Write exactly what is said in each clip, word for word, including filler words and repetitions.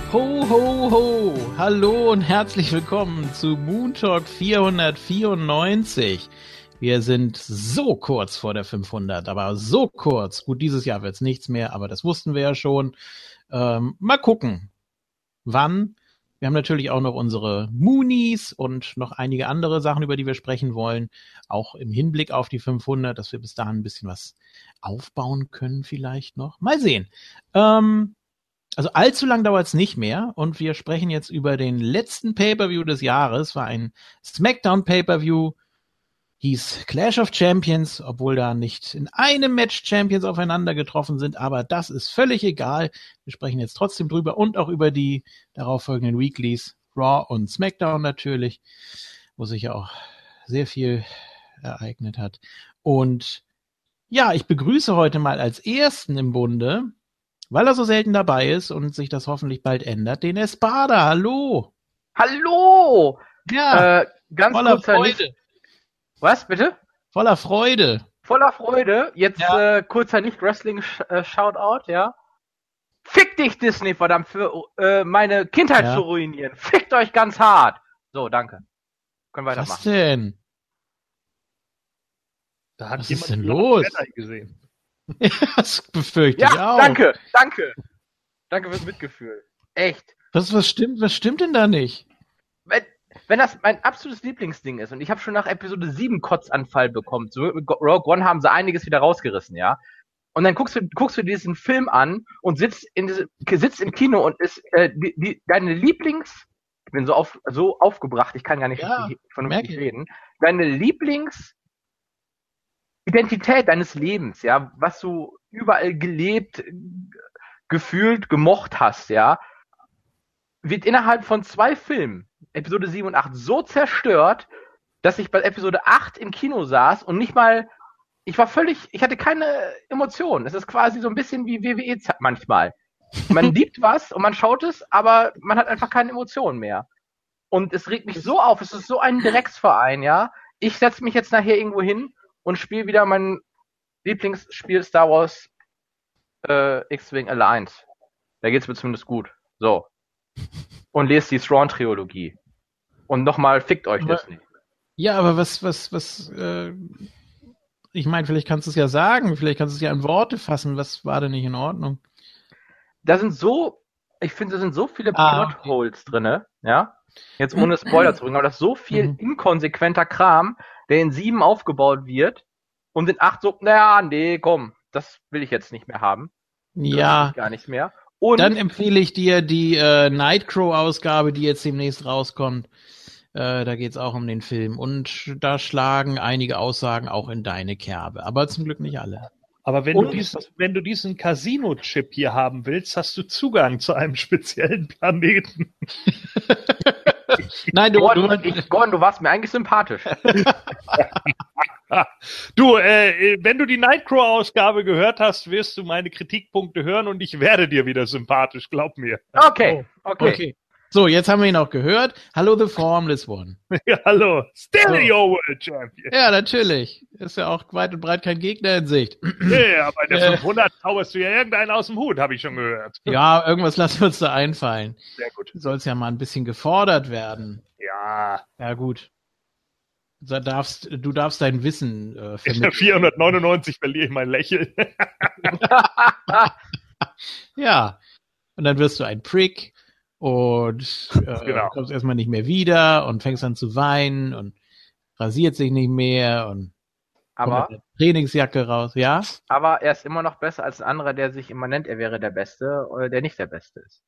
Ho, ho, ho! Hallo und herzlich willkommen zu Moon Talk vierhundertvierundneunzig. Wir sind so kurz vor der fünfhundert, aber so kurz. Gut, dieses Jahr wird's nichts mehr, aber das wussten wir ja schon. Ähm, mal gucken, wann. Wir haben natürlich auch noch unsere Moonies und noch einige andere Sachen, über die wir sprechen wollen. Auch im Hinblick auf die fünfhundert, dass wir bis dahin ein bisschen was aufbauen können vielleicht noch. Mal sehen. Ähm, Also allzu lang dauert es nicht mehr und wir sprechen jetzt über den letzten Pay-Per-View des Jahres. War ein Smackdown Pay-Per-View, hieß Clash of Champions, obwohl da nicht in einem Match Champions aufeinander getroffen sind, aber das ist völlig egal. Wir sprechen jetzt trotzdem drüber und auch über die darauffolgenden Weeklies, Raw und Smackdown natürlich, wo sich ja auch sehr viel ereignet hat. Und ja, ich begrüße heute mal als ersten im Bunde, weil er so selten dabei ist und sich das hoffentlich bald ändert, den Espada. Hallo. Hallo. Ja, äh, ganz voller kurzer Freude. Nicht- Was, bitte? Voller Freude. Voller Freude. Jetzt Ja. äh, kurzer Nicht-Wrestling-Shoutout, ja. Fick dich, Disney, verdammt, für äh, meine Kindheit Ja. zu ruinieren. Fickt euch ganz hart. So, danke. Können Was weitermachen. denn? Da hat Was jemand ist denn Lord los? Jedi gesehen. Das befürchte ich Ja, auch. danke, danke. Danke fürs Mitgefühl. Echt. Was, was stimmt, was stimmt denn da nicht? Wenn, wenn das mein absolutes Lieblingsding ist und ich habe schon nach Episode sieben Kotzanfall bekommen, so mit Rogue One haben sie einiges wieder rausgerissen, ja. Und dann guckst du, guckst du diesen Film an und sitzt in diese, sitzt im Kino und ist äh, die, die, deine Lieblings, ich bin so auf, so aufgebracht, ich kann gar nicht Ja, richtig, vernünftig merke ich. reden, deine Lieblings Identität deines Lebens, ja, was du überall gelebt, gefühlt, gemocht hast, ja, wird innerhalb von zwei Filmen, Episode sieben und acht, so zerstört, dass ich bei Episode acht im Kino saß und nicht mal, ich war völlig, ich hatte keine Emotionen. Es ist quasi so ein bisschen wie W W E manchmal. Man liebt was und man schaut es, aber man hat einfach keine Emotionen mehr. Und es regt mich so auf, es ist so ein Drecksverein, ja. Ich setze mich jetzt nachher irgendwo hin und spiele wieder mein Lieblingsspiel Star Wars äh, X-Wing Alliance. Da geht's mir zumindest gut. So. Und lest die Thrawn-Trilogie. Und nochmal, fickt euch Aber- das nicht. Ja, aber was, was, was, äh, ich meine, vielleicht kannst du es ja sagen, vielleicht kannst du es ja in Worte fassen. Was war denn nicht in Ordnung? Da sind so, ich finde, da sind so viele Ah. Plotholes drinne, ja. Jetzt ohne Spoiler zu bringen, aber das ist so viel Mhm. inkonsequenter Kram, der in sieben aufgebaut wird und in acht so, naja, nee, komm, das will ich jetzt nicht mehr haben. Ja, Gar nicht mehr. Und dann empfehle ich dir die äh, Nightcrow-Ausgabe, die jetzt demnächst rauskommt. Äh, da geht's auch um den Film. Und da schlagen einige Aussagen auch in deine Kerbe. Aber zum Glück nicht alle. Aber wenn Und- du, diesen, wenn du diesen Casino-Chip hier haben willst, hast du Zugang zu einem speziellen Planeten. Nein, du, Gordon, du, ich, Gordon, du warst mir eigentlich sympathisch. Du, äh, wenn du die Nightcrow-Ausgabe gehört hast, wirst du meine Kritikpunkte hören und ich werde dir wieder sympathisch, glaub mir. Okay, okay. okay. So, jetzt haben wir ihn auch gehört. Hallo, The Formless One. Ja, hallo. Still So. your World Champion. Ja, natürlich. Ist ja auch weit und breit kein Gegner in Sicht. Ja, aber in der Äh. fünfhundert zauberst du ja irgendeinen aus dem Hut, habe ich schon gehört. Ja, irgendwas lassen wir uns da einfallen. Sehr gut. Soll es ja mal ein bisschen gefordert werden. Ja, Ja, gut. Du darfst, du darfst dein Wissen äh, in der vermitteln. vierhundertneunundneunzig verliere ich mein Lächeln. Ja. Und dann wirst du ein Prick und äh, Genau. kommst erstmal nicht mehr wieder und fängst an zu weinen und rasiert sich nicht mehr und kommt Aber, mit der Trainingsjacke raus. Ja? aber er ist immer noch besser als ein anderer, der sich immer nennt, er wäre der Beste, oder der nicht der Beste ist.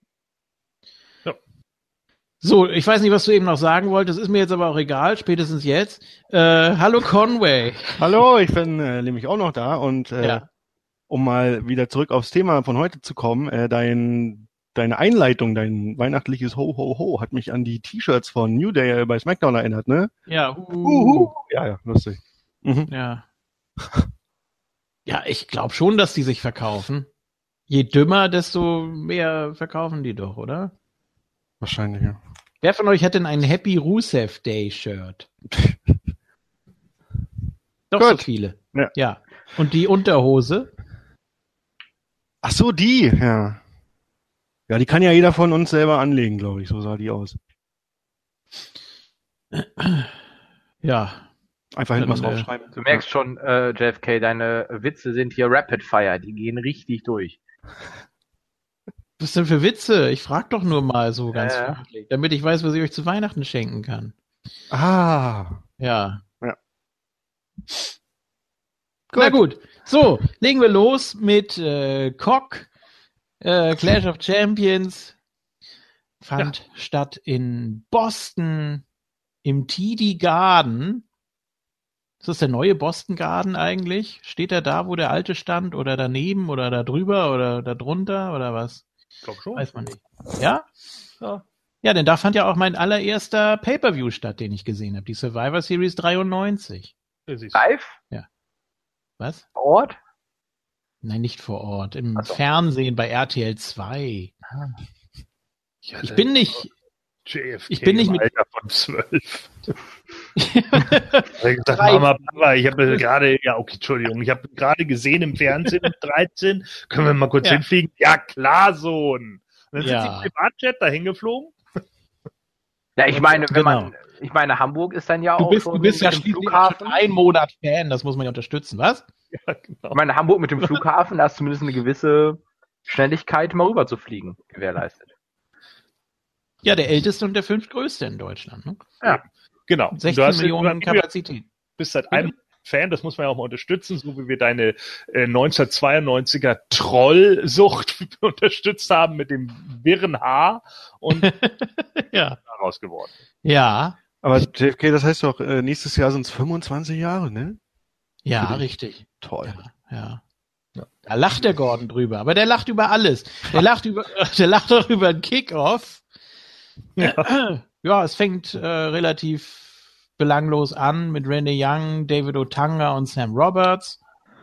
So, ich weiß nicht, was du eben noch sagen wolltest, ist mir jetzt aber auch egal, spätestens jetzt. Äh, hallo Conway. Hallo, ich bin äh, nämlich auch noch da und äh, Ja. um mal wieder zurück aufs Thema von heute zu kommen, äh, dein, deine Einleitung, dein weihnachtliches Ho Ho Ho hat mich an die T-Shirts von New Day bei SmackDown erinnert, ne? Ja, Uhu. Ja, ja, lustig. Mhm. ja. Ja, ich glaube schon, dass die sich verkaufen. Je dümmer, desto mehr verkaufen die doch, oder? Wahrscheinlich, ja. Wer von euch hat denn ein Happy Rusev Day Shirt? Doch so Gut. viele. Ja. Ja. Und die Unterhose? Ach so, die, ja. Ja, die kann ja jeder von uns selber anlegen, glaube ich. So sah die aus. Ja. Einfach hinten was Dann, äh, draufschreiben. Du merkst schon, äh, J F K, deine Witze sind hier Rapid Fire, die gehen richtig durch. Was denn für Witze? Ich frag doch nur mal so ganz Ja, ja. freundlich, damit ich weiß, was ich euch zu Weihnachten schenken kann. Ah. Ja. Ja. Na gut. So, legen wir los mit äh, C O C. Äh, Clash of Champions fand statt in Boston im T D Garden. Ist das der neue Boston Garden eigentlich? Steht er da, wo der alte stand? Oder daneben? Oder da drüber? Oder da drunter? Oder was? Ich glaube schon. Weiß man nicht. Ja? Ja. Ja, denn da fand ja auch mein allererster Pay-Per-View statt, den ich gesehen habe. Die Survivor Series dreiundneunzig. Das ist- Live? Was? Vor Ort? Nein, nicht vor Ort. Im Ach so. Fernsehen bei R T L zwei. Ja, Ich das- bin nicht... J F K ich bin nicht im mit- Alter von zwölf. Ich habe gesagt, Drei- Mama, Papa, ich habe gerade, ja, okay, Entschuldigung, ich habe gerade gesehen im Fernsehen mit dreizehn, können wir mal kurz Ja. hinfliegen? Ja, klar, Sohn. Und dann Ja. sind sie im Privatjet dahin geflogen. Ja, ich meine, wenn Genau. man, ich meine, Hamburg ist dann ja Du auch bist, schon du bist ja mit dem schließlich Flughafen. schon einen Monat Fan, das muss man ja unterstützen, was? Ja, genau. Ich meine, Hamburg mit dem Flughafen, da ist zumindest eine gewisse Schnelligkeit, mal rüber zu fliegen, gewährleistet. Ja, der älteste und der fünftgrößte in Deutschland. Ne? Ja. Genau. Und sechzehn du hast- Millionen du Kapazität. bist seit einem Fan, das muss man ja auch mal unterstützen, so wie wir deine äh, neunzehnhundertzweiundneunziger Trollsucht unterstützt haben mit dem wirren Haar und Ja. daraus geworden. Ja, Aber J F K, das heißt doch, äh, nächstes Jahr sind es fünfundzwanzig Jahre, ne? ja, Für dich. richtig. Toll. Ja, ja. Ja. Da lacht der Gordon drüber, aber der lacht über alles. Der lacht über, der lacht auch über den Kickoff. Ja. Ja, es fängt äh, relativ belanglos an mit Randy Young, David Otunga und Sam Roberts.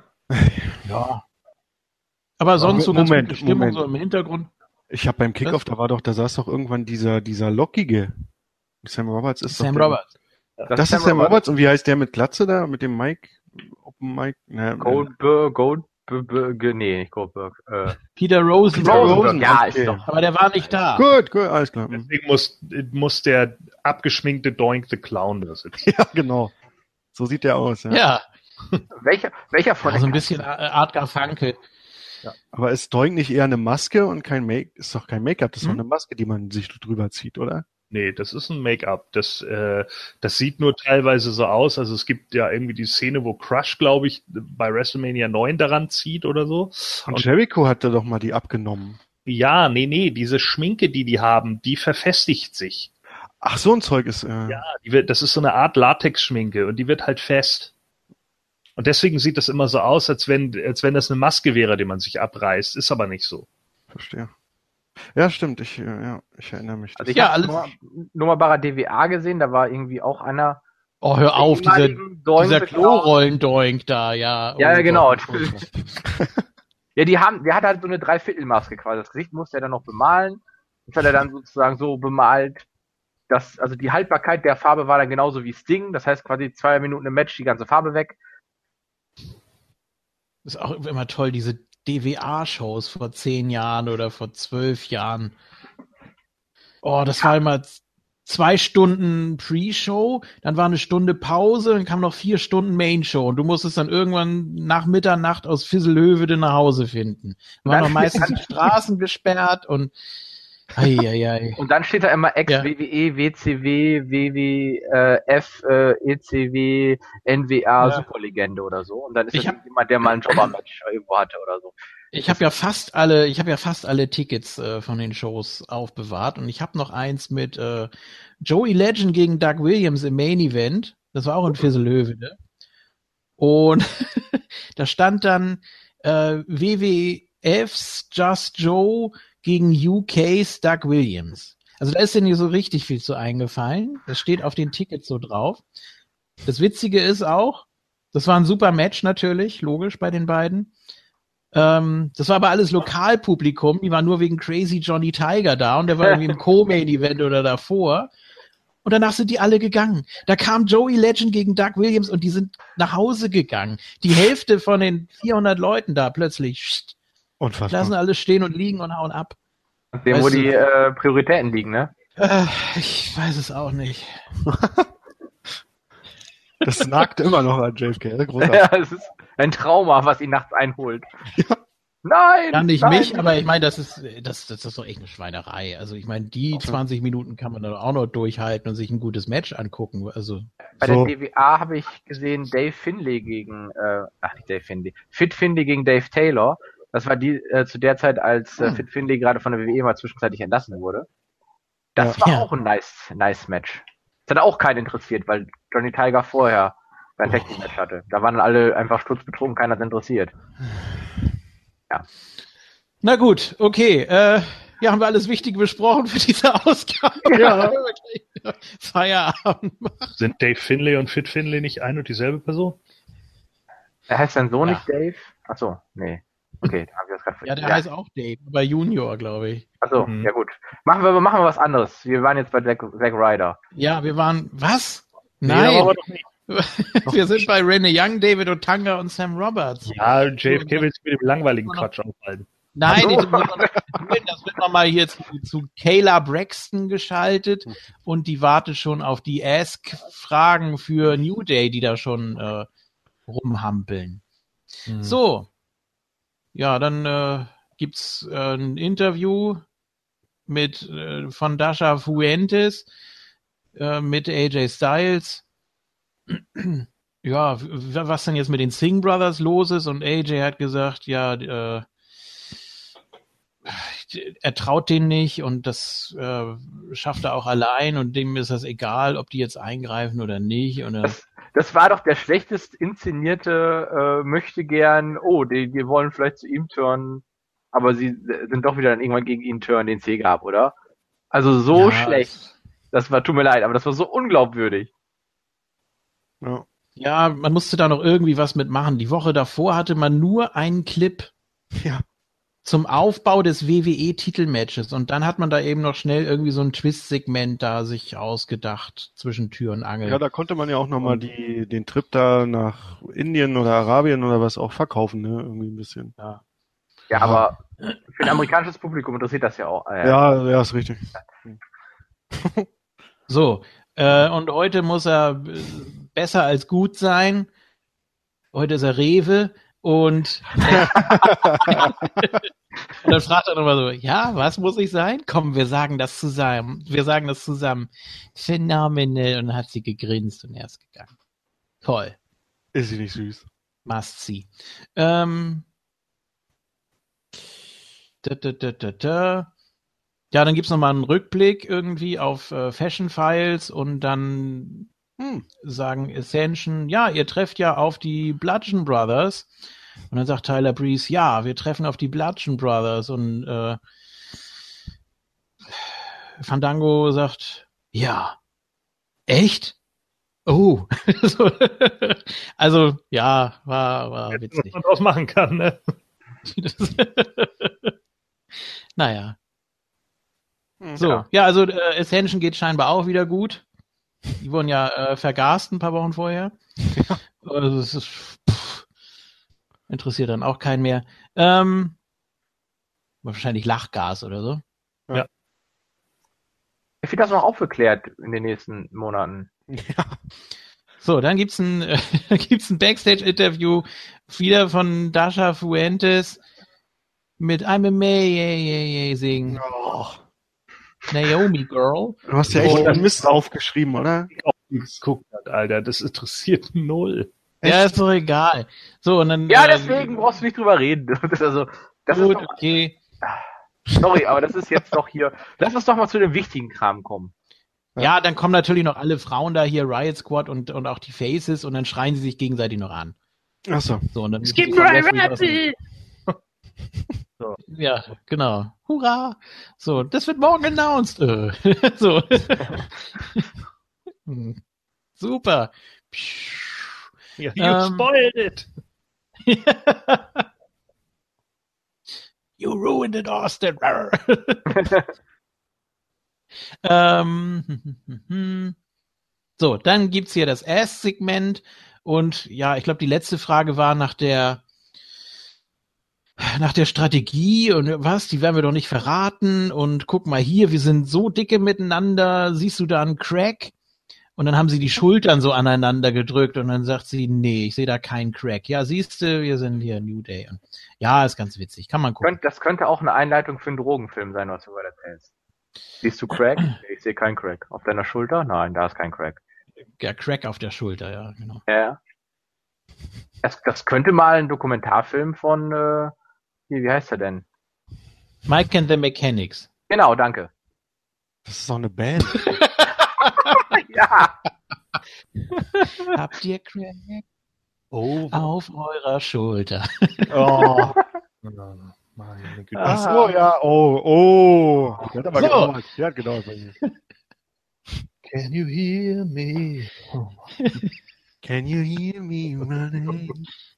Ja. Aber sonst so ganz Moment, gute Stimmung Moment. so im Hintergrund. Ich habe beim Kickoff, da war doch, da saß doch irgendwann dieser, dieser Lockige. Sam Roberts ist Sam doch der, Roberts. Das, ist Sam Roberts. Und wie heißt der mit Glatze da? Mit dem Mike? Open Mike? Na, Goldberg, Goldberg, nee, nicht Goldberg. Äh, Peter Rosen. Peter Rosen. ja, okay. ist doch. Aber der war nicht da. Gut, gut, alles klar. Hm. Deswegen muss, muss der abgeschminkte Doink the Clown das sitzen. Ja, genau. So sieht der aus. Ja. Ja, Welcher, welcher von also ein den bisschen Art Garfunkel. Aber ist Doink nicht eher eine Maske und kein Make? Ist doch kein Make-up, das ist doch Hm? eine Maske, die man sich drüber zieht, oder? Nee, das ist ein Make-up. Das, äh, das sieht nur teilweise so aus. Also es gibt ja irgendwie die Szene, wo Crush, glaube ich, bei WrestleMania neun daran zieht oder so. Und Jericho hatte doch mal die abgenommen. Ja, nee, nee, diese Schminke, die die haben, die verfestigt sich. Ach, so ein Zeug ist. Äh, Ja, die wird, das ist so eine Art Latex-Schminke und die wird halt fest. Und deswegen sieht das immer so aus, als wenn, als wenn das eine Maske wäre, die man sich abreißt. Ist aber nicht so. Verstehe. Ja, stimmt. Ich, äh, ja, ich erinnere mich. Also ich Ja, habe alles- nur, nur mal bei der D W A gesehen, da war irgendwie auch einer. Oh, hör auf, dieser, ehemaligen Doink dieser the Clown. Klorollen-Doink da, ja. Ja, Oh ja, genau. Gott, furchtbar. Ja, die haben, der hat halt so eine Dreiviertelmaske quasi. Das Gesicht musste er dann noch bemalen. Das hat er dann sozusagen so bemalt, dass, also die Haltbarkeit der Farbe war dann genauso wie Sting. Das heißt quasi zwei Minuten im Match die ganze Farbe weg. Das ist auch immer toll, diese D W A-Shows vor zehn Jahren oder vor zwölf Jahren. Oh, das war immer z- zwei Stunden Pre-Show, dann war eine Stunde Pause, dann kam noch vier Stunden Main-Show und du musstest dann irgendwann nach Mitternacht aus Fisselhövede nach Hause finden. Da waren Dann- noch meistens die Straßen gesperrt und Eieiei. Und dann steht da immer Ja. Ex-W W E, W C W, W W F, äh, E C W, N W A, Ja. Superlegende oder so. Und dann ist Ich das hab- jemand, der mal ein Jobber-Match irgendwo hatte oder so. Ich habe ja fast alle, ich habe ja fast alle Tickets äh, von den Shows aufbewahrt und ich habe noch eins mit äh, Joey Legend gegen Doug Williams im Main Event. Das war auch in Fisselhövede. Und da stand dann äh, W W F's Just Joe gegen U K's Doug Williams. Also da ist dir nicht so richtig viel zu eingefallen. Das steht auf den Tickets so drauf. Das Witzige ist auch, das war ein super Match natürlich, logisch bei den beiden. Ähm, das war aber alles Lokalpublikum, die war nur wegen Crazy Johnny Tiger da und der war irgendwie im Co-Main-Event oder davor. Und danach sind die alle gegangen. Da kam Joey Legend gegen Doug Williams und die sind nach Hause gegangen. Die Hälfte von den vierhundert Leuten da plötzlich pst, Unfassbar. lassen alles stehen und liegen und hauen ab. Dem, wo Weißt du- die äh, Prioritäten liegen, ne? Äh, ich weiß es auch nicht. Das nagt immer noch an J F K. Großartig. Ja, es ist ein Trauma, was ihn nachts einholt. Ja. Nein! Ja, nicht nein, mich, aber ich meine, das ist, das, das ist doch echt eine Schweinerei. Also ich meine, die zwanzig Minuten kann man dann auch noch durchhalten und sich ein gutes Match angucken. Also Bei So. der D W A habe ich gesehen Dave Finlay gegen, äh, ach nicht Dave Finlay, Fit Finlay gegen Dave Taylor. Das war die äh, zu der Zeit, als äh, Hm. Fit Finlay gerade von der W W E mal zwischenzeitlich entlassen wurde. Das Ja. war Ja. auch ein nice, nice Match. Das hat auch keinen interessiert, weil Johnny Tiger vorher sein Technik-Match hatte. Da waren alle einfach sturzbetrunken, keiner hat interessiert. na gut, okay. Äh, ja, haben wir alles Wichtige besprochen für diese Ausgabe. Ja. Feierabend. Sind Dave Finlay und Fit Finlay nicht ein und dieselbe Person? Er heißt sein Sohn Ja. nicht Dave? Achso, nee. Okay, da haben wir das gerade Ja, der heißt auch Dave, aber Junior, glaube ich. Achso, Mhm. ja gut. Machen wir, machen wir was anderes. Wir waren jetzt bei Zack, Zack Ryder. Ja, wir waren, was? Nee, Nein, aber doch nicht. wir sind bei Rene Young, David Otunga und Sam Roberts. Ja, J F K will sich mit dem langweiligen Quatsch aufhalten. Nein, Ach so. ich, das wird nochmal hier zu, zu Kayla Braxton geschaltet und die wartet schon auf die Ask-Fragen für New Day, die da schon äh, rumhampeln. Hm. So, ja, dann äh, gibt's äh, ein Interview mit äh, von Dasha Fuentes äh, mit A J Styles. Ja, w- was denn jetzt mit den Singh Brothers los ist, und A J hat gesagt, ja, äh, er traut denen nicht und das äh, schafft er auch allein und dem ist das egal, ob die jetzt eingreifen oder nicht. Und, äh, Das war doch der schlechtest inszenierte, äh, möchte gern, oh, die, die wollen vielleicht zu ihm turnen, aber sie sind doch wieder dann irgendwann gegen ihn turnen, den es je gab, oder? Also so ja, schlecht. Das war, tut mir leid, aber das war so unglaubwürdig. Ja. Ja, man musste da noch irgendwie was mitmachen. Die Woche davor hatte man nur einen Clip Ja. zum Aufbau des W W E-Titelmatches und dann hat man da eben noch schnell irgendwie so ein Twist-Segment da sich ausgedacht zwischen Tür und Angel. Ja, da konnte man ja auch nochmal die, den Trip da nach Indien oder Arabien oder was auch verkaufen, ne? Irgendwie ein bisschen. Ja, Ja. aber für ein amerikanisches Publikum interessiert das ja auch. Äh, Ja, ja, ist richtig. So, äh, und heute muss er äh, besser als gut sein. Heute ist er Rewe und, und dann fragt er nochmal so, ja, was muss ich sein? Komm, wir sagen das zusammen. Wir sagen das zusammen. Phänomenal. Und dann hat sie gegrinst und er ist gegangen. Toll. Ist sie nicht süß? Must see. Ähm, da, da, da, da, da. Ja, dann gibt's noch mal einen Rückblick irgendwie auf äh, Fashion Files und dann hm, sagen Ascension, ja, ihr trefft ja auf die Bludgeon Brothers. Und dann sagt Tyler Breeze, ja, wir treffen auf die Bludgeon Brothers. Und äh, Fandango sagt, ja, echt? Oh, so, also ja, war, war Was witzig. man draus machen kann, ne? Naja. Hm, So, ja. ja, also äh, Ascension geht scheinbar auch wieder gut. Die wurden ja äh, vergast ein paar Wochen vorher. Ja. Also es ist, pff, interessiert dann auch keinen mehr. Ähm, wahrscheinlich Lachgas oder so. Ich finde das noch aufgeklärt in den nächsten Monaten. Ja. So, dann gibt's ein, äh, gibt's ein Backstage-Interview wieder von Dasha Fuentes mit I'm Amazing Oh, Naomi Girl. du hast ja echt Oh. einen Mist aufgeschrieben, oder? Guck mal, Alter, das interessiert null. Ja, ist doch egal. So, und dann. Ja, äh, deswegen brauchst du nicht drüber reden. Das ist also, das Gut, ist doch, okay. sorry, aber das ist jetzt doch hier, lass uns doch mal zu dem wichtigen Kram kommen. Ja, dann kommen natürlich noch alle Frauen da hier, Riot Squad und, und auch die Faces und dann schreien sie sich gegenseitig noch an. Ach so. So, und dann Skip kommt Ray Wrestling aus dem- So. Ja, genau. Hurra! So, das wird morgen announced. Äh. so. Hm. Super. Ja, you Ähm. spoiled it. You ruined it, Austin. ähm, so, dann gibt's hier das Ass-Segment und ja, ich glaube, die letzte Frage war nach der nach der Strategie und was, die werden wir doch nicht verraten und guck mal hier, wir sind so dicke miteinander, siehst du da einen Crack? Und dann haben sie die Schultern so aneinander gedrückt und dann sagt sie, nee, ich sehe da keinen Crack. Ja, siehst du, wir sind hier New Day. Und ja, ist ganz witzig, kann man gucken. Das könnte auch eine Einleitung für einen Drogenfilm sein, was du gerade erzählst. Siehst du Crack? Nee, ich sehe keinen Crack. Auf deiner Schulter? Nein, da ist kein Crack. Ja, Crack auf der Schulter, ja, genau. Ja. Das, das könnte mal ein Dokumentarfilm von, äh, wie, wie heißt er denn? Mike and the Mechanics. Genau, danke. Das ist doch eine Band. Ja. Habt ihr Crack Oh, auf eurer Schulter? Oh. meine Güte. Ach so, ja, oh, oh. Der hat aber So. gedauert. Der hat gedauert bei mir. Can you hear me? Can you hear me running?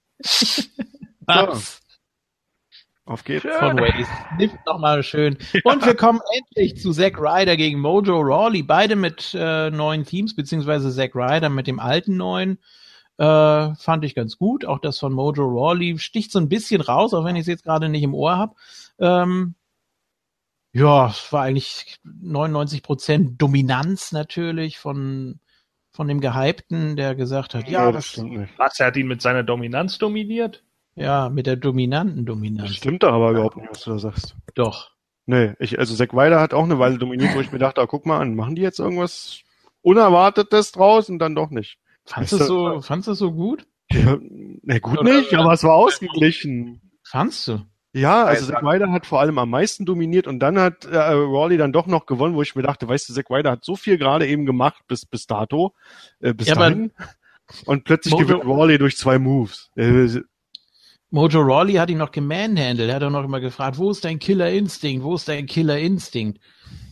Was? Auf geht's. Conway snifft nochmal schön. Und wir kommen endlich zu Zack Ryder gegen Mojo Rawley. Beide mit äh, neuen Teams, beziehungsweise Zack Ryder mit dem alten neuen. Äh, fand ich ganz gut. Auch das von Mojo Rawley sticht so ein bisschen raus, auch wenn ich es jetzt gerade nicht im Ohr habe. Ähm, ja, es war eigentlich neunundneunzig Prozent Dominanz natürlich von, von dem Gehypten, der gesagt hat, ja, Nee, das, stimmt nicht. Was, er hat ihn mit seiner Dominanz dominiert? ja, mit der dominanten Das Dominanz. stimmt doch aber überhaupt nicht, was du da sagst. Doch. Nee, ich, also Zack Ryder hat auch eine Weile dominiert, wo ich mir dachte, ah, guck mal an, machen die jetzt irgendwas Unerwartetes draus und dann doch nicht. Fandst du es so, fandst du es so gut? Ja, na gut Oder- nicht, aber es war ausgeglichen. Fandst du? Ja, also Weiß Zack Ryder hat vor allem am meisten dominiert und dann hat äh, Rawley dann doch noch gewonnen, wo ich mir dachte, weißt du, Zack Ryder hat so viel gerade eben gemacht bis bis dato, äh, bis Ja, aber- dahin. Und plötzlich Mojo- gewinnt Rawley durch zwei Moves. Äh, Mojo Rawley hat ihn noch gemanhandelt. Er hat auch noch immer gefragt, wo ist dein Killer Instinct? Wo ist dein Killer Instinct?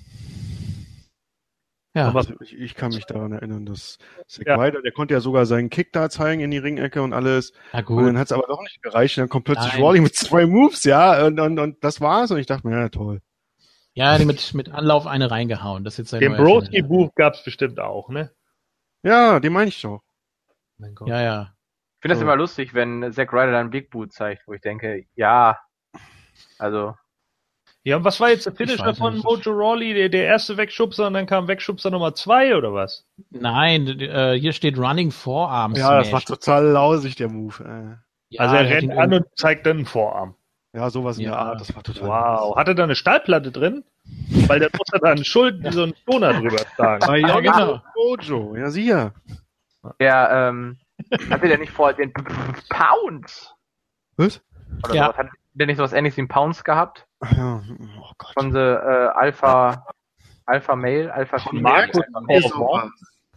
Ja, Aber- Also ich, ich kann mich daran erinnern, dass Zack Ja. Ryder, der konnte ja sogar seinen Kick da zeigen in die Ringecke und alles. na Und gut. dann hat es aber doch nicht gereicht. Und dann kommt plötzlich Nein. Rawley mit zwei Moves, ja, und, und, und das war's. Und ich dachte mir, ja, toll. Ja, die mit, mit Anlauf eine reingehauen. Das ist jetzt sein Den neuer Finisher. Broski-Buch gab's bestimmt auch, ne? Ja, den meine ich doch. Mein Gott. Ja, ja. Ich finde das So. immer lustig, wenn Zack Ryder dann Big Boot zeigt, wo ich denke, ja, also, Ja, und was war jetzt der Ich Finisher weiß von nicht. Mojo Rawley? Der, der erste Wegschubser und dann kam Wegschubser Nummer zwei oder was? Nein, d- äh, hier steht Running Forearm Ja, das Smash. war total lausig, der Move. Äh. Ja, also er der hat rennt ihn an und zeigt dann einen Vorarm. Ja, sowas in Ja. der Art, das war total Wow. Hat er da eine Stahlplatte drin? Weil der muss er da einen Schulden, so einen Toner drüber tragen. Ah, ja, Ja, genau. genau. Mojo, ja, sicher. der, ähm, hatte der nicht vor den Pounds? Was? Oder Ja. sowas? Hat der nicht sowas ähnliches wie einen Pounds gehabt? Ach ja, oh Gott. Von the, äh, Alpha, Alpha Male, Alpha Female? Markus Alpha Male. Corbin.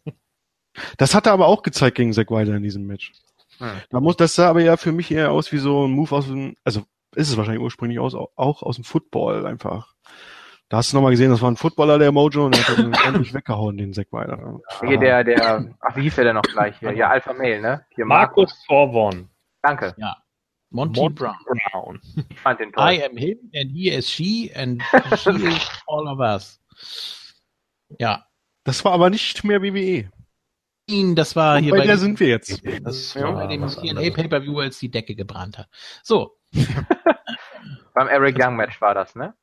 Das hat er aber auch gezeigt gegen Zack Ryder in diesem Match. Hm. Da muss, das sah aber ja für mich eher aus wie so ein Move aus dem, also ist es wahrscheinlich ursprünglich aus, auch aus dem Football einfach. Da hast du nochmal gesehen, das war ein Footballer, der Mojo, und der hat ihn ordentlich weggehauen, den Zack Ryder. Hier der, der, ach, wie hieß der denn noch gleich hier? Ja, Alpha Male, ne? Hier Markus Corbin. Danke. Monty Monty Brown. Brown. Ich fand den toll. I am him and he is she and she is all of us. Ja. Das war aber nicht mehr W W E. Ihn, das war hier Bei bei, der sind wir jetzt. das Ja, war bei dem was T N anderes. A Pay-Per-View, als die Decke gebrannt hat. So. Beim Eric Young Match war das, ne?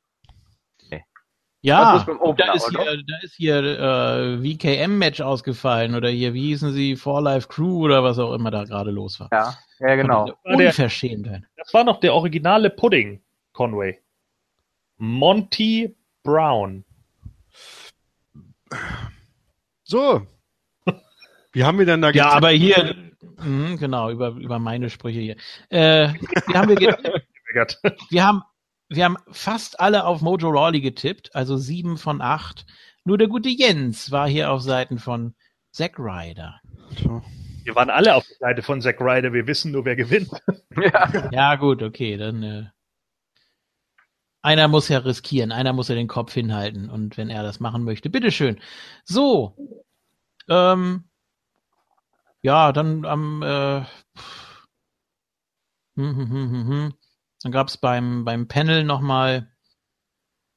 Ja, Das ist beim Opener, da ist oder? hier, da ist hier äh, V K M-Match ausgefallen oder hier, wie hießen sie, For Life Crew oder was auch immer da gerade los war. Ja, ja, genau. War der- Unverschämtheit. Das war noch der originale Pudding, Conway. Monty Brown. So. Wie haben wir denn da Ja, getippt? aber hier, mhm, genau, über, über meine Sprüche hier. Äh, wie haben wir getippt? Wir haben, wir haben fast alle auf Mojo Rawley getippt, also sieben von acht. Nur der gute Jens war hier auf Seiten von Zack Ryder. So. Wir waren alle auf der Seite von Zack Ryder. Wir wissen nur, wer gewinnt. Ja. Ja, gut, okay, dann äh, einer muss ja riskieren, einer muss ja den Kopf hinhalten und wenn er das machen möchte, bitteschön. So, ähm, ja, dann am äh, hm, hm, hm, hm, hm. Dann gab's beim beim Panel nochmal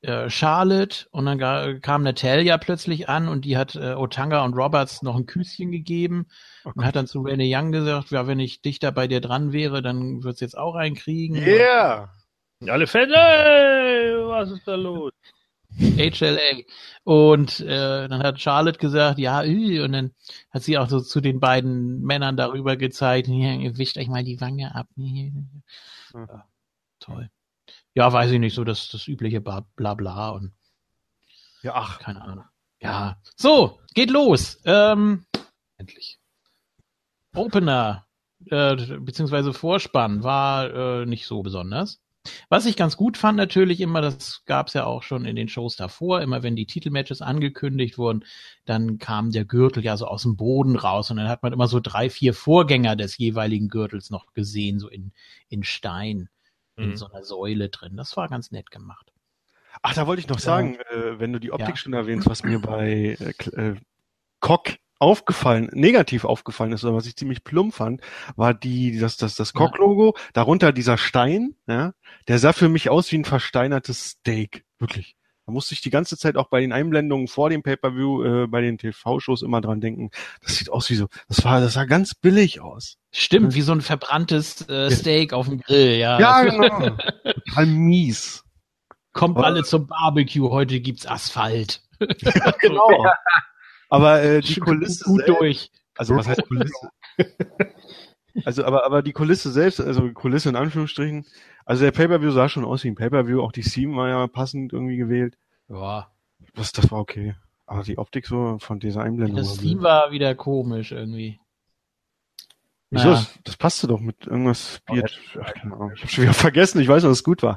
äh, Charlotte und dann ga, kam Natalia plötzlich an und die hat äh, Otanga und Roberts noch ein Küsschen gegeben Oh und hat dann zu Renee Young gesagt, ja, wenn ich dichter bei dir dran wäre, dann würd's jetzt auch einkriegen. Yeah! Alle Fans, ey, was ist da los? H L A. Und äh, dann hat Charlotte gesagt, ja, ü, und dann hat sie auch so zu den beiden Männern darüber gezeigt, hier, wischt euch mal die Wange ab. Ja, toll. Ja, weiß ich nicht, so das, das übliche Bla bla, bla und Ja, ach. keine Ahnung. Ja, so, geht los. Ähm, Endlich. Opener, äh, beziehungsweise Vorspann war äh, nicht so besonders. Was ich ganz gut fand natürlich immer, das gab's ja auch schon in den Shows davor, immer wenn die Titelmatches angekündigt wurden, dann kam der Gürtel ja so aus dem Boden raus und dann hat man immer so drei, vier Vorgänger des jeweiligen Gürtels noch gesehen, so in, in Stein, in Mhm. so einer Säule drin. Das war ganz nett gemacht. Ach, da wollte ich noch Ja. sagen, äh, wenn du die Optik Ja. schon erwähnst, was mir bei äh, K- äh, Cock aufgefallen, negativ aufgefallen ist, oder was ich ziemlich plump fand, war die, das, das, das Cock-Logo, darunter dieser Stein, ja, der sah für mich aus wie ein versteinertes Steak. Wirklich. Da musste ich die ganze Zeit auch bei den Einblendungen vor dem Pay-Per-View, äh, bei den T V-Shows immer dran denken. Das sieht aus wie so, das war, das sah ganz billig aus. Stimmt, wie so ein verbranntes äh, Steak auf dem Grill, ja. Ja, Das genau. Total mies. kommt Aber- alle zum Barbecue, heute gibt's Asphalt. Genau. Aber äh, die Schön Kulisse gut selbst, durch. also was heißt Kulisse? Also, aber, aber die Kulisse selbst, also Kulisse in Anführungsstrichen, also der Pay-Per-View sah schon aus wie ein Pay-Per-View, auch die Theme war ja passend irgendwie gewählt. Ja. Das, das war okay. Aber die Optik so von dieser Einblendung. Das war Team blöd. war wieder komisch irgendwie. Wieso? Naja. Das, das passte doch mit irgendwas Bier. Ach, keine Ahnung. Ich hab schon wieder vergessen, ich weiß noch, dass es gut war.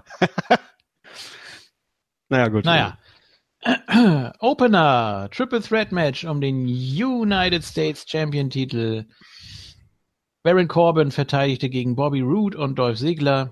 Naja, gut. Naja. Opener, Triple Threat Match um den United States Champion Titel. Baron Corbin verteidigte gegen Bobby Roode und Dolph Ziggler.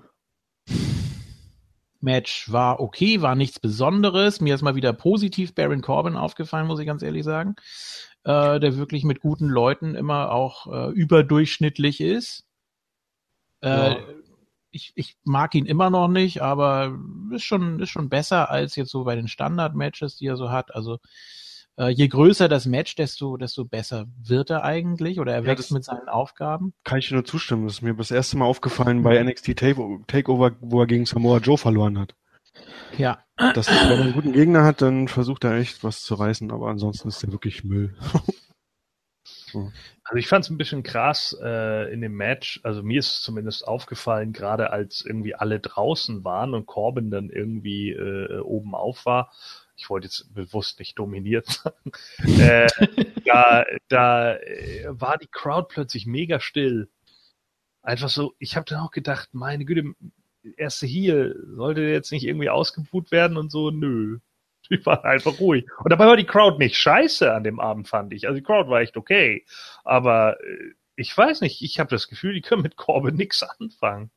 Match war okay, war nichts Besonderes. Mir ist mal wieder positiv Baron Corbin aufgefallen, muss ich ganz ehrlich sagen. Äh, der wirklich mit guten Leuten immer auch äh, überdurchschnittlich ist. Äh, Ja. ich, ich mag ihn immer noch nicht, aber ist schon, ist schon besser als jetzt so bei den Standard-Matches, die er so hat. Also äh, je größer das Match, desto, desto besser wird er eigentlich oder er Ja, wächst das- mit seinen Aufgaben. Kann ich dir nur zustimmen. Das ist mir das erste Mal aufgefallen bei N X T Take- Takeover, wo er gegen Samoa Joe verloren hat. Ja, Dass, wenn er einen guten Gegner hat, dann versucht er echt was zu reißen, aber ansonsten ist er wirklich Müll. Also ich fand es ein bisschen krass äh, in dem Match. Also mir ist es zumindest aufgefallen, gerade als irgendwie alle draußen waren und Corbin dann irgendwie äh, oben auf war. Ich wollte jetzt bewusst nicht dominiert sagen. äh, da da äh, war die Crowd plötzlich mega still. Einfach so, ich habe dann auch gedacht, meine Güte, erste Heel, sollte der jetzt nicht irgendwie ausgebuht werden und so? Nö. Die waren einfach ruhig. Und dabei war die Crowd nicht scheiße an dem Abend, fand ich. Also die Crowd war echt okay. Aber äh, ich weiß nicht, ich habe das Gefühl, die können mit Corbin nichts anfangen.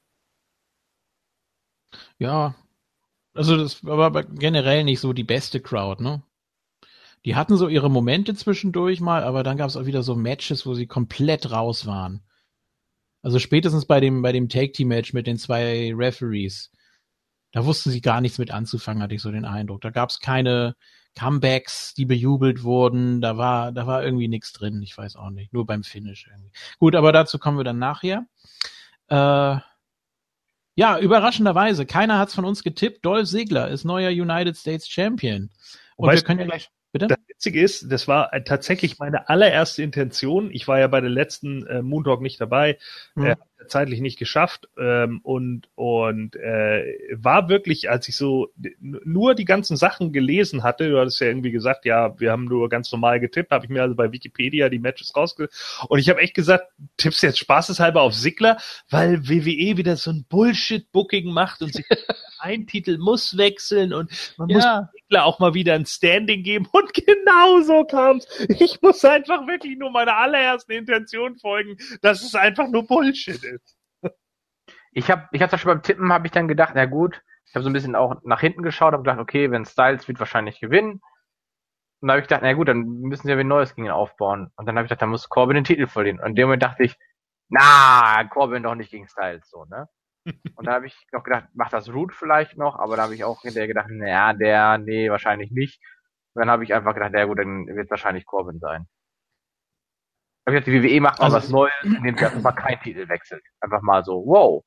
ja. Also das war aber generell nicht so die beste Crowd, ne? Die hatten so ihre Momente zwischendurch mal, aber dann gab es auch wieder so Matches, wo sie komplett raus waren. Also spätestens bei dem, bei dem Tag-Team-Match mit den zwei Referees, da wussten sie gar nichts mit anzufangen, hatte ich so den Eindruck. Da gab es keine Comebacks, die bejubelt wurden. Da war, da war irgendwie nichts drin. Ich weiß auch nicht. Nur beim Finish irgendwie. Gut, aber dazu kommen wir dann nachher. Äh, ja, überraschenderweise, keiner hat's von uns getippt. Dolph Ziggler ist neuer United States Champion. Und Wobei wir es- können ja gleich, bitte? Das Witzige ist, das war äh, tatsächlich meine allererste Intention. Ich war ja bei der letzten äh, Moon Talk nicht dabei, Hm. äh, zeitlich nicht geschafft ähm, und und äh, war wirklich, als ich so n- nur die ganzen Sachen gelesen hatte, du hattest ja irgendwie gesagt, ja, wir haben nur ganz normal getippt, habe ich mir also bei Wikipedia die Matches rausge... Und ich habe echt gesagt, tippst jetzt spaßeshalber auf Ziggler, weil W W E wieder so ein Bullshit-Booking macht und sich ein Titel muss wechseln und man muss Ja. Ziggler auch mal wieder ein Standing geben und genau so kam's. Ich muss einfach wirklich nur meiner allerersten Intention folgen, dass es einfach nur Bullshit ist. Ich habe ich hab das schon beim Tippen, habe ich dann gedacht, na gut, ich habe so ein bisschen auch nach hinten geschaut, habe gedacht, okay, wenn Styles wird wahrscheinlich gewinnen. Und dann habe ich gedacht, na gut, dann müssen sie ja wieder ein neues gegen ihn aufbauen. Und dann habe ich gedacht, dann muss Corbin den Titel verlieren. Und in dem Moment dachte ich, na, Corbin doch nicht gegen Styles, so, ne? Und da habe ich noch gedacht, macht das Root vielleicht noch, aber da habe ich auch hinterher gedacht, naja, der, nee, wahrscheinlich nicht. Und dann habe ich einfach gedacht, ja gut, dann wird es wahrscheinlich Corbin sein. Ich habe gedacht, die W W E macht mal Also- was Neues, indem sie einfach mal keinen Titel wechselt. Einfach mal so, wow.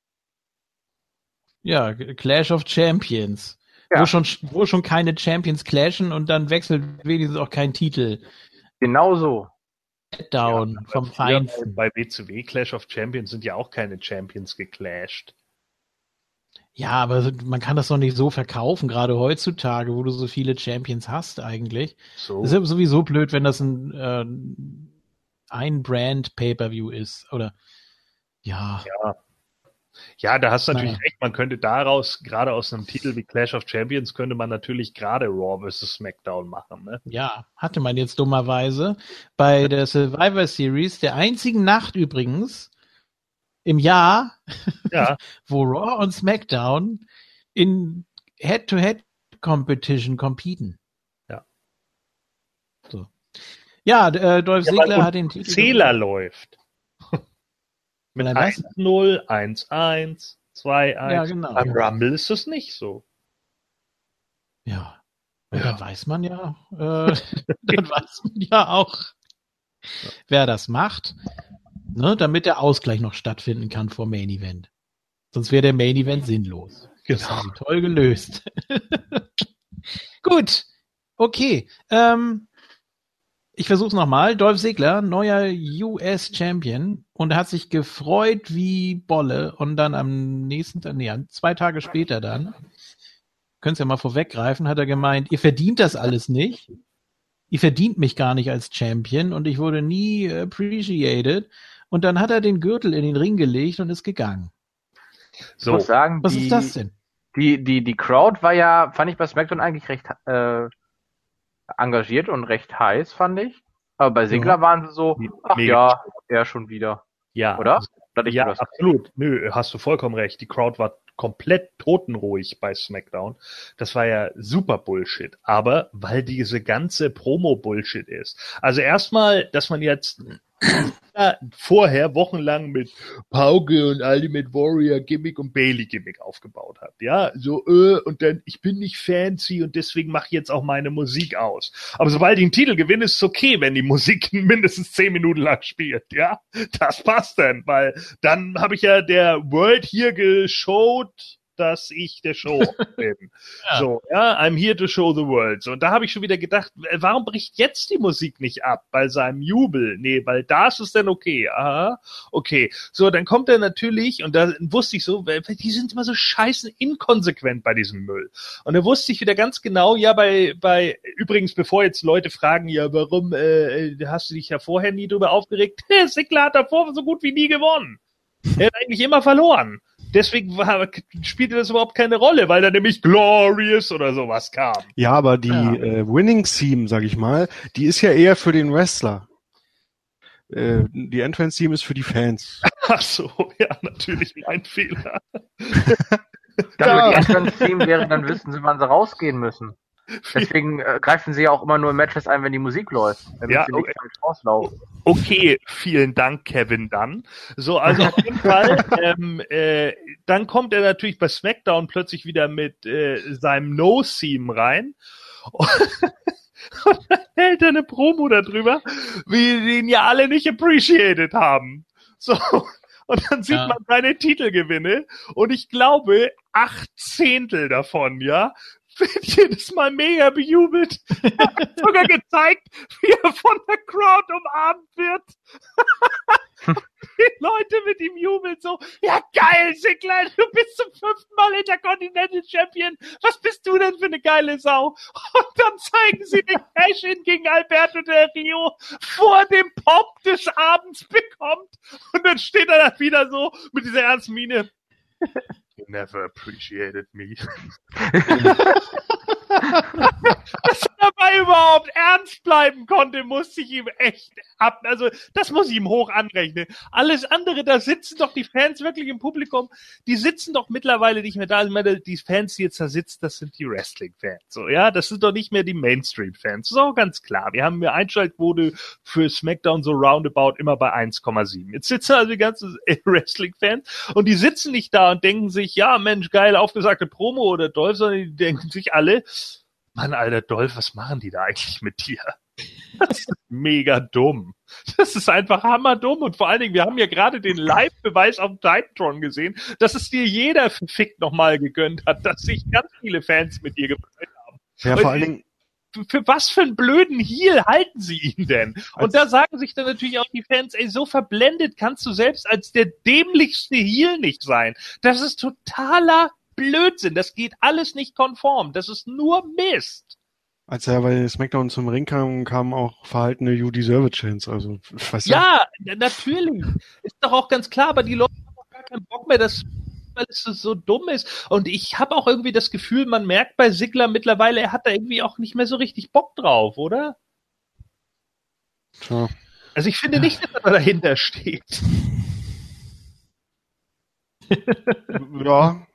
Ja, Clash of Champions. Ja. Wo schon, wo schon keine Champions clashen und dann wechselt wenigstens auch kein Titel. Genau so. Down Ja, vom früher Feinsten. Bei W C W Clash of Champions sind ja auch keine Champions geclashed. Ja, aber man kann das doch nicht so verkaufen, gerade heutzutage, wo du so viele Champions hast eigentlich. So. Das ist ja sowieso blöd, wenn das ein, äh, ein Brand Pay-Per-View ist. Oder ja. Ja. Ja, da hast du natürlich Naja. recht. Man könnte daraus, gerade aus einem Titel wie Clash of Champions, könnte man natürlich gerade Raw versus SmackDown machen. Ne? Ja, hatte man jetzt dummerweise bei der Survivor Series, der einzigen Nacht übrigens im Jahr, Ja, wo Raw und SmackDown in Head-to-Head-Competition competen. Ja. So. Ja, äh, Dolph Ja, Ziggler weil hat den Titel. Zähler läuft. Mit Weil er was? eins null, eins eins, zwei eins. Ja, genau. Beim Rumble ist das nicht so. Ja. Und Ja. dann weiß man ja, äh, dann weiß man ja auch, wer das macht, ne, damit der Ausgleich noch stattfinden kann vor Main Event. Sonst wäre der Main Event sinnlos. Das Genau. haben sie toll gelöst. Gut. Okay. Ähm, ich versuch's nochmal. Dolph Ziggler, neuer U S Champion, und er hat sich gefreut wie Bolle, und dann am nächsten Tag, nee, zwei Tage später dann, könnt's ja mal vorweggreifen, hat er gemeint, ihr verdient das alles nicht. Ihr verdient mich gar nicht als Champion und ich wurde nie appreciated. Und dann hat er den Gürtel in den Ring gelegt und ist gegangen. Ich So, muss sagen, Was die, ist das denn? Die, die, die Crowd war ja, fand ich bei SmackDown eigentlich recht äh, engagiert und recht heiß, fand ich. Aber bei Ziggler Ja. waren sie so, ach Mega. ja, er schon wieder. ja. Oder? Oder ich Ja, das? absolut. Nö, hast du vollkommen recht. Die Crowd war komplett totenruhig bei SmackDown. Das war ja super Bullshit. Aber weil diese ganze Promo-Bullshit ist. Also erstmal, dass man jetzt ja, vorher wochenlang mit Pauke und Ultimate Warrior Gimmick und Bailey Gimmick aufgebaut hat. Ja, so, äh, und dann, ich bin nicht fancy und deswegen mache ich jetzt auch meine Musik aus. Aber sobald ich einen Titel gewinne, ist es okay, wenn die Musik mindestens zehn Minuten lang spielt. Ja, das passt dann, weil dann habe ich ja der World hier geshowt, dass ich der Show bin. Ja. So, ja, I'm here to show the world. So, und da habe ich schon wieder gedacht, warum bricht jetzt die Musik nicht ab bei seinem Jubel? Nee, weil da ist es dann okay. Aha, okay. So, dann kommt er natürlich, und da wusste ich so, die sind immer so scheißen inkonsequent bei diesem Müll. Und da wusste ich wieder ganz genau, ja, bei, bei, übrigens, bevor jetzt Leute fragen, ja, warum äh, hast du dich ja vorher nie drüber aufgeregt? Ziggler hat davor so gut wie nie gewonnen. Er hat eigentlich immer verloren. Deswegen war, spielte das überhaupt keine Rolle, weil da nämlich Glorious oder sowas kam. Ja, aber die Ja. äh, Winning Theme, sag ich mal, die ist ja eher für den Wrestler. Äh, die Entrance Theme ist für die Fans. Ach so, ja, natürlich mein Fehler. Damit die Entrance-Team wäre, dann wüssten sie, wann sie rausgehen müssen. Deswegen äh, greifen sie ja auch immer nur in Matches ein, wenn die Musik läuft. Damit Ja, sie nicht okay. falsch rauslaufen. Okay, vielen Dank, Kevin Dunn. So, also auf jeden Fall, ähm, äh, dann kommt er natürlich bei SmackDown plötzlich wieder mit äh, seinem No-Theme rein. Und dann hält er eine Promo darüber, wie die ihn ja alle nicht appreciated haben. So, und dann sieht Ja. man seine Titelgewinne und ich glaube, acht Zehntel davon, ja, wird jedes Mal mega bejubelt. Er hat sogar gezeigt, wie er von der Crowd umarmt wird. Die Leute mit ihm jubeln so, ja geil, Ziggler, du bist zum fünften Mal Intercontinental Champion. Was bist du denn für eine geile Sau? Und dann zeigen sie den Cash-In gegen Alberto Del Rio vor dem Pop des Abends bekommt. Und dann steht er da wieder so mit dieser ernsten Miene. You never appreciated me. Dass er dabei überhaupt ernst bleiben konnte, musste ich ihm echt ab, also das muss ich ihm hoch anrechnen. Alles andere, da sitzen doch die Fans wirklich im Publikum, die sitzen doch mittlerweile nicht mehr da. Also, ich meine, die Fans, die jetzt da sitzen, das sind die Wrestling-Fans. So, ja, das sind doch nicht mehr die Mainstream-Fans. Das ist auch ganz klar. Wir haben eine Einschaltquote für SmackDown so roundabout immer bei eins Komma sieben. Jetzt sitzen also die ganzen Wrestling-Fans und die sitzen nicht da und denken sich, ja, Mensch, geil, aufgesagte Promo oder Dolph, sondern die denken sich alle, Mann, alter Dolph, was machen die da eigentlich mit dir? Das ist mega dumm. Das ist einfach hammerdumm. Und vor allen Dingen, wir haben ja gerade den Live-Beweis auf dem Titantron gesehen, dass es dir jeder verfickt nochmal gegönnt hat, dass sich ganz viele Fans mit dir gefreut haben. Ja, vor allen Dingen, für was für einen blöden Heel halten sie ihn denn? Und da sagen sich dann natürlich auch die Fans, ey, so verblendet kannst du selbst als der dämlichste Heel nicht sein. Das ist totaler Blödsinn. Das geht alles nicht konform. Das ist nur Mist. als er bei SmackDown zum Ring kam, kamen auch verhaltene You Deserve It Chants. Also, was Ja, ja, natürlich. Ist doch auch ganz klar, aber die Leute haben auch gar keinen Bock mehr, dass weil es so dumm ist. Und ich habe auch irgendwie das Gefühl, man merkt bei Ziggler mittlerweile, er hat da irgendwie auch nicht mehr so richtig Bock drauf, oder? Tja. Also ich finde nicht, dass er dahinter steht. Ja,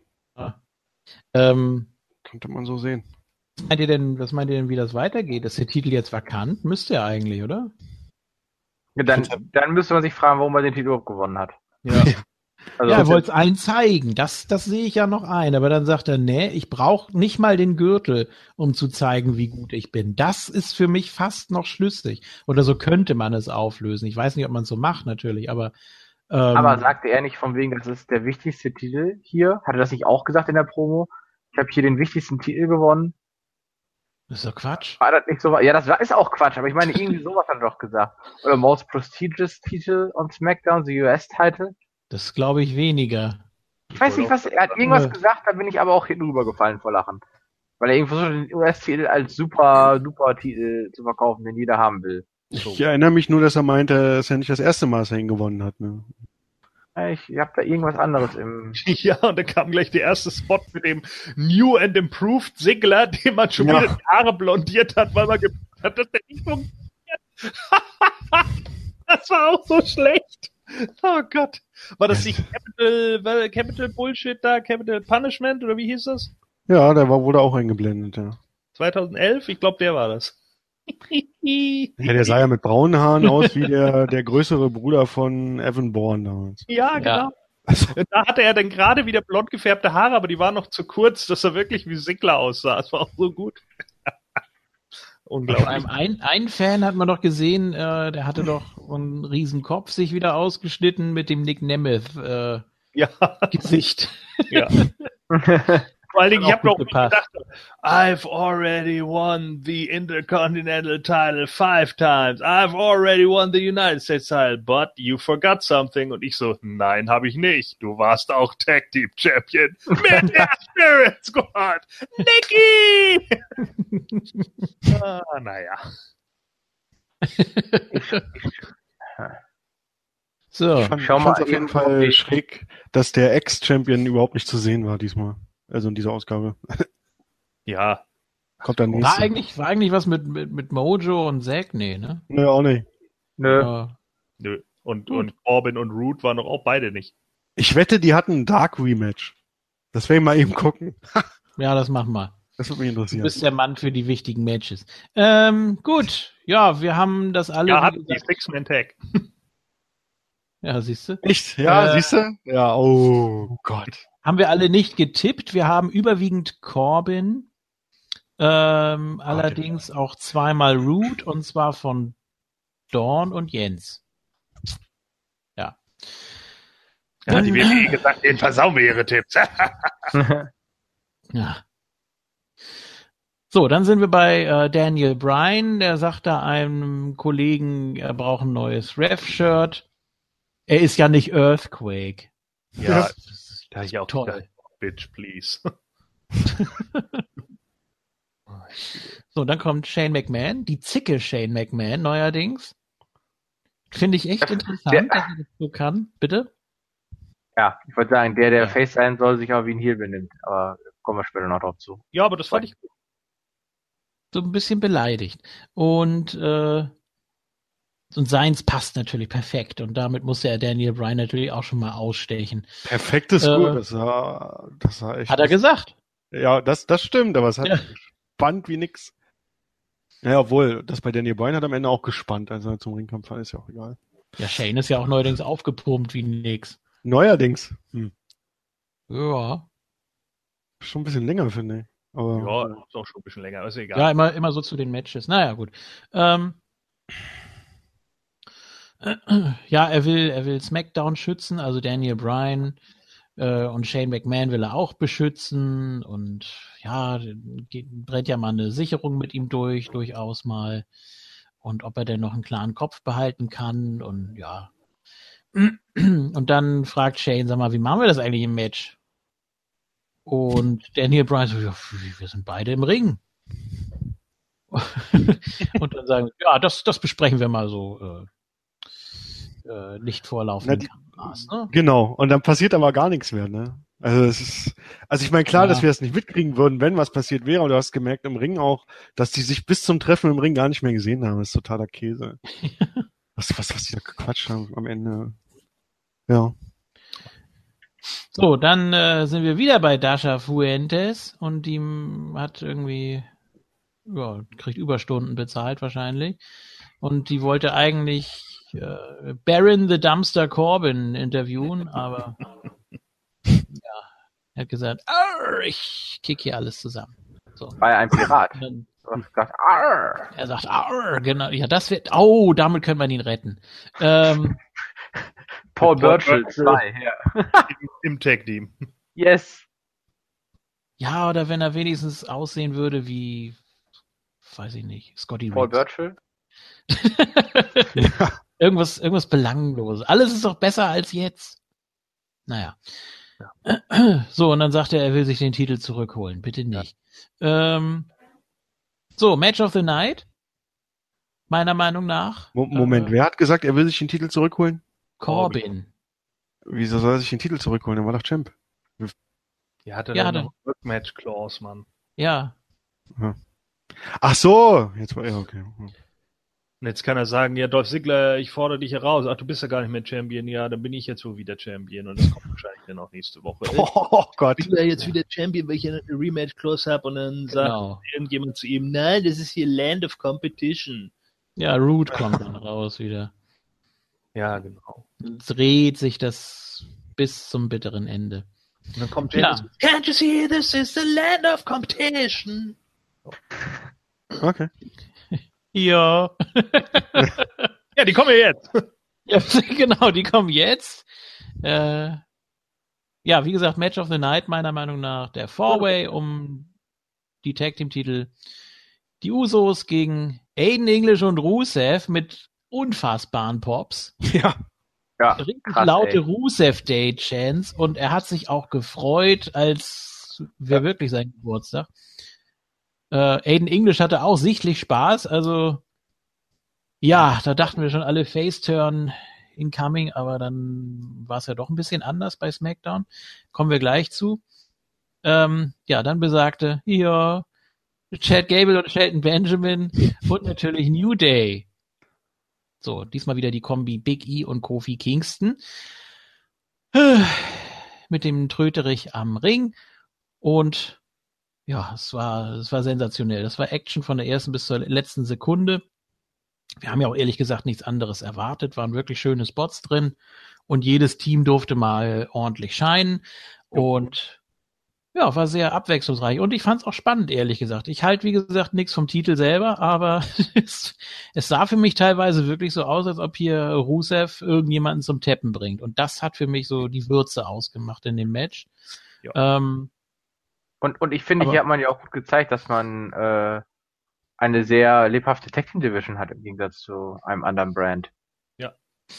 Ähm, könnte man so sehen. was meint ihr denn, was meint ihr denn, wie das weitergeht? Ist der Titel jetzt vakant? Müsste er eigentlich, oder? Ja, dann, dann müsste man sich fragen, warum er den Titel überhaupt gewonnen hat. Ja. Also, Ja, er wollte es allen zeigen. Das, das sehe ich ja noch ein. Aber dann sagt er, nee, ich brauche nicht mal den Gürtel, um zu zeigen, wie gut ich bin. Das ist für mich fast noch schlüssig. Oder so könnte man es auflösen. Ich weiß nicht, ob man es so macht, natürlich, aber ähm, aber sagte er nicht von wegen, das ist der wichtigste Titel hier? Hat er das nicht auch gesagt in der Promo? Ich habe hier den wichtigsten Titel gewonnen. das ist doch Quatsch. War das nicht so? Ja, das war, ist auch Quatsch, aber ich meine, irgendwie sowas hat er doch gesagt. Oder Most Prestigious Titel on SmackDown, the U S-Titel. Das glaube ich weniger. Ich weiß nicht, was, er hat irgendwas gesagt, da bin ich aber auch hinten rübergefallen vor Lachen. Weil er irgendwo so den U S-Titel als super, super Titel zu verkaufen, den jeder haben will. So. Ich erinnere mich nur, dass er meinte, dass er nicht das erste Mal, dass er ihn gewonnen hat. Ne? Ich, ich hab da irgendwas anderes im... Ja, und dann kam gleich der erste Spot mit dem New and Improved Ziggler, dem man schon Ja. wieder die Haare blondiert hat, weil man gemerkt hat, dass der nicht funktioniert. Das war auch so schlecht. Oh Gott. War das nicht Capital, war Capital Bullshit da, Capital Punishment oder wie hieß das? Ja, der war wohl da auch eingeblendet, ja. zweitausendelf? Ich glaube, der war das. Ja, der sah ja mit braunen Haaren aus wie der, der größere Bruder von Evan Bourne damals. Ja, genau. Und da hatte er dann gerade wieder blond gefärbte Haare, aber die waren noch zu kurz, dass er wirklich wie Ziggler aussah. Das war auch so gut. Vor Unglaublich. allem ein, ein Fan hat man doch gesehen, äh, der hatte doch einen riesen Kopf sich wieder ausgeschnitten mit dem Nick Nemeth äh, Ja, Gesicht. ja. Vor allen Dingen, ich Hat habe auch noch gut gepasst. gedacht, I've already won the Intercontinental title five times. I've already won the United States title, but you forgot something. Und ich so, nein, habe ich nicht. Du warst auch Tag Team Champion mit der Spirit Squad. Nicky! ah, naja. So. Ich fand, Schau ich mal fand's auf jeden irgendwo Fall die- schräg, dass der Ex-Champion überhaupt nicht zu sehen war diesmal. Also in dieser Ausgabe. Ja, Kommt dann War nächste. eigentlich, war eigentlich was mit, mit, mit Mojo und Zack? Nee, ne? Nö, auch nicht. Nö. Ja. nö. Und, und Corbin und Root waren doch auch beide nicht. Ich wette, die hatten ein Dark Rematch. Das werden wir mal eben gucken. Ja, das machen wir. Das würde mich Du interessieren. bist der Mann für die wichtigen Matches. Ähm, gut. Ja, wir haben das alle. Ja, wie hatten die gesagt- Six-Man-Tag. ja, siehst du? Echt? Ja, Äh, siehst du? Ja, oh Gott. Haben wir alle nicht getippt. Wir haben überwiegend Corbin. Ähm, allerdings auch zweimal Root und zwar von Dawn und Jens. Ja. Ja, die W W E gesagt, den versauen wir ihre Tipps. Ja. So, dann sind wir bei äh, Daniel Bryan. Der sagt da einem Kollegen, er braucht ein neues Ref-Shirt. Er ist ja nicht Earthquake. Ja, Das ist da ich auch toll. gedacht, Bitch, please. So, dann kommt Shane McMahon, die Zicke Shane McMahon neuerdings. Finde ich echt interessant, Der- dass er das so kann. Bitte? Ja, ich wollte sagen, der, der Ja. Face sein soll, sich auch wie ein Heel benimmt. Aber kommen wir später noch drauf zu. Ja, aber das fand ich gut. so ein bisschen beleidigt. Und, äh, und seins passt natürlich perfekt. Und damit musste er Daniel Bryan natürlich auch schon mal ausstechen. Perfekt ist Äh, gut. Das war, das war echt. Hat er gesagt. Ja, das, das stimmt, aber es hat Ja. gespannt wie nix. Ja, obwohl, das bei Daniel Bryan hat am Ende auch gespannt, als er zum Ring kam, ist ja auch egal. Ja, Shane ist ja auch neuerdings aufgepumpt wie nix. Neuerdings. Hm. Ja. Schon ein bisschen länger, finde ich. Aber Ja, ist auch schon ein bisschen länger, ist egal. Ja, immer, immer so zu den Matches. Naja, gut. Ähm, ja, er will, er will SmackDown schützen, also Daniel Bryan äh, und Shane McMahon will er auch beschützen und ja, geht, brennt ja mal eine Sicherung mit ihm durch, durchaus mal. Und ob er denn noch einen klaren Kopf behalten kann und ja. Und dann fragt Shane, sag mal, wie machen wir das eigentlich im Match? Und Daniel Bryan so, ja, wir sind beide im Ring. Und dann sagen wir, ja, das, das besprechen wir mal so äh, äh, nicht vorlaufenden Kameras. Ne? Genau, und dann passiert aber gar nichts mehr, ne? Also es ist, also ich meine, klar, Ja. dass wir das nicht mitkriegen würden, wenn was passiert wäre, aber du hast gemerkt im Ring auch, dass die sich bis zum Treffen im Ring gar nicht mehr gesehen haben. Das ist totaler Käse. was, was, was die da gequatscht haben am Ende. Ja. So, dann äh, sind wir wieder bei Dasha Fuentes und die hat irgendwie, ja, kriegt Überstunden bezahlt wahrscheinlich. Und die wollte eigentlich äh, Baron the Dumpster Corbin interviewen, aber ja, er hat gesagt, Arr, ich kick hier alles zusammen. So. War ja ein Pirat. Und dann, Du hast gesagt, Arr! er sagt, Arr, genau, ja, das wird, oh, damit können wir ihn retten. Ähm, Paul Paul Burchill Burchill. zwei, ja. Im, im Tag-Team. Yes. ja, oder wenn er wenigstens aussehen würde wie, weiß ich nicht, Scotty Paul Reeves. Burchill. Irgendwas, irgendwas Belangloses. Alles ist doch besser als jetzt. Naja. So, und dann sagt er, er will sich den Titel zurückholen. Bitte nicht. Ähm, so, Match of the Night. Meiner Meinung nach. Mo- Moment, Äh, wer hat gesagt, er will sich den Titel zurückholen? Corbin. Wieso soll er sich den Titel zurückholen? Er war doch Champ. Ja, hatte Ja, dann hatte- noch Rückmatch-Clause, Mann. Ja. Ach so, jetzt war er okay. Und jetzt kann er sagen, ja, Dolph Ziggler, ich fordere dich heraus. Ach, du bist ja gar nicht mehr Champion. Ja, dann bin ich jetzt wohl wieder Champion. Und das kommt wahrscheinlich dann auch nächste Woche. Oh Gott. Ich bin ja jetzt wieder Champion, weil ich ja eine Rematch-Clause habe. Und dann sagt Genau. irgendjemand zu ihm, nein, das ist hier Land of Competition. Ja, Root kommt dann raus wieder. Ja, genau. Es dreht sich das bis zum bitteren Ende. Und dann kommt Ja. James, can't you see this is the land of competition? Okay. Ja. Ja, die kommen ja jetzt. Ja, genau, die kommen jetzt. Äh, ja, wie gesagt, Match of the Night meiner Meinung nach der Four-Way um die Tag-Team-Titel. Die Usos gegen Aiden English und Rusev mit unfassbaren Pops. Ja. Ja, Richtig krass, laute ey. Rusev-Day-Chants und er hat sich auch gefreut, als wäre wirklich sein Geburtstag. Äh, Aiden English hatte auch sichtlich Spaß, also ja, da dachten wir schon alle Face-Turn incoming, aber dann war es ja doch ein bisschen anders bei SmackDown. Kommen wir gleich zu. Ähm, ja, dann besagte, ja, Chad Gable und Shelton Benjamin und natürlich New Day. So, diesmal wieder die Kombi Big E und Kofi Kingston. Mit dem Tröterich am Ring. Und ja, es war, es war sensationell. Das war Action von der ersten bis zur letzten Sekunde. Wir haben ja auch ehrlich gesagt nichts anderes erwartet. Waren wirklich schöne Spots drin. Und jedes Team durfte mal ordentlich scheinen. Und ja, war sehr abwechslungsreich. Und ich fand es auch spannend, ehrlich gesagt. Ich halte, wie gesagt, nichts vom Titel selber, aber es, es sah für mich teilweise wirklich so aus, als ob hier Rusev irgendjemanden zum Tappen bringt. Und das hat für mich so die Würze ausgemacht in dem Match. Ja. Ähm, Und, und ich finde, Aber- hier hat man ja auch gut gezeigt, dass man äh, eine sehr lebhafte Tag Team Division hat im Gegensatz zu einem anderen Brand. Ja,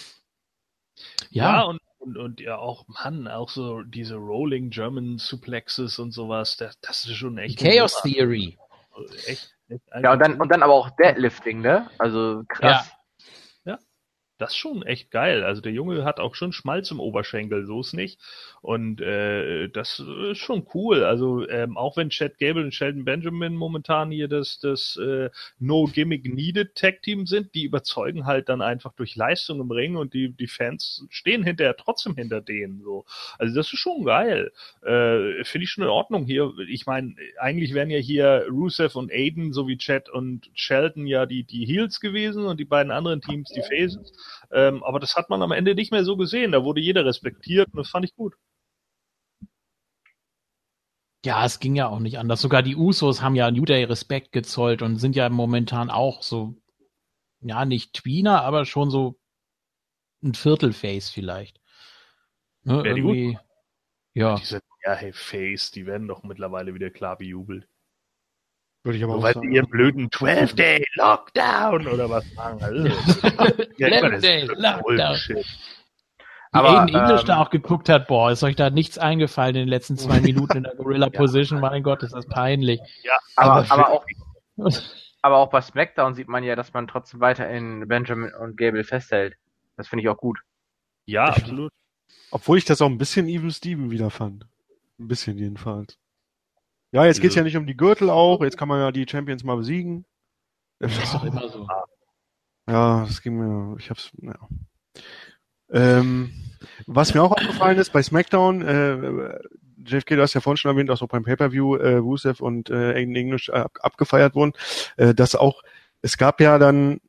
ja, und, und, und ja auch, Mann, auch so diese Rolling German Suplexes und sowas, das, das ist schon echt. Chaos Theory. Echt, echt Ja, und dann, und dann aber auch Deadlifting, ne? Also krass. Das ist schon echt geil. Also der Junge hat auch schon Schmalz im Oberschenkel, so ist nicht. Und äh, das ist schon cool. Also ähm, auch wenn Chad Gable und Shelton Benjamin momentan hier das, das äh, No Gimmick Needed Tag Team sind, die überzeugen halt dann einfach durch Leistung im Ring und die, die Fans stehen hinterher trotzdem hinter denen. So. Also das ist schon geil. Äh, Finde ich schon in Ordnung hier. Ich meine, eigentlich wären ja hier Rusev und Aiden sowie Chad und Shelton ja die, die Heels gewesen und die beiden anderen Teams die Faces. Ähm, aber das hat man am Ende nicht mehr so gesehen. Da wurde jeder respektiert und das fand ich gut. Ja, es ging ja auch nicht anders. Sogar die Usos haben ja New Day Respekt gezollt und sind ja momentan auch so, ja, nicht Tweener, aber schon so ein Viertelface vielleicht. Ne, Wäre die irgendwie, gut? ja. Diese, ja, hey, Face, die werden doch mittlerweile wieder klar bejubelt. Würde ich aber Nur auch weil sagen. sie ihren blöden zwölf-Day Lockdown oder was sagen. Also, eleven Day Lockdown. Bullshit. Wie Aber, Aiden English ähm, da auch geguckt hat, boah, ist euch da nichts eingefallen in den letzten zwei Minuten in der Gorilla Ja. Position? Mein Gott, ist das peinlich. Ja, Aber, aber, aber, auch, aber auch bei SmackDown sieht man ja, dass man trotzdem weiterhin Benjamin und Gable festhält. Das finde ich auch gut. ja, absolut. Obwohl ich das auch ein bisschen Even Steven wieder fand. Ein bisschen jedenfalls. Ja, jetzt geht's ja nicht um die Gürtel auch. Jetzt kann man ja die Champions mal besiegen. Das ist doch immer so. Ja, das ging mir, ich hab's, ja. Ähm, was mir auch aufgefallen ist, bei SmackDown, äh, J F K, du hast ja vorhin schon erwähnt, auch beim Pay-Per-View, äh, Rusev und äh, Aiden English ab, abgefeiert wurden, äh, dass auch, es gab ja dann,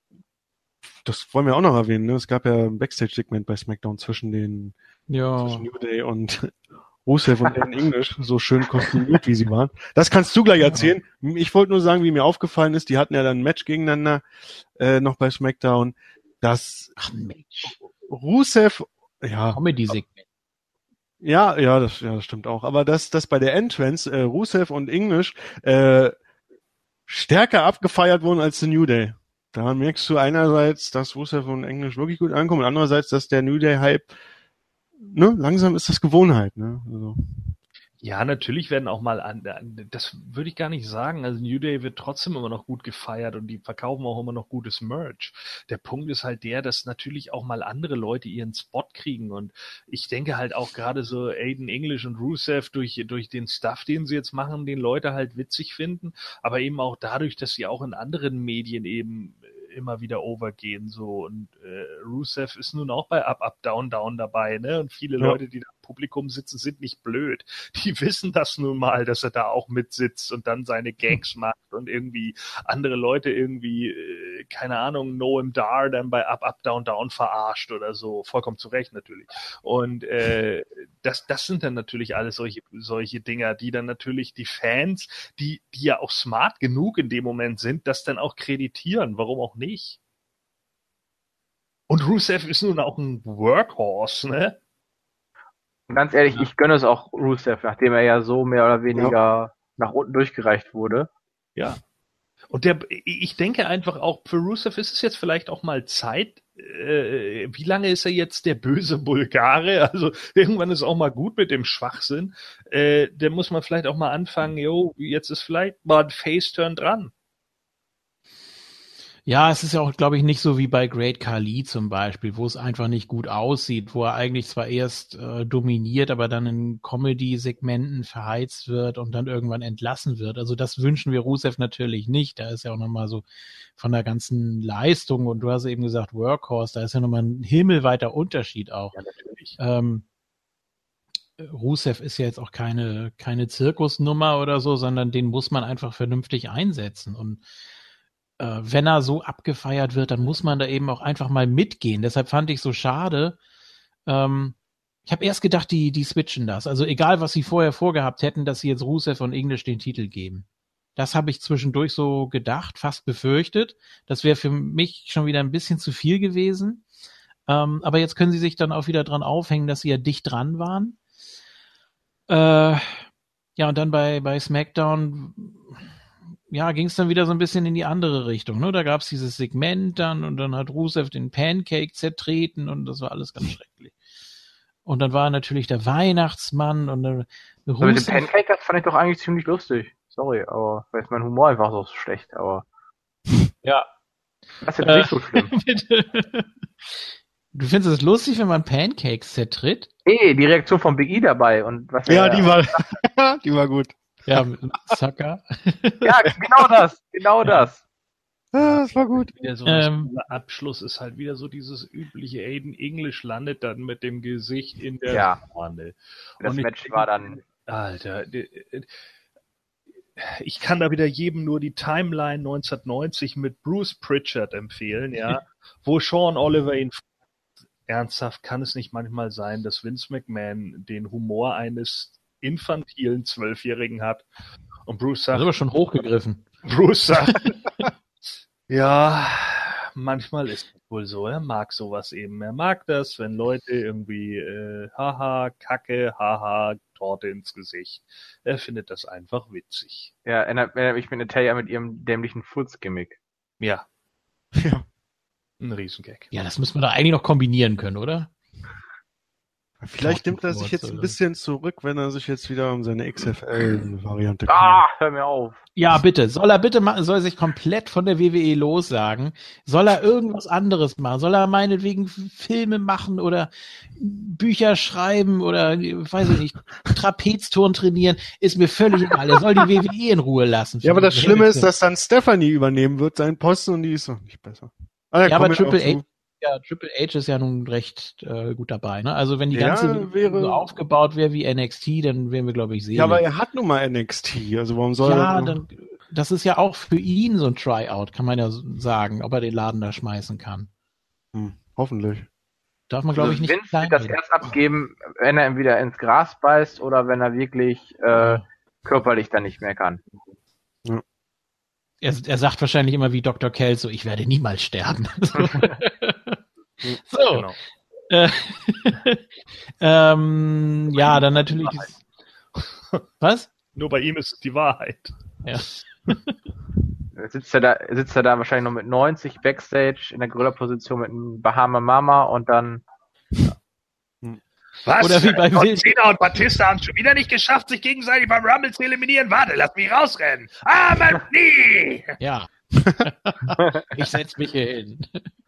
das wollen wir auch noch erwähnen, ne? Es gab ja ein Backstage-Segment bei SmackDown zwischen den, Ja. zwischen New Day und Rusev und Aiden English, so schön kostümiert, wie sie waren. Das kannst du gleich erzählen. Ich wollte nur sagen, wie mir aufgefallen ist, die hatten ja dann ein Match gegeneinander, äh, noch bei SmackDown, dass Ach Mensch. Rusev, ja, Comedy-Segment. ja, ja, das, ja, das stimmt auch. Aber dass, dass bei der Entrance äh, Rusev und English äh, stärker abgefeiert wurden als The New Day. Daran merkst du einerseits, dass Rusev und English wirklich gut ankommen und andererseits, dass der New Day Hype, ne, langsam ist das Gewohnheit, ne? Also. Ja, natürlich werden auch mal an, das würde ich gar nicht sagen. Also New Day wird trotzdem immer noch gut gefeiert und die verkaufen auch immer noch gutes Merch. Der Punkt ist halt der, dass natürlich auch mal andere Leute ihren Spot kriegen und ich denke halt auch gerade so Aiden English und Rusev durch, durch den Stuff, den sie jetzt machen, den Leute halt witzig finden, aber eben auch dadurch, dass sie auch in anderen Medien eben immer wieder overgehen, so, und äh, Rusev ist nun auch bei Up, Up, Down, Down dabei, ne, und viele Ja. Leute, die da im Publikum sitzen, sind nicht blöd. Die wissen das nun mal, dass er da auch mitsitzt und dann seine Gags macht und irgendwie andere Leute irgendwie, äh, keine Ahnung, Noam Dar dann bei Up, Up, Down, Down verarscht oder so, vollkommen zu Recht natürlich. Und äh, das, das sind dann natürlich alles solche, solche Dinger, die dann natürlich die Fans, die, die ja auch smart genug in dem Moment sind, das dann auch kreditieren, warum auch nicht. Und Rusev ist nun auch ein Workhorse, ne? Und ganz ehrlich, ich gönne es auch Rusev, nachdem er ja so mehr oder weniger Ja. nach unten durchgereicht wurde. Ja. Und der, ich denke einfach auch, für Rusev ist es jetzt vielleicht auch mal Zeit, äh, wie lange ist er jetzt der böse Bulgare? Also irgendwann ist auch mal gut mit dem Schwachsinn. Äh, der muss man vielleicht auch mal anfangen, jo, jetzt ist vielleicht mal ein Face-Turn dran. Ja, es ist ja auch, glaube ich, nicht so wie bei Great Khali zum Beispiel, wo es einfach nicht gut aussieht, wo er eigentlich zwar erst äh, dominiert, aber dann in Comedy-Segmenten verheizt wird und dann irgendwann entlassen wird. Also das wünschen wir Rusev natürlich nicht. Da ist ja auch nochmal so von der ganzen Leistung, und du hast eben gesagt Workhorse, da ist ja nochmal ein himmelweiter Unterschied auch. Ja, natürlich. Ähm, Rusev ist ja jetzt auch keine, keine Zirkusnummer oder so, sondern den muss man einfach vernünftig einsetzen. Und äh, wenn er so abgefeiert wird, dann muss man da eben auch einfach mal mitgehen. Deshalb fand ich so schade. Ähm, ich habe erst gedacht, die, die switchen das. Also egal, was sie vorher vorgehabt hätten, dass sie jetzt Rusev und English den Titel geben. Das habe ich zwischendurch so gedacht, fast befürchtet. Das wäre für mich schon wieder ein bisschen zu viel gewesen. Ähm, aber jetzt können sie sich dann auch wieder dran aufhängen, dass sie ja dicht dran waren. Äh, ja, und dann bei, bei SmackDown, ja, ging es dann wieder so ein bisschen in die andere Richtung. Ne? Da gab es dieses Segment dann und dann hat Rusev den Pancake zertreten und das war alles ganz schrecklich. Und dann war natürlich der Weihnachtsmann und dann So mit dem Pancake, das fand ich doch eigentlich ziemlich lustig. Sorry, aber da ist mein Humor einfach so schlecht, aber. Ja. Das ist jetzt nicht so schlimm. Bitte. Du findest es lustig, wenn man Pancakes zertritt? Eh, die Reaktion von Big E dabei und was Ja, er- die war, die war gut. Ja, mit Sucker. Ja, genau das, genau das. Ah, das war gut. Wieder so Ähm. ein Abschluss ist halt wieder so dieses übliche Aiden English landet dann mit dem Gesicht in der Ja. Fahne. Das Und ich Match denke, war dann, Alter, d- ich kann da wieder jedem nur die Timeline neunzehnhundertneunzig mit Bruce Pritchard empfehlen, ja, wo Sean Oliver ihn fragt, ernsthaft, kann es nicht manchmal sein, dass Vince McMahon den Humor eines infantilen Zwölfjährigen hat? Und Bruce Das ist sagt, aber schon hochgegriffen. Bruce sagt, ja, manchmal ist es wohl so, er mag sowas eben. Er mag das, wenn Leute irgendwie, äh, haha, Kacke, haha, Torte ins Gesicht. Er findet das einfach witzig. ja, erinnert, erinnert mich mit Natalia mit ihrem dämlichen Furz-Gimmick. Ja, Ja. ein Riesengag. Ja, das müssen wir doch eigentlich noch kombinieren können, oder? Vielleicht nimmt er sich jetzt ein bisschen zurück, wenn er sich jetzt wieder um seine X F L-Variante Ah, hör mir auf. Ja, bitte. Soll er bitte mal, soll er sich komplett von der W W E lossagen? Soll er irgendwas anderes machen? Soll er meinetwegen Filme machen oder Bücher schreiben oder, weiß ich nicht, Trapezturn trainieren? Ist mir völlig egal. Er soll die W W E in Ruhe lassen. Ja, aber das Schlimme ist, dass dann Stephanie übernehmen wird, seinen Posten, und die ist noch nicht besser. Ah, Ja, aber kommen wir Triple noch zu. H, ja, Triple H ist ja nun recht äh, gut dabei, ne? Also wenn die Ja, ganze wäre- so aufgebaut wäre wie N X T, dann wären wir, glaube ich, selig. Ja, aber er hat nun mal N X T, also warum soll Ja, er... dann, das ist ja auch für ihn so ein Tryout, kann man ja so sagen, ob er den Laden da schmeißen kann. Hm, hoffentlich. Darf man, glaube ich, nicht Vince klein wird das reden. erst abgeben, wenn er wieder ins Gras beißt oder wenn er wirklich äh, körperlich dann nicht mehr kann. Er, er sagt wahrscheinlich immer wie Doktor Kelso, ich werde niemals sterben. So. Genau. Äh, ähm, ja, dann natürlich. Was? Nur bei ihm ist es die Wahrheit. Ja. Jetzt sitzt er da, sitzt er da wahrscheinlich noch mit neunzig Backstage in der Gorilla-Position mit einem Bahama Mama und dann Was? Oder wie bei John Wild- Cena und Batista haben schon wieder nicht geschafft, sich gegenseitig beim Rumble zu eliminieren. Warte, lass mich rausrennen. Ah, mein Knie! Ja. Ich setz mich hier hin.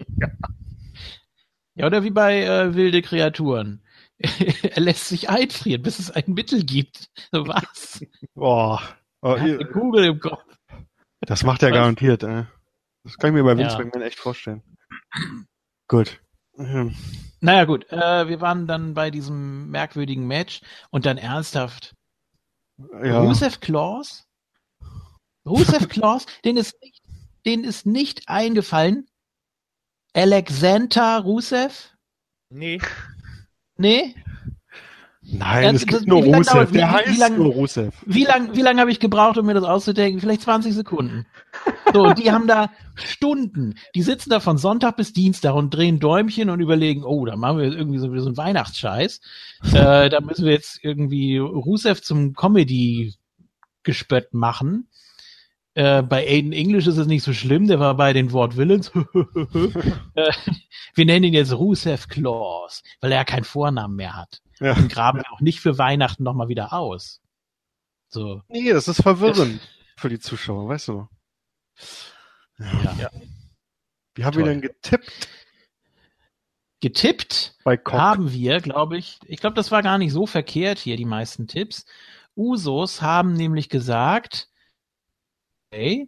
Ja, oder wie bei äh, wilde Kreaturen. Er lässt sich einfrieren, bis es ein Mittel gibt. So was? Boah. Oh, Er hat ihr- eine Kugel im Kopf. das macht er Was? garantiert, ey. Das kann ich mir bei Vince Ja. McMahon echt vorstellen. Gut. Ähm, Naja, gut. Äh, wir waren dann bei diesem merkwürdigen Match und dann ernsthaft. Ja. Rusev Claus? Rusev Claus, den ist nicht, den ist nicht eingefallen. Alexander Rusev? Nee. Nee? Nein, Ja, es das- gibt nur wie lang Rusev. dauert- wie- Der wie heißt lang- nur Rusev. Wie lang, wie lange habe ich gebraucht, um mir das auszudenken? Vielleicht zwanzig Sekunden. So, und die haben da Stunden. Die sitzen da von Sonntag bis Dienstag und drehen Däumchen und überlegen, oh, da machen wir jetzt irgendwie so, so einen Weihnachtsscheiß. Äh, da müssen wir jetzt irgendwie Rusev zum Comedy-Gespött machen. Äh, bei Aiden English ist es nicht so schlimm, der war bei den Wort Villains. äh, wir nennen ihn jetzt Rusev Claus, weil er ja keinen Vornamen mehr hat. Ja. Den graben wir auch nicht für Weihnachten nochmal wieder aus. So. Nee, das ist verwirrend für die Zuschauer, weißt du. Ja. Ja. Wie haben Toll. wir denn getippt Getippt bei Cock? haben wir, glaube ich, ich glaube, das war gar nicht so verkehrt hier, die meisten Tipps. Usos haben nämlich gesagt, hey,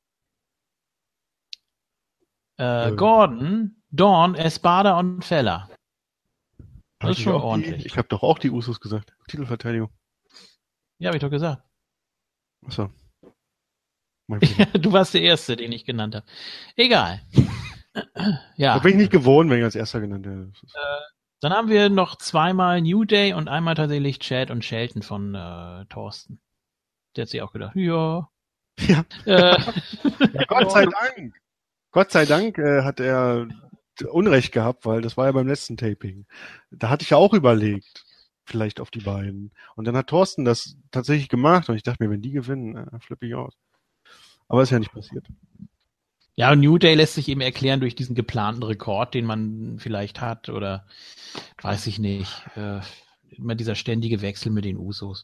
äh, Äh. Gordon, Dawn, Espada und Feller. Hab Das ist ich schon auch ordentlich. Die, ich habe doch auch die Usos gesagt. Titelverteidigung. Ja, habe ich doch gesagt. Achso. Mein Fehler. Du warst der Erste, den ich genannt habe. Egal. Ja. Da bin ich nicht gewohnt, wenn ich als erster genannt werde. Das ist- Dann haben wir noch zweimal New Day und einmal tatsächlich Chad und Shelton von äh, Thorsten. Der hat sich auch gedacht, ja. Ja. Äh, Ja, Gott sei Dank. Gott sei Dank äh, hat er Unrecht gehabt, weil das war ja beim letzten Taping. Da hatte ich ja auch überlegt, vielleicht auf die beiden. Und dann hat Thorsten das tatsächlich gemacht und ich dachte mir, wenn die gewinnen, äh, flippe ich aus. Aber ist ja nicht passiert. ja, und New Day lässt sich eben erklären durch diesen geplanten Rekord, den man vielleicht hat oder weiß ich nicht. Äh, immer dieser ständige Wechsel mit den Usos.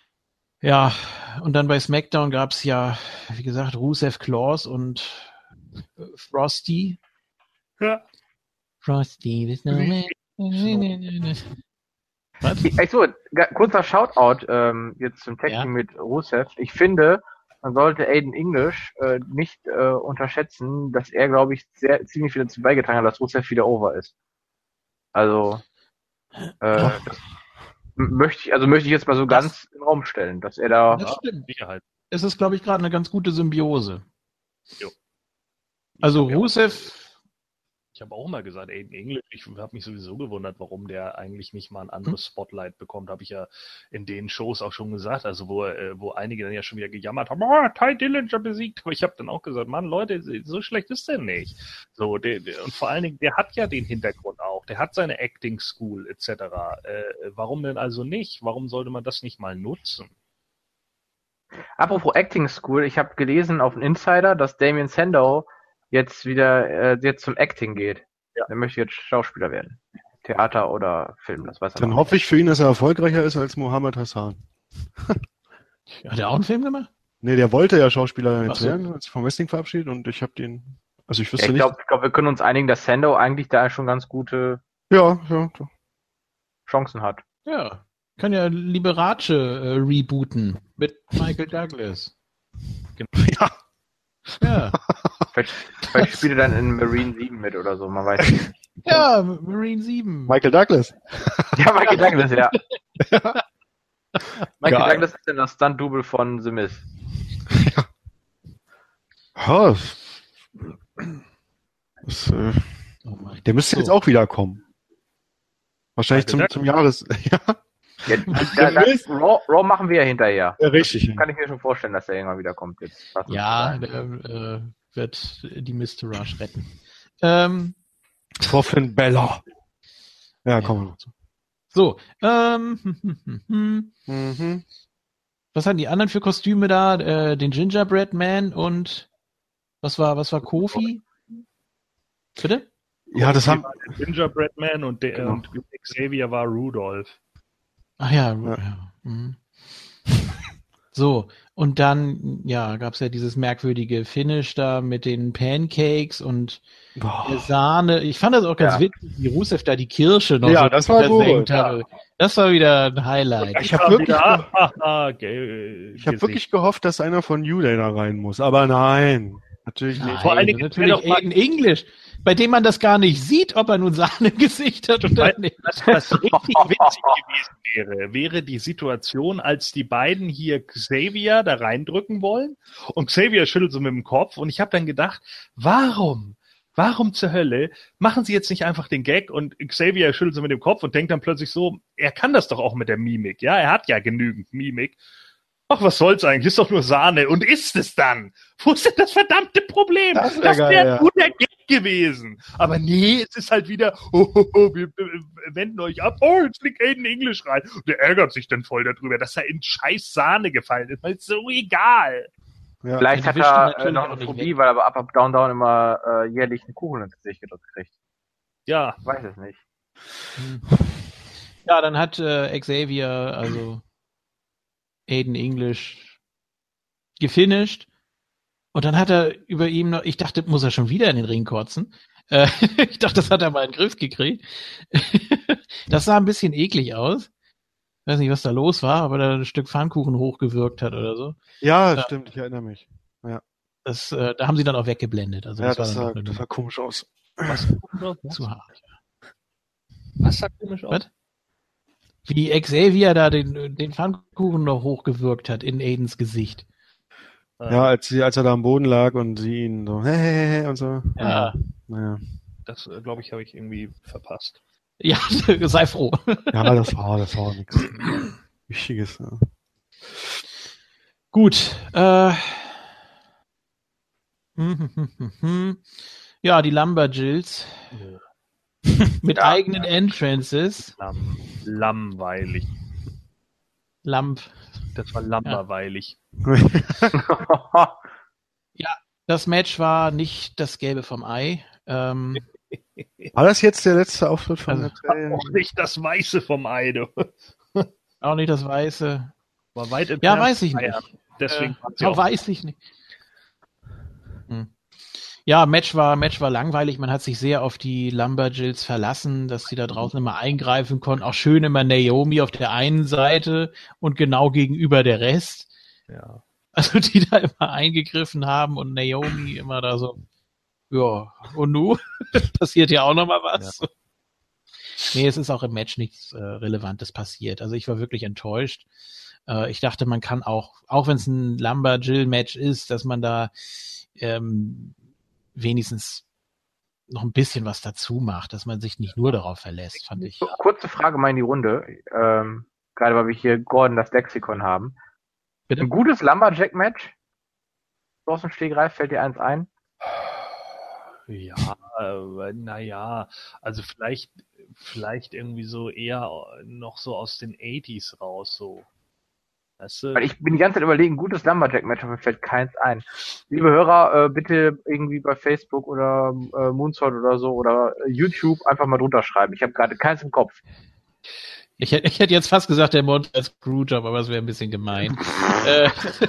Ja, und dann bei SmackDown gab's ja, wie gesagt, Rusev Claus und Frosty. Ja. Frosty, the Snowman. Was? Achso, kurzer Shoutout ähm, jetzt zum Tag Ja. mit Rusev. Ich finde, man sollte Aiden English äh, nicht äh, unterschätzen, dass er, glaube ich, sehr ziemlich viel dazu beigetragen hat, dass Rusev wieder over ist. Also äh, das m- möchte ich, also möchte ich jetzt mal so Das- ganz in den Raum stellen, dass er da. Das stimmt. Sicherheit. Es ist, glaube ich, gerade eine ganz gute Symbiose. Jo. Also Ich hab ja- Rusev, Ich habe auch mal gesagt, Aiden English, ich habe mich sowieso gewundert, warum der eigentlich nicht mal ein anderes Spotlight bekommt. Habe ich ja in den Shows auch schon gesagt, also wo, äh, wo einige dann ja schon wieder gejammert haben, oh, Ty Dillinger besiegt. Aber ich habe dann auch gesagt, Mann, Leute, so schlecht ist der nicht. So, der, der, und vor allen Dingen, der hat ja den Hintergrund auch, der hat seine Acting School et cetera. Äh, warum denn also nicht? Warum sollte man das nicht mal nutzen? Apropos Acting School, ich habe gelesen auf dem Insider, dass Damien Sandow jetzt wieder äh, jetzt zum Acting geht. Ja. Er möchte jetzt Schauspieler werden. Theater oder Film, das weiß er Dann noch hoffe ich für ihn, dass er erfolgreicher ist als Mohammed Hassan. hat er auch einen Film gemacht? Nee, der wollte ja Schauspieler Ach jetzt so. werden, als vom Wrestling verabschiedet und ich habe den, also ich nicht. wüsste Ich nicht. glaube, glaub, wir können uns einigen, dass Sandow eigentlich da schon ganz gute Ja, ja, ja. Chancen hat. Ja. Kann ja Liberace äh, rebooten mit Michael Douglas. ja. Ja. Vielleicht, vielleicht spielt er dann in Marine sieben mit oder so, man weiß nicht. Ja, Marine sieben. Michael Douglas. Ja, Michael Douglas, ja. Michael Geil. Douglas ist dann das Stunt-Double von The Miz. Ja, das, das, äh, Oh mein der müsste So. jetzt auch wiederkommen. Wahrscheinlich zum, Michael zum Jahres. Ja, Ja, da, da, Raw, Raw machen wir ja hinterher. ja, richtig. Kann ich mir schon vorstellen, dass er irgendwann wiederkommt. Jetzt. Lass uns Ja, sein. der äh, wird die Mister Rush retten. Ähm, Vor Finn Bella. Ja, Ja. kommen wir noch zu. so, ähm, hm, hm, hm, hm. Mhm. Was hatten die anderen für Kostüme da? Äh, den Gingerbread Man und was war, was war Kofi? Bitte? Ja, das haben, war der Gingerbread Man und, der, Genau. und Xavier war Rudolph. Ach ja, Ja. ja. Mhm. So, und dann, ja, gab's ja dieses merkwürdige Finish da mit den Pancakes und der boah. Sahne. Ich fand das auch ganz Ja. witzig, wie Rusev da die Kirsche noch Ja, so das war gut, versenkt hatte. Das war wieder ein Highlight. Ich hab Kam wirklich wieder, ge- ah, ah, ge- Ich habe Gesicht. wirklich gehofft, dass einer von New Day da rein muss, aber nein, natürlich Nein, nicht. Vor allen Dingen, natürlich erzähl doch mal- Aiden English, bei dem man das gar nicht sieht, ob er nun Sahne im Gesicht hat oder Weil- nicht. Was, was richtig witzig gewesen wäre, wäre die Situation, als die beiden hier Xavier da reindrücken wollen und Xavier schüttelt so mit dem Kopf und ich habe dann gedacht, warum? Warum zur Hölle machen sie jetzt nicht einfach den Gag und Xavier schüttelt so mit dem Kopf und denkt dann plötzlich so, er kann das doch auch mit der Mimik, ja, er hat ja genügend Mimik. Ach, was soll's eigentlich, ist doch nur Sahne und ist es dann? Wo ist denn das verdammte Problem? Das wär Das geil, wäre ja. ein guter Gag gewesen. Aber nee, es ist halt wieder, oh, oh, oh, wir äh, wenden euch ab, oh, jetzt fliegt Aiden English rein. Und der ärgert sich dann voll darüber, dass er in scheiß Sahne gefallen ist, weil es so egal. Ja. Vielleicht Ja, hat die wischt ihn er äh, natürlich noch auch eine nicht Phobie, weg. weil er aber Up, Up, Down, Down immer äh, jährlich einen Kuchen ins Gesicht gedrückt kriegt. Ja, Ich weiß es nicht. Ja, dann hat äh, Xavier, also Aiden English, gefinisht. Und dann hat er über ihm noch, ich dachte, muss er schon wieder in den Ring kotzen. Äh, ich dachte, das hat er mal in den Griff gekriegt. Das sah ein bisschen eklig aus. Weiß nicht, was da los war, aber da ein Stück Pfannkuchen hochgewirkt hat oder so. ja, Ja. stimmt, ich erinnere mich. Das, äh, da haben sie dann auch weggeblendet. Also Ja, das, das war sah, dann das sah komisch aus. was, noch zu hart. was sagt komisch aus? Was? Wie Xavier da den, den Pfannkuchen noch hochgewirkt hat in Aidens Gesicht. Ja, als, sie, als er da am Boden lag und sie ihn so, hey, hey, hey, und so. Ja, Naja. Das, äh, glaube ich, habe ich irgendwie verpasst. ja, sei froh. Ja, das war, das war nichts Wichtiges. Ja. Gut. Äh, ja, die Lumberjills mit Ja. eigenen Entrances. Lamm, lammweilig. Lamp. Das war lammerweilig. Das Match war nicht das Gelbe vom Ei. Ähm, War das jetzt der letzte Auftritt von Also, der Serie? Auch nicht das Weiße vom Ei, du. auch nicht das Weiße. War weit Ja, entfernt weiß ich von nicht. Eiern. Deswegen äh, war sie ja, auch weiß ich nicht. Hm. Ja, Match war, Match war langweilig. Man hat sich sehr auf die Lumberjills verlassen, dass die da draußen immer eingreifen konnten. Auch schön immer Naomi auf der einen Seite und genau gegenüber der Rest. Ja. Also die da immer eingegriffen haben und Naomi immer da so, ja, und nu? Passiert ja auch noch mal was. Ja. Nee, es ist auch im Match nichts äh, Relevantes passiert. Also ich war wirklich enttäuscht. Äh, ich dachte, man kann auch, auch wenn es ein Lumberjill-Match ist, dass man da ähm, wenigstens noch ein bisschen was dazu macht, dass man sich nicht nur darauf verlässt, fand ich. Kurze Frage mal in die Runde, ähm, gerade weil wir hier Gordon das Lexikon haben. Bitte? Ein gutes Lumberjack-Match? Aus dem Stegreif fällt dir eins ein? Ja, äh, naja, also vielleicht, vielleicht irgendwie so eher noch so aus den achtziger raus, so. Weißt du? Weil ich bin die ganze Zeit überlegen, gutes Lumberjack-Match, aber mir fällt keins ein. Liebe Hörer, äh, bitte irgendwie bei Facebook oder äh, Moonsault oder so oder äh, YouTube einfach mal drunter schreiben. Ich habe gerade keins im Kopf. Ich hätte, ich hätte jetzt fast gesagt, der Montreal Screwjob, aber es wäre ein bisschen gemein. äh.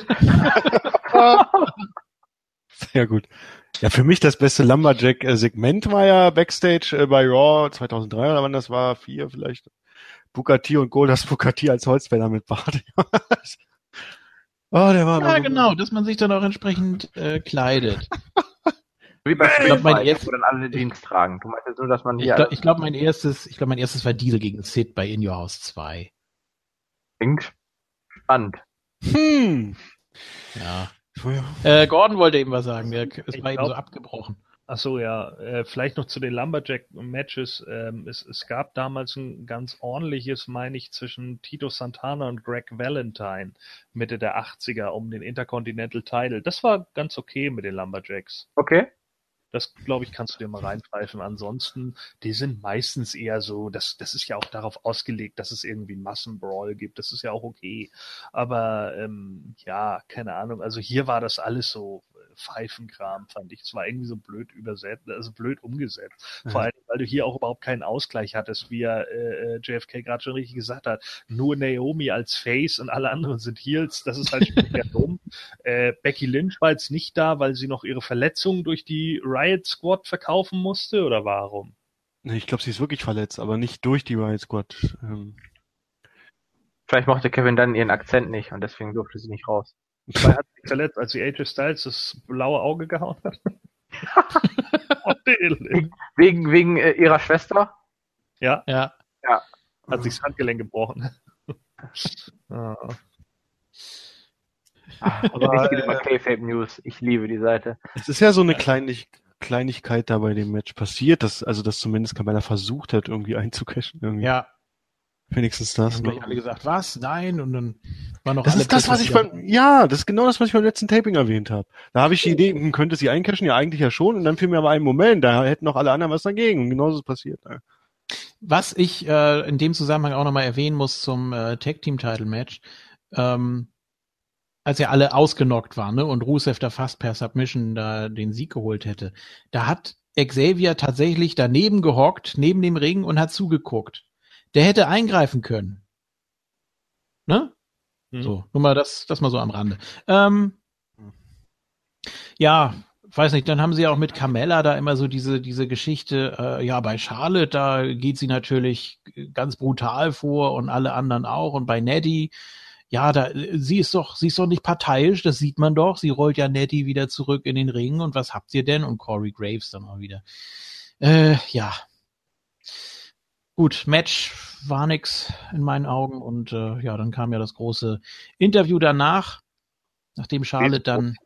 Sehr gut. Ja, für mich das beste Lumberjack-Segment war ja Backstage äh, bei Raw zweitausenddrei oder wann das war, vier vielleicht. Booker T und Goldust Booker T als Holzfäller mit Bart. Oh, der war ja, so genau, gut. Dass man sich dann auch entsprechend äh, kleidet. Wie bei Street Fighter, wo dann alle Jeans tragen. Du meinst jetzt nur, dass man hier... Ich glaube, glaub, mein erstes, ich glaube, mein erstes war Diesel gegen Sid bei In Your House zwei. Klingt spannend. Hm. Ja. Äh, Gordon wollte eben was sagen, der ist bei ihm so abgebrochen. Ach so, ja, äh, vielleicht noch zu den Lumberjack-Matches. Ähm, es, es gab damals ein ganz ordentliches, meine ich, zwischen Tito Santana und Greg Valentine Mitte der achtziger um den Intercontinental Title. Das war ganz okay mit den Lumberjacks. Okay. Das, glaube ich, kannst du dir mal reinpfeifen. Ansonsten, die sind meistens eher so, das, das ist ja auch darauf ausgelegt, dass es irgendwie einen Massenbrawl gibt. Das ist ja auch okay. Aber ähm, ja, keine Ahnung. Also hier war das alles so Pfeifenkram, fand ich. Es war irgendwie so blöd übersetzt, also blöd umgesetzt. Vor allem, weil du hier auch überhaupt keinen Ausgleich hattest, wie ja äh, J F K gerade schon richtig gesagt hat. Nur Naomi als Face und alle anderen sind Heels. Das ist halt schon sehr dumm. Äh, Becky Lynch war jetzt nicht da, weil sie noch ihre Verletzungen durch die Riot Squad verkaufen musste, oder warum? Nee, ich glaube, sie ist wirklich verletzt, aber nicht durch die Riot Squad. Ähm. Vielleicht mochte Kevin dann ihren Akzent nicht und deswegen durfte sie nicht raus. Weil hat sich verletzt, als sie A J Styles das blaue Auge gehauen hat. wegen wegen äh, ihrer Schwester? Ja. Ja. Ja. Hat sich das Handgelenk gebrochen. ah. Aber nicht über K-Fape News. Ich liebe die Seite. Es ist ja so eine Kleinig Kleinigkeit da bei dem Match passiert, dass also dass zumindest Cabella versucht hat, irgendwie einzucashen. Irgendwie. Ja. Wenigstens das. Haben Ne? alle gesagt, was? Nein. Und dann war noch das alle ist das, was ich beim, ja, das ist genau das, was ich beim letzten Taping erwähnt habe. Da habe ich die Idee, hm, könnte sie eincashen? Ja, eigentlich ja schon. Und dann fiel mir aber ein Moment, da hätten noch alle anderen was dagegen. Und genauso ist passiert. Ja. Was ich äh, in dem Zusammenhang auch nochmal erwähnen muss zum äh, Tag-Team-Title-Match, ähm, als ja alle ausgenockt waren, ne, und Rusev da fast per Submission da den Sieg geholt hätte, da hat Xavier tatsächlich daneben gehockt, neben dem Ring und hat zugeguckt. Der hätte eingreifen können. Ne? Mhm. So, nur mal das, das mal so am Rande. Ähm, ja, weiß nicht, dann haben sie ja auch mit Carmella da immer so diese, diese Geschichte, äh, ja, bei Charlotte, da geht sie natürlich ganz brutal vor und alle anderen auch. Und bei Nettie, ja, da, sie ist doch, sie ist doch nicht parteiisch, das sieht man doch. Sie rollt ja Nettie wieder zurück in den Ring und was habt ihr denn? Und Corey Graves dann auch wieder. Äh, ja. Gut, Match war nix in meinen Augen und äh, ja, dann kam ja das große Interview danach, nachdem Charlotte dann...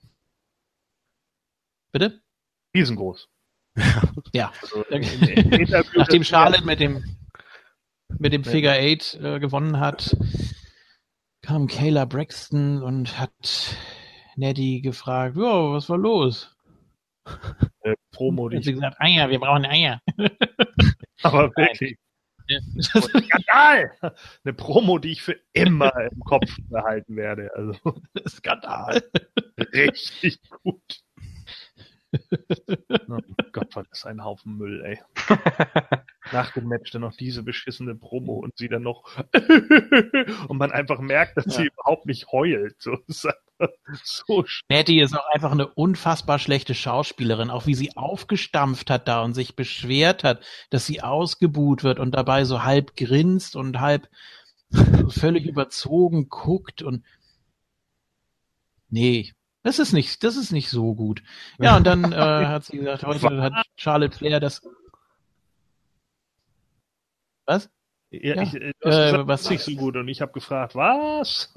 Bitte? Riesengroß. Ja. Also, nachdem Charlotte mit dem mit dem Figure Eight äh, gewonnen hat, kam Kayla Braxton und hat Nettie gefragt, ja, was war los? Äh, Promo, die hat sie gesagt, Eier, wir brauchen Eier. Aber wirklich. Ja. Skandal! Eine Promo, die ich für immer im Kopf behalten werde. Also Skandal. Richtig gut. Oh Gott, war das ein Haufen Müll, ey. Nach dem Match dann noch diese beschissene Promo und sie dann noch und man einfach merkt, dass ja. sie überhaupt nicht heult. So, So sch- Natty ist auch einfach eine unfassbar schlechte Schauspielerin, auch wie sie aufgestampft hat da und sich beschwert hat, dass sie ausgebuht wird und dabei so halb grinst und halb völlig überzogen guckt und nee, das ist nicht, das ist nicht so gut. Ja, und dann äh, hat sie gesagt, heute hat Charlotte Flair das was? Ja, Ja, ich, äh, du hast äh, gesagt, was- das ist nicht so gut und ich habe gefragt, was?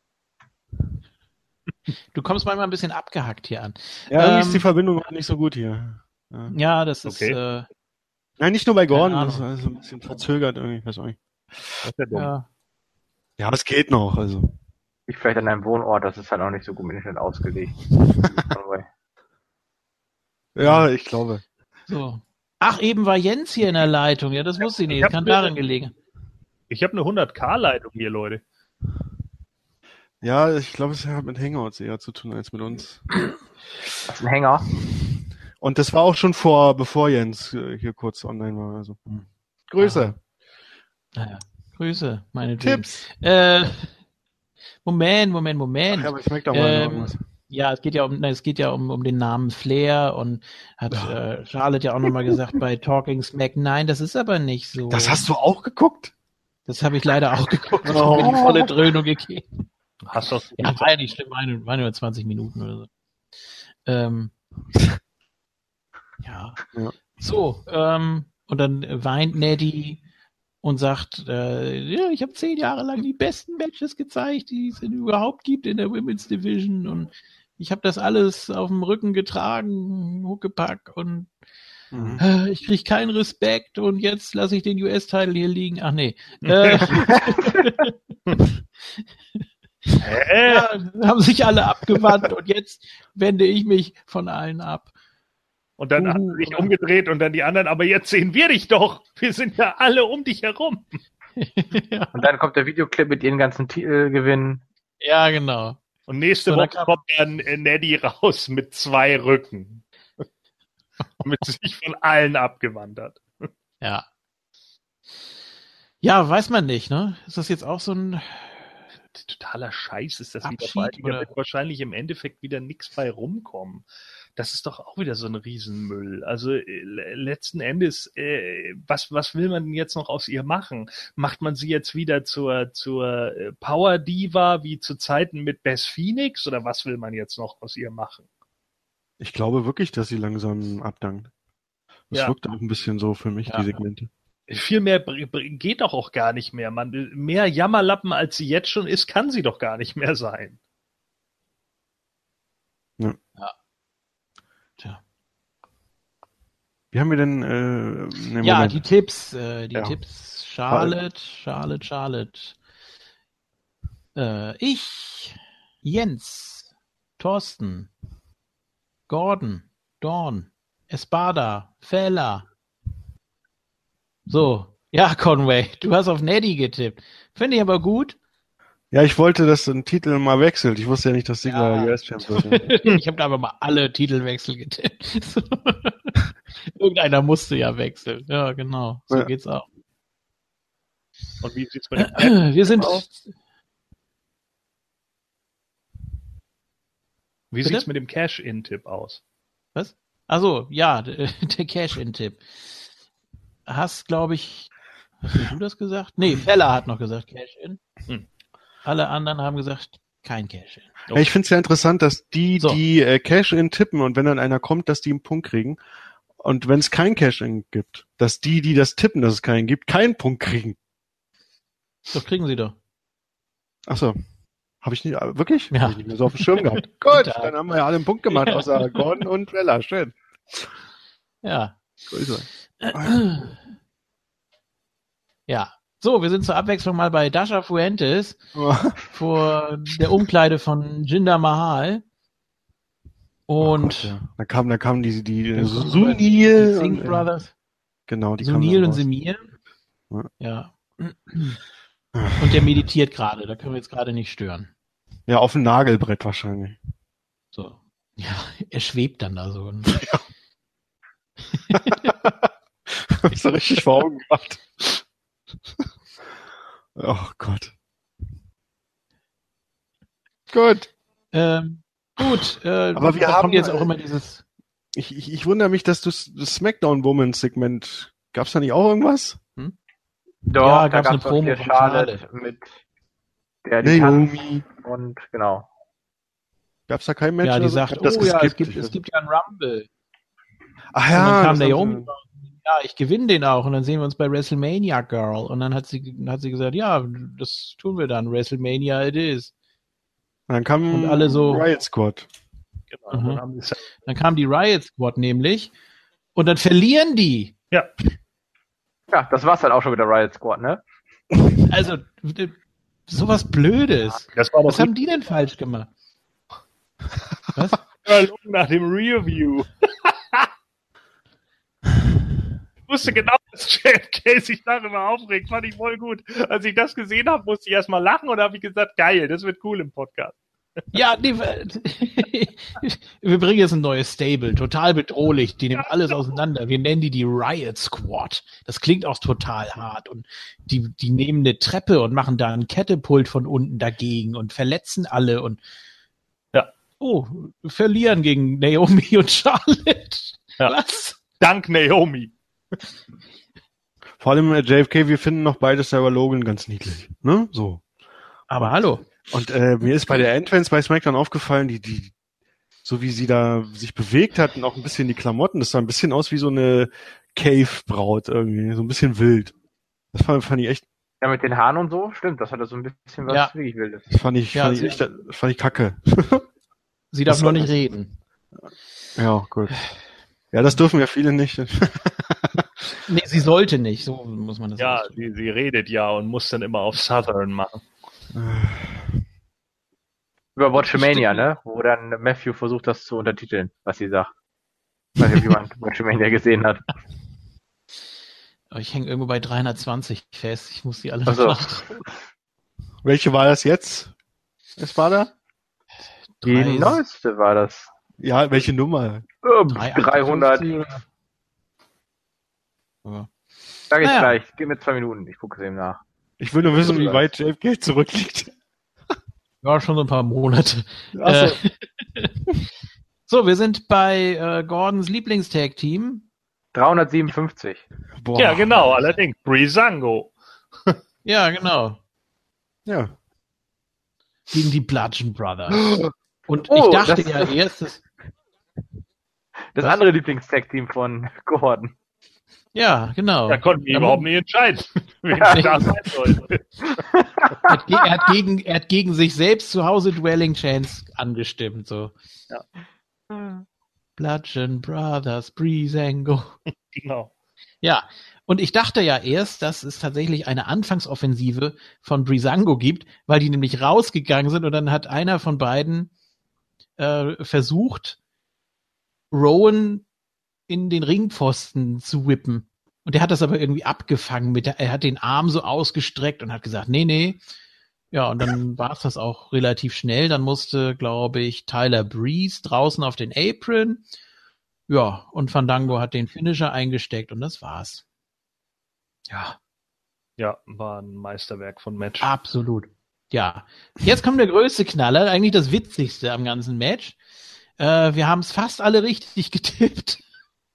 Du kommst manchmal ein bisschen abgehackt hier an. Ja, irgendwie ist Ähm, die Verbindung nicht so gut hier. Ja. Ja, das ist Okay. äh, Nein, nicht nur bei Gordon, Keine das ist Ahnung. alles ein bisschen verzögert irgendwie, weiß auch nicht. Das ist ja dumm. ja. Ja, es geht noch, also. Ich vielleicht an einem Wohnort, das ist halt auch nicht so gut mit Internet ausgelegt. Ja, ich glaube. So. Ach, eben war Jens hier in der Leitung. Ja, das wusste ich nicht. Ich Das hab kann mir- daran gelegen. Ich habe eine hundert K-Leitung hier, Leute. Ja, ich glaube, es hat mit Hangouts eher zu tun als mit uns. Das ist ein Hänger. Und das war auch schon vor, bevor Jens äh, hier kurz online war. Also. Grüße. Naja. Grüße, meine Tipps. Äh, Moment, Moment, Moment. Ach ja, aber ich merke da mal Ähm, irgendwas. Ja, es geht ja um, nein, es geht ja um, um den Namen Flair und hat äh, Charlotte ja auch nochmal gesagt bei Talking Smack, nein, das ist aber nicht so. Das hast du auch geguckt? Das habe ich leider auch geguckt. Ich Oh. habe mir die volle Dröhnung gegeben. Hast du das? Ja, war ja nicht schlimm, waren waren nur zwanzig Minuten oder so. Ähm, ja. Ja. So, ähm, und dann weint Neddy und sagt, äh, ja, ich habe zehn Jahre lang die besten Matches gezeigt, die es überhaupt gibt in der Women's Division und ich habe das alles auf dem Rücken getragen, Huckepack und Mhm. äh, ich krieg keinen Respekt und jetzt lasse ich den U S-Titel hier liegen. Ach nee. Äh, Hä? ja, haben sich alle abgewandt und jetzt wende ich mich von allen ab. Und dann Uhu, hat er sich oder? umgedreht und dann die anderen, aber jetzt sehen wir dich doch. Wir sind ja alle um dich herum. ja, Und dann kommt der Videoclip mit ihren ganzen Titelgewinnen. ja, genau. Und nächste So, dann Woche kam- kommt dann äh, Neddy raus mit zwei Rücken. mit sich von allen abgewandert. Ja. Ja, weiß man nicht, ne? Ist das jetzt auch so ein Totaler Scheiß ist das wieder. Abschied, Vor allen Dingen, da oder? wird wahrscheinlich im Endeffekt wieder nichts bei rumkommen. Das ist doch auch wieder so ein Riesenmüll. Also äh, le- letzten Endes, äh, was was will man denn jetzt noch aus ihr machen? Macht man sie jetzt wieder zur zur äh, Power Diva wie zu Zeiten mit Beth Phoenix oder was will man jetzt noch aus ihr machen? Ich glaube wirklich, dass sie langsam abdankt. Das Ja. wirkt auch ein bisschen so für mich, Ja. die Segmente. Viel mehr br- br- geht doch auch gar nicht mehr. Man mehr Jammerlappen als sie jetzt schon ist, kann sie doch gar nicht mehr sein. Tja. Wie haben wir denn, äh, ne, Ja, Moment. die Tipps, äh, die Ja. Tipps. Charlotte, Charlotte, Charlotte. Äh, ich, Jens, Thorsten, Gordon, Dawn, Espada, Fella. So, ja, Conway, du hast auf Neddy getippt. Finde ich aber gut. Ja, ich wollte, dass ein Titel mal wechselt. Ich wusste ja nicht, dass Sigler Ja. U S-Champ wird. Ich habe da aber mal alle Titelwechsel getippt. So. Irgendeiner musste ja wechseln. Ja, genau. So Ja. geht's auch. Und wie sieht's mit dem Wir sind. Wie Bitte? sieht's mit dem Cash-In-Tipp aus? Was? Also ja, der, der Cash-In-Tipp. Hast, glaube ich, hast du das gesagt? Nee, Feller hat noch gesagt Cash-In. Hm. Alle anderen haben gesagt, kein Cash-In. Ja, ich finde es ja interessant, dass die, So. die äh, Cash-In tippen und wenn dann einer kommt, dass die einen Punkt kriegen. Und wenn es kein Cash-In gibt, dass die, die das tippen, dass es keinen gibt, keinen Punkt kriegen. Doch, kriegen sie doch. Ach so. Habe ich nicht, äh, wirklich? Ja. Hab ich nicht mehr so auf dem Schirm gehabt. Gut, Tag. dann haben wir ja alle einen Punkt gemacht, Ja. außer Gordon und Vella. Schön. Ja. Grüße. Ja. So, wir sind zur Abwechslung mal bei Dasha Fuentes vor der Umkleide von Jinder Mahal. Und Oh Gott, ja. Da kamen, da kamen die, die, die die Sunil. Singh und, äh, Brothers. Genau, die kamen Sunil dann und raus. Semir. Ja. Ja. Und der meditiert gerade, da können wir jetzt gerade nicht stören. Ja, auf dem Nagelbrett wahrscheinlich. So. Ja, er schwebt dann da so. Hab's da richtig vor Augen gehabt. Oh Gott. Gut. Ähm, gut, äh, Aber wir da haben kommt jetzt auch äh, immer dieses. Ich, ich, ich wundere mich, dass du das Smackdown-Woman-Segment, gab's da nicht auch irgendwas? Hm? Doch, Ja, da gab's eine gab's doch Promo hier von Charlotte Charlotte. mit der die tanzt Naomi. und genau. Gab's da kein Match? Ja, die oder so? Ich sagt, hab das oh ja, es geskippt. gibt, Ich es weiß- gibt ja einen Rumble. Ach Und ja, dann kam das haben Naomi sie- raus. Ja, ich gewinne den auch. Und dann sehen wir uns bei WrestleMania, Girl. Und dann hat sie, hat sie gesagt, ja, das tun wir dann. WrestleMania it is. Und dann kam Und alle so- Riot Squad. Genau, Mhm. dann haben sie Dann kam die Riot Squad nämlich. Und dann verlieren die. ja, Ja, das war's halt auch schon mit der Riot Squad, ne? Also, d- sowas Blödes. das war Was doch haben die denn falsch gemacht? Was? nach dem Review. Ich wusste genau, dass J F K sich darüber aufregt. Fand ich voll gut. Als ich das gesehen habe, musste ich erstmal lachen und habe ich gesagt, geil, das wird cool im Podcast. Ja, nee, wir bringen jetzt ein neues Stable, total bedrohlich, die nehmen alles auseinander. Wir nennen die die Riot Squad. Das klingt auch total hart und die, die nehmen eine Treppe und machen da einen Catapult von unten dagegen und verletzen alle und Ja. oh, verlieren gegen Naomi und Charlotte. Ja. Was? Dank Naomi. Vor allem äh, J F K, wir finden noch beide Sarah Logan ganz niedlich. Ne? So. Aber hallo. Und äh, mir ist bei der Entrance bei SmackDown aufgefallen, die, die, so wie sie da sich bewegt hat und auch ein bisschen die Klamotten, das sah ein bisschen aus wie so eine Cave-Braut irgendwie, so ein bisschen wild. Das fand, fand ich echt, Ja, mit den Haaren und so, stimmt, das hatte so ein bisschen was Ja. wirklich Wildes. das fand ich, Ja, fand ich sie- echt, das fand ich kacke. Sie darf Was nur soll nicht das? reden. Ja, gut. Ja, das dürfen ja viele nicht. Nee, sie sollte nicht, so muss man das Ja, ausdrücken. sie, sie redet ja und muss dann immer auf Southern machen. Über Watchamania, ne? Wo dann Matthew versucht, das zu untertiteln, was sie sagt. Ich weiß nicht, ob jemand Watchamania gesehen hat. Aber ich hänge irgendwo bei dreihundertzwanzig fest. Ich muss die alle Ach so. noch Welche war das jetzt? Es war da? Die Drei- neueste war das. Ja, welche Nummer? Äh, drei dreihundert. achtundfünfzig oder- Ja. Sag ich Naja. gleich. Gib mir zwei Minuten. Ich gucke es eben nach. Ich will nur wissen, wie weit J F K zurückliegt. Ja, schon so ein paar Monate. Achso. Äh, so, wir sind bei äh, Gordons Lieblingstag-Team. dreihundertsiebenundfünfzig. Boah. Ja, genau, allerdings. Breezango. Ja, genau. Ja. Gegen die Bludgeon Brothers. Und Oh, ich dachte das- ja erst, dass, Das Was? andere Lieblingstag-Team von Gordon. ja, genau. Da konnten wir Da überhaupt mu- nicht entscheiden, wen Ja. da sein sollte. Er hat, ge- er, hat gegen, er hat gegen sich selbst zu Hause Dwelling Chance angestimmt. So. Bludgeon Brothers, Breezango. Genau. Ja, und ich dachte ja erst, dass es tatsächlich eine Anfangsoffensive von Breezango gibt, weil die nämlich rausgegangen sind und dann hat einer von beiden äh, versucht, Rowan in den Ringpfosten zu whippen. Und der hat das aber irgendwie abgefangen. Mit der, er hat den Arm so ausgestreckt und hat gesagt, nee, nee. Ja, und dann war es das auch relativ schnell. Dann musste, glaube ich, Tyler Breeze draußen auf den Apron. Ja, und Fandango hat den Finisher eingesteckt und das war's. Ja, Ja, war ein Meisterwerk von Match. absolut. Ja, jetzt kommt der größte Knaller, eigentlich das Witzigste am ganzen Match. Äh, wir haben es fast alle richtig getippt.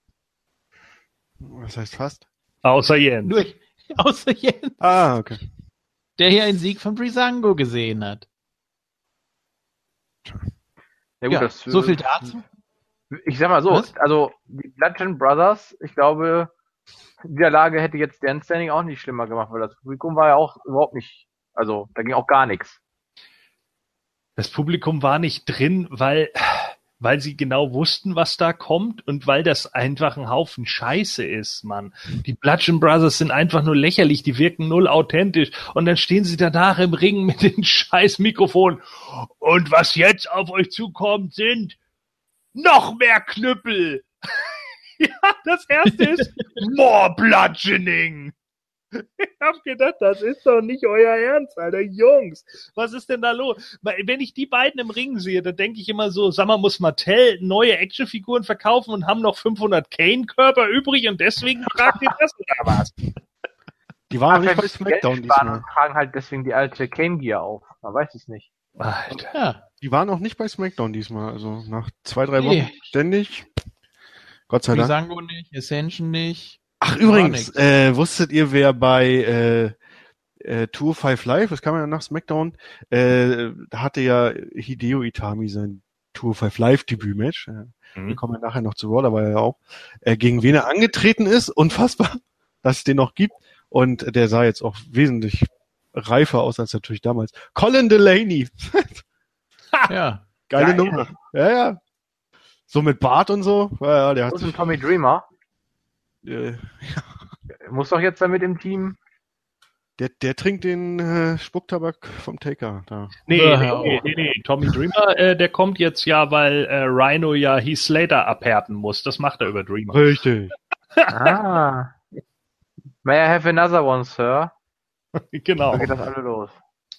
Was heißt fast? Außer Jens. Nur außer Jens, Ah, okay. der hier einen Sieg von Breezango gesehen hat. Ja, gut, Ja, das, so viel dazu. Ich sag mal so, Was? also die Bludgeon Brothers, ich glaube, die Niederlage hätte jetzt deren Standing auch nicht schlimmer gemacht, weil das Publikum war ja auch überhaupt nicht, also da ging auch gar nichts. Das Publikum war nicht drin, weil, weil sie genau wussten, was da kommt und weil das einfach ein Haufen Scheiße ist, Mann. Die Bludgeon Brothers sind einfach nur lächerlich, die wirken null authentisch und dann stehen sie danach im Ring mit den scheiß Mikrofonen. Und was jetzt auf euch zukommt, sind noch mehr Knüppel. Ja, das erste ist more bludgeoning. Ich hab gedacht, das ist doch nicht euer Ernst, Alter. Jungs, was ist denn da los? Weil, wenn ich die beiden im Ring sehe, dann denke ich immer so, sag mal, muss Mattel neue Actionfiguren verkaufen und haben noch fünfhundert Kane-Körper übrig und deswegen tragt ihr das oder was? Die waren noch Ach, nicht bei wenn sie Geld SmackDown sparen diesmal. und tragen halt deswegen die alte Kane Gear auf. Man weiß es nicht. Alter. Ja. Die waren auch nicht bei SmackDown diesmal. Also nach zwei, drei Wochen Nee. ständig. Gott sei Dank. Brisango nicht, Ascension nicht. Ach, War übrigens, nix. äh, wusstet ihr, wer bei äh, äh, Tour fünf Live, das kam ja nach SmackDown, äh, da hatte ja Hideo Itami sein Tour fünf Live Debütmatch. Äh, Mhm. Wir kommen ja nachher noch zu Raw, da war er ja auch. Äh, gegen wen er angetreten ist, unfassbar, dass es den noch gibt. Und der sah jetzt auch wesentlich reifer aus als natürlich damals. Colin Delaney. Ja. Geile Geil. Nummer. Ja, ja. So mit Bart und so. Ja, ja, der hat Wo ist ein sich, Tommy Dreamer? äh, Muss doch jetzt damit im Team. der, der trinkt den äh, Spucktabak vom Taker. Da. Nee, Ja, nee, hör nee, auf. nee, nee. Tommy Dreamer, äh, der kommt jetzt ja, weil äh, Rhino ja Heath Slater abhärten muss. Das macht er über Dreamer. Richtig. Ah. May I have another one, Sir? Genau. Da geht das alle los.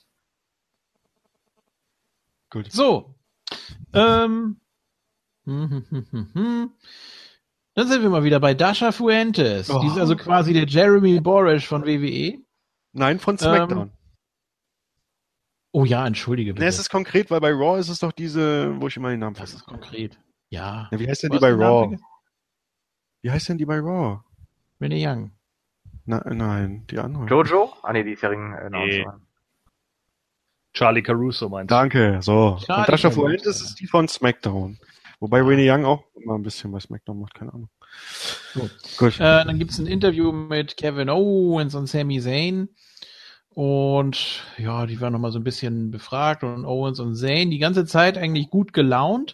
Gut. So. Ähm. Hm, hm, hm, hm. Dann sind wir mal wieder bei Dasha Fuentes. Oh. Die ist also quasi der Jeremy Borash von W W E. Nein, von SmackDown. Oh ja, entschuldige bitte. Ne, es ist konkret, weil bei Raw ist es doch diese, wo ich immer den Namen das vergesse. ist konkret. Ja. Ja, wie heißt denn Du die hast bei den Namen Raw? vergessen? Wie heißt denn die bei Raw? Renee Young. Na, nein, die andere. Jojo? Ah ne, die ist ja Ring. Äh, Nee. Announcerin. Charlie Caruso meinst du? Danke, so. Charlie Und Dasha Caruso. Fuentes ist die von SmackDown. Wobei Renee Young auch immer ein bisschen bei SmackDown macht, keine Ahnung. So. Gut. Äh, dann gibt es ein Interview mit Kevin Owens und Sami Zayn. Und ja, die waren nochmal so ein bisschen befragt. Und Owens und Zayn die ganze Zeit eigentlich gut gelaunt.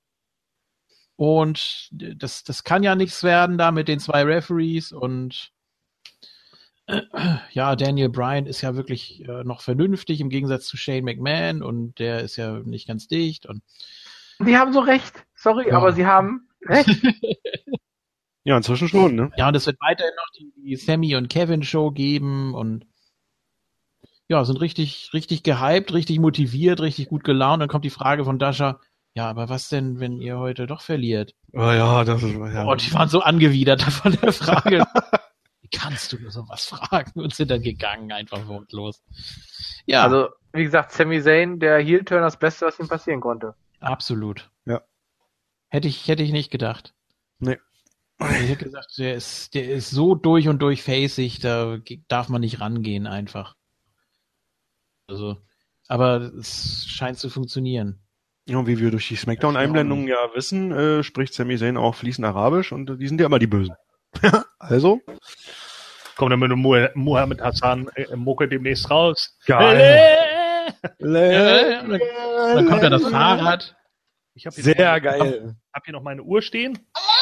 Und das, das kann ja nichts werden da mit den zwei Referees. Und äh, ja, Daniel Bryan ist ja wirklich äh, noch vernünftig im Gegensatz zu Shane McMahon. Und der ist ja nicht ganz dicht. Und Die haben so recht. Sorry, Ja. aber sie haben recht. Ja, inzwischen schon, ne? ja, und es wird weiterhin noch die, die Sammy und Kevin Show geben. Und ja, sind richtig, richtig gehypt, richtig motiviert, richtig gut gelaunt. Dann kommt die Frage von Dasha, ja, aber was denn, wenn ihr heute doch verliert? Oh ja, das ist, ja. Und die waren so angewidert von der Frage. Wie kannst du nur sowas fragen? Und sind dann gegangen, einfach wortlos. Ja, Also, wie gesagt, Sami Zayn, der Heel-Turn, das Beste, was ihm passieren konnte. absolut. Ja. Hätte ich, hätte ich nicht gedacht. Nee. Ich hätte gesagt, der ist, der ist so durch und durch facig, da ge- darf man nicht rangehen einfach. Also, aber es scheint zu funktionieren. Ja, und wie wir durch die Smackdown-Einblendungen ja wissen, äh, spricht Sami Zayn auch fließend Arabisch und äh, die sind ja immer die Bösen. also, Kommt dann mit dem Mu- Muhammad Hassan äh, Mucke demnächst raus. Geil. Äh, Ja, dann, dann kommt ja das Fahrrad. Ich hab hier Sehr noch, geil. Hab, hab hier noch meine Uhr stehen.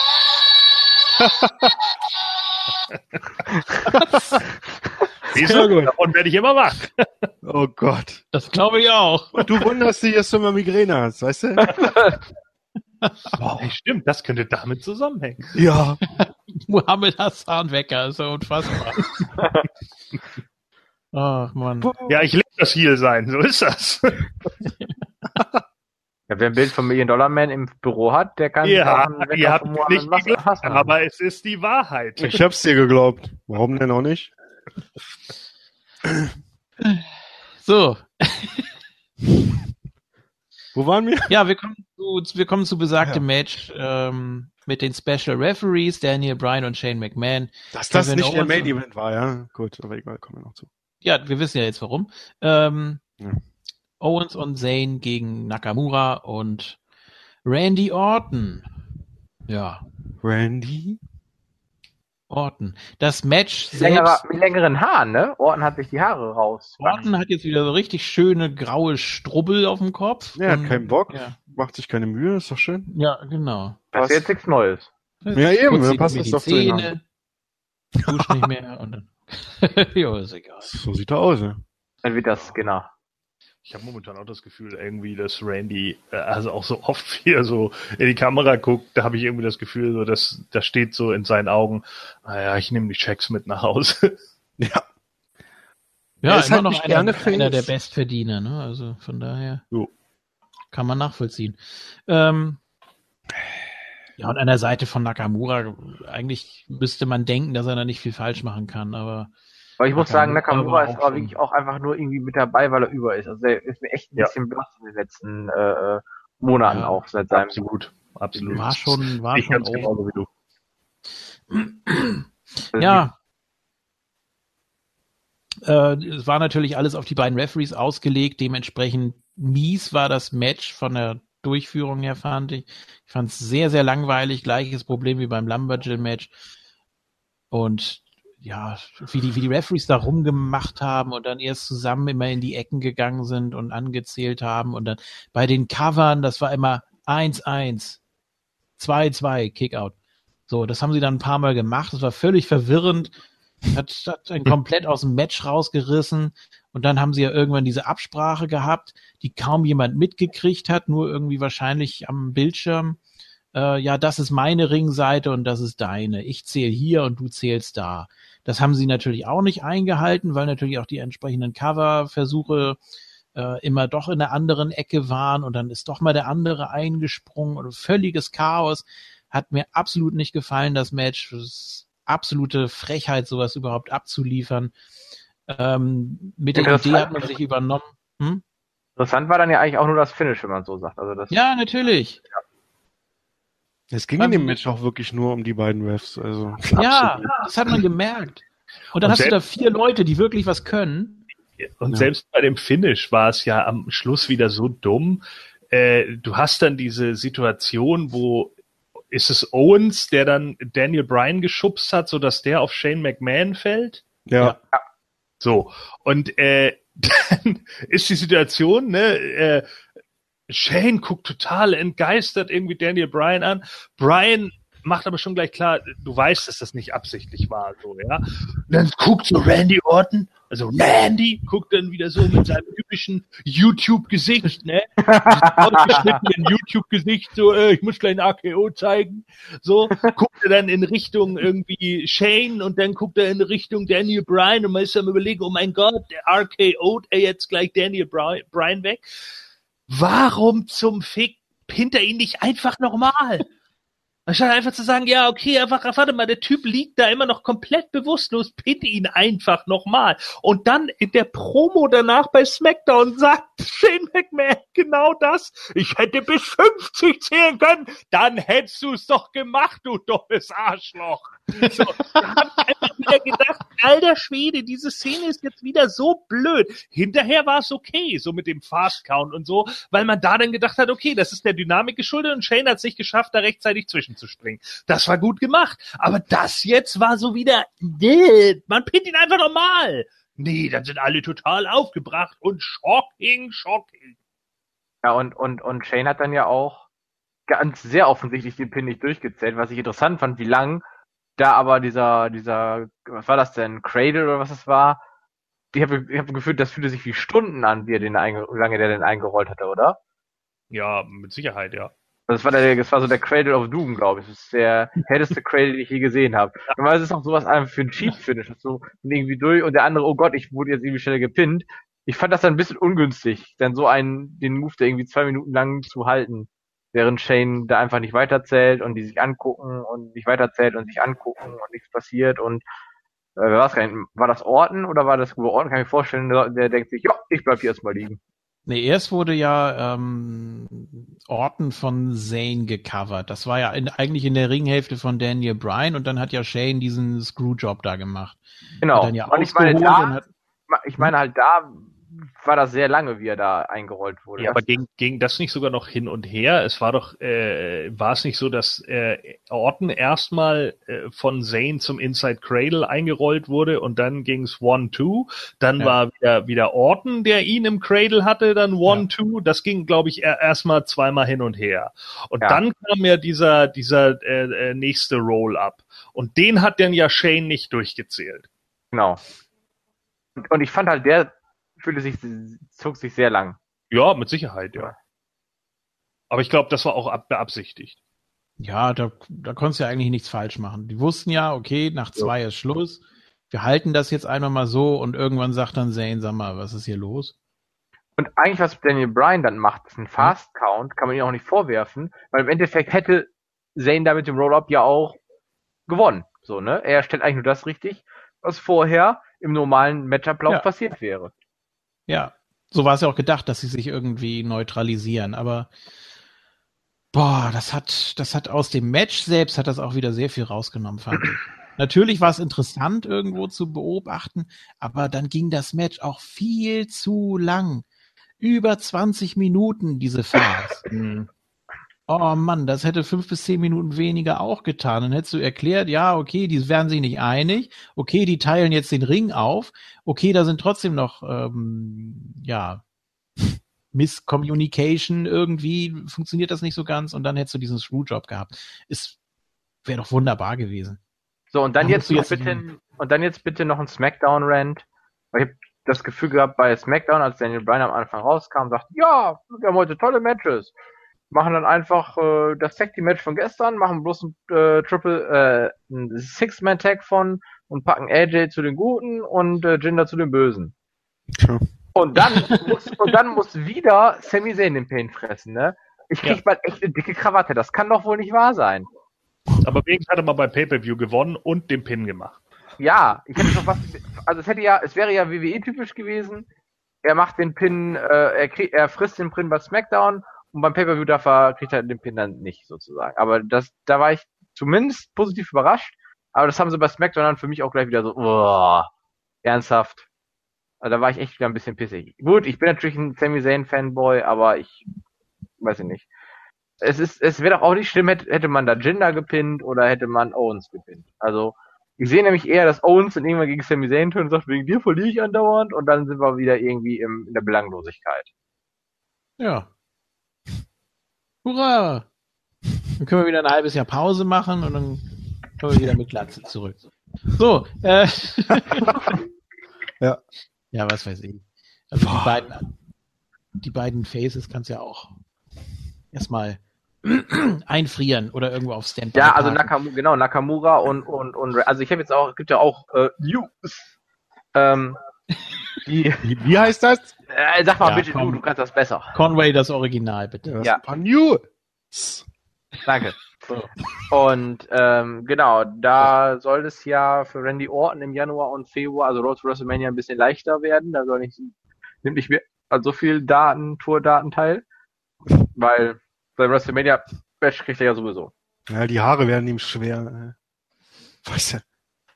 Siehst Sehr du? gut. Davon werde ich immer wach. Oh Gott. Das glaube ich auch. Und du wunderst dich, dass du immer Migräne hast, weißt du? Hey, stimmt, das könnte damit zusammenhängen. Ja. Mohammed Hassan Wecker, ist so unfassbar. Ach Mann. Ja, ich lebe das Heel sein, so ist das. Ja, wer ein Bild von Million Dollar Man im Büro hat, der kann Ja, auch einen Wecker ihr habt von mir Mohammed nicht Mas- geglaubt, Hassan. aber es ist die Wahrheit. Ich hab's dir geglaubt. Warum denn auch nicht? So, Wo waren wir? ja, wir kommen zu, wir kommen zu besagtem Match ähm, mit den Special Referees, Daniel Bryan und Shane McMahon. Dass das Kevin nicht der Owens Main und- Event war, ja. Gut, aber egal, kommen wir noch zu. Ja, wir wissen ja jetzt warum. Ähm, Ja. Owens und Zayn gegen Nakamura und Randy Orton. Ja, Randy? Orton. Das Match Längerer, selbst. mit längeren Haaren, ne? Orton hat sich die Haare raus. Orton hat jetzt wieder so richtig schöne graue Strubbel auf dem Kopf. Er hat Und- keinen Bock, Ja, macht sich keine Mühe, ist doch schön. ja genau. Das ist jetzt nichts Neues. Ja, eben, Putzt dann sich passt mir das die doch zu den Zähne, duscht nicht mehr und dann. Jo, ist egal. So sieht er aus, ja. Dann wird das, genau. Ich habe momentan auch das Gefühl, irgendwie, dass Randy, äh, also auch so oft, wie er so in die Kamera guckt, da habe ich irgendwie das Gefühl, so, dass da steht so in seinen Augen, naja, ich nehme die Checks mit nach Hause. Ja. Ja, Er ist immer halt noch nicht einer, gerne einer der Face. Bestverdiener, ne? Also von daher Jo. kann man nachvollziehen. Ähm, ja, und an der Seite von Nakamura, eigentlich müsste man denken, dass er da nicht viel falsch machen kann, aber Aber ich muss sagen, Nakamura Nakamura ist aber wirklich auch einfach nur irgendwie mit dabei, weil er über ist. Also der ist mir echt ein Ja. bisschen blass in den letzten äh, Monaten Ja, auch seit seinem. Absolut, absolut. War schon, war Ich schon ganz genauso wie du. Ja. Äh, es war natürlich alles auf die beiden Referees ausgelegt, dementsprechend mies war das Match von der Durchführung her, fand ich. Ich fand es sehr, sehr langweilig, gleiches Problem wie beim Lumberjill-Match. Und ja, wie die, wie die Referees da rumgemacht haben und dann erst zusammen immer in die Ecken gegangen sind und angezählt haben und dann bei den Covern, das war immer eins eins, zwei zwei, Kickout. So, das haben sie dann ein paar Mal gemacht, das war völlig verwirrend. Hat, hat einen komplett aus dem Match rausgerissen und dann haben sie ja irgendwann diese Absprache gehabt, die kaum jemand mitgekriegt hat, nur irgendwie wahrscheinlich am Bildschirm. Äh, ja, das ist meine Ringseite und das ist deine. Ich zähle hier und du zählst da. Das haben sie natürlich auch nicht eingehalten, weil natürlich auch die entsprechenden Coverversuche äh, immer doch in der anderen Ecke waren und dann ist doch mal der andere eingesprungen und völliges Chaos. Hat mir absolut nicht gefallen, das Match. Das ist absolute Frechheit, sowas überhaupt abzuliefern. Ähm, mit der Idee hat man sich übernommen. Hm? Interessant war dann ja eigentlich auch nur das Finish, wenn man so sagt. Also das Ja, natürlich. Es ging in dem Match auch wirklich nur um die beiden Refs. Also. Ja, Absolut. das hat man gemerkt. Und dann Und hast du da vier Leute, die wirklich was können. Und Ja. selbst bei dem Finish war es ja am Schluss wieder so dumm. Äh, du hast dann diese Situation, wo ist es Owens, der dann Daniel Bryan geschubst hat, sodass der auf Shane McMahon fällt? Ja. Ja. So. Und äh, dann ist die Situation, ne, äh, Shane guckt total entgeistert irgendwie Daniel Bryan an. Bryan macht aber schon gleich klar, du weißt, dass das nicht absichtlich war, so, ja. Und dann guckt so Randy Orton, also Randy, guckt dann wieder so mit seinem typischen YouTube-Gesicht, ne? Ausgeschnittenen YouTube-Gesicht, so, äh, ich muss gleich ein R K O zeigen. So, guckt er dann in Richtung irgendwie Shane und dann guckt er in Richtung Daniel Bryan und man ist am überlegen, oh mein Gott, der R K O'd er jetzt gleich Daniel Bryan weg. Warum zum Fick pinnt er ihn nicht einfach nochmal? Anstatt einfach zu sagen, ja, okay, einfach, warte mal, der Typ liegt da immer noch komplett bewusstlos, pinnt ihn einfach nochmal. Und dann in der Promo danach bei SmackDown sagt Shane McMahon genau das. Ich hätte bis fünfzig zählen können, dann hättest du es doch gemacht, du dummes Arschloch. So, da hab ich einfach wieder gedacht, alter Schwede, diese Szene ist jetzt wieder so blöd. Hinterher war es okay, so mit dem Fast Count und so, weil man da dann gedacht hat, okay, das ist der Dynamik geschuldet und Shane hat es nicht geschafft, da rechtzeitig zwischenzuspringen. Das war gut gemacht. Aber das jetzt war so wieder, nee, man pinnt ihn einfach normal. Nee, dann sind alle total aufgebracht und shocking, shocking. Ja, und, und, und Shane hat dann ja auch ganz sehr offensichtlich den Pin nicht durchgezählt, was ich interessant fand, wie lang da aber dieser, dieser, was war das denn, Cradle oder was es war? Ich habe ich hab gefühlt, das fühlte sich wie Stunden an, wie er den einge, wie lange der den eingerollt hatte, oder? Ja, mit Sicherheit, ja. Das war der, das war so der Cradle of Doom, glaube ich. Das ist der härteste Cradle, den ich je gesehen habe. Normalerweise ist auch sowas einfach für einen Cheat-Finish, so irgendwie durch und der andere, oh Gott, ich wurde jetzt irgendwie schnell gepinnt. Ich fand das dann ein bisschen ungünstig, dann so einen, den Move, der irgendwie zwei Minuten lang zu halten, während Shane da einfach nicht weiterzählt und die sich angucken und nicht weiterzählt und sich angucken und nichts passiert und äh, wer war's gar nicht, war das Orton oder war das über Orton? Kann ich mir vorstellen, der, der denkt sich, ja, ich bleib hier erstmal liegen. Nee, erst wurde ja ähm, Orton von Zayn gecovert. Das war ja in, eigentlich in der Ringhälfte von Daniel Bryan und dann hat ja Shane diesen Screwjob da gemacht. Genau. Hat dann ja und ich meine, ausgeholt und da, hat, ich meine halt, da war das sehr lange, wie er da eingerollt wurde. Ja, aber ging, ging das nicht sogar noch hin und her? Es war doch, äh, war es nicht so, dass äh, Orton erstmal äh, von Zayn zum Inside Cradle eingerollt wurde und dann ging's one two, dann Ja. war wieder wieder Orton, der ihn im Cradle hatte, dann one two, das ging, glaube ich, er, erstmal zweimal hin und her. Und Ja. dann kam ja dieser dieser äh, äh, nächste Roll-Up und den hat dann ja Shane nicht durchgezählt. Genau. Und, und ich fand halt, der fühlte sich, zog sich sehr lang. Ja, mit Sicherheit, ja. Aber ich glaube, das war auch ab- beabsichtigt. ja, da, da konntest du ja eigentlich nichts falsch machen. Die wussten ja, okay, nach zwei ist Schluss. Wir halten das jetzt einfach mal so und irgendwann sagt dann Zayn, sag mal, was ist hier los? Und eigentlich, was Daniel Bryan dann macht, ist ein Fast Count, kann man ihm auch nicht vorwerfen, weil im Endeffekt hätte Zayn da mit dem Roll-Up ja auch gewonnen. So, ne? Er stellt eigentlich nur das richtig, was vorher im normalen Matchablauf Ja. passiert wäre. Ja, so war es ja auch gedacht, dass sie sich irgendwie neutralisieren, aber boah, das hat, das hat aus dem Match selbst hat das auch wieder sehr viel rausgenommen, fand ich. Natürlich war es interessant, irgendwo zu beobachten, aber dann ging das Match auch viel zu lang. Über zwanzig Minuten, diese Farce. Mhm. Oh Mann, das hätte fünf bis zehn Minuten weniger auch getan. Dann hättest du erklärt, ja, okay, die werden sich nicht einig. Okay, die teilen jetzt den Ring auf. Okay, da sind trotzdem noch, ähm, ja, Misscommunication irgendwie. Funktioniert das nicht so ganz. Und dann hättest du diesen Screwjob gehabt. Es wäre doch wunderbar gewesen. So, und dann Da jetzt, musst du noch jetzt- bitte, und dann jetzt bitte noch ein Smackdown-Rant. Weil ich habe das Gefühl gehabt, bei Smackdown, als Daniel Bryan am Anfang rauskam, sagt, ja, wir haben heute tolle Matches. Machen dann einfach äh, das Tag-Team-Match von gestern, machen bloß ein äh, Triple, äh, ein Six-Man-Tag von und packen A J zu den Guten und äh, Jinder zu den Bösen. Tja. Und dann muss, und dann muss wieder Sami Zayn den Pain fressen, ne? Ich krieg Ja. bald echt eine dicke Krawatte. Das kann doch wohl nicht wahr sein. Aber wenigstens hat er mal bei Pay-Per-View gewonnen und den Pin gemacht. Ja, ich hätte doch was, also es hätte ja, es wäre ja W W E-typisch gewesen. Er macht den Pin, äh, er, krieg, er frisst den Pin bei SmackDown und beim Pay-Per-View darf er, kriegt er den Pin dann nicht, sozusagen. Aber das, da war ich zumindest positiv überrascht. Aber das haben sie bei SmackDown dann für mich auch gleich wieder so, oh, ernsthaft. Also da war ich echt wieder ein bisschen pissig. Gut, ich bin natürlich ein Sami Zayn-Fanboy, aber ich weiß ich nicht. Es ist, es wäre doch auch nicht schlimm, hätte, hätte man da Jinder gepinnt oder hätte man Owens gepinnt. Also, ich sehe nämlich eher, dass Owens dann irgendwann gegen Sami Zayn tut und sagt, wegen dir verliere ich andauernd und dann sind wir wieder irgendwie im, in der Belanglosigkeit. Ja. Hurra! Dann können wir wieder ein halbes Jahr Pause machen und dann kommen wir wieder mit Glatze zurück. So, äh. Ja. Ja, was weiß ich. Also die beiden, die beiden Faces kannst ja auch erstmal einfrieren oder irgendwo auf Standby Ja, also parken. Nakamura, genau, Nakamura und, und, und, also ich habe jetzt auch, es gibt ja auch, äh, News, ähm, die, Wie, wie heißt das? äh, sag mal Ja, bitte komm. du, du kannst das besser. Conway, das Original, bitte. Ja. Ja. Ein paar News. Danke. Und ähm, genau, da soll es ja für Randy Orton im Januar und Februar, also Road to WrestleMania, ein bisschen leichter werden. Da soll nicht, nimmt nicht mehr an so viel Daten, Tourdaten teil, weil bei WrestleMania Match kriegt er ja sowieso. Ja, die Haare werden ihm schwer. äh. Weißt du.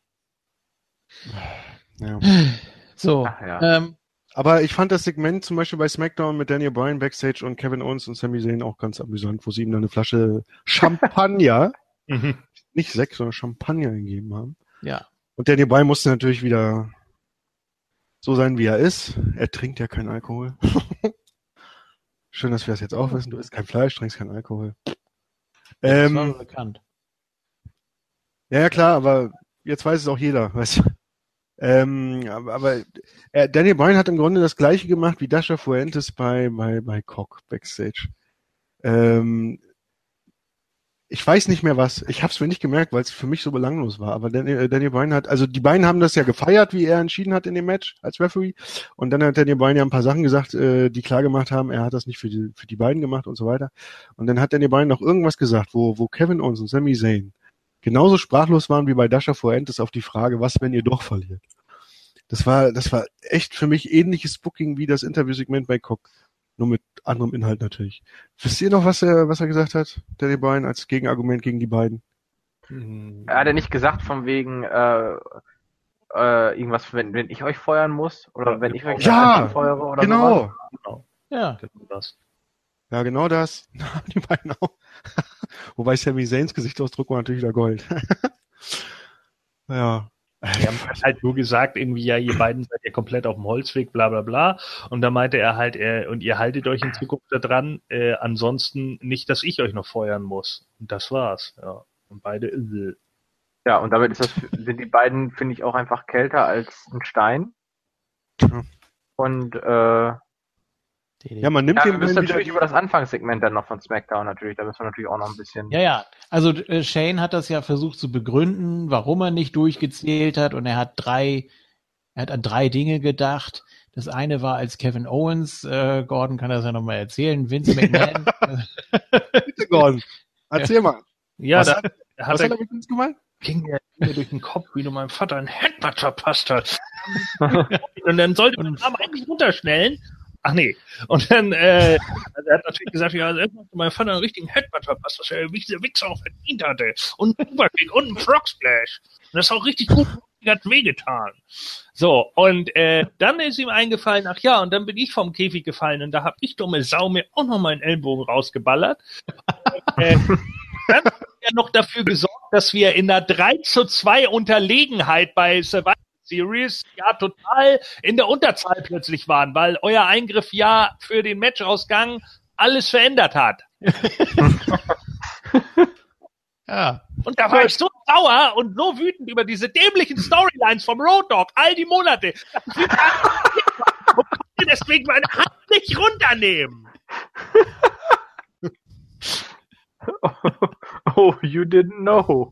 Ja. So, Ach ja. ähm, Aber ich fand das Segment zum Beispiel bei SmackDown mit Daniel Bryan Backstage und Kevin Owens und Sami Zayn auch ganz amüsant, wo sie ihm dann eine Flasche Champagner, Mhm. nicht Sekt, sondern Champagner gegeben haben. ja. Und Daniel Bryan musste natürlich wieder so sein, wie er ist. Er trinkt ja keinen Alkohol. Schön, dass wir das jetzt auch wissen. Du isst kein Fleisch, trinkst keinen Alkohol. Das war Ähm, bekannt. ja, ja, klar, aber jetzt weiß es auch jeder, weißt du. Ähm, aber aber äh, Daniel Bryan hat im Grunde das Gleiche gemacht wie Dasha Fuentes bei bei bei Cock Backstage. Ähm, ich weiß nicht mehr was. Ich habe es mir nicht gemerkt, weil es für mich so belanglos war. Aber Daniel, äh, Daniel Bryan hat, also die beiden haben das ja gefeiert, wie er entschieden hat in dem Match als Referee. Und dann hat Daniel Bryan ja ein paar Sachen gesagt, äh, die klar gemacht haben, er hat das nicht für die für die beiden gemacht und so weiter. Und dann hat Daniel Bryan noch irgendwas gesagt, wo wo Kevin Owens und Sami Zayn genauso sprachlos waren wie bei Dasha Fuentes auf die Frage, was, wenn ihr doch verliert. Das war, das war echt für mich ähnliches Booking wie das Interviewsegment bei Cock. Nur mit anderem Inhalt natürlich. Wisst ihr noch, was er, was er gesagt hat, Daniel Bryan, als Gegenargument gegen die beiden? Er hat ja nicht gesagt von wegen, äh, äh, irgendwas, wenn, wenn ich euch feuern muss oder Ja, wenn ich euch ja, feuere oder Genau. sowas. Ja. Genau das. Ja, genau das. Die beiden auch. Wobei Sami Zayns Gesichtsausdruck war natürlich wieder Gold. Ja. Die haben halt nur gesagt, irgendwie, ja, ihr beiden seid ja komplett auf dem Holzweg, bla bla bla. Und da meinte er halt, äh, und ihr haltet euch in Zukunft da dran, äh, ansonsten nicht, dass ich euch noch feuern muss. Und das war's, ja. Und beide, äh. Ja, und damit ist das, sind die beiden, finde ich, auch einfach kälter als ein Stein. Ja. Und äh, Ja, man nimmt ja, wir den müssen beiden natürlich wieder, über das Anfangssegment dann noch von SmackDown natürlich, da müssen wir natürlich auch noch ein bisschen. Ja, ja. Also äh, Shane hat das ja versucht zu begründen, warum er nicht durchgezählt hat, und er hat drei, er hat an drei Dinge gedacht. Das eine war, als Kevin Owens, äh, Gordon kann das ja nochmal erzählen, Vince McMahon. bitte, Gordon. Erzähl mal. Ja, Was da hat- hat Was er hat er mit uns gemeint? ging der mir durch den Kopf, wie du meinem Vater ein Headbutt verpasst hast. Und dann sollte man den Arm eigentlich runterschnellen. Ach nee. Und dann, äh, also er hat natürlich gesagt, ja, also irgendwann hat mein Vater einen richtigen Headbutt verpasst, was er wie dieser Wichser auch verdient hatte. Und ein Superkick und ein Frog Splash. Und das ist auch richtig gut, hat wehgetan. So, und äh, dann ist ihm eingefallen, ach ja, und dann bin ich vom Käfig gefallen und da hab ich, dumme Sau, mir auch noch meinen Ellbogen rausgeballert. äh, dann hat er noch dafür gesorgt, dass wir in einer drei zu zwei Unterlegenheit bei Survivor Series ja total in der Unterzahl plötzlich waren, weil euer Eingriff ja für den Matchausgang alles verändert hat. Ja. Und da war ich so sauer und so wütend über diese dämlichen Storylines vom Road Dogg all die Monate. Und konnte deswegen meine Hand nicht runternehmen. Oh, you didn't know.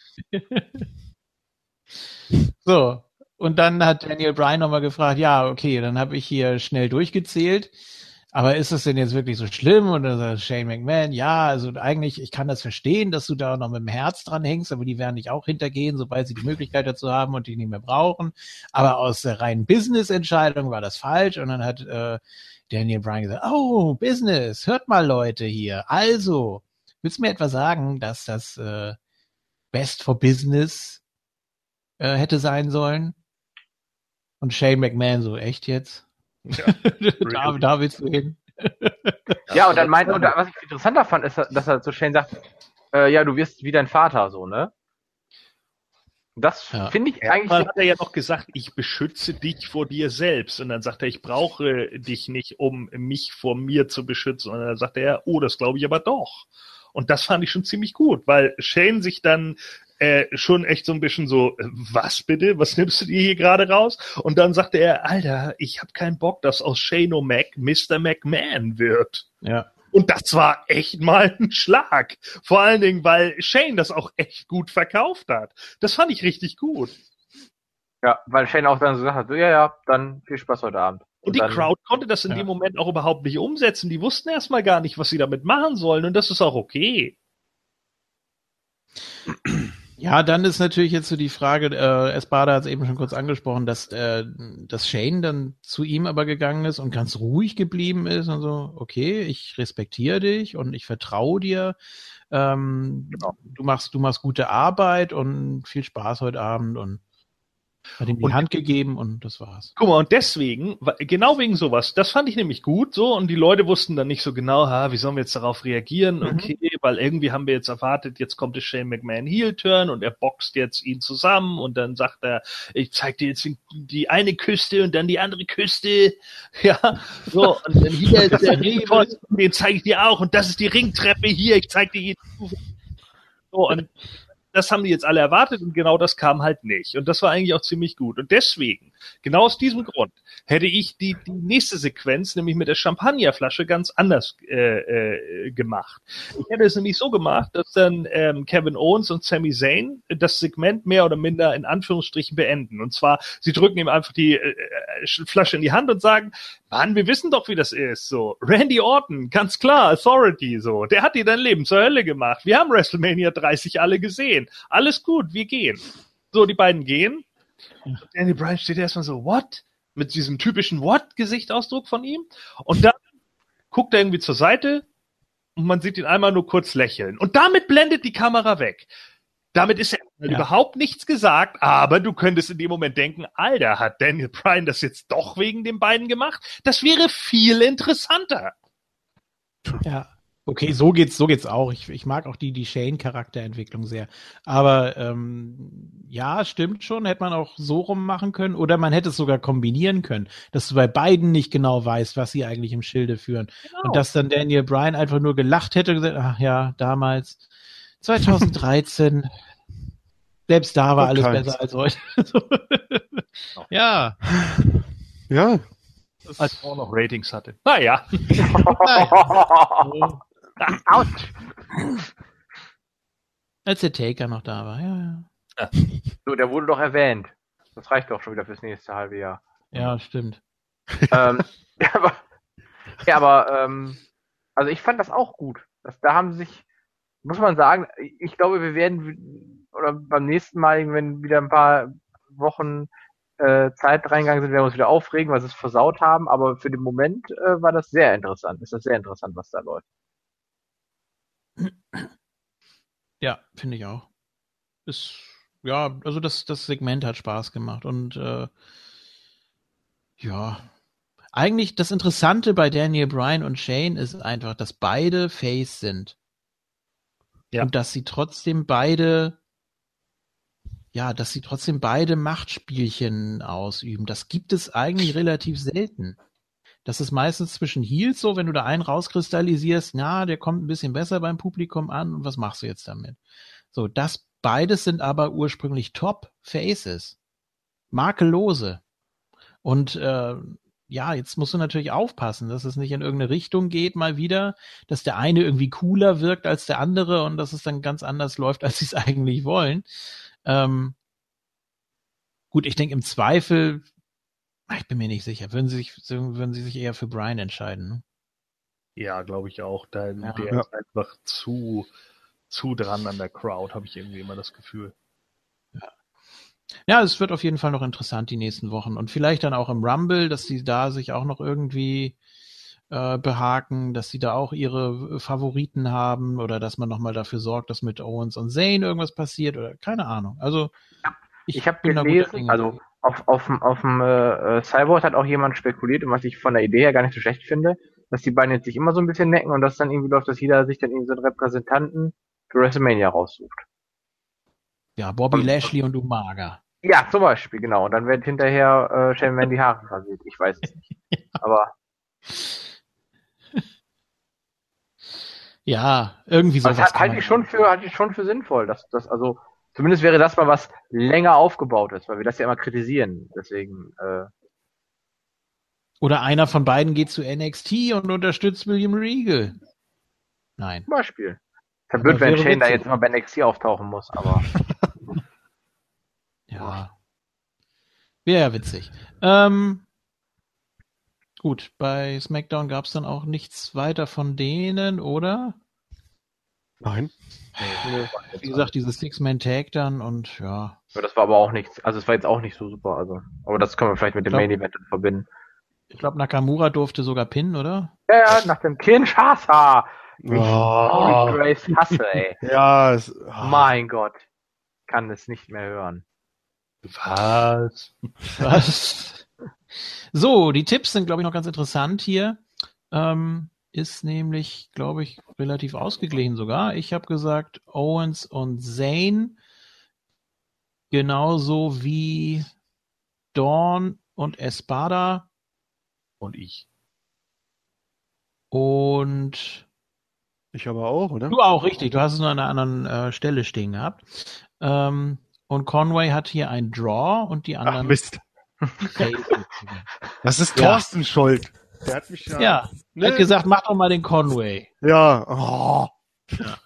So, und dann hat Daniel Bryan nochmal gefragt, ja, okay, dann habe ich hier schnell durchgezählt, aber ist es denn jetzt wirklich so schlimm? Und dann sagt Shane McMahon, ja, also eigentlich, ich kann das verstehen, dass du da noch mit dem Herz dran hängst, aber die werden nicht auch hintergehen, sobald sie die Möglichkeit dazu haben und die nicht mehr brauchen. Aber aus der reinen Business-Entscheidung war das falsch. Und dann hat äh, Daniel Bryan gesagt, oh, Business, hört mal Leute hier. Also, willst du mir etwa sagen, dass das äh, Best for Business äh, hätte sein sollen? Und Shane McMahon so, echt jetzt? Ja, da, da willst du hin. Ja, und dann meint, und was ich interessanter fand, ist, dass er zu Shane sagt, äh, ja, du wirst wie dein Vater, so, ne? Das Ja. finde ich eigentlich... Mal hat er ja noch gesagt, ich beschütze dich vor dir selbst. Und dann sagt er, ich brauche dich nicht, um mich vor mir zu beschützen. Und dann sagt er, oh, das glaube ich aber doch. Und das fand ich schon ziemlich gut, weil Shane sich dann äh, schon echt so ein bisschen so, was bitte? Was nimmst du dir hier gerade raus? Und dann sagte er, Alter, ich habe keinen Bock, dass aus Shane O'Mac Mister McMahon wird. Ja. Und das war echt mal ein Schlag. Vor allen Dingen, weil Shane das auch echt gut verkauft hat. Das fand ich richtig gut. Ja, weil Shane auch dann so gesagt hat, so, ja, ja, dann viel Spaß heute Abend. Und, und die dann, Crowd konnte das in ja. dem Moment auch überhaupt nicht umsetzen. Die wussten erstmal gar nicht, was sie damit machen sollen. Und das ist auch okay. Ja, dann ist natürlich jetzt so die Frage, äh, Espada hat es eben schon kurz angesprochen, dass, äh, dass Shane dann zu ihm aber gegangen ist und ganz ruhig geblieben ist und so, okay, ich respektiere dich und ich vertraue dir, ähm, Genau. du machst, du machst gute Arbeit und viel Spaß heute Abend und hat ihm die Und- Hand gegeben und das war's. Guck mal, und deswegen, genau wegen sowas, das fand ich nämlich gut so und die Leute wussten dann nicht so genau, ha, wie sollen wir jetzt darauf reagieren, Mhm. okay, weil irgendwie haben wir jetzt erwartet, jetzt kommt der Shane McMahon Heel-Turn und er boxt jetzt ihn zusammen und dann sagt er, ich zeig dir jetzt die, die eine Küste und dann die andere Küste, ja, so, und dann hier ist der Ringpfosten, den zeige ich dir auch und das ist die Ringtreppe hier, ich zeig dir jede Stufe. So, und das haben die jetzt alle erwartet und genau das kam halt nicht. Und das war eigentlich auch ziemlich gut. Und deswegen, genau aus diesem Grund, hätte ich die, die nächste Sequenz, nämlich mit der Champagnerflasche, ganz anders äh, äh, gemacht. Ich hätte es nämlich so gemacht, dass dann ähm, Kevin Owens und Sami Zayn das Segment mehr oder minder in Anführungsstrichen beenden. Und zwar, sie drücken ihm einfach die äh, Flasche in die Hand und sagen, Mann, wir wissen doch, wie das ist. So, Randy Orton, ganz klar, Authority, so, der hat dir dein Leben zur Hölle gemacht. Wir haben WrestleMania dreißig alle gesehen. Alles gut, wir gehen. So, die beiden gehen. Und Daniel Bryan steht erstmal so, what? Mit diesem typischen What-Gesichtsausdruck von ihm. Und dann guckt er irgendwie zur Seite und man sieht ihn einmal nur kurz lächeln. Und damit blendet die Kamera weg. Damit ist ja überhaupt nichts gesagt, aber du könntest in dem Moment denken, Alter, hat Daniel Bryan das jetzt doch wegen den beiden gemacht? Das wäre viel interessanter. Ja. Okay, so geht's, so geht's auch. Ich, ich mag auch die, die Shane-Charakterentwicklung sehr. Aber ähm, ja, stimmt schon, hätte man auch so rum machen können. Oder man hätte es sogar kombinieren können, dass du bei beiden nicht genau weißt, was sie eigentlich im Schilde führen. Genau. Und dass dann Daniel Bryan einfach nur gelacht hätte und gesagt, ach ja, damals, zwanzig dreizehn, selbst da war Und alles keins. besser als heute. Ja. Ja. Als er auch noch Ratings hatte. Naja. Naja. Autsch. Als der Taker noch da war, ja, ja. So, der wurde doch erwähnt. Das reicht doch schon wieder fürs nächste halbe Jahr. Ja, stimmt. ähm, ja, aber, ja, aber ähm, also ich fand das auch gut. Das, da haben sich, muss man sagen, ich glaube, wir werden oder beim nächsten Mal, wenn wieder ein paar Wochen äh, Zeit reingegangen sind, werden wir uns wieder aufregen, weil sie es versaut haben, aber für den Moment äh, war das sehr interessant. Ist das sehr interessant, was da läuft. Ja, finde ich auch. Ist, ja, also das, das Segment hat Spaß gemacht und äh, ja, eigentlich das Interessante bei Daniel Bryan und Shane ist einfach, dass beide Face sind. Ja. Und dass sie trotzdem beide, ja, dass sie trotzdem beide Machtspielchen ausüben. Das gibt es eigentlich relativ selten. Das ist meistens zwischen Heels so, wenn du da einen rauskristallisierst, na, der kommt ein bisschen besser beim Publikum an und was machst du jetzt damit? So, das beides sind aber ursprünglich Top Faces. Makellose. Und äh, ja, jetzt musst du natürlich aufpassen, dass es nicht in irgendeine Richtung geht mal wieder, dass der eine irgendwie cooler wirkt als der andere und dass es dann ganz anders läuft, als sie es eigentlich wollen. Ähm, gut, ich denke im Zweifel, ich bin mir nicht sicher, würden sie sich, würden sie sich eher für Bryan entscheiden. Ne? Ja, glaube ich auch. Da, Ja. der Ja. ist einfach zu, zu dran an der Crowd, habe ich irgendwie immer das Gefühl. Ja, es wird auf jeden Fall noch interessant die nächsten Wochen und vielleicht dann auch im Rumble, dass sie da sich auch noch irgendwie äh, behaken, dass sie da auch ihre Favoriten haben oder dass man nochmal dafür sorgt, dass mit Owens und Zayn irgendwas passiert oder keine Ahnung. Also ich, Ich habe bin da guter gelesen, Dinge. also auf, auf, dem- auf dem äh, Cyborg hat auch jemand spekuliert, und was ich von der Idee her gar nicht so schlecht finde, dass die beiden jetzt sich immer so ein bisschen necken und dass dann irgendwie läuft, dass jeder sich dann irgendwie so einen Repräsentanten für WrestleMania raussucht. Ja, Bobby und- Lashley und Umaga. Ja, zum Beispiel, genau. Und dann wird hinterher äh, Shane Man die Haare rasiert. Ich weiß es nicht. Aber Ja, irgendwie also sowas. das halte ich schon für, halte ich schon für sinnvoll, dass das, also zumindest wäre das mal was länger aufgebaut ist, weil wir das ja immer kritisieren. Deswegen, äh, Oder einer von beiden geht zu N X T und unterstützt William Regal. Nein. zum Beispiel. Ist ja Aber blöd, wenn wäre Shane da witzig. jetzt immer bei N X T auftauchen muss, aber Ja. Wäre ja witzig. Ähm, gut, bei SmackDown gab es dann auch nichts weiter von denen, oder? Nein. Wie gesagt, dieses Six-Man-Tag dann und ja. ja, das war aber auch nichts. Also es war jetzt auch nicht so super. Also, aber das können wir vielleicht mit dem Glaub- Main Event dann verbinden. Ich glaube, Nakamura durfte sogar pinnen, oder? Ja, ja, nach dem Kinshasa. Ich Oh. Grace hasse, ey. Ja, es, oh. Mein Gott. Kann es nicht mehr hören. Was? Was? So, die Tipps sind, glaube ich, noch ganz interessant hier. Ähm, ist nämlich, glaube ich, relativ ausgeglichen sogar. Ich habe gesagt, Owens und Zayn. Genauso wie Dawn und Espada. Und ich. Und Ich aber auch, oder? du auch, richtig. Du hast es nur an einer anderen äh, Stelle stehen gehabt. Ähm, und Conway hat hier ein Draw und die Ach anderen. Mist. Faces. Das ist Ja. Thorsten schuld. Der hat mich ja. Ja, er hat gesagt, mach doch mal den Conway. Ja. Oh. Ja.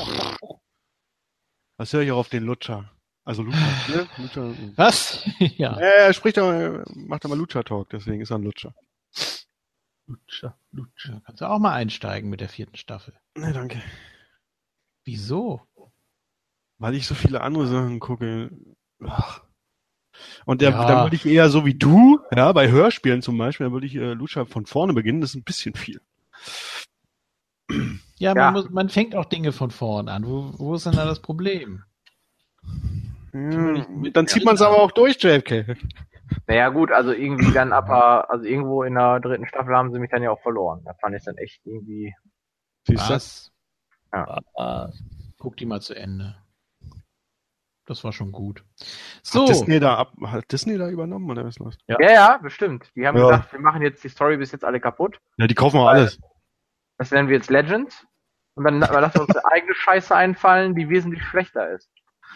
Das höre ich auch auf den Lutscher. Also Lutscher, ne? Lutscher. Was? Ja. Ja, er spricht doch, macht doch mal Lutscher-Talk, deswegen ist er ein Lutscher. Lutscher, Lutscher. Ja, kannst du auch mal einsteigen mit der vierten Staffel. Ne, danke. Wieso? Weil ich so viele andere Sachen gucke. Ach. Und der, Ja. dann würde ich eher so wie du, ja, bei Hörspielen zum Beispiel, dann würde ich äh, Lutscher von vorne beginnen, das ist ein bisschen viel. Ja, man, Ja. muss, man fängt auch Dinge von vorn an. Wo, wo ist denn da das Problem? Ja, dann zieht man es aber auch durch, J F K. Naja, gut, also irgendwie dann aber, also irgendwo in der dritten Staffel haben sie mich dann ja auch verloren. Da fand ich dann echt irgendwie. Siehst du? Was? Ah, Guck die mal zu Ende. Das war schon gut. Hat So, Disney da ab, hat Disney da übernommen oder was ist los? Ja. Ja, ja, bestimmt. Die haben Ja. gesagt, wir machen jetzt die Story bis jetzt alle kaputt. Ja, die kaufen auch alles. Das nennen wir jetzt Legends. Und dann lassen wir uns eine eigene Scheiße einfallen, die wesentlich schlechter ist.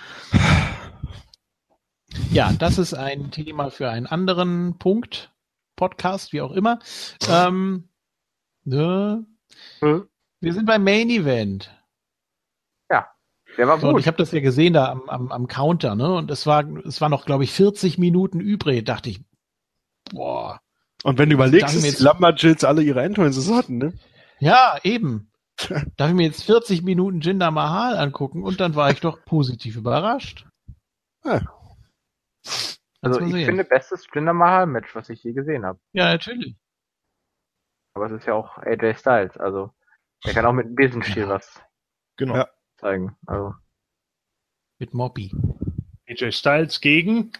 ja, das ist ein Thema für einen anderen Punkt, Podcast, wie auch immer. Ähm, ne? Hm? Wir sind beim Main Event. Der war So, und gut. ich habe das ja gesehen da am, am, am Counter, ne? Und es war, es war noch, glaube ich, vierzig Minuten übrig. Dachte ich, boah. Und wenn du Darf überlegst, ich mir dass jetzt- die Lumberjills alle ihre Entrances hatten, ne? Ja, eben. Darf ich mir jetzt vierzig Minuten Jinder Mahal angucken und dann war ich doch positiv überrascht. Ja. Also Lass mal ich sehen. finde, bestes Jinder Mahal-Match, was ich je gesehen habe. Ja, natürlich. Aber es ist ja auch A J Styles, also der kann auch mit einem Besenstiel Ja. was Genau. Ja. zeigen. Also Mit Moppy. A J Styles gegen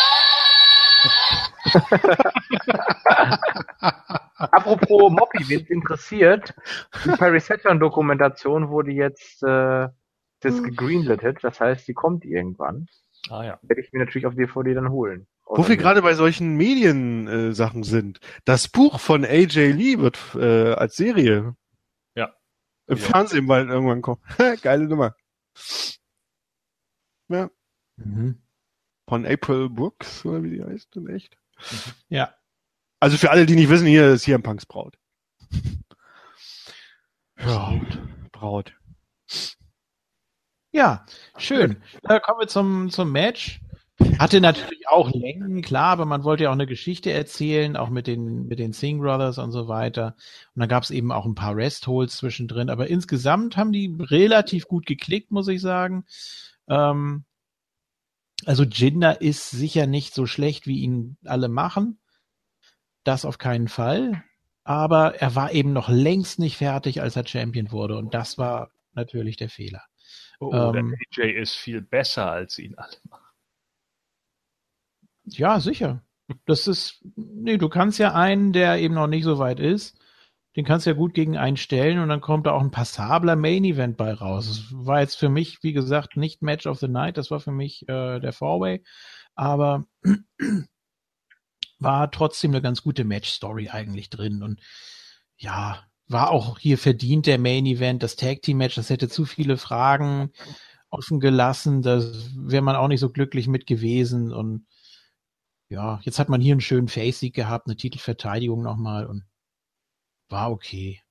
apropos Moppy, wen es interessiert, die Perry Saturn-Dokumentation wurde jetzt äh, das gegreenlightet, das heißt, die kommt irgendwann. Ah ja. Werde ich mir natürlich auf D V D dann holen. Wo wir gerade bei solchen Mediensachen äh, Sachen sind. Das Buch von A J Lee wird äh, als Serie Ja. im Ja. Fernsehen bald irgendwann kommen. Geile Nummer. Ja. Mhm. Von April Brooks, oder wie die heißt, in echt. Ja. Also für alle, die nicht wissen, hier ist C M Punks Braut. Ja, Braut. Ja, schön. Da kommen wir zum, zum Match. Hatte natürlich auch Längen, klar, aber man wollte ja auch eine Geschichte erzählen, auch mit den, mit den Singh Brothers und so weiter. Und dann gab es eben auch ein paar Rest-Holds zwischendrin, aber insgesamt haben die relativ gut geklickt, muss ich sagen. Ähm, also Jinder ist sicher nicht so schlecht, wie ihn alle machen. Das auf keinen Fall. Aber er war eben noch längst nicht fertig, als er Champion wurde. Und das war natürlich der Fehler. Oh, Ähm, der A J ist viel besser als ihn alle machen. Ja, sicher. Das ist, nee, du kannst ja einen, der eben noch nicht so weit ist, den kannst du ja gut gegen einen stellen und dann kommt da auch ein passabler Main Event bei raus. Das war jetzt für mich, wie gesagt, nicht Match of the Night, das war für mich äh, der Four-Way, aber war trotzdem eine ganz gute Match-Story eigentlich drin und ja, war auch hier verdient der Main Event, das Tag Team Match, das hätte zu viele Fragen offen gelassen, da wäre man auch nicht so glücklich mit gewesen und ja, jetzt hat man hier einen schönen Face-Sieg gehabt, eine Titelverteidigung nochmal und war okay.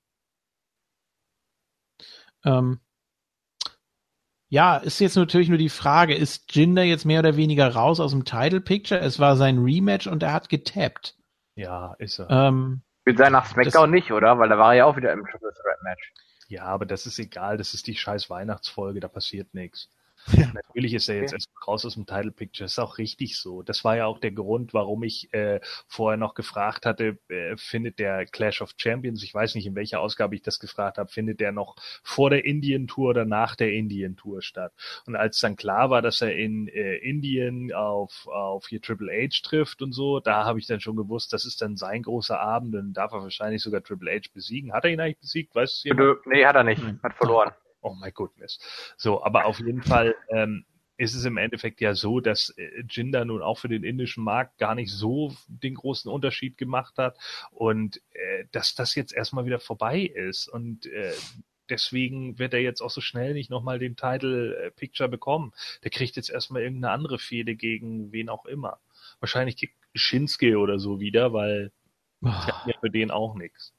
Ähm, ja, ist jetzt natürlich nur die Frage, ist Jinder jetzt mehr oder weniger raus aus dem Title Picture? Es war sein Rematch und er hat getappt. Ja, ist er. Ähm, Wird sein nach SmackDown nicht, oder? Weil da war er ja auch wieder im Triple Threat Match. Ja, aber das ist egal, das ist die scheiß Weihnachtsfolge, da passiert nichts. Ja. Natürlich ist er jetzt Okay. erst raus aus dem Title Picture, ist auch richtig so. Das war ja auch der Grund, warum ich äh, vorher noch gefragt hatte, äh, findet der Clash of Champions, ich weiß nicht, in welcher Ausgabe ich das gefragt habe, findet der noch vor der Indian Tour oder nach der Indian Tour statt? Und als dann klar war, dass er in äh, Indien auf, auf hier Triple H trifft und so, da habe ich dann schon gewusst, das ist dann sein großer Abend, dann darf er wahrscheinlich sogar Triple H besiegen. Hat er ihn eigentlich besiegt? Weißt du es jemand? Nee, hat er nicht. Nein. Hat verloren. Oh my goodness. So, aber auf jeden Fall ähm, ist es im Endeffekt ja so, dass äh, Jinder nun auch für den indischen Markt gar nicht so den großen Unterschied gemacht hat und äh, dass das jetzt erstmal wieder vorbei ist und äh, deswegen wird er jetzt auch so schnell nicht nochmal den Title äh, Picture bekommen. Der kriegt jetzt erstmal irgendeine andere Fehde gegen wen auch immer. Wahrscheinlich kriegt Shinsuke oder so wieder, weil die haben ja für den auch nichts.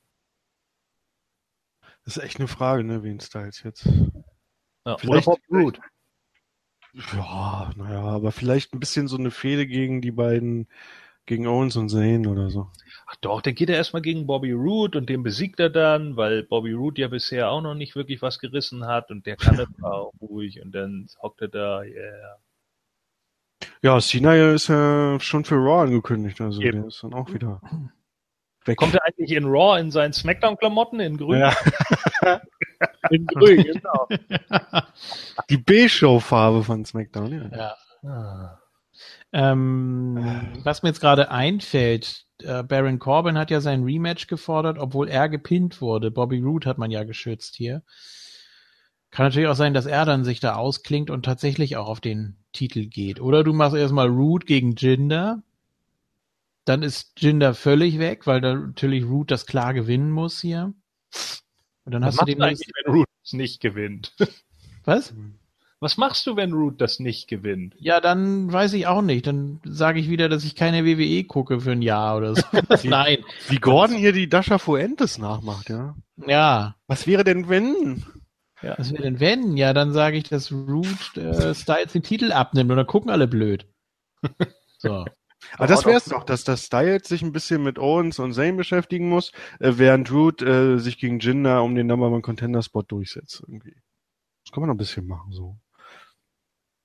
Das ist echt eine Frage, ne, wen Styles jetzt. Ja, Vielleicht- oder Bobby Roode. Ja, naja, aber vielleicht ein bisschen so eine Fehde gegen die beiden, gegen Owens und Zayn oder so. Ach doch, dann geht er erstmal gegen Bobby Roode und den besiegt er dann, weil Bobby Roode ja bisher auch noch nicht wirklich was gerissen hat und der kann das auch ruhig und dann hockt er da, yeah. Ja, Cena ist ja schon für Raw angekündigt, also Eben. der ist dann auch wieder weg. Kommt er eigentlich in Raw in seinen Smackdown-Klamotten in grün? Ja, In grün, genau. die B-Show-Farbe von SmackDown, ja. ja. Ah. Ähm, was mir jetzt gerade einfällt, äh, Baron Corbin hat ja sein Rematch gefordert, obwohl er gepinnt wurde. Bobby Roode hat man ja geschützt hier. Kann natürlich auch sein, dass er dann sich da ausklingt und tatsächlich auch auf den Titel geht. Oder du machst erstmal Roode gegen Jinder. Dann ist Jinder völlig weg, weil da natürlich Roode das klar gewinnen muss hier. Und dann Was hast du machst du demnächst... eigentlich, wenn Roode das nicht gewinnt? Was? Was machst du, wenn Roode das nicht gewinnt? Ja, dann weiß ich auch nicht. Dann sage ich wieder, dass ich keine W W E gucke für ein Jahr oder so. Nein. Wie Gordon hier die Dasha Fuentes nachmacht, ja. Ja. Was wäre denn, wenn? Was wäre denn wenn? Ja, dann sage ich, dass Roode äh, Styles den Titel abnimmt und dann gucken alle blöd. So. Aber das wär's doch, dass das Styles sich ein bisschen mit Owens und Zayn beschäftigen muss, äh, während Roode äh, sich gegen Jinder um den Number One Contender Spot durchsetzt irgendwie. Das kann man noch ein bisschen machen, so.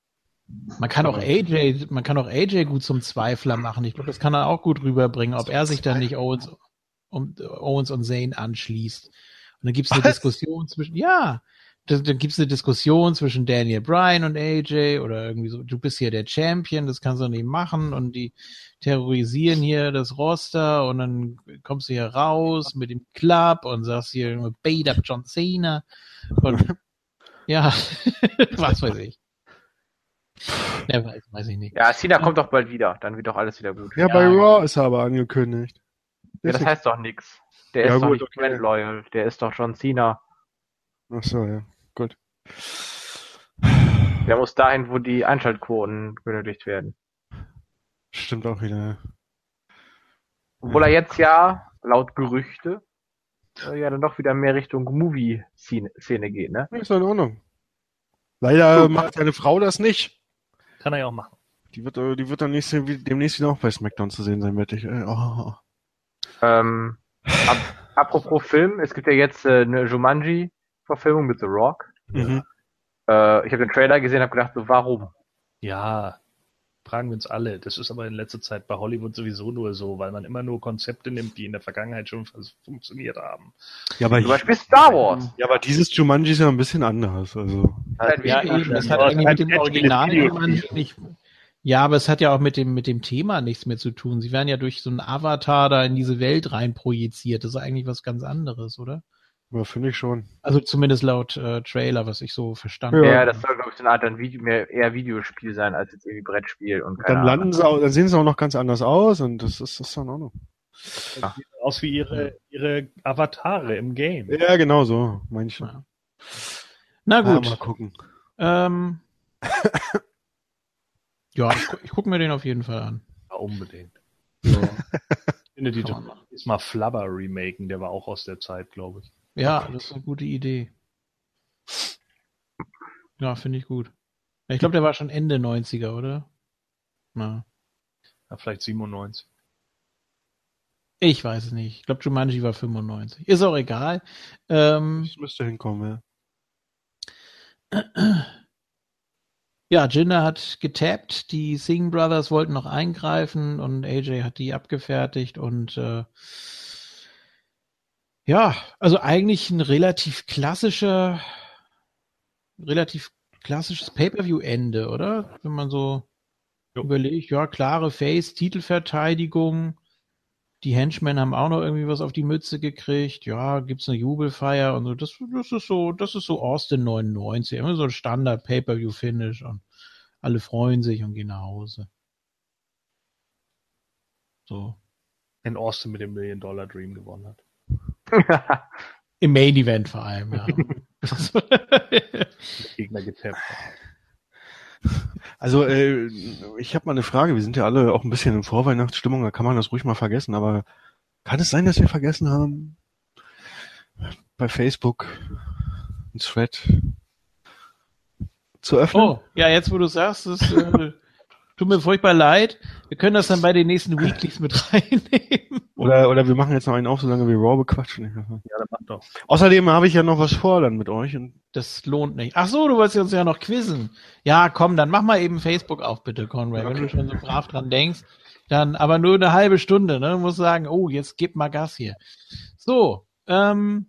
Man kann auch A J, man kann auch A J gut zum Zweifler machen. Ich glaube, das kann er auch gut rüberbringen, ob er sich dann nicht Owens, um, Owens und Zayn anschließt. Und dann gibt's eine Was? Diskussion zwischen, ja, dann, dann gibt's eine Diskussion zwischen Daniel Bryan und A J oder irgendwie so, du bist hier der Champion, das kannst du nicht machen und die terrorisieren hier das Roster und dann kommst du hier raus mit dem Club und sagst hier, bait up John Cena und ja, was weiß ich. Ja, weiß, weiß ich nicht. Ja, Cena kommt doch bald wieder. Dann wird doch alles wieder gut. Ja, Ja, bei ja. Raw ist er aber angekündigt. Ja, das heißt doch nix. Der Ja, ist doch gut, nicht okay. Brand Loyal. Der ist doch John Cena. Ach so, ja. Gut. Der muss dahin, wo die Einschaltquoten benötigt werden. Stimmt auch wieder. ja. Obwohl er jetzt ja, laut Gerüchte, äh, ja dann doch wieder mehr Richtung Movie-Szene geht, ne? Ist doch in Ordnung. Leider macht seine Frau das nicht. Kann er ja auch machen. Die wird, äh, die wird dann nächste, demnächst wieder auch bei SmackDown zu sehen sein, wette ich. Äh, Oh. Ähm, ap apropos Film, es gibt ja jetzt äh, eine Jumanji-Verfilmung mit The Rock. Mhm. Äh, ich habe den Trailer gesehen und habe gedacht, so, warum? Ja, fragen wir uns alle. Das ist aber in letzter Zeit bei Hollywood sowieso nur so, weil man immer nur Konzepte nimmt, die in der Vergangenheit schon funktioniert haben. Ja, aber, Zum Beispiel Star Wars. ja, aber dieses Jumanji ist ja ein bisschen anders. Also. Ja, eben, das hat Ja, eigentlich mit dem kein Original Video- Jumanji nicht. Ja, aber es hat ja auch mit dem, mit dem Thema nichts mehr zu tun. Sie werden ja durch so einen Avatar da in diese Welt rein projiziert. Das ist eigentlich was ganz anderes, oder? Ja, finde ich schon. Also zumindest laut äh, Trailer, was ich so verstanden Ja, habe. das soll, glaube ich, so eine Art dann Video, mehr, eher Videospiel sein, als jetzt irgendwie Brettspiel und keine Dann Ahnung. landen sie auch, dann sehen sie auch noch ganz anders aus und das ist, das ist dann auch noch. Das sieht aus wie ihre, ihre Avatare im Game. Ja, genau so, meine ich. Ja. Na Ah, gut. mal gucken. Ähm, ja, ich, gu- ich gucke mir den auf jeden Fall an. Ja, unbedingt. So. Ich finde, die Kann man machen. ist mal Flubber remaken, der war auch aus der Zeit, glaube ich. Ja, das ist eine gute Idee. Ja, finde ich gut. Ich glaube, der war schon Ende neunziger, oder? Na, Ja, vielleicht siebenundneunzig. ich weiß es nicht. Ich glaube, Jumanji war fünfundneunzig. Ist auch egal. Ähm, Das müsste hinkommen, ja. ja, Jinder hat getappt. Die Singh Brothers wollten noch eingreifen und A J hat die abgefertigt und äh, ja, also eigentlich ein relativ klassischer, relativ klassisches Pay-Per-View-Ende, oder? Wenn man so Jo. überlegt, ja, klare Face-Titelverteidigung. Die Henchmen haben auch noch irgendwie was auf die Mütze gekriegt. Ja, gibt's eine Jubelfeier und so. Das, das ist so, das ist so Austin neunundneunzig. Immer so ein Standard Pay-Per-View-Finish und alle freuen sich und gehen nach Hause. So. In Austin mit dem Million Dollar Dream gewonnen hat. Im Main Event vor allem, ja. Gegner getappt hat. Also, äh, ich habe mal eine Frage. Wir sind ja alle auch ein bisschen in Vorweihnachtsstimmung, da kann man das ruhig mal vergessen, aber kann es sein, dass wir vergessen haben, bei Facebook ein Thread zu öffnen? Oh, ja, jetzt wo du sagst, das äh, tut mir furchtbar leid. Wir können das dann bei den nächsten Weeklies mit reinnehmen. Oder, oder wir machen jetzt noch einen auf, solange wir Raw bequatschen. Ja, dann mach doch. Außerdem habe ich ja noch was vor dann mit euch. Und Das lohnt nicht. Ach so, du wolltest uns ja noch quizzen. Ja, komm, dann mach mal eben Facebook auf, bitte, Conrad. Wenn Okay. du schon so brav dran denkst, dann aber nur eine halbe Stunde, ne? Du musst sagen, oh, jetzt gib mal Gas hier. So, ähm,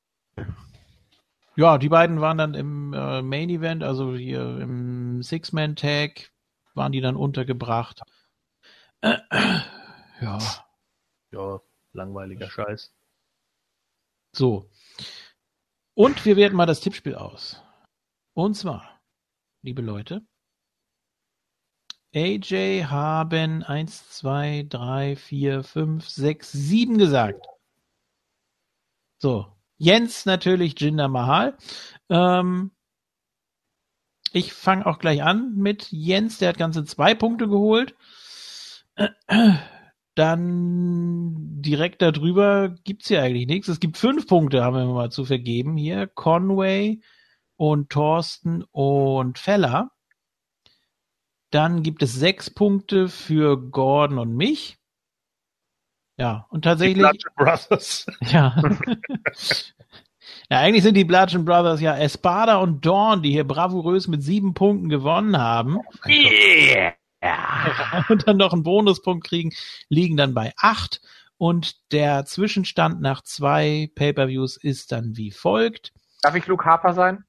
ja, die beiden waren dann im äh, Main Event, also hier im Six-Man-Tag waren die dann untergebracht. Äh, äh, ja, Ja, langweiliger Scheiß. so. Und wir werten mal das Tippspiel aus. Und zwar, liebe Leute, A J haben eins, zwei, drei, vier, fünf, sechs, sieben gesagt. So, Jens natürlich Jinder Mahal. Ähm, ich fange auch gleich an mit Jens, der hat ganze zwei Punkte geholt. Dann direkt darüber gibt's hier eigentlich nichts. Es gibt fünf Punkte, haben wir mal zu vergeben hier. Conway und Thorsten und Feller. Dann gibt es sechs Punkte für Gordon und mich. Ja, und Die tatsächlich, Bludgeon Brothers. ja. Ja, eigentlich sind die Bludgeon Brothers ja Espada und Dawn, die hier bravourös mit sieben Punkten gewonnen haben. Yeah. Und dann noch einen Bonuspunkt kriegen, liegen dann bei acht. Und der Zwischenstand nach zwei Pay-Per-Views ist dann wie folgt. Darf ich Luke Harper sein?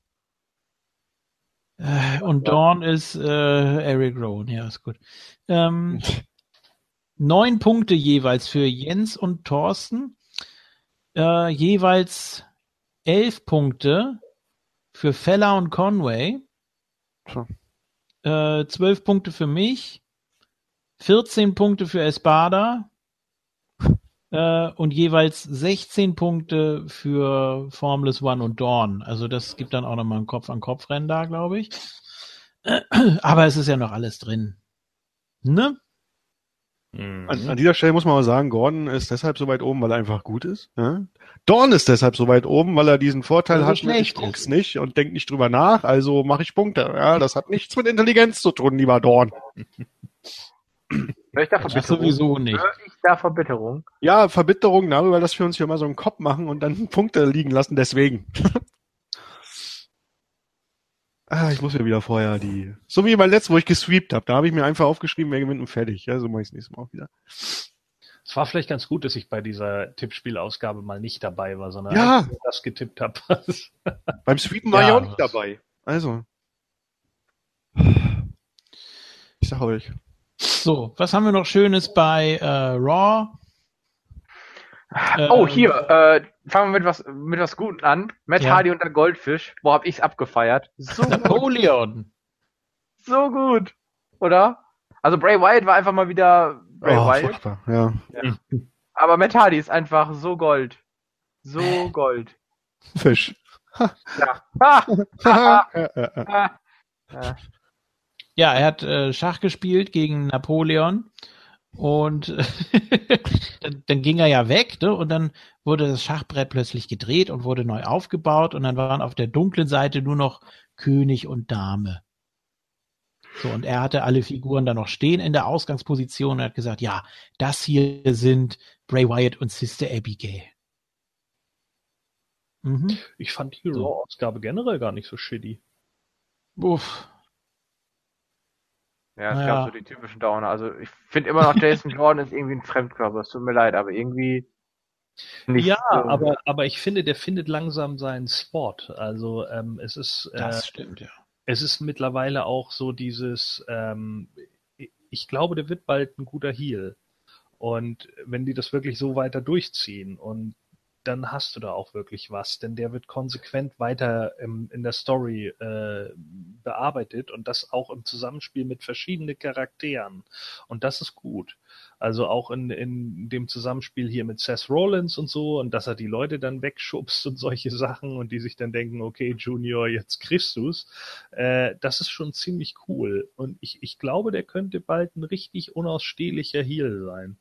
Äh, und Dawn ist äh, Eric Rowan, ja, ist gut. Ähm, neun Punkte jeweils für Jens und Thorsten. Äh, jeweils elf Punkte für Feller und Conway. Hm. Äh, zwölf Punkte für mich. vierzehn Punkte für Espada. Äh, und jeweils sechzehn Punkte für Formless One und Dawn. Also das gibt dann auch nochmal ein Kopf-an-Kopf-Rennen da, glaube ich. Aber es ist ja noch alles drin. Ne? Mhm. An, an dieser Stelle muss man mal sagen, Gordon ist deshalb so weit oben, weil er einfach gut ist. Ja? Dawn ist deshalb so weit oben, weil er diesen Vorteil Weil er hat, so ich schlecht guck's ist. nicht und denk nicht drüber nach, also mache ich Punkte. Ja, das hat nichts mit Intelligenz zu tun, lieber Dawn. Hör ich da Das Verbitterung? sowieso nicht. Hör ich da Verbitterung? Ja, Verbitterung darüber, dass wir uns hier immer so einen Kopf machen und dann Punkte liegen lassen, deswegen. Ah, ich muss mir wieder vorher die... So wie beim letzten, wo ich gesweept habe. Da habe ich mir einfach aufgeschrieben, wer gewinnt und fertig. Ja, so mache ich es nächstes Mal auch wieder. Es war vielleicht ganz gut, dass ich bei dieser Tippspielausgabe mal nicht dabei war, sondern Ja. einfach nur das getippt habe. Beim Sweepen war Ja, ich auch nicht was- dabei. Also. Ich sag euch. So, was haben wir noch Schönes bei äh, Raw? Oh, Ähm, hier, äh, fangen wir mit was, mit was Guten an. Matt Ja. Hardy und der Goldfisch. Wo hab ich's abgefeiert? So gut, Napoleon. so gut. Oder? Also Bray Wyatt war einfach mal wieder Bray Oh, Wyatt. furchtbar, ja. Aber Matt Hardy ist einfach so Gold. So Gold. Fisch. Ja. Ah, ah, Äh, äh, äh. ah, ah. Ja, er hat äh, Schach gespielt gegen Napoleon und dann, dann ging er ja weg, ne? Und dann wurde das Schachbrett plötzlich gedreht und wurde neu aufgebaut und dann waren auf der dunklen Seite nur noch König und Dame. So, und er hatte alle Figuren da noch stehen in der Ausgangsposition und hat gesagt, ja, das hier sind Bray Wyatt und Sister Abigail. Mhm. Ich fand die So. Raw-Ausgabe generell gar nicht so shitty. Uff. Ja, es Naja. gab so die typischen Downer. Also ich finde immer noch, Jason Jordan ist irgendwie ein Fremdkörper. Es tut mir leid, aber irgendwie nicht. Ja, so. aber, aber ich finde, der findet langsam seinen Spot. Also ähm, es ist äh, Das stimmt, ja. es ist mittlerweile auch so dieses, ähm, ich glaube, der wird bald ein guter Heel. Und wenn die das wirklich so weiter durchziehen und dann hast du da auch wirklich was, denn der wird konsequent weiter im, in der Story äh, bearbeitet und das auch im Zusammenspiel mit verschiedenen Charakteren. Und das ist gut. Also auch in, in dem Zusammenspiel hier mit Seth Rollins und so und dass er die Leute dann wegschubst und solche Sachen und die sich dann denken, okay, Junior, jetzt kriegst du's. Äh, das ist schon ziemlich cool. Und ich, ich glaube, der könnte bald ein richtig unausstehlicher Heel sein.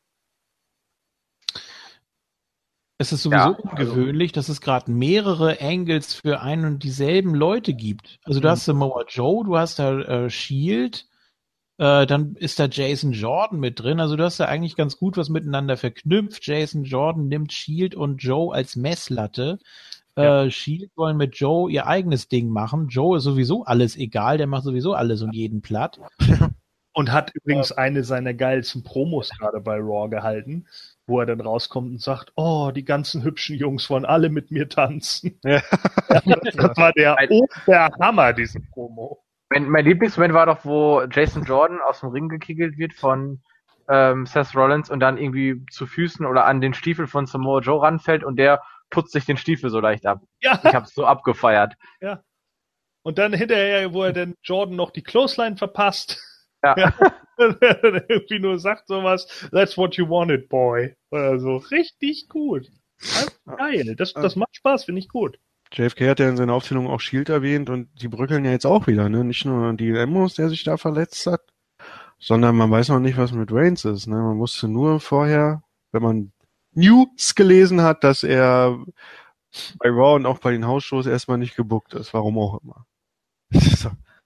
Es ist sowieso Ja, also- ungewöhnlich, dass es gerade mehrere Angles für ein und dieselben Leute gibt. Also du Mhm. hast Samoa Joe, du hast da äh, Shield, äh, dann ist da Jason Jordan mit drin. Also du hast da eigentlich ganz gut was miteinander verknüpft. Jason Jordan nimmt Shield und Joe als Messlatte. Ja. Äh, Shield wollen mit Joe ihr eigenes Ding machen. Joe ist sowieso alles egal, der macht sowieso alles und jeden platt. Und hat übrigens eine seiner geilsten Promos gerade bei Raw gehalten, wo er dann rauskommt und sagt, oh, die ganzen hübschen Jungs wollen alle mit mir tanzen. Ja. Das war der Oberhammer, diese Promo. Mein, mein Lieblingsmoment war doch, wo Jason Jordan aus dem Ring gekickelt wird von ähm, Seth Rollins und dann irgendwie zu Füßen oder an den Stiefel von Samoa Joe ranfällt und der putzt sich den Stiefel so leicht ab. Ja, Ich hab's so abgefeiert. und dann hinterher, wo er dann Jordan noch die Clothesline verpasst. Ja. Ja. Und er dann irgendwie nur sagt sowas, that's what you wanted, boy. Oder so. Richtig gut. Einfach geil. Das, das macht Spaß, finde ich gut. J F K hat ja in seiner Aufzählung auch Shield erwähnt und die bröckeln ja jetzt auch wieder, ne? Nicht nur die Emos, der sich da verletzt hat, sondern man weiß noch nicht, was mit Reigns ist, ne? Man wusste nur vorher, wenn man News gelesen hat, dass er bei Raw und auch bei den Hausshows erstmal nicht gebuckt ist, warum auch immer. So.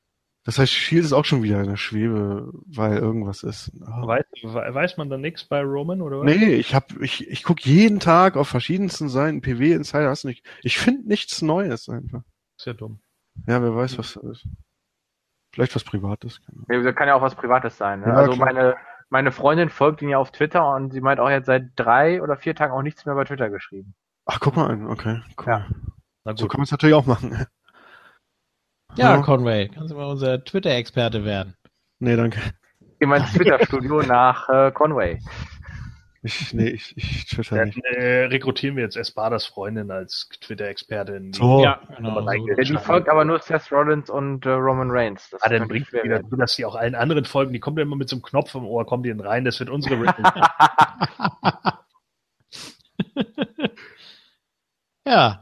Das heißt, Shield ist auch schon wieder in der Schwebe, weil irgendwas ist. Oh. Weiß, weiß man da nichts bei Roman oder was? Nee, ich hab, ich, ich guck jeden Tag auf verschiedensten Seiten, P W Insider, hast du nicht. Ich finde nichts Neues einfach. Ist ja dumm. Ja, wer weiß, was das ist. Vielleicht was Privates. Das kann ja auch was Privates sein. Ne? Ja, also klar. meine, meine Freundin folgt ihn ja auf Twitter und sie meint auch jetzt seit drei oder vier Tagen auch nichts mehr bei Twitter geschrieben. Ach, guck mal an, okay, cool. Ja. Na gut. So kann man es natürlich auch machen. Ja, Ja. Conway, kannst du mal unser Twitter-Experte werden. Nee, danke. In mein Twitter-Studio nach äh, Conway. Ich, nee, ich, ich twitter Dann nicht. äh, rekrutieren wir jetzt Espadas Freundin als Twitter-Expertin. die- So. Ja, genau. Aber So. nein, Ja, die folgt aber nur Seth Rollins und äh, Roman Reigns. Das Ah, dann könnte bringt schwer wieder werden. so, dass sie auch allen anderen folgen. Die kommt ja immer mit so einem Knopf im Ohr, kommt die dann rein. Das wird unsere Rippen. Ja.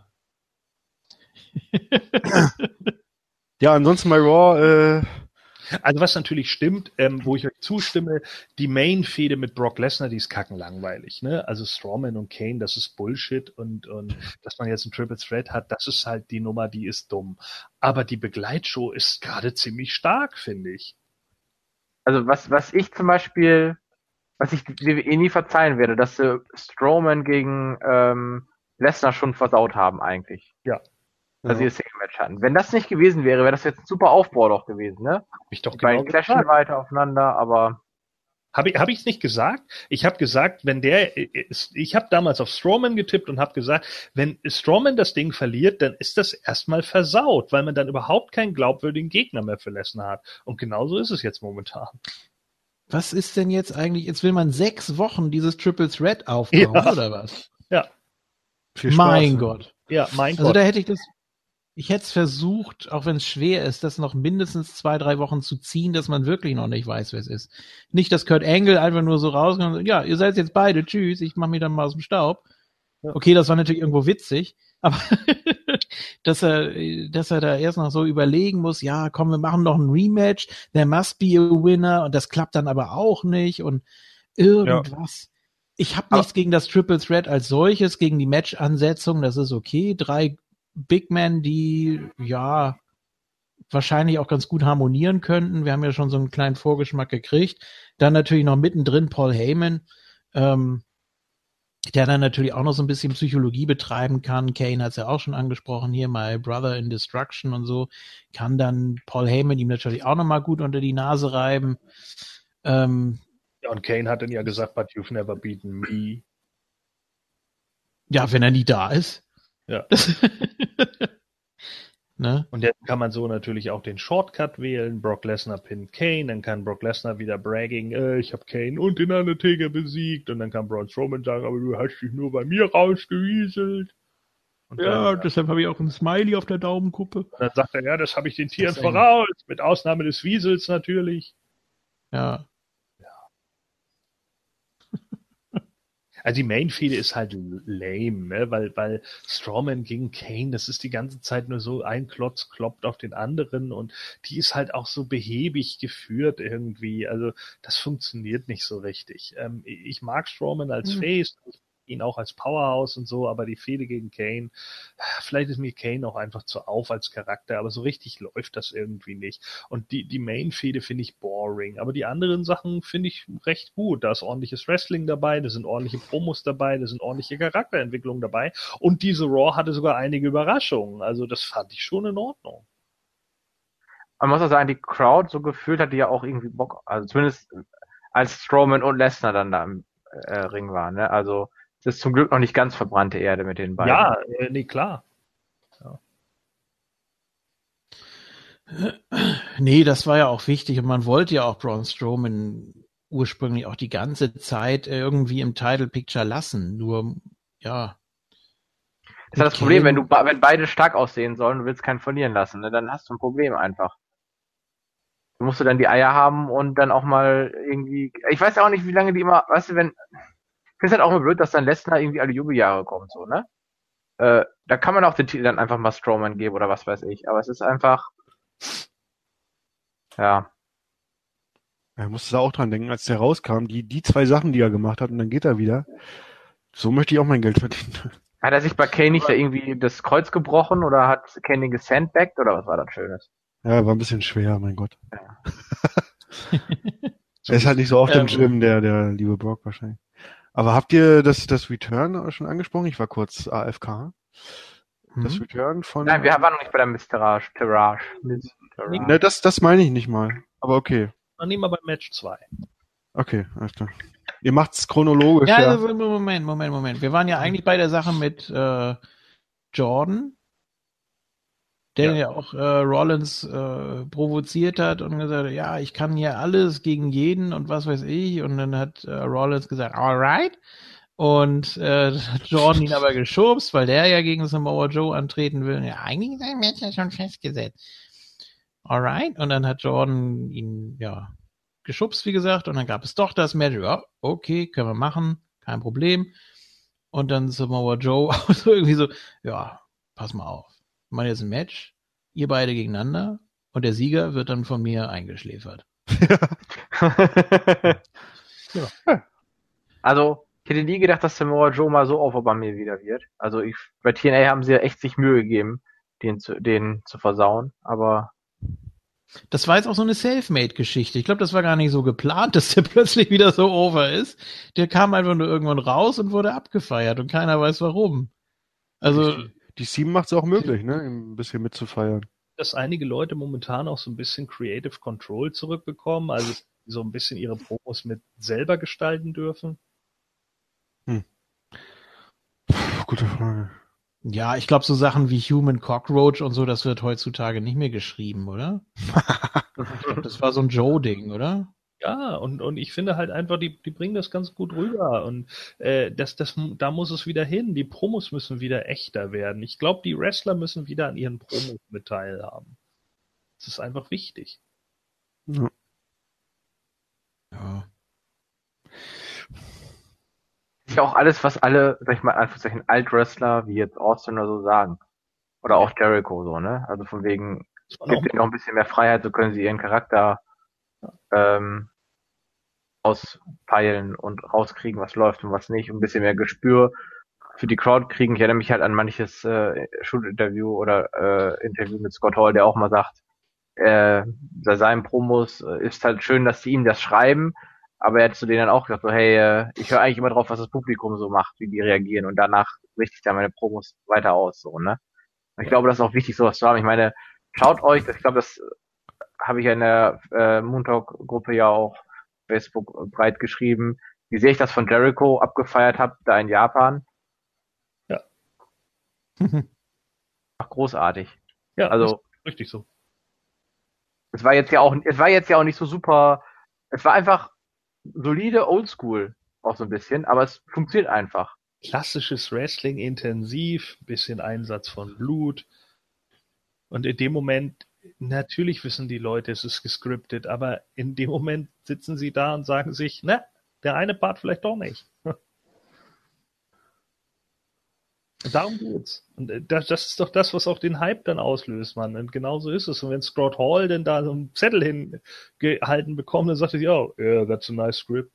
Ja, ansonsten bei Raw, äh, Also was natürlich stimmt, ähm, wo ich euch zustimme, die Main-Fehde mit Brock Lesnar, die ist kackenlangweilig. Ne? Also Strowman und Kane, das ist Bullshit und, und dass man jetzt ein Triple Threat hat, das ist halt die Nummer, die ist dumm. Aber die Begleitshow ist gerade ziemlich stark, finde ich. Also was, was ich zum Beispiel, was ich W W E nie verzeihen werde, dass sie Strowman gegen ähm, Lesnar schon versaut haben eigentlich. Ja. Dass sie das Single-Match hatten. Wenn das nicht gewesen wäre, wäre das jetzt ein super Aufbau doch gewesen, ne? Hab ich doch Die genau beiden clashen gesagt. weiter aufeinander, aber Habe ich, hab ich's nicht gesagt? Ich habe gesagt, wenn der, ich habe damals auf Strowman getippt und habe gesagt, wenn Strowman das Ding verliert, dann ist das erstmal versaut, weil man dann überhaupt keinen glaubwürdigen Gegner mehr für Lesnar hat. Und genauso ist es jetzt momentan. Was ist denn jetzt eigentlich? Jetzt will man sechs Wochen dieses Triple Threat aufbauen, Ja. oder was? Ja, viel Spaß. Mein Gott. ja, mein Also Gott. da hätte ich das, ich hätte es versucht, auch wenn es schwer ist, das noch mindestens zwei, drei Wochen zu ziehen, dass man wirklich noch nicht weiß, wer es ist. Nicht, dass Kurt Angle einfach nur so rauskommt und sagt, ja, ihr seid jetzt beide, tschüss, ich mach mich dann mal aus dem Staub. Ja. Okay, das war natürlich irgendwo witzig, aber dass er, dass er da erst noch so überlegen muss, ja, komm, wir machen noch ein Rematch, there must be a winner, und das klappt dann aber auch nicht und irgendwas. Ich habe nichts gegen das Triple Threat als solches, gegen die Match-Ansetzung, das ist okay. Drei Big Men, die ja wahrscheinlich auch ganz gut harmonieren könnten. Wir haben ja schon so einen kleinen Vorgeschmack gekriegt. Dann natürlich noch mittendrin Paul Heyman, ähm, der dann natürlich auch noch so ein bisschen Psychologie betreiben kann. Kane hat es ja auch schon angesprochen, hier My Brother in Destruction und so. Kann dann Paul Heyman ihm natürlich auch noch mal gut unter die Nase reiben. Ähm, Ja, und Kane hat dann ja gesagt, but you've never beaten me. ja, wenn er nie da ist. Ja. Ne? Und jetzt kann man so natürlich auch den Shortcut wählen. Brock Lesnar pinnt Kane, dann kann Brock Lesnar wieder bragging, äh, ich habe Kane und den Undertaker besiegt. Und dann kann Braun Strowman sagen, aber du hast dich nur bei mir rausgewieselt. Und dann, deshalb habe ich auch ein Smiley auf der Daumenkuppe. dann sagt er, ja, das habe ich den Tieren Das ist voraus, mit Ausnahme des Wiesels natürlich. Ja. Also die Main-Fehde ist halt lame, ne? weil, weil Strowman gegen Kane, das ist die ganze Zeit nur so, ein Klotz kloppt auf den anderen und die ist halt auch so behäbig geführt irgendwie. Also das funktioniert nicht so richtig. Ähm, ich mag Strowman als Mhm. Face, ich mag ihn auch als Powerhouse und so, aber die Fehde gegen Kane, vielleicht ist mir Kane auch einfach zu auf als Charakter, aber so richtig läuft das irgendwie nicht. Und die, die Main-Fehde finde ich boring, aber die anderen Sachen finde ich recht gut. Da ist ordentliches Wrestling dabei, da sind ordentliche Promos dabei, da sind ordentliche Charakterentwicklungen dabei und diese Raw hatte sogar einige Überraschungen. Also das fand ich schon in Ordnung. man muss auch sagen, die Crowd so gefühlt hat die ja auch irgendwie Bock, also zumindest als Strowman und Lesnar dann da im äh, Ring waren, ne? Also es ist zum Glück noch nicht ganz verbrannte Erde mit den beiden. Ja, äh, nee, klar. Nee, das war ja auch wichtig und man wollte ja auch Braun Strowman ursprünglich auch die ganze Zeit irgendwie im Title Picture lassen. Nur, ja. Das ist halt das Problem, wenn du wenn beide stark aussehen sollen, du willst keinen verlieren lassen, ne? Dann hast du ein Problem einfach. Du musst du dann die Eier haben und dann auch mal irgendwie, ich weiß ja auch nicht, wie lange die immer, weißt du, wenn, ich finde es halt auch immer blöd, dass dann Lesnar irgendwie alle Jubeljahre kommt, so, ne? Äh, da kann man auch den Titel dann einfach mal Strowman geben oder was weiß ich, aber es ist einfach, ja. Er musste da auch dran denken, als der rauskam, die, die zwei Sachen, die er gemacht hat, und dann geht er wieder. So möchte ich auch mein Geld verdienen. Hat er sich bei Kane nicht da irgendwie das Kreuz gebrochen oder hat Kane den gesandbagged oder was war das Schönes? Ja, war ein bisschen schwer, mein Gott. Ja. Er ist halt nicht so oft im Ähm, Gym, der, der liebe Brock wahrscheinlich. Aber habt ihr das, das Return schon angesprochen? Ich war kurz A F K. Das Hm? Return von... Nein, wir waren noch nicht bei der Misterage. Terrage. Misterage. Ne, das, das meine ich nicht mal. Aber okay. Dann nehmen wir bei Match zwei. Okay, alles klar. Ihr macht's chronologisch, Ja, ja. also, Moment, Moment, Moment. Wir waren ja eigentlich bei der Sache mit äh, Jordan, der ja, ja auch äh, Rollins äh, provoziert hat und gesagt hat, ja, ich kann hier alles gegen jeden und was weiß ich. Und dann hat äh, Rollins gesagt, alright. Und äh, hat Jordan ihn aber geschubst, weil der ja gegen Samoa Joe antreten will. Ja, eigentlich ist ein Match ja schon festgesetzt. Alright. Und dann hat Jordan ihn, ja, geschubst, wie gesagt. Und dann gab es doch das Match. Ja, okay, können wir machen. Kein Problem. Und dann Samoa Joe so irgendwie so, ja, pass mal auf. Wir machen jetzt ein Match. Ihr beide gegeneinander. Und der Sieger wird dann von mir eingeschläfert. Ja. Also, ich hätte nie gedacht, dass Samoa Joe mal so over bei mir wieder wird. Also ich, bei T N A haben sie ja echt sich Mühe gegeben, den zu, den zu versauen, aber... Das war jetzt auch so eine Selfmade-Geschichte. Ich glaube, das war gar nicht so geplant, dass der plötzlich wieder so over ist. Der kam einfach nur irgendwann raus und wurde abgefeiert und keiner weiß warum. Also... Die Sieben macht's auch möglich, ne, ein bisschen mitzufeiern. Dass einige Leute momentan auch so ein bisschen Creative Control zurückbekommen, also so ein bisschen ihre Promos mit selber gestalten dürfen. Hm. Puh, gute Frage. Ja, ich glaube, so Sachen wie Human Cockroach und so, das wird heutzutage nicht mehr geschrieben, oder? Ich glaube, das war so ein Joe-Ding, oder? Ja, und, und ich finde halt einfach, die, die bringen das ganz gut rüber. Und äh, das, das, da muss es wieder hin. Die Promos müssen wieder echter werden. Ich glaube, die Wrestler müssen wieder an ihren Promos mit teilhaben. Das ist einfach wichtig. Ja. Ja. Ist ja auch alles, was alle, sag ich mal, Anführungszeichen Alt-Wrestler, wie jetzt Austin oder so, sagen. Oder auch Jericho so, ne? Also von wegen, Das war gibt ihnen noch ein bisschen mehr Freiheit, so können sie ihren Charakter ähm, auspeilen und rauskriegen, was läuft und was nicht, und ein bisschen mehr Gespür für die Crowd kriegen. Ich erinnere mich halt an manches äh, Schulinterview oder äh, Interview mit Scott Hall, der auch mal sagt, äh, bei seinen Promos äh, ist halt schön, dass sie ihm das schreiben, aber er hat zu denen dann auch gesagt, so, hey, äh, ich höre eigentlich immer drauf, was das Publikum so macht, wie die reagieren, und danach richte ich dann meine Promos weiter aus, so, ne? Und ich glaube, das ist auch wichtig, sowas zu haben. Ich meine, schaut euch, das, ich glaube, das habe ich ja in der äh, Moontalk-Gruppe ja auch Facebook breit geschrieben, wie sehr ich das von Jericho abgefeiert habe, da in Japan. Ja. Ach, großartig. Ja, Also, richtig so. es war jetzt ja auch, es war jetzt ja auch nicht so super, es war einfach solide Oldschool, auch so ein bisschen, aber es funktioniert einfach. Klassisches Wrestling, intensiv, bisschen Einsatz von Blut. Und in dem Moment, natürlich wissen die Leute, es ist gescriptet, aber in dem Moment sitzen sie da und sagen sich, na, der eine Part vielleicht doch nicht. Darum geht's. Und das, das ist doch das, was auch den Hype dann auslöst, Mann. Und genau so ist es. Und wenn Scott Hall denn da so einen Zettel hingehalten bekommt, dann sagt er, oh, yeah, that's a nice script.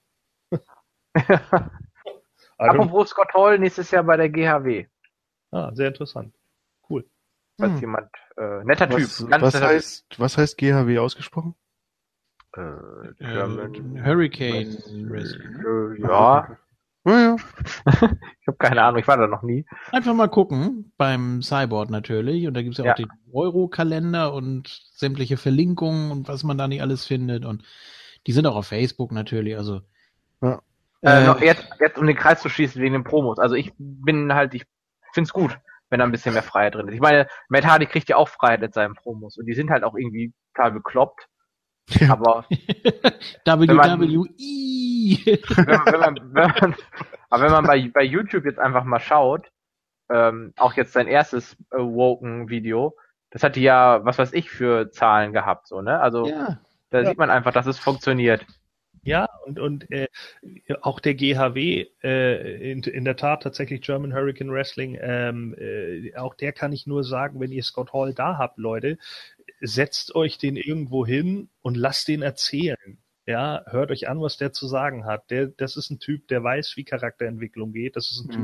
Apropos Scott Hall, nächstes Jahr bei der G H W. Ah, sehr interessant. Cool. Falls Hm. jemand, äh, netter Typ. Was, Ganz was netter heißt, was heißt G H W ausgesprochen? Typ. Äh, Äh, German Hurricane Wrestling. Äh, ja, Naja. ich habe keine Ahnung, ich war da noch nie. Einfach mal gucken, beim Cyborg natürlich. Und da gibt's ja, Ja. auch den Euro-Kalender und sämtliche Verlinkungen und was man da nicht alles findet. Und die sind auch auf Facebook natürlich. Also Ja. Äh, äh, noch jetzt, jetzt um den Kreis zu schließen wegen den Promos. Also ich bin halt, ich find's gut, wenn da ein bisschen mehr Freiheit drin ist. Ich meine, Matt Hardy kriegt ja auch Freiheit mit seinen Promos und die sind halt auch irgendwie total bekloppt. Ja. Aber W man- W E. wenn man, wenn man, wenn man, aber wenn man bei, bei YouTube jetzt einfach mal schaut, ähm, auch jetzt sein erstes äh, Woken-Video, das hat die ja, was weiß ich, für Zahlen gehabt, so, ne? Also Ja. da Ja. sieht man einfach, dass es funktioniert. Ja, und, und äh, auch der G H W, äh, in, in der Tat tatsächlich German Hurricane Wrestling, ähm, äh, auch der kann ich nur sagen, wenn ihr Scott Hall da habt, Leute, setzt euch den irgendwo hin und lasst den erzählen. Ja, hört euch an, was der zu sagen hat. Der, das ist ein Typ, der weiß, wie Charakterentwicklung geht. Das ist ein Typ, Mhm.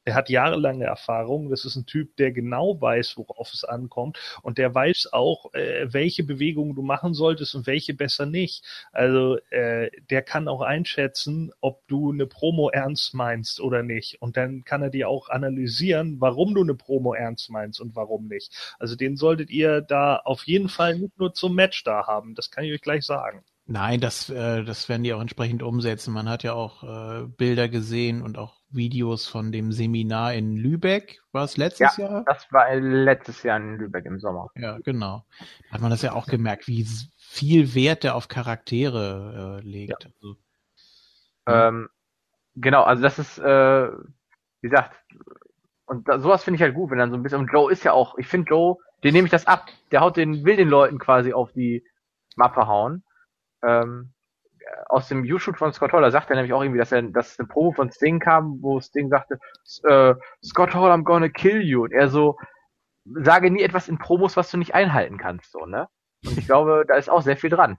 Er hat jahrelange Erfahrung. Das ist ein Typ, der genau weiß, worauf es ankommt. Und der weiß auch, äh, welche Bewegungen du machen solltest und welche besser nicht. Also äh, der kann auch einschätzen, ob du eine Promo ernst meinst oder nicht. Und dann kann er dir auch analysieren, warum du eine Promo ernst meinst und warum nicht. Also den solltet ihr da auf jeden Fall nicht nur zum Match da haben. Das kann ich euch gleich sagen. Nein, das, äh, das werden die auch entsprechend umsetzen. Man hat ja auch äh, Bilder gesehen und auch Videos von dem Seminar in Lübeck. War es letztes Ja, Jahr? das war letztes Jahr in Lübeck im Sommer. Ja, genau. Da hat man das ja auch gemerkt, wie viel Wert der auf Charaktere äh, legt. Ja. Also, Ähm, genau, also das ist, äh, wie gesagt, und da, sowas finde ich halt gut, wenn dann so ein bisschen, und Joe ist ja auch, ich finde Joe, den nehme ich das ab, der haut den, will den Leuten quasi auf die Mappe hauen. Ähm, aus dem U-Shoot von Scott Hall, da sagt er nämlich auch irgendwie, dass er, dass eine Promo von Sting kam, wo Sting sagte, äh, Scott Hall, I'm gonna kill you. Und er so, sage nie etwas in Promos, was du nicht einhalten kannst, so, ne? Und ich glaube, da ist auch sehr viel dran.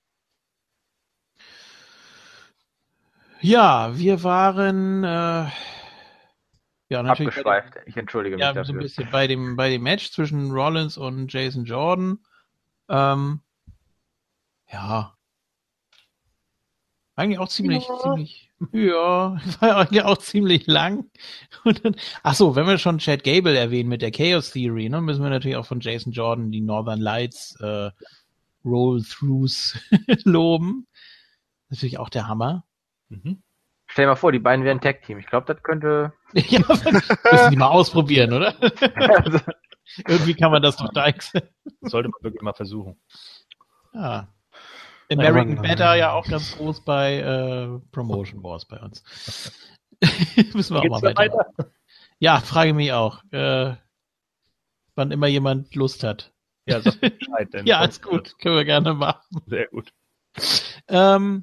ja, wir waren äh, ja natürlich bei dem, Abgeschweift. Ich entschuldige mich ja, dafür. so ein bisschen bei dem bei dem Match zwischen Rollins und Jason Jordan. Ähm, ja. Eigentlich auch ziemlich, Ja. ziemlich, ja, war eigentlich auch ziemlich lang. Und dann, ach so, wenn wir schon Chad Gable erwähnen mit der Chaos Theory, ne, müssen wir natürlich auch von Jason Jordan die Northern Lights äh, Roll-Throughs loben. Natürlich auch der Hammer. Mhm. Stell dir mal vor, die beiden wären Tag-Team. Ich glaube, das könnte... Ja, müssen die mal ausprobieren, oder? also, Irgendwie kann man das doch da. Sollte man wirklich mal versuchen. Ja. American Ja, Mann, Better äh, ja auch ganz groß bei äh, Promotion Wars bei uns. Müssen wir auch Geht's mal da weiter. weiter? Ja, frage mich auch. Äh, wann immer jemand Lust hat. Ja, sag mir Bescheid. Denn Ja, ist gut. Können wir gerne machen. Sehr gut. Ähm,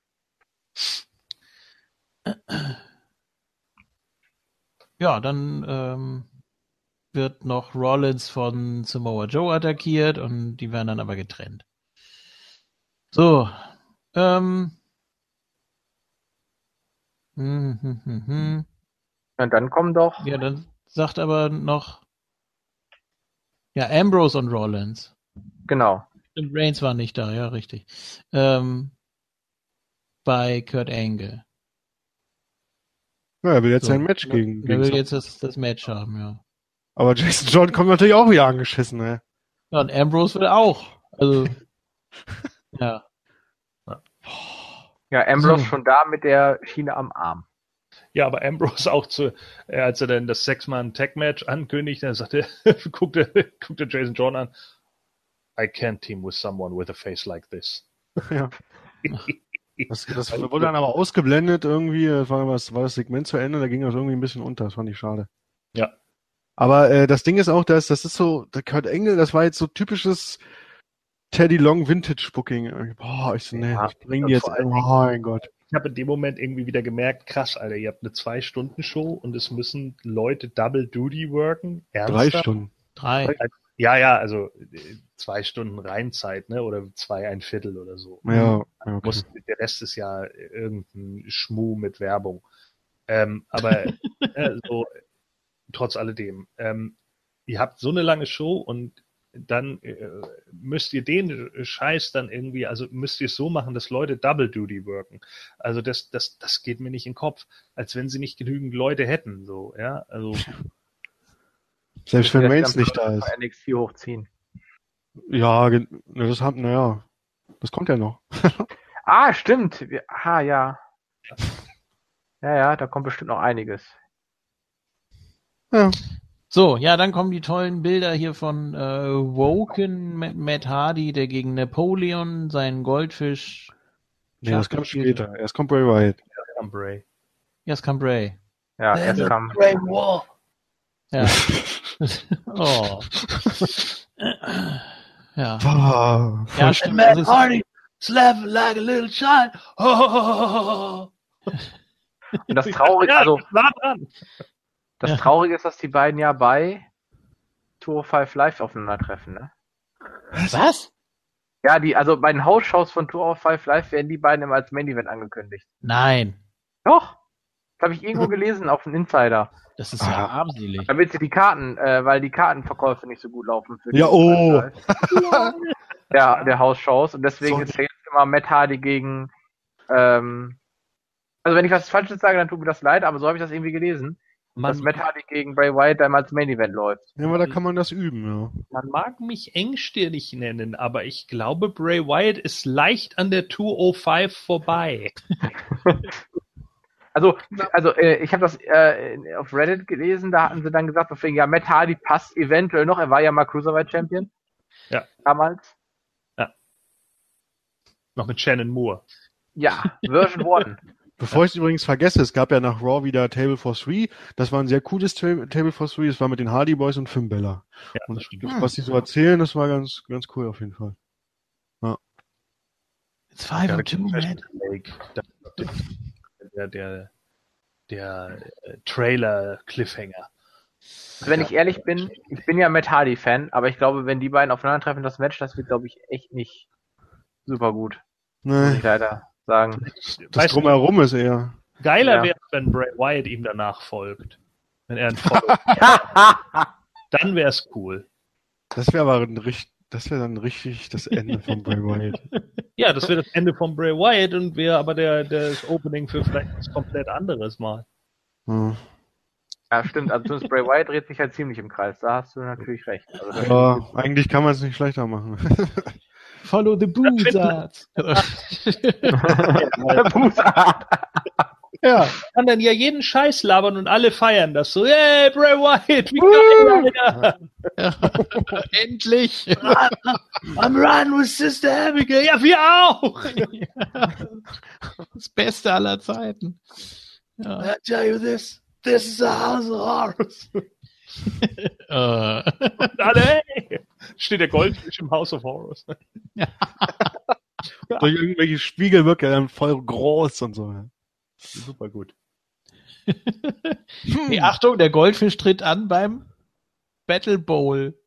ja, dann ähm, wird noch Rollins von Samoa Joe attackiert und die werden dann aber getrennt. So, ähm, hm, hm, hm, hm. und dann kommen doch... Ja, dann sagt aber noch, ja, Ambrose und Rollins. Genau. Und Reigns war nicht da, ja, richtig. Ähm, bei Kurt Angle. Ja, er will jetzt So. ein Match gegen, Er gegen will Sam. jetzt das, das Match haben, ja. Aber Jason Jordan kommt natürlich auch wieder angeschissen, ne? Ja, und Ambrose will auch. Also, ja. Ja, Ambrose So. schon da mit der Schiene am Arm. Ja, aber Ambrose auch zu, äh, als er dann das Sechs-Mann-Tag-Match ankündigt, dann sagte, guckte, guckte Jason Jordan an, I can't team with someone with a face like this. Ja. Das, das wurde dann aber ausgeblendet irgendwie, das war, das war das Segment zu Ende, da ging das irgendwie ein bisschen unter, das fand ich schade. Ja. Aber äh, das Ding ist auch, dass das ist so, der Kurt Angle, das war jetzt so typisches Teddy Long Vintage Booking. Boah, ich so, nee, Ja, ich bring die jetzt, vor allem- oh mein Gott. Ich habe in dem Moment irgendwie wieder gemerkt, krass, Alter, ihr habt eine Zwei-Stunden-Show und es müssen Leute Double Duty worken. Drei Ernsthaft? Stunden. Drei. Ja, ja, also äh, zwei Stunden Reinzeit, ne? Oder zwei, ein Viertel oder so. Ja, ja, okay. Muss, der Rest ist ja irgendein Schmuh mit Werbung. Ähm, aber äh, so, trotz alledem, ähm, ihr habt so eine lange Show und dann äh, müsst ihr den Scheiß dann irgendwie, also müsst ihr es so machen, dass Leute Double Duty worken. Also das, das, das geht mir nicht in den Kopf, als wenn sie nicht genügend Leute hätten, so, ja, also. Selbst wenn Das Reigns dann nicht da ist. bei N X T hochziehen. Ja, gen- na, das haben, naja, das kommt ja noch. Ah, stimmt. Wir, ah, ja. Ja, ja, da kommt bestimmt noch einiges. Ja. So, ja, dann kommen die tollen Bilder hier von äh, Woken mit Matt Hardy, der gegen Napoleon seinen Goldfisch. Nee, das kommt gespielt hat. später. Erst kommt Bray Wyatt. Am Bray. Ja, es kam Bray. Ja, erst kam. Bray War. Ja. Oh. Ja. Boah, Ja, stimmt. Also es- Hardy slap like a little child. Oh. Und das Traurige, Ja, also das war dran. das Ja. Traurige ist, dass die beiden ja bei Tour of Five Live aufeinandertreffen, ne? Was? Ja, die, also bei den Hausshows von Tour of Five Live werden die beiden immer als Main Event angekündigt. Nein. Doch! habe ich irgendwo gelesen auf dem Insider. Das ist ja Ah. armselig. Da willst du die Karten, äh, weil die Kartenverkäufe nicht so gut laufen für die Ja, oh. der, der Hausshows. Und deswegen So. ist ja jetzt immer Matt Hardy gegen, ähm, also wenn ich was Falsches sage, dann tut mir das leid, aber so habe ich das irgendwie gelesen, dass Man, Matt Hardy gegen Bray Wyatt dann als Main Event läuft. Ja, aber da kann man das üben, ja. man mag mich engstirnig nennen, aber ich glaube, Bray Wyatt ist leicht an der zweihundertfünf vorbei. Also, also äh, ich habe das äh, auf Reddit gelesen, da hatten sie dann gesagt, deswegen, ja, Matt Hardy passt eventuell noch, er war ja mal Cruiserweight Champion. Ja. Damals. Noch mit Shannon Moore. Ja, Version One. Bevor ich es übrigens vergesse, es gab ja nach Raw wieder Table for Three. Das war ein sehr cooles Ta- Table for Three. Das war mit den Hardy Boys und Finn Bella. Ja, Und das stimmt. was die so erzählen, das war ganz, ganz cool auf jeden Fall. It's five Ja, or two, man. Lake. Der, der, der äh, Trailer-Cliffhanger. Also wenn ich ehrlich bin, ich bin ja Matt Hardy-Fan, aber ich glaube, wenn die beiden aufeinandertreffen, das Match, das wird, glaube ich, echt nicht super gut. Muss Nee, ich leider sagen. das Weißt du, Drumherum ist eher. Geiler Ja. wäre, wenn Bray Wyatt ihm danach folgt. Wenn er ein Follow dann wäre es cool. Das wäre aber ein richtig, das wäre dann richtig das Ende von Bray Wyatt. Ja, das wäre das Ende von Bray Wyatt und wäre aber der, der das Opening für vielleicht was komplett anderes mal. Hm. Ja, stimmt. Also zumindest Bray Wyatt dreht sich halt ziemlich im Kreis. Da hast du natürlich recht. Also das Ja, eigentlich kann man es nicht schlechter machen. Follow the Buzzards. Bußart. Ja. Kann dann ja jeden Scheiß labern und alle feiern das so. Hey, Bray Wyatt, wie geil, Alter. Endlich. I'm run with Sister Abigail. Ja, wir auch. Das Beste aller Zeiten. Ja. I tell you this. This is a house of horrors. Äh. Und alle, hey. Steht der Goldfisch im House of Horrors. Durch irgendwelche Spiegel wirkt er dann voll groß und so. Super gut. Hey, Achtung, der Goldfisch tritt an beim Battle Bowl.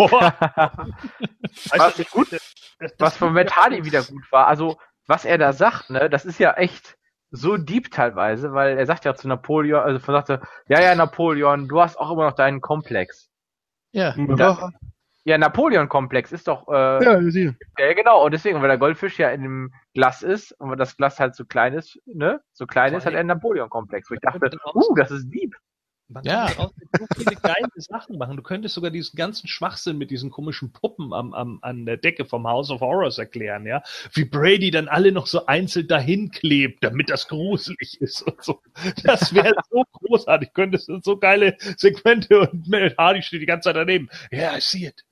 Was ich gut, was von Matt Hardy wieder gut war. Also, was er da sagt, ne, das ist ja echt so deep teilweise, weil er sagt ja zu Napoleon, also er sagte, ja, ja, Napoleon, du hast auch immer noch deinen Komplex. Ja. Ja, Ja, Napoleon-Komplex ist doch, äh, ja, sieh. ja, genau, und deswegen, weil der Goldfisch ja in dem Glas ist und weil das Glas halt so klein ist, ne, so klein Vor ist, hat er einen Napoleon-Komplex. Wo ich dachte, könnte auch- uh, das ist deep. Man Ja. kann daraus so viele geile Sachen machen. Du könntest sogar diesen ganzen Schwachsinn mit diesen komischen Puppen am, am, an der Decke vom House of Horrors erklären, ja. Wie Brady dann alle noch so einzeln dahin klebt, damit das gruselig ist und so. Das wäre so großartig. Könntest du so geile Segmente und Matt Hardy steht die ganze Zeit daneben. Yeah, I see it.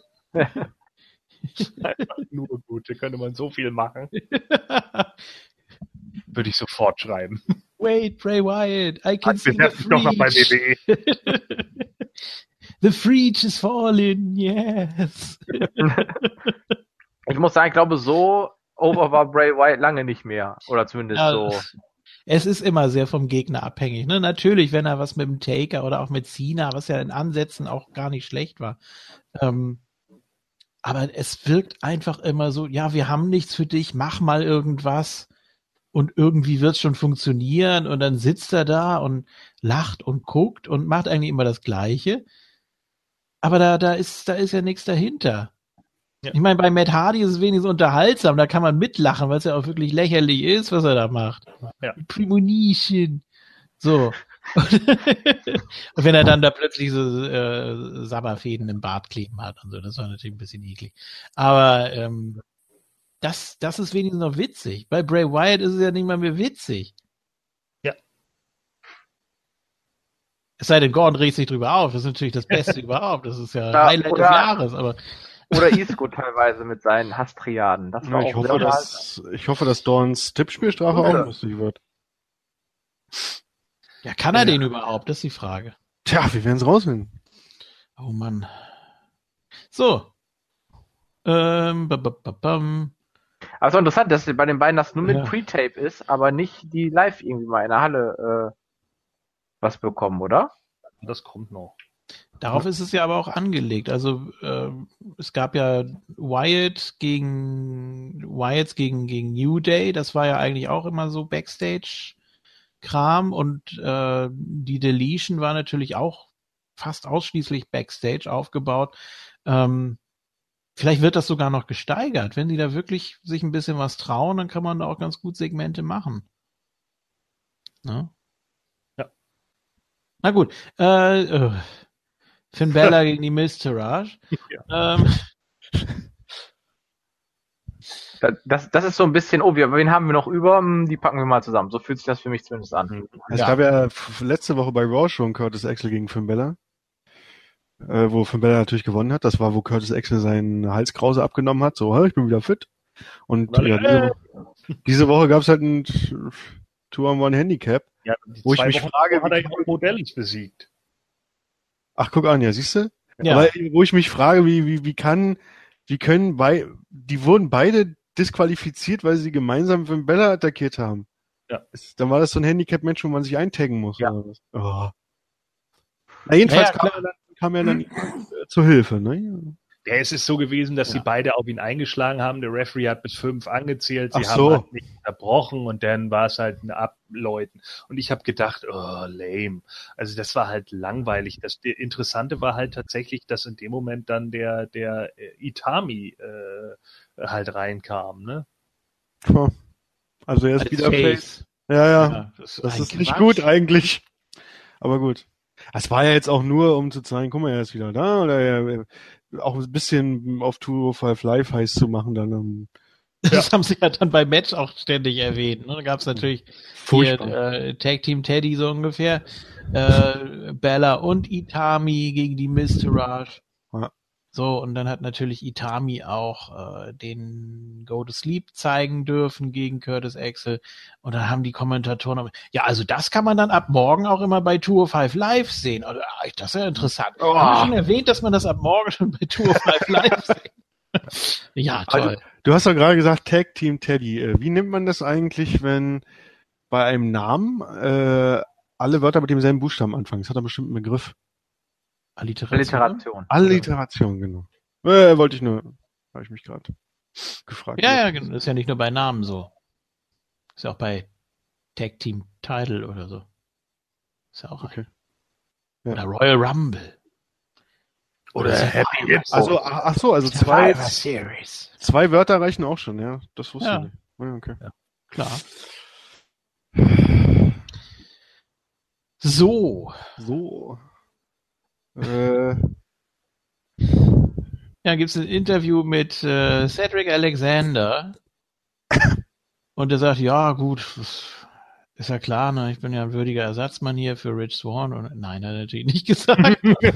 Einfach nur gut. Da könnte man so viel machen. Würde ich sofort schreiben. Wait, Bray Wyatt, I can see the Bewerb mich doch noch bei W Freach. W E. The Freach is falling, yes. Ich muss sagen, ich glaube, so over war Bray Wyatt lange nicht mehr. Oder zumindest Ja, so. Es ist immer sehr vom Gegner abhängig. Ne? Natürlich, wenn er was mit dem Taker oder auch mit Cena, was ja in Ansätzen auch gar nicht schlecht war. Ähm, aber es wirkt einfach immer so, ja, wir haben nichts für dich, mach mal irgendwas. Und irgendwie wird es schon funktionieren. Und dann sitzt er da und lacht und guckt und macht eigentlich immer das Gleiche. Aber da, da ist, da ist ja nichts dahinter. Ja. Ich meine, bei Matt Hardy ist es wenigstens unterhaltsam, da kann man mitlachen, weil es ja auch wirklich lächerlich ist, was er da macht. Ja. Premonition. So. Und wenn er dann da plötzlich so äh, Sabberfäden im Bart kleben hat und so, das war natürlich ein bisschen eklig. Aber ähm, das, das ist wenigstens noch witzig. Bei Bray Wyatt ist es ja nicht mal mehr witzig. Ja. Es sei denn, Gordon regt sich drüber auf. Das ist natürlich das Beste überhaupt. Das ist ja, Ja, Highlight oder- des Jahres. Aber Oder Isco teilweise mit seinen Hasstriaden. Das war Ich auch hoffe, sehr dass, ich hoffe, dass Dorns Tippspielstrafe auch Ja. lustig wird. ja, kann er Ja. den überhaupt? Das ist die Frage. Tja, wir werden es rausfinden. Oh Mann. So. Ähm, ba, ba, ba, bam. Aber es ist auch interessant, dass bei den beiden das nur mit Ja. Pre-Tape ist, aber nicht die live irgendwie mal in der Halle äh, was bekommen, oder? Das kommt noch. Darauf ist es ja aber auch angelegt. Also ähm, es gab ja Wyatt gegen Wyatts gegen gegen New Day. Das war ja eigentlich auch immer so Backstage Kram und äh, die Deletion war natürlich auch fast ausschließlich Backstage aufgebaut. Ähm, vielleicht wird das sogar noch gesteigert. Wenn die da wirklich sich ein bisschen was trauen, dann kann man da auch ganz gut Segmente machen. Ne? Ja. Na gut. Äh, äh, Finn Balor gegen die Miz-Taraj. Ja. Ähm, Das, das ist so ein bisschen, oh, wir, wen haben wir noch über? Hm, Die packen wir mal zusammen. So fühlt sich das für mich zumindest an. Es Ja. gab ja f- letzte Woche bei Raw schon Curtis Axel gegen Finn Balor, äh, wo Finn Balor natürlich gewonnen hat. Das war, wo Curtis Axel seinen Halskrause abgenommen hat. So, "Hä, ich bin wieder fit." Und Weil, ja, diese, Woche, diese Woche gab es halt ein Two-on-One-Handicap. Ja, die Wo ich zwei mich Wochen frage, hat er wie ja kann- Modellis besiegt. Ach, guck an, ja, siehst du? ja. Aber wo ich mich frage, wie, wie, wie kann, wie können bei, die wurden beide disqualifiziert, weil sie gemeinsam Finn Balor attackiert haben. Ja. Ist, dann war das so ein Handicap-Match, wo man sich eintaggen muss. Ja. Oder was? Oh. Na, jedenfalls Ja, ja, kam, er dann, kam er dann äh, zur Hilfe, ne? Ja, es ist so gewesen, dass Ja. sie beide auf ihn eingeschlagen haben. Der Referee hat bis fünf angezählt. Sie Ach haben so. halt nicht unterbrochen und dann war es halt ein Abläuten. Und ich habe gedacht, oh, lame. Also das war halt langweilig. Das der Interessante war halt tatsächlich, dass in dem Moment dann der der äh, Itami äh, halt reinkam, ne? Tja. Also er ist Als wieder Face. Face. Ja, ja. Ja, das Das ein ist nicht Quatsch. gut eigentlich. Aber gut. Es war ja jetzt auch nur, um zu zeigen, guck mal, er ist wieder da, oder er, auch ein bisschen auf zwei null fünf Live heiß zu machen, dann um, Das haben sie ja dann beim Match auch ständig erwähnt. Ne? Da gab es natürlich hier, furchtbar. äh, Tag Team Teddy so ungefähr. Äh, Bella und Itami gegen die Miz-Taraj. Ja. So, und dann hat natürlich Itami auch äh, den Go to Sleep zeigen dürfen gegen Curtis Axel. Und dann haben die Kommentatoren, auch- ja, also das kann man dann ab morgen auch immer bei zwei null fünf Live sehen. Also, ah, das ist ja interessant. Oh. Haben wir schon erwähnt, dass man das ab morgen schon bei zwei null fünf Live sieht? Ja, toll. Also, Du hast doch gerade gesagt, Tag Team Teddy. Äh, Wie nimmt man das eigentlich, wenn bei einem Namen äh, alle Wörter mit demselben Buchstaben anfangen? Das hat doch bestimmt einen Begriff. Alliteration. Alliteration. Alliteration, genau. Äh, wollte ich nur, habe ich mich gerade gefragt. Ja, ja, genau. Das ist ja nicht nur bei Namen so. Ist ja auch bei Tag Team Title oder so. Ist ja auch. Okay. Ja. Oder Royal Rumble. Oder Happy Hip. Also, ach ach so, also zwei, Survivor Series. zwei Wörter reichen auch schon, ja. Das wusste Ja. ich nicht. Ja, okay. Klar. So. So. Äh, Ja, gibt's ein Interview mit äh, Cedric Alexander. Und er sagt, ja, gut, das ist ja klar, ne? Ich bin ja ein würdiger Ersatzmann hier für Rich Swann. Und nein, hat er natürlich nicht gesagt.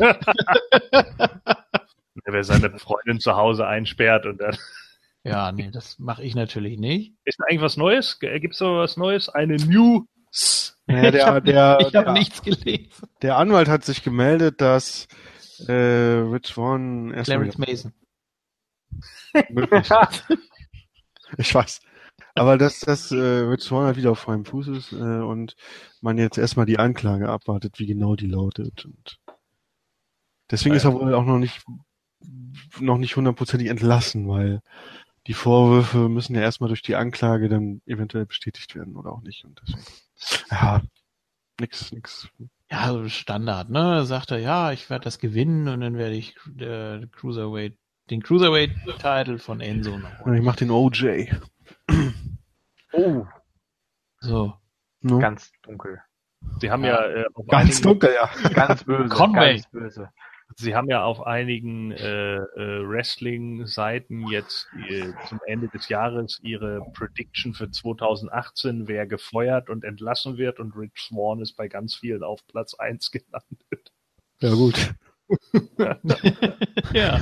Wer seine Freundin zu Hause einsperrt und dann. Ja, nee, das mache ich natürlich nicht. Ist da eigentlich was Neues? Gibt's da was Neues? Eine News? ja, ich der, habe der, ich hab der, nichts gelesen. der Anwalt hat sich gemeldet, dass äh, Rich Swann erstmal Clarence Mason. möglich. Ich weiß. Aber dass das äh, Rich Swann halt wieder auf freiem Fuß ist äh, und man jetzt erstmal die Anklage abwartet, wie genau die lautet. Und deswegen Ja. ist er wohl auch noch nicht noch nicht hundertprozentig entlassen, weil die Vorwürfe müssen ja erstmal durch die Anklage dann eventuell bestätigt werden oder auch nicht. Und deswegen, ja, nix, nix. Ja, so Standard, ne? Sagt er, ja, ich werde das gewinnen und dann werde ich äh, Cruiserweight, den Cruiserweight-Title von Enzo noch holen. Ich mach den O J. Oh, So. No? ganz dunkel. Sie haben ja, äh, auf Ganz einigen, dunkel, ja. Ganz böse. Conway. Ganz böse. Sie haben ja auf einigen äh, äh, Wrestling-Seiten jetzt äh, zum Ende des Jahres ihre Prediction für zwanzig achtzehn, wer gefeuert und entlassen wird, und Rich Swann ist bei ganz vielen auf Platz eins gelandet. Ja, gut. Ja.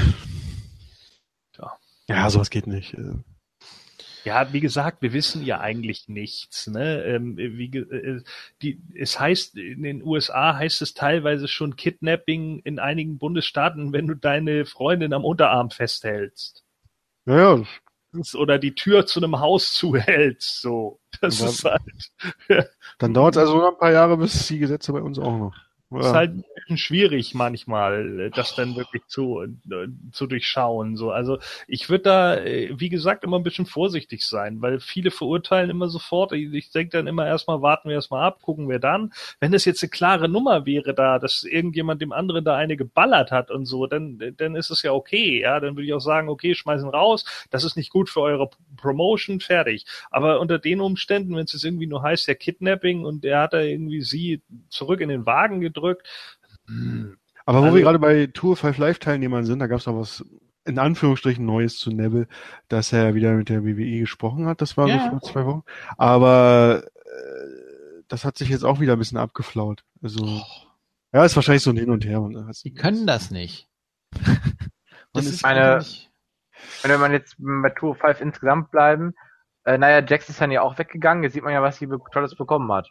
Ja, sowas geht nicht. äh. Ja, wie gesagt, wir wissen ja eigentlich nichts. Ne? Ähm, wie, ge- äh, die, es heißt, in den U S A heißt es teilweise schon Kidnapping in einigen Bundesstaaten, wenn du deine Freundin am Unterarm festhältst. Ja, ja, Oder die Tür zu einem Haus zuhältst. So. Das Ja. ist halt. dann dauert es also noch ein paar Jahre, bis die Gesetze bei uns auch noch. ist halt ein bisschen schwierig manchmal, das dann wirklich zu, zu durchschauen. So, also ich würde da, wie gesagt, immer ein bisschen vorsichtig sein, weil viele verurteilen immer sofort. Ich, ich denke dann immer erstmal, warten wir erstmal ab, gucken wir dann. Wenn es jetzt eine klare Nummer wäre da, dass irgendjemand dem anderen da eine geballert hat und so, dann, dann ist es ja okay. Ja, dann würde ich auch sagen, okay, schmeißen raus. Das ist nicht gut für eure Promotion, fertig. Aber unter den Umständen, wenn es jetzt irgendwie nur heißt, der Kidnapping und er hat da irgendwie sie zurück in den Wagen gedrückt. Aber wo also, wir gerade bei Tour fünf Live Teilnehmern sind, da gab es noch was in Anführungsstrichen Neues zu Neville, dass er wieder mit der W W E gesprochen hat. Das war ja. so vor zwei Wochen. Aber äh, das hat sich jetzt auch wieder ein bisschen abgeflaut. Also oh. ja, ist wahrscheinlich so ein Hin und Her. Die können das nicht. Das ist eine. Nicht... Wenn wir jetzt bei Tour fünf insgesamt bleiben, äh, naja, Jax ist dann ja auch weggegangen. Jetzt sieht man ja, was sie Tolles bekommen hat.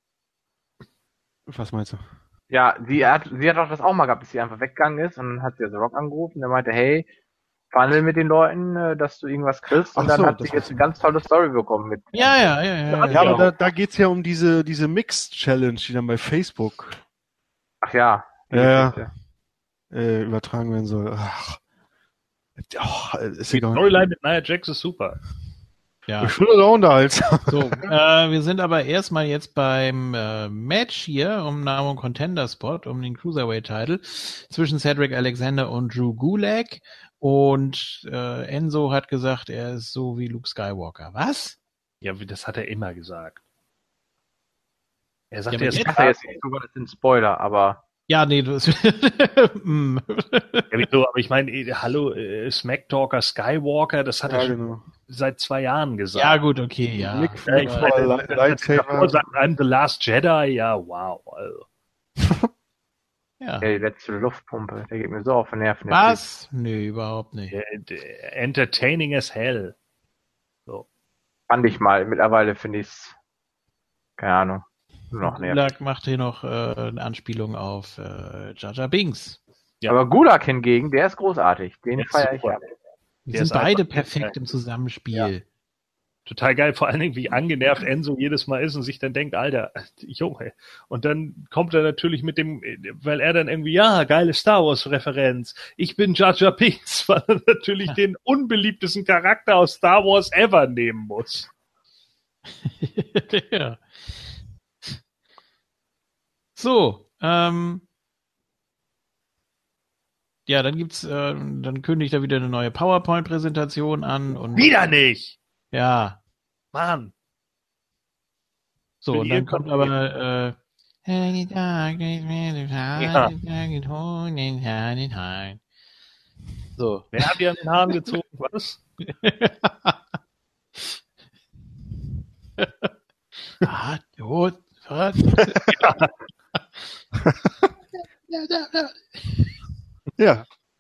Was meinst du? Ja, sie hat, sie hat auch das auch mal gehabt, dass sie einfach weggegangen ist und dann hat sie The Rock angerufen, der meinte, hey, verhandel mit den Leuten, dass du irgendwas kriegst und Ach dann so, hat sie jetzt eine ganz tolle Story bekommen mit. Ja, ja, ja, ja. Ja, ja aber da, da geht's ja um diese, diese Mixed-Challenge, die dann bei Facebook. Ach ja. Ja, ja. Äh, übertragen werden soll. Ach. Oh, ist die Storyline mit Nia Jax ist super. Ja. Ich finde das auch unterhaltsam. So, äh, wir sind aber erstmal jetzt beim äh, Match hier um Namen und Contender-Spot, um den Cruiserweight-Title zwischen Cedric Alexander und Drew Gulak. Und äh, Enzo hat gesagt, er ist so wie Luke Skywalker. Was? Ja, das hat er immer gesagt. Er sagt, ja, er ist jetzt, jetzt nicht so, das sind Spoiler, aber... Ja, nee, das ja, wieso, aber ich meine, hallo, äh, Smacktalker, Skywalker, das hat ja, er schon genau. seit zwei Jahren gesagt. Ja, gut, okay, ja. Nick ja ich meine, Lightsaber. Sagt, I'm the last Jedi, ja, wow. Also. ja. Der letzte Luftpumpe, der geht mir so auf den Nerven. Was? Nö, überhaupt nicht. Der, der, entertaining as hell. So. Fand ich mal, mittlerweile finde ich es, keine Ahnung. Noch Gulak macht hier noch äh, eine Anspielung auf äh, Jar Jar Binks. Ja. Aber Gulak hingegen, der ist großartig. Den feiere ich ab. Die sind beide perfekt geil. Im Zusammenspiel. Ja. Total geil, vor allen Dingen, wie angenervt Enzo jedes Mal ist und sich dann denkt, Alter, Junge. Und dann kommt er natürlich mit dem, weil er dann irgendwie, ja, geile Star Wars-Referenz. Ich bin Jar Jar Binks, weil er natürlich ja. den unbeliebtesten Charakter aus Star Wars ever nehmen muss. ja. So, ähm, ja, dann gibt's, äh, dann kündigt er wieder eine neue PowerPoint-Präsentation an und wieder nicht. Ja, Mann. So Bin und dann kommt aber äh, ja. So, wer hat dir an den Haaren gezogen? Was? ah, gut. Ja. ja.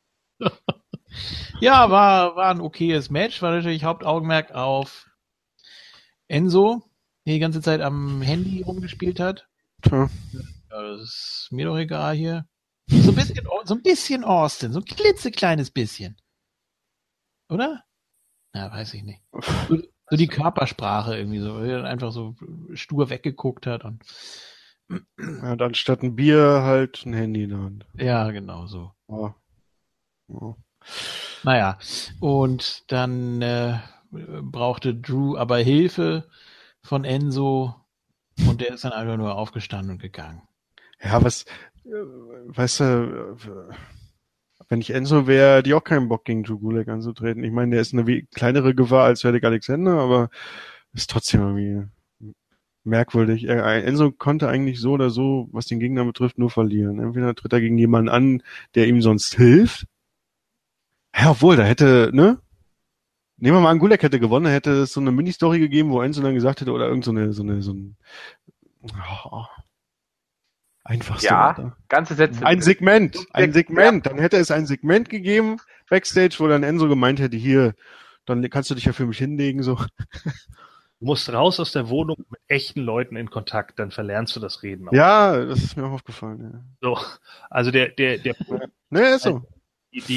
Ja, war, war ein okayes Match, war natürlich Hauptaugenmerk auf Enzo, der die ganze Zeit am Handy rumgespielt hat. Ja. Ja, das ist mir doch egal hier. So ein bisschen, so ein bisschen Austin, so ein klitzekleines bisschen. Oder? Na, weiß ich nicht. So, so die Körpersprache irgendwie so, weil er einfach so stur weggeguckt hat und ja, und anstatt ein Bier halt ein Handy in der Hand. Ja, genau so. Ja. Ja. Naja, und dann äh, brauchte Drew aber Hilfe von Enzo und der ist dann einfach nur aufgestanden und gegangen. Ja, was, äh, weißt du, wenn ich Enzo wäre, hätte ich auch keinen Bock gegen Drew Gulak anzutreten. Ich meine, der ist eine kleinere Gefahr als Cedric Alexander, aber ist trotzdem irgendwie merkwürdig. Enzo konnte eigentlich so oder so, was den Gegner betrifft, nur verlieren. Entweder tritt er gegen jemanden an, der ihm sonst hilft. Ja, obwohl, da hätte, ne? Nehmen wir mal an, Gulak hätte gewonnen, hätte es so eine Mini-Story gegeben, wo Enzo dann gesagt hätte, oder irgend so eine, so eine, so ein, oh, einfach so. Ja, oder? ganze Sätze. Ein Segment, ein Segment. Dann hätte es ein Segment gegeben, Backstage, wo dann Enzo gemeint hätte, hier, dann kannst du dich ja für mich hinlegen, so. Du musst raus aus der Wohnung mit echten Leuten in Kontakt, dann verlernst du das Reden auch. Ja, das ist mir auch aufgefallen, ja. So, also der, der, der, ne, ist so. Die, die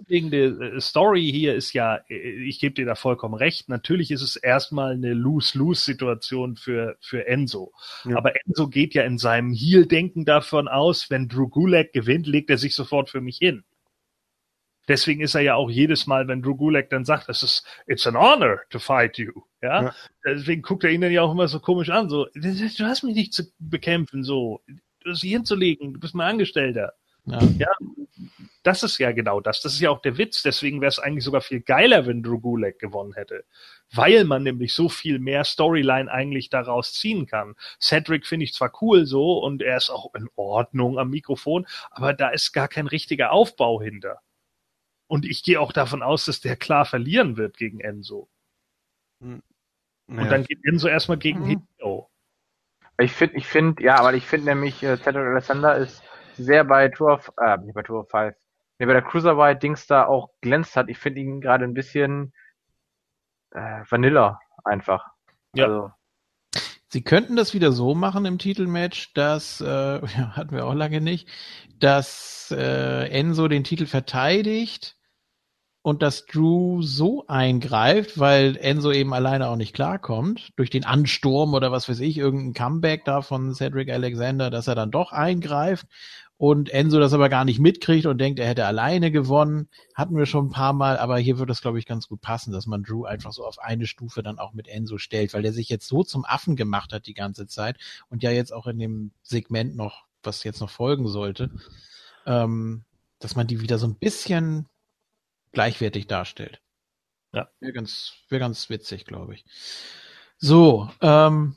grundlegende Story hier ist ja, ich gebe dir da vollkommen recht, natürlich ist es erstmal eine Lose-Lose-Situation für, für Enzo. Ja. Aber Enzo geht ja in seinem Heel-Denken davon aus, wenn Drew Gulak gewinnt, legt er sich sofort für mich hin. Deswegen ist er ja auch jedes Mal, wenn Drew Gulak dann sagt, es ist, it's an honor to fight you, ja? Ja. Deswegen guckt er ihn dann ja auch immer so komisch an, so, du hast mich nicht zu bekämpfen, so, du hast dich hinzulegen, du bist mein Angestellter. Ja. ja, das ist ja genau das. Das ist ja auch der Witz. Deswegen wäre es eigentlich sogar viel geiler, wenn Drew Gulak gewonnen hätte. Weil man nämlich so viel mehr Storyline eigentlich daraus ziehen kann. Cedric finde ich zwar cool so und er ist auch in Ordnung am Mikrofon, aber da ist gar kein richtiger Aufbau hinter. Und ich gehe auch davon aus, dass der klar verlieren wird gegen Enzo. Hm. Naja. Und dann geht Enzo erstmal gegen mhm. Hideo. Ich finde, ich finde, ja, aber ich finde nämlich, äh, Cedric Alexander ist sehr bei Tour of, äh, nicht bei Tour of Five, nee, bei der Cruiserweight-Dings da auch glänzt hat. Ich finde ihn gerade ein bisschen äh, Vanilla einfach. Ja. Also. Sie könnten das wieder so machen im Titelmatch, dass, äh, ja, hatten wir auch lange nicht, dass äh, Enzo den Titel verteidigt und dass Drew so eingreift, weil Enzo eben alleine auch nicht klarkommt, durch den Ansturm oder was weiß ich, irgendein Comeback da von Cedric Alexander, dass er dann doch eingreift und Enzo das aber gar nicht mitkriegt und denkt, er hätte alleine gewonnen. Hatten wir schon ein paar Mal, aber hier wird das, glaube ich, ganz gut passen, dass man Drew einfach so auf eine Stufe dann auch mit Enzo stellt, weil der sich jetzt so zum Affen gemacht hat die ganze Zeit und ja jetzt auch in dem Segment noch, was jetzt noch folgen sollte, ähm, dass man die wieder so ein bisschen gleichwertig darstellt. Ja. Wäre ganz, wäre ganz witzig, glaube ich. So, ähm,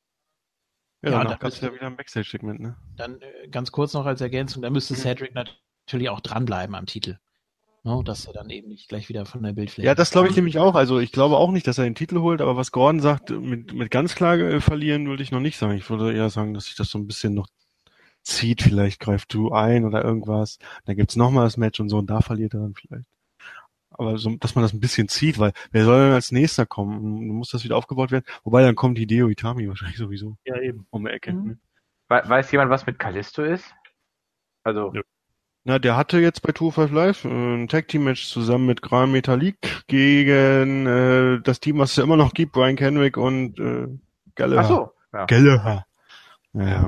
ja, ja, dann kannst du ja wieder ein Backstage-Segment, ne? Dann äh, ganz kurz noch als Ergänzung, da müsste Cedric natürlich auch dranbleiben am Titel. No, dass er dann eben nicht gleich wieder von der Bildfläche... Ja, das glaube ich nämlich auch. Also ich glaube auch nicht, dass er den Titel holt, aber was Gordon sagt, mit, mit ganz klar äh, verlieren würde ich noch nicht sagen. Ich würde eher sagen, dass sich das so ein bisschen noch zieht. Vielleicht greift Drew ein oder irgendwas. Dann gibt's nochmal das Match und so und da verliert er dann vielleicht. Aber so, dass man das ein bisschen zieht, weil wer soll denn als nächster kommen? Dann muss das wieder aufgebaut werden. Wobei dann kommt Hideo Itami wahrscheinlich sowieso. Ja, eben. Um die Ecke. Mhm. Weiß jemand, was mit Kalisto ist? Also. Ja. Na, der hatte jetzt bei Tour Five Live ein Tag-Team-Match zusammen mit Gran Metalik gegen äh, das Team, was es ja immer noch gibt, Brian Kenrick und äh, Gallagher. Ach so. Ja. Gallagher. Naja.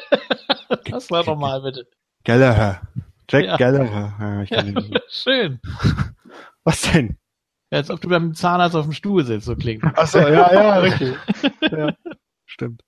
Das war doch mal, bitte. Gallagher. Jack ja. Gallagher. Ja, ich kann ja, nicht. Schön. Was denn? Ja, als ob du beim Zahnarzt auf dem Stuhl sitzt, so klingt. Ach so, ja, ja, richtig. Ja, stimmt.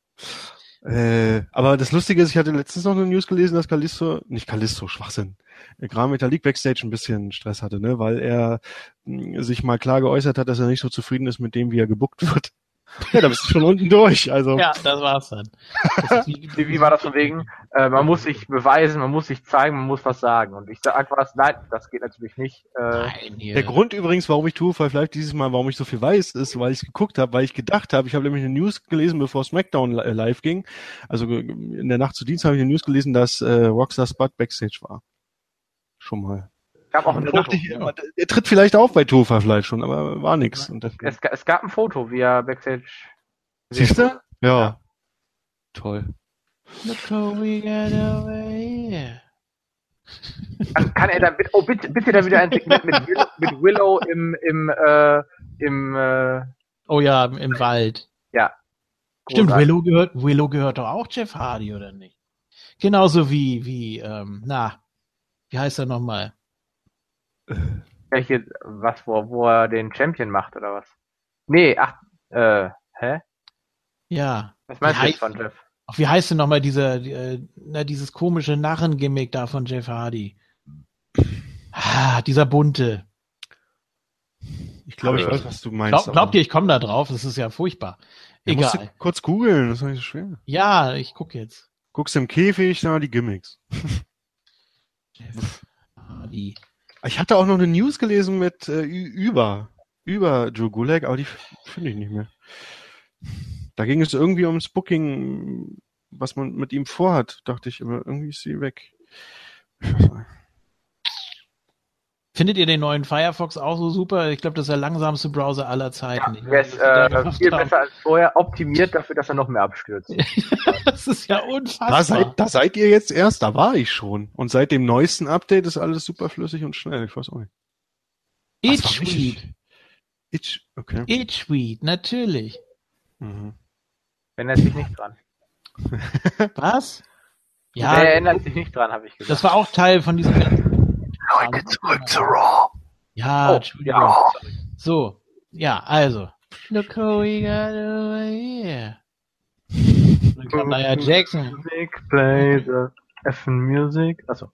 Äh, aber das Lustige ist, ich hatte letztens noch eine News gelesen, dass Kalisto, nicht Kalisto, Schwachsinn, Gran Metalik Backstage ein bisschen Stress hatte, ne, weil er mh, sich mal klar geäußert hat, dass er nicht so zufrieden ist mit dem, wie er gebuckt wird. Ja, da bist du schon unten durch, also. Ja, das war's dann. Das wie, wie war das von wegen? Äh, man muss sich beweisen, man muss sich zeigen, man muss was sagen. Und ich sag was, nein, das geht natürlich nicht. Äh, nein, der Grund übrigens, warum ich Tour Five Live dieses Mal, warum ich so viel weiß, ist, weil ich geguckt habe, weil ich gedacht habe, ich habe nämlich eine News gelesen, bevor SmackDown live ging. Also in der Nacht zu Dienst habe ich eine News gelesen, dass äh, Rockstar Spud Backstage war. Schon mal. Ich habe auch ein Foto. Ich, ja. Er tritt vielleicht auf bei Tour Five Live schon, aber war nix. Und es, es gab ein Foto, wie er Backstage... Siehst du? Ja. ja. Toll. Look how we get away. Kann, kann er da bitte, oh bitte, bitte da wieder ein Segment mit Willow, mit Willow im, im, äh, im, äh, oh ja, im Wald. Ja. Stimmt, großartig. Willow gehört, Willow gehört doch auch Jeff Hardy, oder nicht? Genauso wie, wie, ähm, na, wie heißt er nochmal? Welche, was, wo, wo er den Champion macht, oder was? Nee, ach, äh, hä? Ja. Was meinst du jetzt von Jeff? Ach, wie heißt denn nochmal dieser, äh, na, dieses komische Narrengimmick da von Jeff Hardy? Ah, dieser bunte. Ich glaube, ich weiß, was du meinst. Glaub, glaubt ihr, ich komme da drauf? Das ist ja furchtbar. Ja, egal. Musst du kurz googeln, das ist nicht so schwer. Ja, ich gucke jetzt. Guckst im Käfig, da die Gimmicks. Jeff Hardy. Ich hatte auch noch eine News gelesen mit äh, über, über Drew Gulak, aber die finde ich nicht mehr. Da ging es irgendwie ums Booking, was man mit ihm vorhat, dachte ich, aber irgendwie ist sie weg. Findet ihr den neuen Firefox auch so super? Ich glaube, das ist der langsamste Browser aller Zeiten. Ja, yes, äh, viel besser als vorher, optimiert dafür, dass er noch mehr abstürzt. Das ist ja unfassbar. Da seid, da seid ihr jetzt erst, da war ich schon. Und seit dem neuesten Update ist alles super flüssig und schnell. Ich weiß auch nicht. Itchweed. Itch, okay. Itchweed, natürlich. Mhm. Erinnert sich nicht dran. Was? Ja, der erinnert sich nicht dran, habe ich gesagt. Das war auch Teil von diesem ganzen... Leute, zurück zu Raw. Ja, Oh, Entschuldigung. ja. So, ja, also. Look who we got over here. Dann kam Nia Jackson. Music, play the effing music. Achso.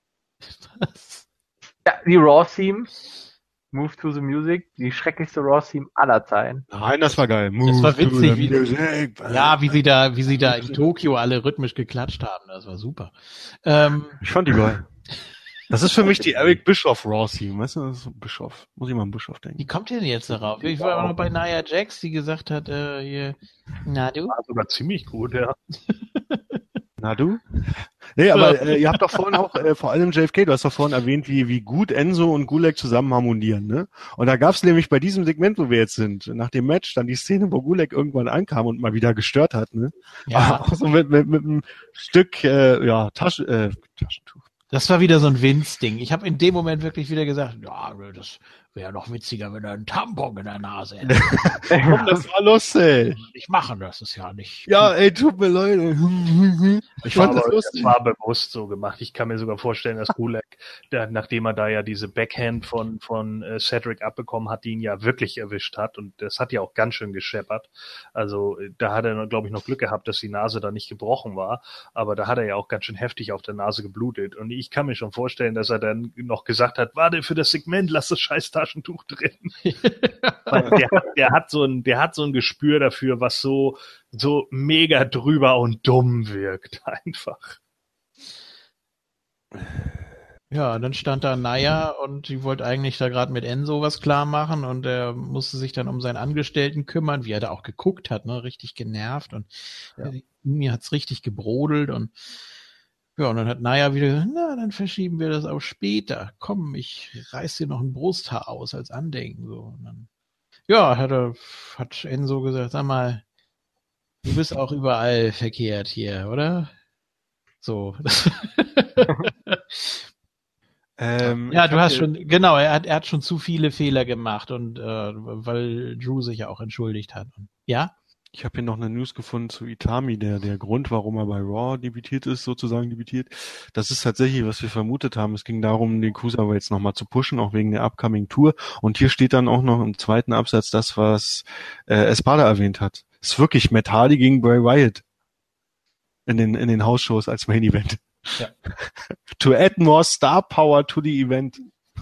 Was? Ja, die Raw-Theme. Move to the Music. Die schrecklichste Raw-Theme aller Zeiten. Nein, das war geil. Das war witzig, wie, Music. ja, wie sie da, wie sie da in Tokio alle rhythmisch geklatscht haben. Das war super. Ähm, Ich fand die geil. Das ist für mich die Eric Bischoff Raw Theme, weißt du? Das ist Bischoff. Muss ich mal an Bischoff denken. wie kommt ihr denn jetzt darauf? Ich war auch noch bei Nia Jax, die gesagt hat, äh, hier, na du? War sogar ziemlich gut, ja. Na du? Nee, aber äh, ihr habt doch vorhin auch, äh, vor allem J F K, du hast doch vorhin erwähnt, wie, wie gut Enzo und Gulak zusammen harmonieren, ne? Und da gab's nämlich bei diesem Segment, wo wir jetzt sind, nach dem Match, dann die Szene, wo Gulak irgendwann ankam und mal wieder gestört hat, ne? Ja, Auch so mit, mit, mit einem Stück, äh, ja, Tasche, äh, Taschentuch. das war wieder so ein Vince-Ding. Ich habe in dem Moment wirklich wieder gesagt, ja, das wäre noch witziger, wenn er einen Tampon in der Nase hätte. Komm, das war lustig. Nicht machen, das ist ja nicht. Ja, ey, tut mir leid. Ich fand das Aber lustig. das war bewusst so gemacht. Ich kann mir sogar vorstellen, dass Gulak, der, nachdem er da ja diese Backhand von, von äh, Cedric abbekommen hat, die ihn ja wirklich erwischt hat. Und das hat ja auch ganz schön gescheppert. Also äh, da hat er, glaube ich, noch Glück gehabt, dass die Nase da nicht gebrochen war. Aber da hat er ja auch ganz schön heftig auf der Nase geblutet. Und ich kann mir schon vorstellen, dass er dann noch gesagt hat, warte für das Segment, lass das scheiß Taschentuch drin. Weil der, der hat so ein, der hat so ein Gespür dafür, was so, so mega drüber und dumm wirkt, einfach. Ja, dann stand da Nia und die wollte eigentlich da gerade mit Enzo was klar machen und er musste sich dann um seinen Angestellten kümmern, wie er da auch geguckt hat, ne, richtig genervt und Ja. mir hat's richtig gebrodelt und ja, und dann hat Nia wieder gesagt, na, dann verschieben wir das auf später. Komm, ich reiß dir noch ein Brusthaar aus als Andenken, so. Und dann, ja, hat er, hat Enzo gesagt, sag mal, du bist auch überall verkehrt hier, oder? So. Ähm, Ja, ich du hab hast hier- schon, genau, er hat, er hat schon zu viele Fehler gemacht und äh, weil Drew sich ja auch entschuldigt hat. Ja? Ich habe hier noch eine News gefunden zu Itami, der der Grund, warum er bei Raw debütiert ist, sozusagen debütiert. Das ist tatsächlich, was wir vermutet haben. Es ging darum, den Cruiserweights nochmal zu pushen, auch wegen der upcoming Tour. Und hier steht dann auch noch im zweiten Absatz das, was äh, Espada erwähnt hat. Es ist wirklich Matt Hardy gegen Bray Wyatt in den in den Hausshows als Main Event. Ja. To add more star power to the event.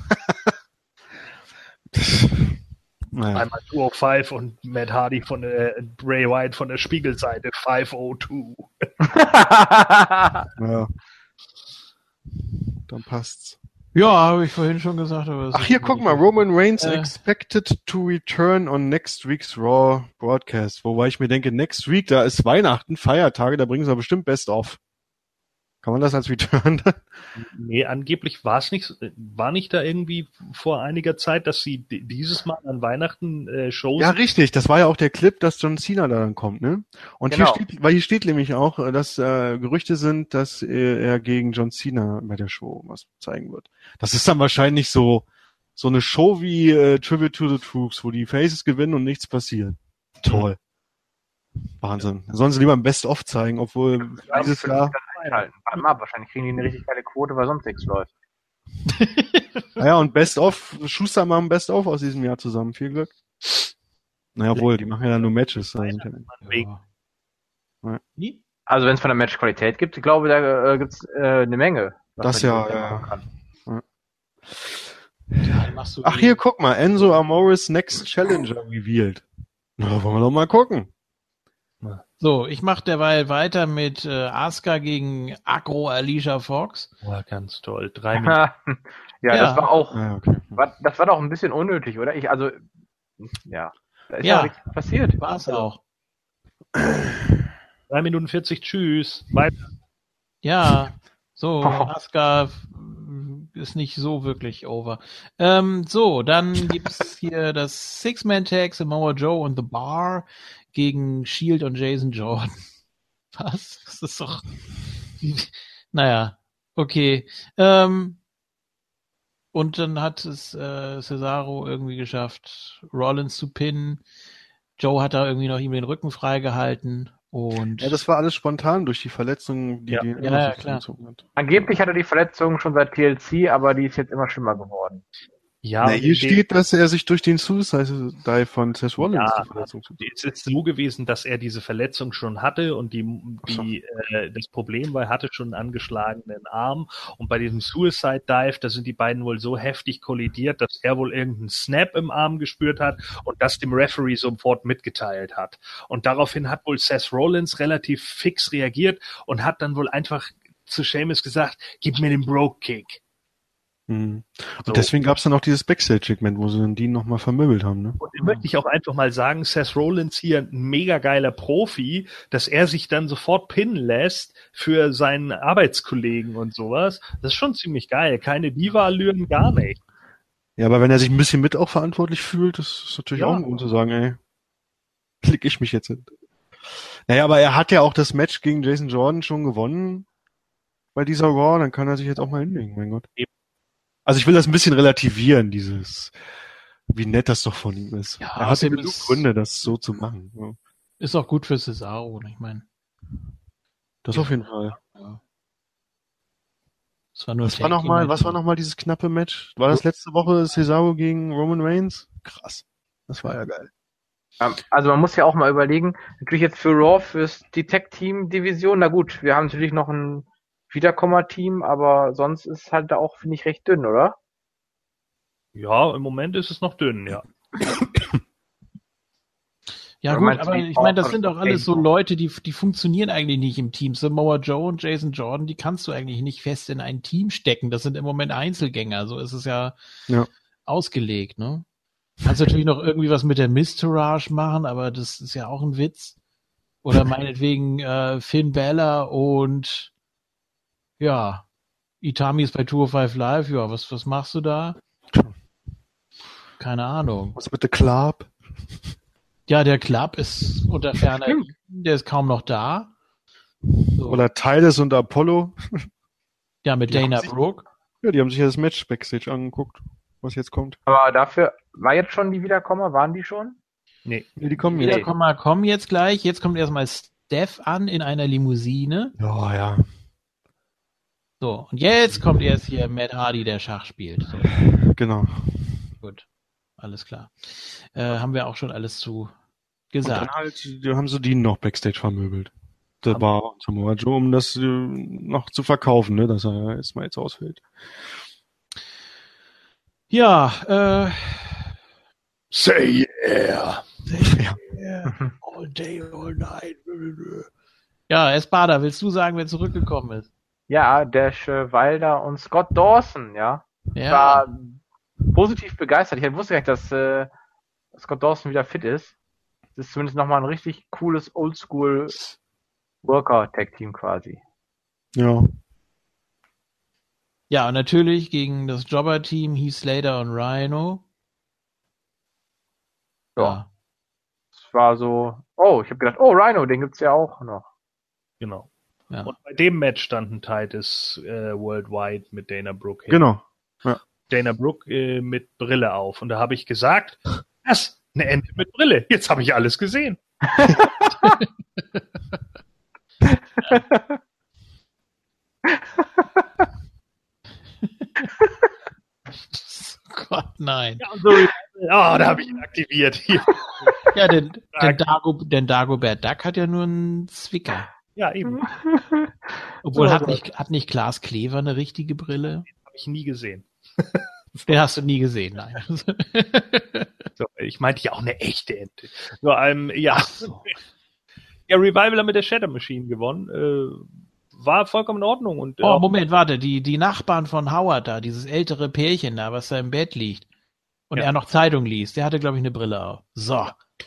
Naja. Einmal zweihundertfünf und Matt Hardy von der Bray Wyatt von der Spiegelseite fünfhundertzwei. Ja. Dann passt's. Ja, habe ich vorhin schon gesagt. Aber es Ach ist hier, guck mal, Roman Reigns Äh. expected to return on next week's Raw Broadcast. Wobei ich mir denke, next week, da ist Weihnachten, Feiertage, da bringen sie bestimmt Best of. Kann man das als Return dann? Nee, angeblich war es nicht, war nicht da irgendwie vor einiger Zeit, dass sie d- dieses Mal an Weihnachten äh, Shows. Ja, richtig. Das war ja auch der Clip, dass John Cena da dann kommt, ne? Und Genau. hier steht, weil hier steht nämlich auch, äh, dass äh, Gerüchte sind, dass äh, er gegen John Cena bei der Show was zeigen wird. Das ist dann wahrscheinlich so so eine Show wie äh, Tribute to the Troops, wo die Faces gewinnen und nichts passiert. Toll. Wahnsinn. Sollen sie lieber ein Best-of zeigen, obwohl Ja, dieses das können Jahr... sie dann einhalten. Warte mal, wahrscheinlich kriegen die eine richtig geile Quote, weil sonst nichts läuft. Naja, und Best-of, Schuster machen Best-of aus diesem Jahr zusammen. Viel Glück. Naja, wohl, die machen ja nur Matches. Also sind ja- wegen Ja. Wie? Also wenn es von der Matchqualität gibt, ich glaube, da äh, gibt's äh, eine Menge. was Das man ja, dieses Jahr ja. machen kann. Ja, dann machst du Ach, hier, guck mal, Enzo Amoris Next Challenger revealed. Na, wollen wir doch mal gucken. So, ich mache derweil weiter mit äh, Asuka gegen Agro Alicia Fox. war ganz toll. Drei Minuten. ja, Ja. das war auch, Ah, okay. war, das war doch ein bisschen unnötig, oder? Ich, also, ja, da ist Ja. ja, nichts passiert. War es auch. Drei Minuten vierzig, tschüss. Weiter. Ja, so, Oh. Asuka ist nicht so wirklich over. Ähm, so, dann gibt's hier das Six-Man-Tag, Samoa Joe und The Bar gegen Shield und Jason Jordan. Was? Das ist doch... Naja, okay. Ähm, und dann hat es äh, Cesaro irgendwie geschafft, Rollins zu pinnen. Joe hat da irgendwie noch ihm den Rücken freigehalten. Und Ja, das war alles spontan durch die Verletzung, die Ja. die Ja, ja, sich klar. gezogen hat. Angeblich hat er die Verletzung schon seit T L C, aber die ist jetzt immer schlimmer geworden. Ja, Na, und hier in dem- steht, dass er sich durch den Suicide Dive von Seth Rollins Ja, die Verletzung zugezogen Es ist so gewesen, dass er diese Verletzung schon hatte und die, Ach so. die äh, das Problem war, er hatte schon einen angeschlagenen Arm und bei diesem Suicide Dive, da sind die beiden wohl so heftig kollidiert, dass er wohl irgendeinen Snap im Arm gespürt hat und das dem Referee sofort mitgeteilt hat. Und daraufhin hat wohl Seth Rollins relativ fix reagiert und hat dann wohl einfach zu Sheamus gesagt, gib mir den Brogue Kick. Mhm. Und So. deswegen gab es dann auch dieses Backstage-Segment, wo sie dann die nochmal vermöbelt haben, ne? Und da möchte ich auch einfach mal sagen, Seth Rollins hier ein mega geiler Profi, dass er sich dann sofort pinnen lässt für seinen Arbeitskollegen und sowas. Das ist schon ziemlich geil. Keine Diva-Allüren, gar nicht. Ja, aber wenn er sich ein bisschen mit auch verantwortlich fühlt, das ist natürlich Ja. auch ein Grund zu sagen, ey, klick ich mich jetzt hin. Naja, aber er hat ja auch das Match gegen Jason Jordan schon gewonnen bei dieser Raw, dann kann er sich jetzt auch mal hinlegen, mein Gott. Eben. Also ich will das ein bisschen relativieren, dieses, wie nett das doch von ihm ist. Ja, er hatte außerdem genug ist- Gründe, das so zu machen. Ja. ist auch gut für Cesaro, ich meine. Das auf jeden Fall. Das war nur Was war noch mal, was war noch mal dieses knappe Match? War das letzte Woche Cesaro gegen Roman Reigns? Krass. Das war ja geil. Ähm, Also man muss ja auch mal überlegen, natürlich jetzt für Raw, fürs die Tag-Team-Division, na gut, wir haben natürlich noch ein Wiederkommer-Team, aber sonst ist halt da auch, finde ich, recht dünn, oder? Ja, im Moment ist es noch dünn, ja. Ja Oder gut, meinst du aber die ich meine, das Power- sind doch alles so Leute, die, die funktionieren eigentlich nicht im Team. Samoa Joe und Jason Jordan, die kannst du eigentlich nicht fest in ein Team stecken. Das sind im Moment Einzelgänger. So ist es ja, Ja. ausgelegt, ne? Kannst natürlich noch irgendwie was mit der Mistourage machen, aber das ist ja auch ein Witz. Oder meinetwegen äh, Finn Balor und ja, Itami ist bei zwei null fünf Live. Ja, was, was machst du da? Keine Ahnung. Was mit der Club? Ja, der Club ist unter Ferner, der ist kaum noch da. So. Oder Titus und Apollo? ja, mit die haben Dana sich- Brooke. Ja, die haben sich ja das Match Backstage angeguckt, was jetzt kommt. Aber dafür, war jetzt schon die Wiederkommer, waren die schon? Nee. Nee, die kommen Wieder jetzt. kommen, mal, kommen jetzt gleich. Jetzt kommt erstmal Steph an in einer Limousine. Ja, ja. So, und jetzt kommt erst hier Matt Hardy, der Schach spielt. So, Genau. gut. Alles klar. Äh, haben wir auch schon alles zu Und gesagt. dann halt, die haben sie die noch Backstage vermöbelt. Das war Samoa Joe, um das äh, noch zu verkaufen, ne, dass er erstmal jetzt ausfällt. Ja, äh, Say yeah. Ja. all day, all night. Ja, Espada, willst du sagen, wer zurückgekommen ist? Ja, Dash äh, Wilder und Scott Dawson, ja. Ja, War positiv begeistert. Ich wusste gar nicht, dass äh, Scott Dawson wieder fit ist. Das ist zumindest nochmal ein richtig cooles Oldschool Worker-Tag-Team quasi. Ja. ja, und natürlich gegen das Jobber-Team Heath Slater und Rhino. Ja. Es war so, oh, ich habe gedacht, oh, Rhino, den gibt's ja auch noch. Genau. Ja. Und bei dem Match standen Titus äh, Worldwide mit Dana Brooke hin. Genau. Dana Brooke äh, mit Brille auf. Und da habe ich gesagt, was? Eine Ente mit Brille. Jetzt habe ich alles gesehen. Oh Gott, nein. Ja, und so, oh, da habe ich ihn aktiviert. Hier. Ja, denn, denn, Dago, denn Dagobert Duck hat ja nur einen Zwicker. Ja, eben. Obwohl, Oh hat Gott. nicht, hat nicht Klaas Klever eine richtige Brille? Habe ich nie gesehen. Den hast du nie gesehen, nein. So, ich meinte ja auch eine echte Ente. So, ähm, ja. Ach so. Ja, Revival hat mit der Shatter Machine gewonnen. Äh, war vollkommen in Ordnung. Und, äh, Oh, Moment, warte, die, die Nachbarn von Howard da, dieses ältere Pärchen da, was da im Bett liegt und Ja. er noch Zeitung liest, der hatte, glaube ich, eine Brille auf. So.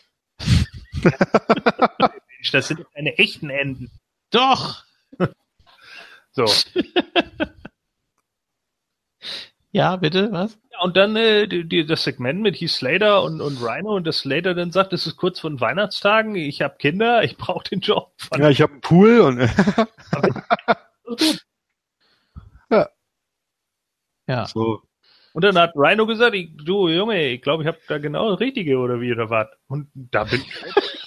das sind doch keine echten Enten. Doch! So. Ja, bitte, was? Ja, und dann äh, die, die, das Segment mit Heath Slater und, und Rhino und das Slater dann sagt, es ist kurz vor den Weihnachtstagen, ich habe Kinder, ich brauche den Job. Ja, ich habe einen Pool und ja. Ja. so. Und dann hat Rhino gesagt, ich, du Junge, ich glaube, ich habe da genau das Richtige oder wie oder was. Und da bin ich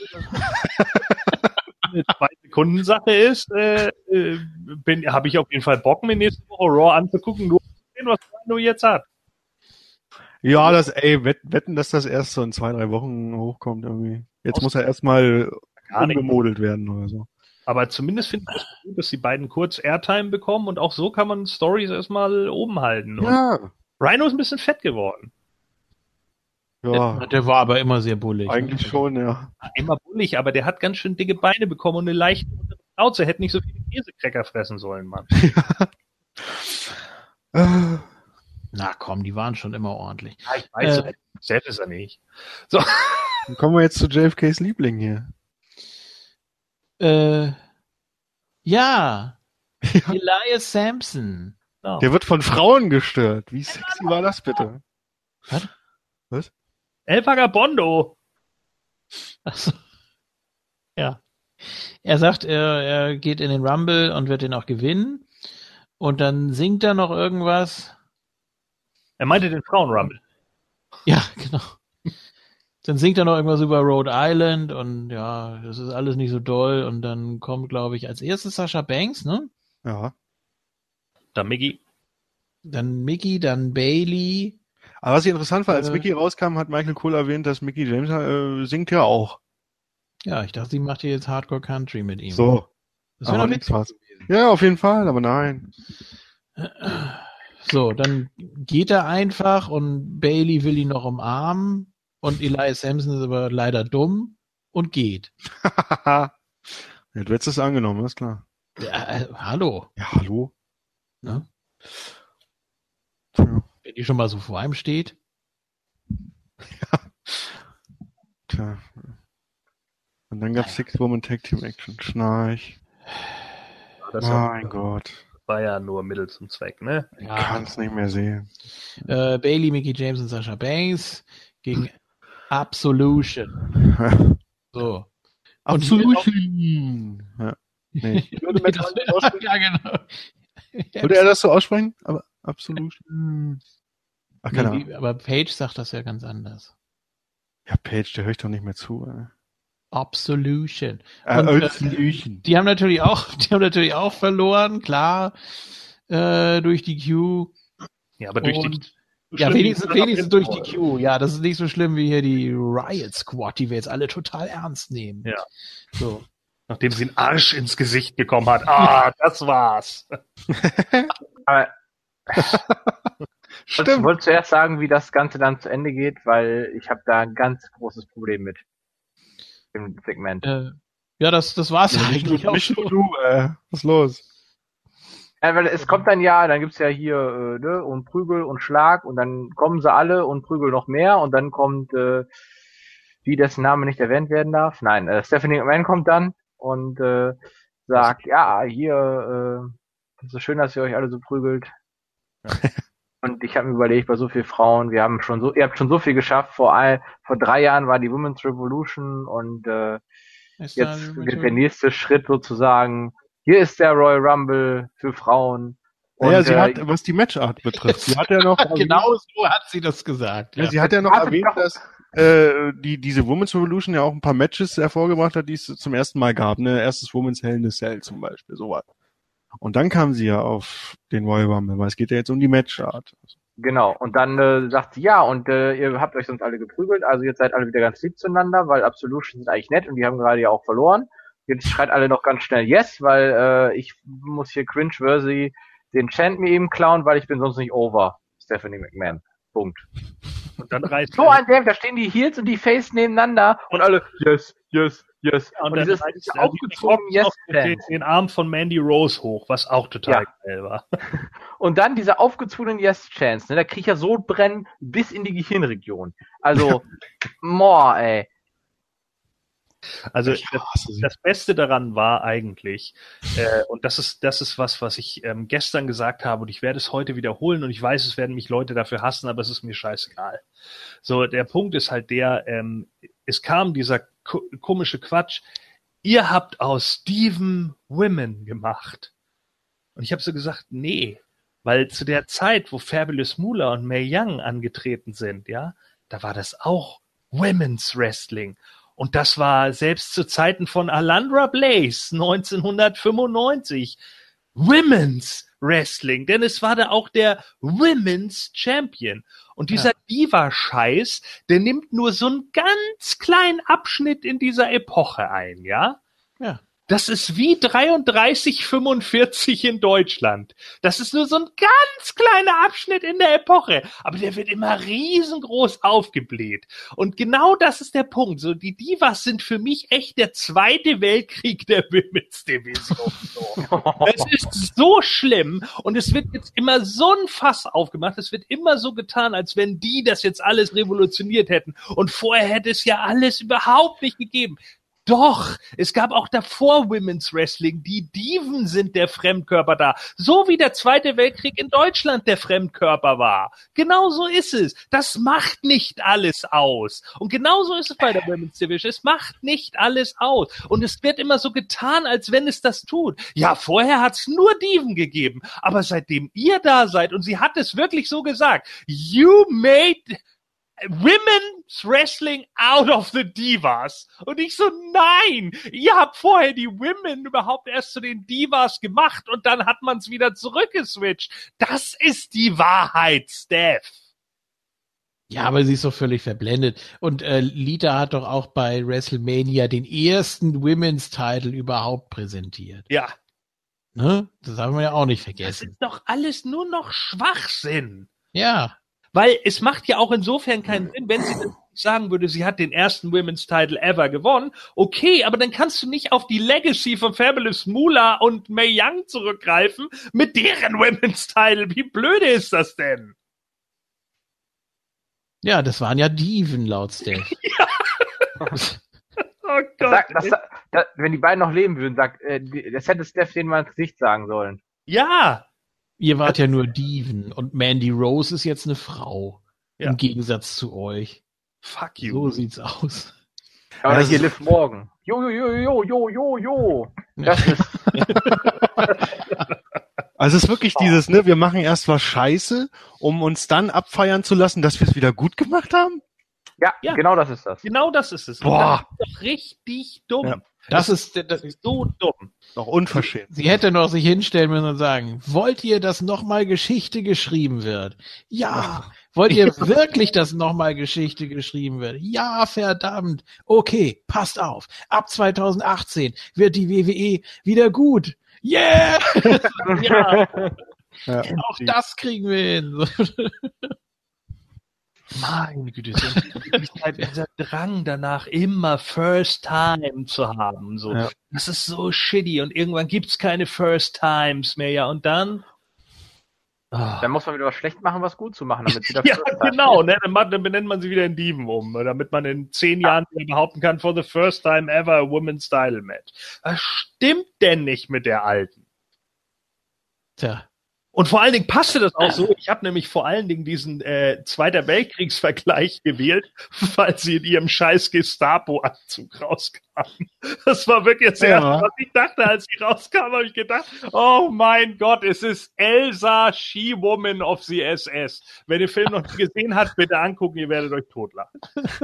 eine zwei Sekunden Sache ist, äh, äh, bin habe ich auf jeden Fall Bock, mir nächste Woche Raw anzugucken, nur zu sehen, was Rhino jetzt hat. Ja, das, ey, wett, wetten, dass das erst so in zwei, drei Wochen hochkommt irgendwie. Jetzt muss er erstmal Gar nicht. umgemodelt werden oder so. Aber zumindest finde ich es gut, dass die beiden kurz Airtime bekommen und auch so kann man Stories erstmal oben halten. Und Ja. Rhino ist ein bisschen fett geworden. Ja, Der war aber immer sehr bullig. eigentlich ne? schon, ja. Immer bullig, aber der hat ganz schön dicke Beine bekommen und eine leichte untere Schnauze. Hätte nicht so viele Käsekräcker fressen sollen, Mann. Äh, Na komm, die waren schon immer ordentlich. Ja, ich weiß, Äh, selbst ist er nicht. So. Dann kommen wir jetzt zu J F Ks Liebling hier. Äh, ja. Elias Sampson. Genau. Der wird von Frauen gestört. Wie sexy war das bitte? Was? Was? El Vagabondo. Achso. Ja. Er sagt, er, er geht in den Rumble und wird den auch gewinnen. Und dann singt er noch irgendwas. Er meinte den Frauenrumble. Ja, genau. Dann singt er noch irgendwas über Rhode Island und ja, das ist alles nicht so doll. Und dann kommt, glaube ich, als erstes Sasha Banks, ne? Ja. Da Miggy. Dann Mickey, dann Bailey. Aber was ich interessant war, als Äh, Mickey rauskam, hat Michael Cole erwähnt, dass Mickey James äh, singt ja auch. Ja, ich dachte, sie macht hier jetzt Hardcore Country mit ihm. So. Das wäre Aber noch nichts witzig was. gewesen. Ja, auf jeden Fall, aber nein. So, dann geht er einfach und Bailey will ihn noch umarmen und Elias Sampson ist aber leider dumm und geht. Ja, du hättest es angenommen, ist klar. Ja, äh, hallo. Ja, hallo. Ne? Tja. Wenn die schon mal so vor einem steht. Tja. Und dann gab's Six-Woman Tag Team Action. Schnarch. Das Mein Gott. war ja nur Mittel zum Zweck, ne? Ich kann's nicht mehr sehen. Äh, Bailey, Mickey James und Sasha Banks gegen Absolution. So. Und hier Absolution. Ja. Nee. Ich würde Das, ja, genau. Würde er das so aussprechen? Aber Absolution. Ach, keine Nee, Ahnung. wie- aber Paige sagt das ja ganz anders. Ja, Paige, der höre ich doch nicht mehr zu. Ey. Absolution. Äh, Und, äh, Absolution. Die haben natürlich auch, die haben natürlich auch verloren, klar, äh, durch die Q. Ja, aber durch die. Und, ja, wenigstens, wenigstens durch die Q. Ja, das ist nicht so schlimm wie hier die Riot Squad, die wir jetzt alle total ernst nehmen. Ja. So. Nachdem sie einen Arsch ins Gesicht bekommen hat. Ah, das war's. Aber ich Stimmt. wollte zuerst sagen, wie das Ganze dann zu Ende geht, weil ich habe da ein ganz großes Problem mit dem Segment. Äh, ja, das, das war's ja Nicht eigentlich nur, auch nicht nur schon. du, äh, was ist los? Ja, weil es kommt dann ja, dann gibt's ja hier äh, ne, und Prügel und Schlag und dann kommen sie alle und Prügel noch mehr und dann kommt, äh, wie dessen Name nicht erwähnt werden darf. Nein, äh, Stephanie McMahon kommt dann und äh, sagt, ja, hier, äh, ist so schön, dass ihr euch alle so prügelt. Ja. Und ich habe mir überlegt, bei so vielen Frauen, wir haben schon so, ihr habt schon so viel geschafft. Vor all, vor drei Jahren war die Women's Revolution und äh, Ist jetzt dann- wird der nächste Schritt sozusagen, hier ist der Royal Rumble für Frauen. Und, Naja, sie äh, hat, was die Matchart betrifft, sie hat ja noch erwähnt, Genau so hat sie das gesagt. ja, Ja. sie hat ja noch Warte erwähnt, doch. dass äh, die diese Women's Revolution ja auch ein paar Matches hervorgebracht hat, die es zum ersten Mal gab. Ne, erstes Women's Hell in a Cell zum Beispiel, sowas. Und dann kam sie ja auf den Royal Rumble, weil es geht ja jetzt um die Matchart. Genau, und dann äh, sagt sie, ja, und äh, ihr habt euch sonst alle geprügelt, also jetzt seid alle wieder ganz lieb zueinander, weil Absolution sind eigentlich nett und die haben gerade ja auch verloren. Jetzt schreit alle noch ganz schnell Yes, weil äh, ich muss hier cringe-worthy den Chant mir eben klauen, weil ich bin sonst nicht over. Stephanie McMahon. Punkt. Und dann reißt So ein Dämpf, da stehen die Heels und die Face nebeneinander und alle Yes, Yes, Yes. und, Und, dann dieses, reißt dieses er aufgezogene die Fox noch den, Yes-Chant. den Arm von Mandy Rose hoch, was auch total Ja. geil war. Und dann diese aufgezwungenen Yes-Chants, ne, da krieg ich ja Sodbrennen bis in die Gehirnregion. Also, moah, ey. Also Ich das, hasse sie. das Beste daran war eigentlich, äh, und das ist das ist was, was ich ähm, gestern gesagt habe und ich werde es heute wiederholen und ich weiß, es werden mich Leute dafür hassen, aber es ist mir scheißegal. So, der Punkt ist halt der, ähm, es kam dieser ko- komische Quatsch, ihr habt aus Steven Women gemacht. Und ich habe so gesagt, nee, weil zu der Zeit, wo Fabulous Moolah und Mae Young angetreten sind, ja, da war das auch Women's Wrestling. Und das war selbst zu Zeiten von Alundra Blaze neunzehnhundertfünfundneunzig Women's Wrestling, denn es war da auch der Women's Champion. Und dieser Ja. Diva-Scheiß, der nimmt nur so einen ganz kleinen Abschnitt in dieser Epoche ein, ja? Ja. Das ist wie dreiunddreißig fünfundvierzig in Deutschland. Das ist nur so ein ganz kleiner Abschnitt in der Epoche. Aber der wird immer riesengroß aufgebläht. Und genau das ist der Punkt. So, die Divas sind für mich echt der zweite Weltkrieg der Women's Division. So. Es ist so schlimm. Und es wird jetzt immer so ein Fass aufgemacht. Es wird immer so getan, als wenn die das jetzt alles revolutioniert hätten. Und vorher hätte es ja alles überhaupt nicht gegeben. Doch, es gab auch davor Women's Wrestling. Die Diven sind der Fremdkörper da. So wie der Zweite Weltkrieg in Deutschland der Fremdkörper war. Genau so ist es. Das macht nicht alles aus. Und genauso ist es bei der Women's Division. Es macht nicht alles aus. Und es wird immer so getan, als wenn es das tut. Ja, vorher hat es nur Diven gegeben. Aber seitdem ihr da seid, und sie hat es wirklich so gesagt, you made Women's Wrestling out of the Divas. Und ich so, nein, ihr habt vorher die Women überhaupt erst zu den Divas gemacht und dann hat man es wieder zurückgeswitcht. Das ist die Wahrheit, Steph. Ja, aber sie ist doch völlig verblendet. Und äh, Lita hat doch auch bei WrestleMania den ersten Women's Title überhaupt präsentiert. Ja. Ne? Das haben wir ja auch nicht Das vergessen. ist doch alles nur noch Schwachsinn. Ja. Weil es macht ja auch insofern keinen Sinn, wenn sie das sagen würde, sie hat den ersten Women's Title ever gewonnen. Okay, aber dann kannst du nicht auf die Legacy von Fabulous Moolah und Mae Young zurückgreifen mit deren Women's Title. Wie blöde ist das denn? Ja, das waren ja Diven laut Steph. Oh Gott. Sag, das, das, wenn die beiden noch leben würden, sagt, äh, die- das hätte Steph denen mal ins Gesicht sagen sollen. Ja. Ihr wart ja nur Diven und Mandy Rose ist jetzt eine Frau. Ja. Im Gegensatz zu euch. Fuck you. So sieht's aus. Aber Ja, das hier ist- Liv Morgan. Jo, jo, jo, jo, jo, jo, jo. Das ist, Also es ist wirklich dieses, ne, wir machen erst was Scheiße, um uns dann abfeiern zu lassen, dass wir es wieder gut gemacht haben? ja, Ja. genau das ist das. Genau das ist es. Und Boah. Das ist doch richtig dumm. Ja. Das ist, das, Das ist so dumm. Doch unverschämt. sie hätte noch sich hinstellen müssen und sagen, wollt ihr, dass nochmal Geschichte geschrieben wird? Ja. Wollt ihr wirklich, dass nochmal Geschichte geschrieben wird? Ja, verdammt. Okay, passt auf. Ab zwanzig achtzehn wird die W W E wieder gut. Yeah! Ja. Ja. Auch das kriegen wir hin. Meine Güte, so halt dieser Drang danach, immer First Time zu haben. So. Ja. Das ist so shitty und irgendwann gibt's keine First Times mehr. Ja, und dann? Ah. Dann muss man wieder was schlecht machen, was gut zu machen, damit wieder Ja, First Time genau, wird. ne? Dann, macht- dann benennt man sie wieder in Diven um, damit man in zehn Jahren wieder behaupten kann, for the first time ever a women's title match. Was stimmt denn nicht mit der alten? Tja. Und vor allen Dingen passte das auch so. Ich habe nämlich vor allen Dingen diesen äh, Zweiter Weltkriegsvergleich gewählt, weil sie in ihrem scheiß Gestapo-Anzug rauskam. Das war wirklich das Ja. Erste, was ich dachte, als sie rauskam, habe ich gedacht, oh mein Gott, es ist Elsa, She-Woman of the S S. Wer den Film noch nicht gesehen hat, bitte angucken, ihr werdet euch totlachen.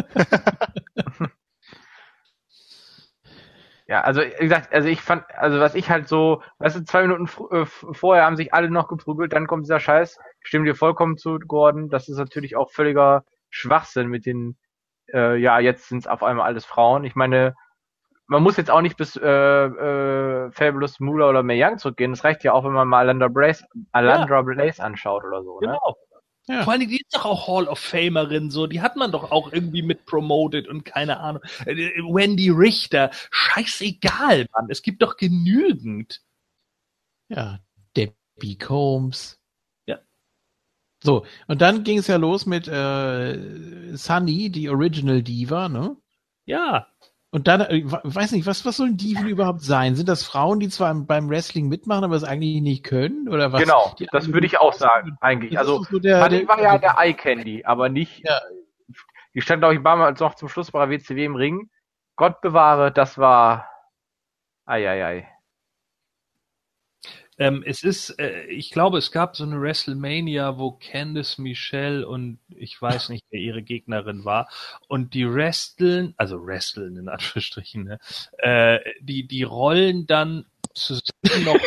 Ja, also wie gesagt, also ich fand, also was ich halt so, weißt du, zwei Minuten fr- äh, f- vorher haben sich alle noch geprügelt, dann kommt dieser Scheiß, ich stimme dir vollkommen zu, Gordon, das ist natürlich auch völliger Schwachsinn mit den, äh, ja, jetzt sind es auf einmal alles Frauen. Ich meine, man muss jetzt auch nicht bis äh, äh, Fabulous Moolah oder Mae Young zurückgehen, es reicht ja auch, wenn man mal Alundra Blaze, Alundra Blaze anschaut oder so, ne? Genau. Ja. Vor allen Dingen, die ist doch auch Hall of Famerin, so, die hat man doch auch irgendwie mit promoted und keine Ahnung. Äh, Wendy Richter, scheißegal, Mann, es gibt doch genügend. Ja, Debbie Combs. Ja. So, und dann ging es ja los mit äh, Sunny, die Original Diva, ne? Ja, Und dann, ich weiß nicht, was, was sollen Diven überhaupt sein? Sind das Frauen, die zwar beim Wrestling mitmachen, aber es eigentlich nicht können? Oder was? Genau, Die das würde ich auch sagen, eigentlich. Das Also, ist so der- Fanny der- war ja der Eye Candy, aber nicht, Ja. die stand, glaube ich, damals noch zum Schluss bei der W C W im Ring. Gott bewahre, das war, ei, ei, ei. Ähm, es ist, äh, ich glaube, es gab so eine WrestleMania, wo Candice Michelle und ich weiß nicht, wer ihre Gegnerin war, und die wresteln, also wresteln in Anführungsstrichen, ne? äh, die, die rollen dann zusammen noch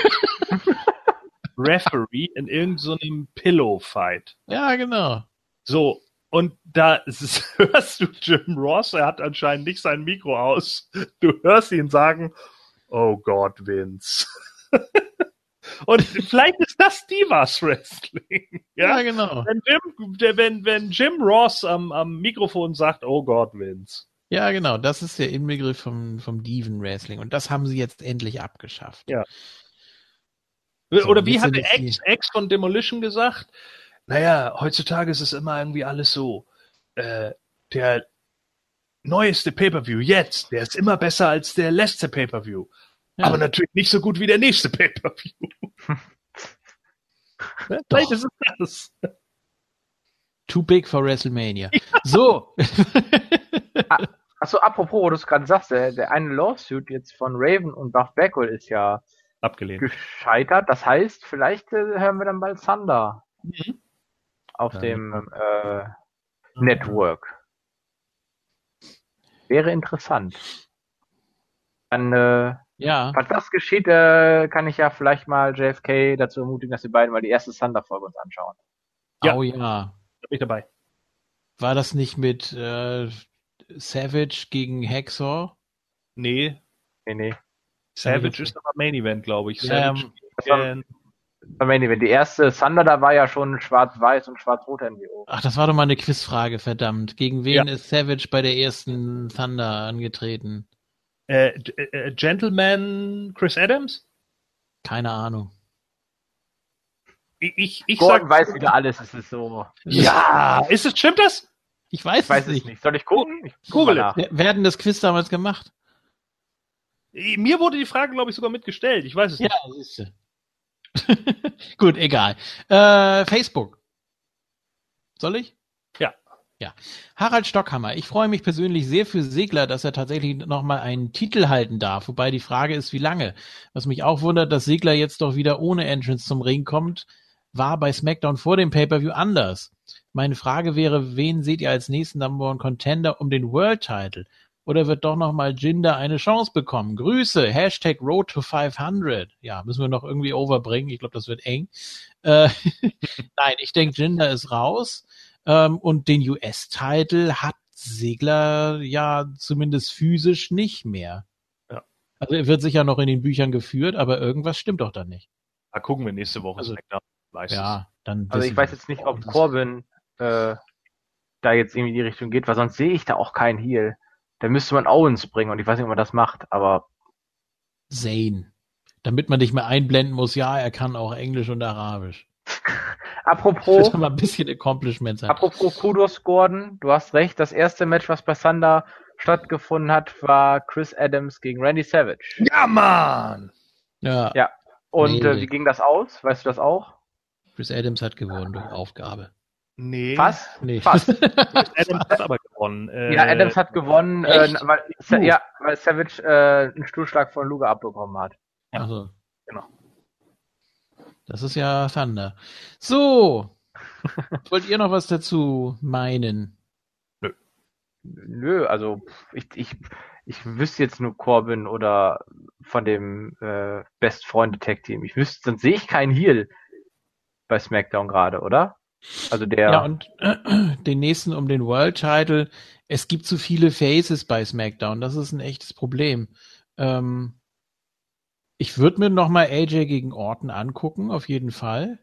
Referee in irgendeinem so einem Pillow-Fight. Ja, genau. So, und da hörst du Jim Ross, er hat anscheinend nicht sein Mikro aus. Du hörst ihn sagen, oh Gott, Vince. Und vielleicht ist das Divas Wrestling. Ja, Ja, genau. Wenn Jim, der, wenn, wenn Jim Ross am, am Mikrofon sagt, oh Gott, Vince. Ja, genau. Das ist der Inbegriff vom, vom Diven Wrestling. Und das haben sie jetzt endlich abgeschafft. Ja. So, Oder wie jetzt hatte sind es die- X, X von Demolition gesagt? Naja, heutzutage ist es immer irgendwie alles so. Äh, der neueste Pay-Per-View jetzt, der ist immer besser als der letzte Pay-Per-View. Ja. Aber natürlich nicht so gut wie der nächste Pay-Per-View. Ne? Vielleicht ist es das. Too big for WrestleMania. So. Achso, apropos, wo du es gerade sagst, der, der eine Lawsuit jetzt von Raven und Buff Bagwell ist ja Abgelehnt. gescheitert. Das heißt, vielleicht äh, hören wir dann bald Thunder Mhm. auf Ja. dem äh, Network. Wäre interessant. Dann, äh, Ja. falls das geschieht, äh, kann ich ja vielleicht mal J F K dazu ermutigen, dass wir beiden mal die erste Thunder-Folge uns anschauen. Ja. Oh ja. Da bin ich dabei. War das nicht mit äh, Savage gegen Hacksaw? Nee, Nee, nee. Savage ist aber Main Event, glaube ich. Ja, Savage das war- gegen- Ich meine, wenn die erste Thunder, da war ja schon schwarz-weiß und schwarz-rot N W O. Ach, das war doch mal eine Quizfrage, verdammt. Gegen wen Ja. ist Savage bei der ersten Thunder angetreten? Äh, G- äh, Gentleman Chris Adams? Keine Ahnung. Ich, ich, ich Gordon sag, weiß wieder alles, es ist so. ja, ist es, stimmt das? Ich weiß, Ich weiß es es nicht. nicht. Soll ich gucken? Ich guck Google mal nach. Wer, wer hat denn das Quiz damals gemacht? Mir wurde die Frage, glaube ich, sogar mitgestellt. Ich weiß es Ja, nicht. siehst du. Gut, egal. Äh, Facebook. Soll ich? Ja. Ja. Harald Stockhammer. Ich freue mich persönlich sehr für Segler, dass er tatsächlich nochmal einen Titel halten darf. Wobei die Frage ist, wie lange. Was mich auch wundert, dass Segler jetzt doch wieder ohne Entrance zum Ring kommt, war bei SmackDown vor dem Pay-Per-View anders. Meine Frage wäre, wen seht ihr als nächsten Number One Contender um den World Title? Oder wird doch nochmal Jinder eine Chance bekommen? Grüße, Hashtag Road to fünfhundert. Ja, müssen wir noch irgendwie overbringen. Ich glaube, das wird eng. Äh, Nein, ich denke, Jinder ist raus. Ähm, und den U S-Title hat Segler ja zumindest physisch nicht mehr. Ja. Also er wird sicher noch in den Büchern geführt, aber irgendwas stimmt doch da nicht. Da gucken wir nächste Woche. Also, SmackDown. Weiß es. Ja, dann. Also ich weiß jetzt nicht, ob Corbin äh, da jetzt irgendwie in die Richtung geht, weil sonst sehe ich da auch keinen Heel. Da müsste man Owens bringen und ich weiß nicht, ob man das macht, aber Zayn. Damit man nicht mehr einblenden muss, ja, er kann auch Englisch und Arabisch. apropos, Das mal ein bisschen Accomplishment sein. apropos Kudos Gordon, du hast recht, das erste Match, was bei Thunder stattgefunden hat, war Chris Adams gegen Randy Savage. Ja, Mann! Ja, Ja. Und Nee. äh, wie ging das aus? Weißt du das auch? Chris Adams hat gewonnen durch Aufgabe. Nee. Fast? Nee. Fast. Adams hat aber gewonnen. Äh, Ja, Adams hat gewonnen, äh, echt? weil, Sa- ja, weil Savage äh, einen Stuhlschlag von Luger abbekommen hat. Ja. Also, Genau. das ist ja Thunder. So. Wollt ihr noch was dazu meinen? Nö, also ich, ich, ich wüsste jetzt nur Corbin oder von dem äh, Best Freunde Tag Team. Ich wüsste, sonst sehe ich keinen Heel bei SmackDown gerade, oder? Also der. Ja, und äh, den nächsten um den World Title. Es gibt zu viele Faces bei SmackDown. Das ist ein echtes Problem. Ähm, ich würde mir noch mal A J gegen Orton angucken, auf jeden Fall.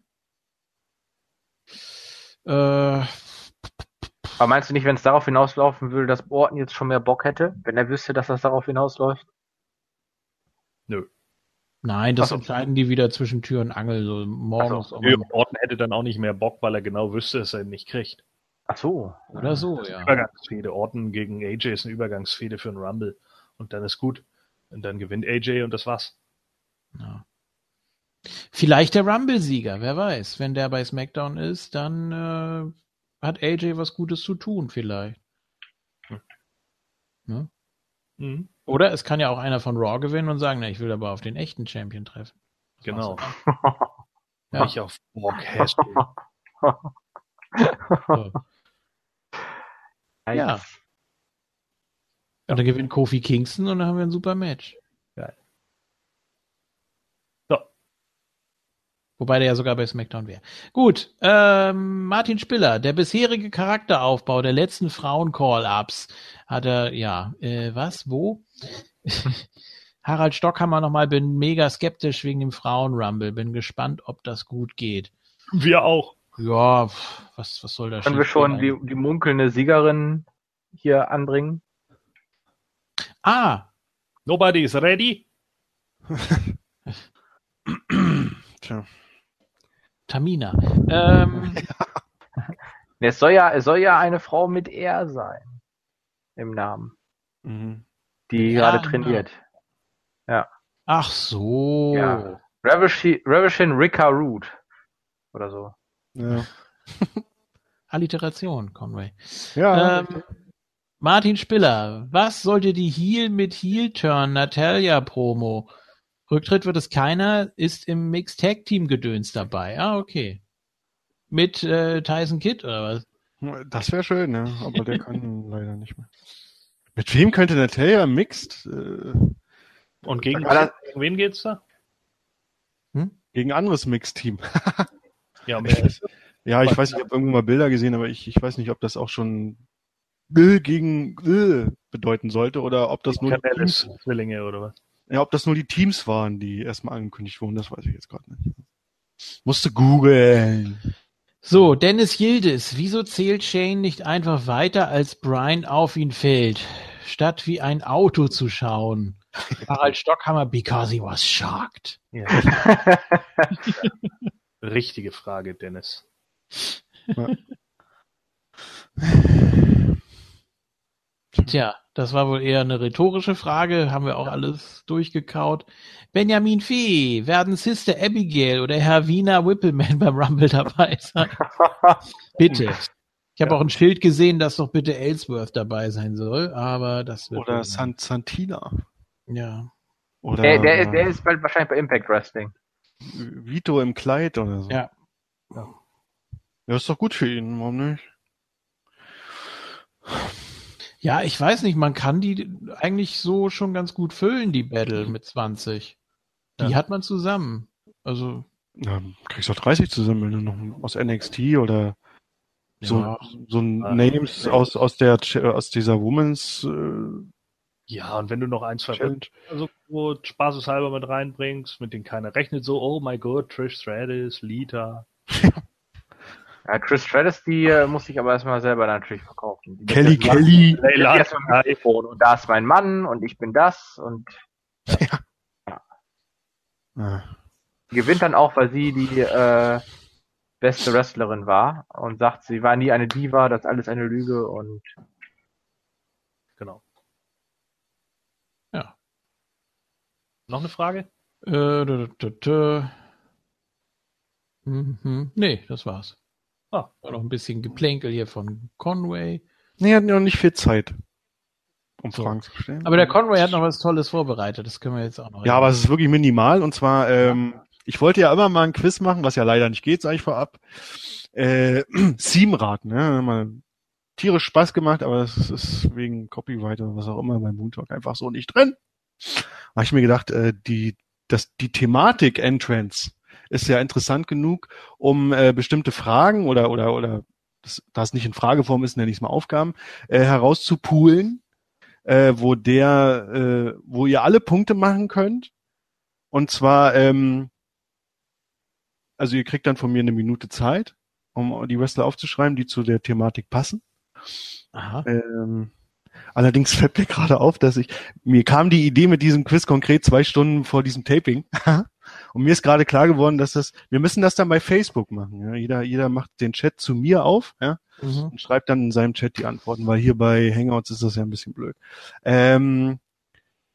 Äh, aber meinst du nicht, wenn es darauf hinauslaufen würde, dass Orton jetzt schon mehr Bock hätte, wenn er wüsste, dass das darauf hinausläuft? Nö. nein, das Ach so. entscheiden die wieder zwischen Tür und Angel, so morgens Ach so. um, Nö, Orton hätte dann auch nicht mehr Bock, weil er genau wüsste, dass er ihn nicht kriegt. Ach so. oder so, ja. Übergangsfehde. Orton gegen A J ist eine Übergangsfehde für einen Rumble. Und dann ist gut. Und dann gewinnt A J und das war's. Ja. Vielleicht der Rumble-Sieger, wer weiß. Wenn der bei SmackDown ist, dann äh, hat A J was Gutes zu tun, vielleicht. Hm. Ne? Mhm. Oder es kann ja auch einer von Raw gewinnen und sagen, na, ich will aber auf den echten Champion treffen. Das genau. Ja. Nicht auf Brock Lesnar. So. Ja. Und dann gewinnt Kofi Kingston und dann haben wir ein super Match. Geil. So. Wobei der ja sogar bei SmackDown wäre. Gut, ähm, Martin Spiller, der bisherige Charakteraufbau der letzten Frauen-Call-Ups hat er, ja, äh, was, wo? Harald Stockhammer nochmal, bin mega skeptisch wegen dem Frauen-Rumble, bin gespannt, ob das gut geht. Wir auch. Ja, was, was soll da Können wir schon die, die munkelnde Siegerin hier anbringen? Ah! Nobody is ready? Tja. Tamina. Ähm, Es soll ja, es soll ja eine Frau mit R sein. Im Namen. Mhm. Die Ja, gerade trainiert. Ja. ach so. Ja. Ravishing, Ravishing Rika Root. Oder so. Ja. Alliteration, Conway. Ja. Ähm, Martin Spiller, was sollte die Heel mit Heel-Turn Natalia Promo? Rücktritt wird es keiner, ist im Mixed Tag Team Gedöns dabei. Ah, okay. Mit äh, Tyson Kidd oder was? Das wäre schön, ja. Aber der kann leider nicht mehr. Mit wem könnte Natalia Mixed? Äh, Und gegen, Ja, gegen wen geht's da? Hm? gegen ein anderes Mixed-Team. Ja, wer ist das? Ja, ich weiß, ich habe irgendwo mal Bilder gesehen, aber ich, ich weiß nicht, ob das auch schon äh, gegen äh, bedeuten sollte oder ob das nur die Teams, Canellis-Zwillinge oder was? ja, ob das nur die Teams waren, die erstmal angekündigt wurden, das weiß ich jetzt gerade nicht. Musste googeln. So, Dennis Yildiz, wieso zählt Shane nicht einfach weiter, als Brian auf ihn fällt, statt wie ein Auto zu schauen? Harald Stockhammer, because he was shocked. Ja. Richtige Frage, Dennis. Ja. Tja, das war wohl eher eine rhetorische Frage, haben wir auch alles durchgekaut. Benjamin Fee, werden Sister Abigail oder Herr Wiener Whippleman beim Rumble dabei sein? Bitte. Ich habe Ja. auch ein Schild gesehen, dass doch bitte Ellsworth dabei sein soll, aber das wird... Oder wohl- San Santina. Ja. Oder Der, der, der ist bald wahrscheinlich bei Impact Wrestling. Vito im Kleid oder so. Ja. Ja, ist doch gut für ihn, warum nicht? Ja, ich weiß nicht, man kann die eigentlich so schon ganz gut füllen, die Battle mit zwanzig. Die Ja. hat man zusammen. Also, Ja, kriegst doch dreißig zusammen, wenn du noch aus N X T oder so, ja. so ein Ja. Names aus, aus der, aus dieser Women's, äh, Ja, und wenn du noch ein, zwei Challenge. also so spaßeshalber mit reinbringst, mit denen keiner rechnet, so, oh my god, Trish Stratus, Lita. Ja, Trish Stratus, die äh, muss ich aber erstmal selber natürlich verkaufen. Die Kelly muss erst mal- Kelly. die hat erstmal ein Mikrofon und da ist mein Mann und ich bin das und Ah, die gewinnt dann auch, weil sie die äh, beste Wrestlerin war und sagt, sie war nie eine Diva, das ist alles eine Lüge und Genau. Ja. Noch eine Frage? Äh, dö, dö, dö. Mhm. Nee, das war's. Ah. War noch ein bisschen Geplänkel hier von Conway. Nee, hatten ja noch nicht viel Zeit, um So. Fragen zu stellen. Aber der Conway hat noch was Tolles vorbereitet. Das können wir jetzt auch noch. Ja, aber es ist wirklich minimal. Und zwar, ähm, ich wollte ja immer mal ein Quiz machen, was ja leider nicht geht, sage ich vorab. Äh, Seamrad, ne? Mal tierisch Spaß gemacht, aber das ist wegen Copyright oder was auch immer beim Moon Talk einfach so nicht drin. Da habe ich mir gedacht, äh, die, das, die Thematik Entrance ist ja interessant genug, um äh, bestimmte Fragen oder oder oder das, da es nicht in Frageform ist, nenne ich es mal Aufgaben, äh, herauszupulen, äh, wo der, äh, wo ihr alle Punkte machen könnt. Und zwar, ähm, also ihr kriegt dann von mir eine Minute Zeit, um die Wrestler aufzuschreiben, die zu der Thematik passen. Aha. Ähm, allerdings fällt mir gerade auf, dass ich, mir kam die Idee mit diesem Quiz konkret zwei Stunden vor diesem Taping. Und mir ist gerade klar geworden, dass das, wir müssen das dann bei Facebook machen. Ja? Jeder, jeder macht den Chat zu mir auf, ja, Mhm. und schreibt dann in seinem Chat die Antworten, weil hier bei Hangouts ist das ja ein bisschen blöd. Ähm,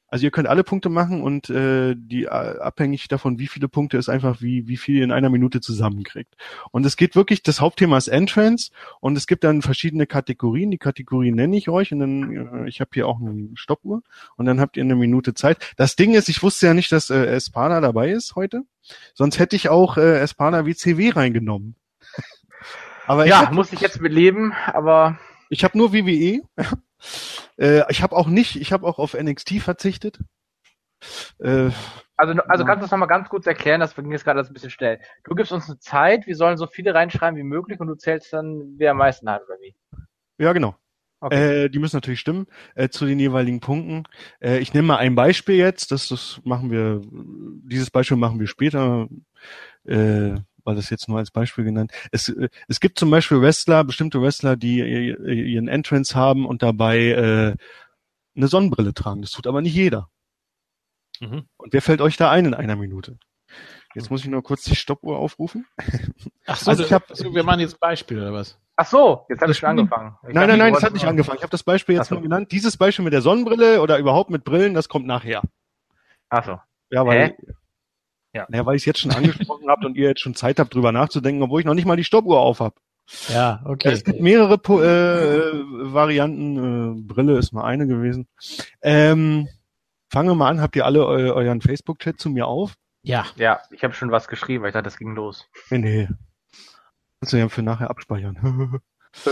Also ihr könnt alle Punkte machen und äh, die äh, abhängig davon, wie viele Punkte es einfach wie wie viel ihr in einer Minute zusammenkriegt. Und es geht wirklich, das Hauptthema ist Entrance und es gibt dann verschiedene Kategorien. Die Kategorien nenne ich euch und dann, äh, ich habe hier auch eine Stoppuhr und dann habt ihr eine Minute Zeit. Das Ding ist, ich wusste ja nicht, dass äh, Espada dabei ist heute, sonst hätte ich auch äh, Espada W C W reingenommen. Aber Ja, ich hab, muss ich jetzt mit leben, aber ich habe nur W W E. äh, ich habe auch nicht, ich habe auch auf N X T verzichtet. Äh, Also, also Ja. kannst du das nochmal ganz kurz erklären, das ging jetzt gerade alles ein bisschen schnell. Du gibst uns eine Zeit, wir sollen so viele reinschreiben wie möglich und du zählst dann, wer am meisten hat, oder wie? ja, genau. Okay. Äh, die müssen natürlich stimmen äh, zu den jeweiligen Punkten. Äh, ich nehme mal ein Beispiel jetzt. Das, das machen wir. Dieses Beispiel machen wir später, äh, weil das jetzt nur als Beispiel genannt. Es, äh, es gibt zum Beispiel Wrestler, bestimmte Wrestler, die äh, ihren Entrance haben und dabei äh, eine Sonnenbrille tragen. Das tut aber nicht jeder. Mhm. Und wer fällt euch da ein in einer Minute? Jetzt muss ich nur kurz die Stoppuhr aufrufen. Ach so, Also ich hab- also wir machen jetzt Beispiele oder was? Ach so, jetzt habe Das ich schon angefangen. Ich Nein, dachte, nein, nein, du das hat wolltest nicht nur- angefangen. Ich habe das Beispiel jetzt Ach so. nur genannt. Dieses Beispiel mit der Sonnenbrille oder überhaupt mit Brillen, das kommt nachher. Ach so. Ja, weil, Hä? Ja. ja, weil ich es jetzt schon angesprochen habt und ihr jetzt schon Zeit habt, drüber nachzudenken, obwohl ich noch nicht mal die Stoppuhr auf hab. Ja, okay. Es gibt mehrere po- äh, Varianten. Äh, Brille ist mal eine gewesen. Ähm, fangen wir mal an. Habt ihr alle eu euren Facebook-Chat zu mir auf? Ja. Ja, ich habe schon was geschrieben, weil ich dachte, das ging los. Nee, nee. Kannst du ja für nachher abspeichern.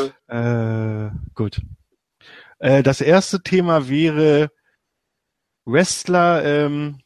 äh, gut. Äh, das erste Thema wäre Wrestler, ähm,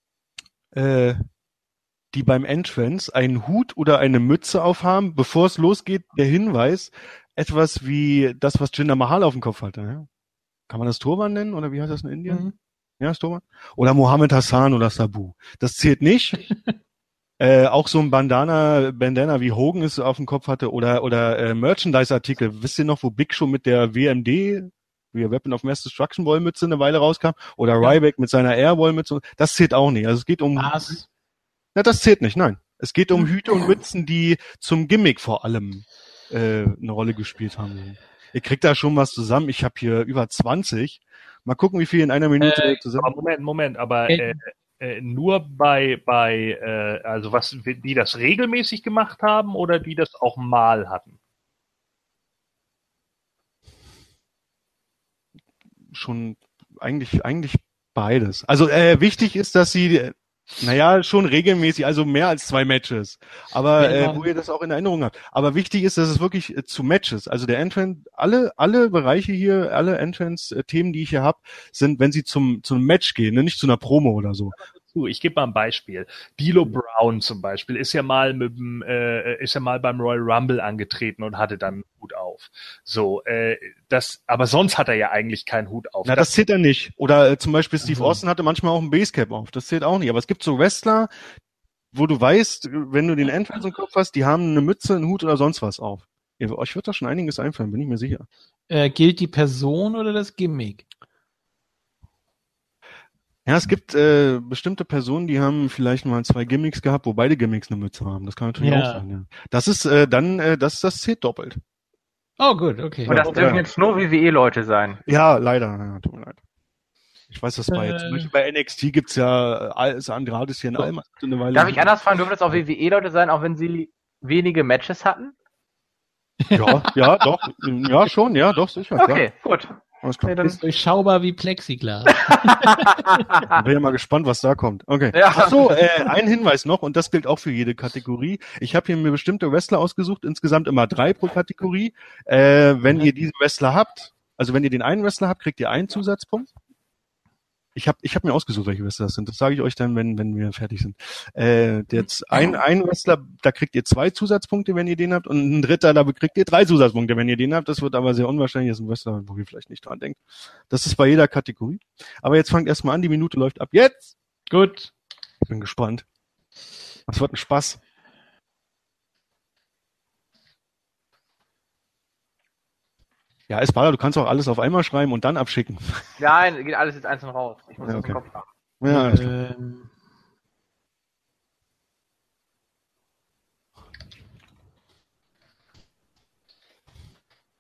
äh, die beim Entrance einen Hut oder eine Mütze aufhaben, bevor es losgeht, der Hinweis, etwas wie das, was Jinder Mahal auf dem Kopf hatte. Ja? Kann man das Turban nennen oder wie heißt das in Indien? Mhm. Ja, das Turban? Oder Mohammed Hassan oder Sabu. Das zählt nicht. äh, auch so ein Bandana, Bandana wie Hogan es auf dem Kopf hatte oder oder äh, Merchandise-Artikel. Wisst ihr noch, wo Big Show mit der W M D, wie Weapon of Mass Destruction Wollmütze eine Weile rauskam? Oder Ja. Ryback mit seiner Air Wollmütze? Das zählt auch nicht. Also es geht um Was? Na, das zählt nicht, nein. Es geht um Hüte und Mützen, die zum Gimmick vor allem äh, eine Rolle gespielt haben. Ihr kriegt da schon was zusammen. Ich habe hier über zwanzig. Mal gucken, wie viel in einer Minute Äh, zusammen. Aber Moment, Moment, aber Äh, äh, äh, nur bei, bei äh, also was, die das regelmäßig gemacht haben oder die das auch mal hatten? Schon eigentlich, eigentlich beides. Also äh, wichtig ist, dass sie, äh, naja, schon regelmäßig, also mehr als zwei Matches. Aber Wenn äh, man- wo ihr das auch in Erinnerung habt. Aber wichtig ist, dass es wirklich äh, zu Matches, also der Entrance, alle, alle Bereiche hier, alle Entrance-Themen, die ich hier hab, sind, wenn sie zum, zum Match gehen, ne? Nicht zu einer Promo oder so. Du, ich gebe mal ein Beispiel. D'Lo Brown zum Beispiel ist ja mal mit dem, äh, ist ja mal beim Royal Rumble angetreten und hatte dann einen Hut auf. So, äh, das, aber sonst hat er ja eigentlich keinen Hut auf. Na, das zählt dann nicht. Oder äh, zum Beispiel Steve Also. Austin hatte manchmal auch ein Basecap auf. Das zählt auch nicht. Aber es gibt so Wrestler, wo du weißt, wenn du den Entrance im Kopf hast, die haben eine Mütze, einen Hut oder sonst was auf. Ja, euch wird da schon einiges einfallen, bin ich mir sicher. Äh, gilt die Person oder das Gimmick? Ja, es gibt äh, bestimmte Personen, die haben vielleicht mal zwei Gimmicks gehabt, wo beide Gimmicks eine Mütze haben. Das kann natürlich Ja. auch sein. Ja. Das ist äh, dann, äh, das, das zählt doppelt. Oh, gut, okay. Und das Ja. dürfen jetzt nur W W E-Leute sein. Ja, leider. Ja, tut mir leid. Ich weiß, dass bei, Äh. zum Beispiel bei N X T gibt's ja, äh, Al- Andrade ist hier in Alma eine Weile. Darf ich anders fragen, dürfen das auch W W E-Leute sein, auch wenn sie wenige Matches hatten? Ja, ja, doch. Ja, schon, ja, doch, sicher. Okay, gut. Klar. Alles klar. Nee, dann, Ist durchschaubar wie Plexiglas. Bin ja mal gespannt, was da kommt. Okay. Ja. Ach so, äh, ein Hinweis noch, und das gilt auch für jede Kategorie. Ich habe hier mir bestimmte Wrestler ausgesucht, insgesamt immer drei pro Kategorie. Äh, wenn ihr diese Wrestler habt, also wenn ihr den einen Wrestler habt, kriegt ihr einen Zusatzpunkt. Ich habe ich hab mir ausgesucht, welche Wrestler das sind. Das sage ich euch dann, wenn wenn wir fertig sind. Äh, jetzt ein ein Wrestler, da kriegt ihr zwei Zusatzpunkte, wenn ihr den habt, und ein dritter, da kriegt ihr drei Zusatzpunkte, wenn ihr den habt. Das wird aber sehr unwahrscheinlich. Das ist ein Wrestler, wo ihr vielleicht nicht dran denkt. Das ist bei jeder Kategorie. Aber jetzt fangt erstmal an, die Minute läuft ab jetzt. Gut. Ich bin gespannt. Das wird ein Spaß. Ja, Espada, du kannst auch alles auf einmal schreiben und dann abschicken. nein, geht alles jetzt einzeln raus. Ich muss Ja, das okay. im Kopf haben. Ja, alles klar. Ähm,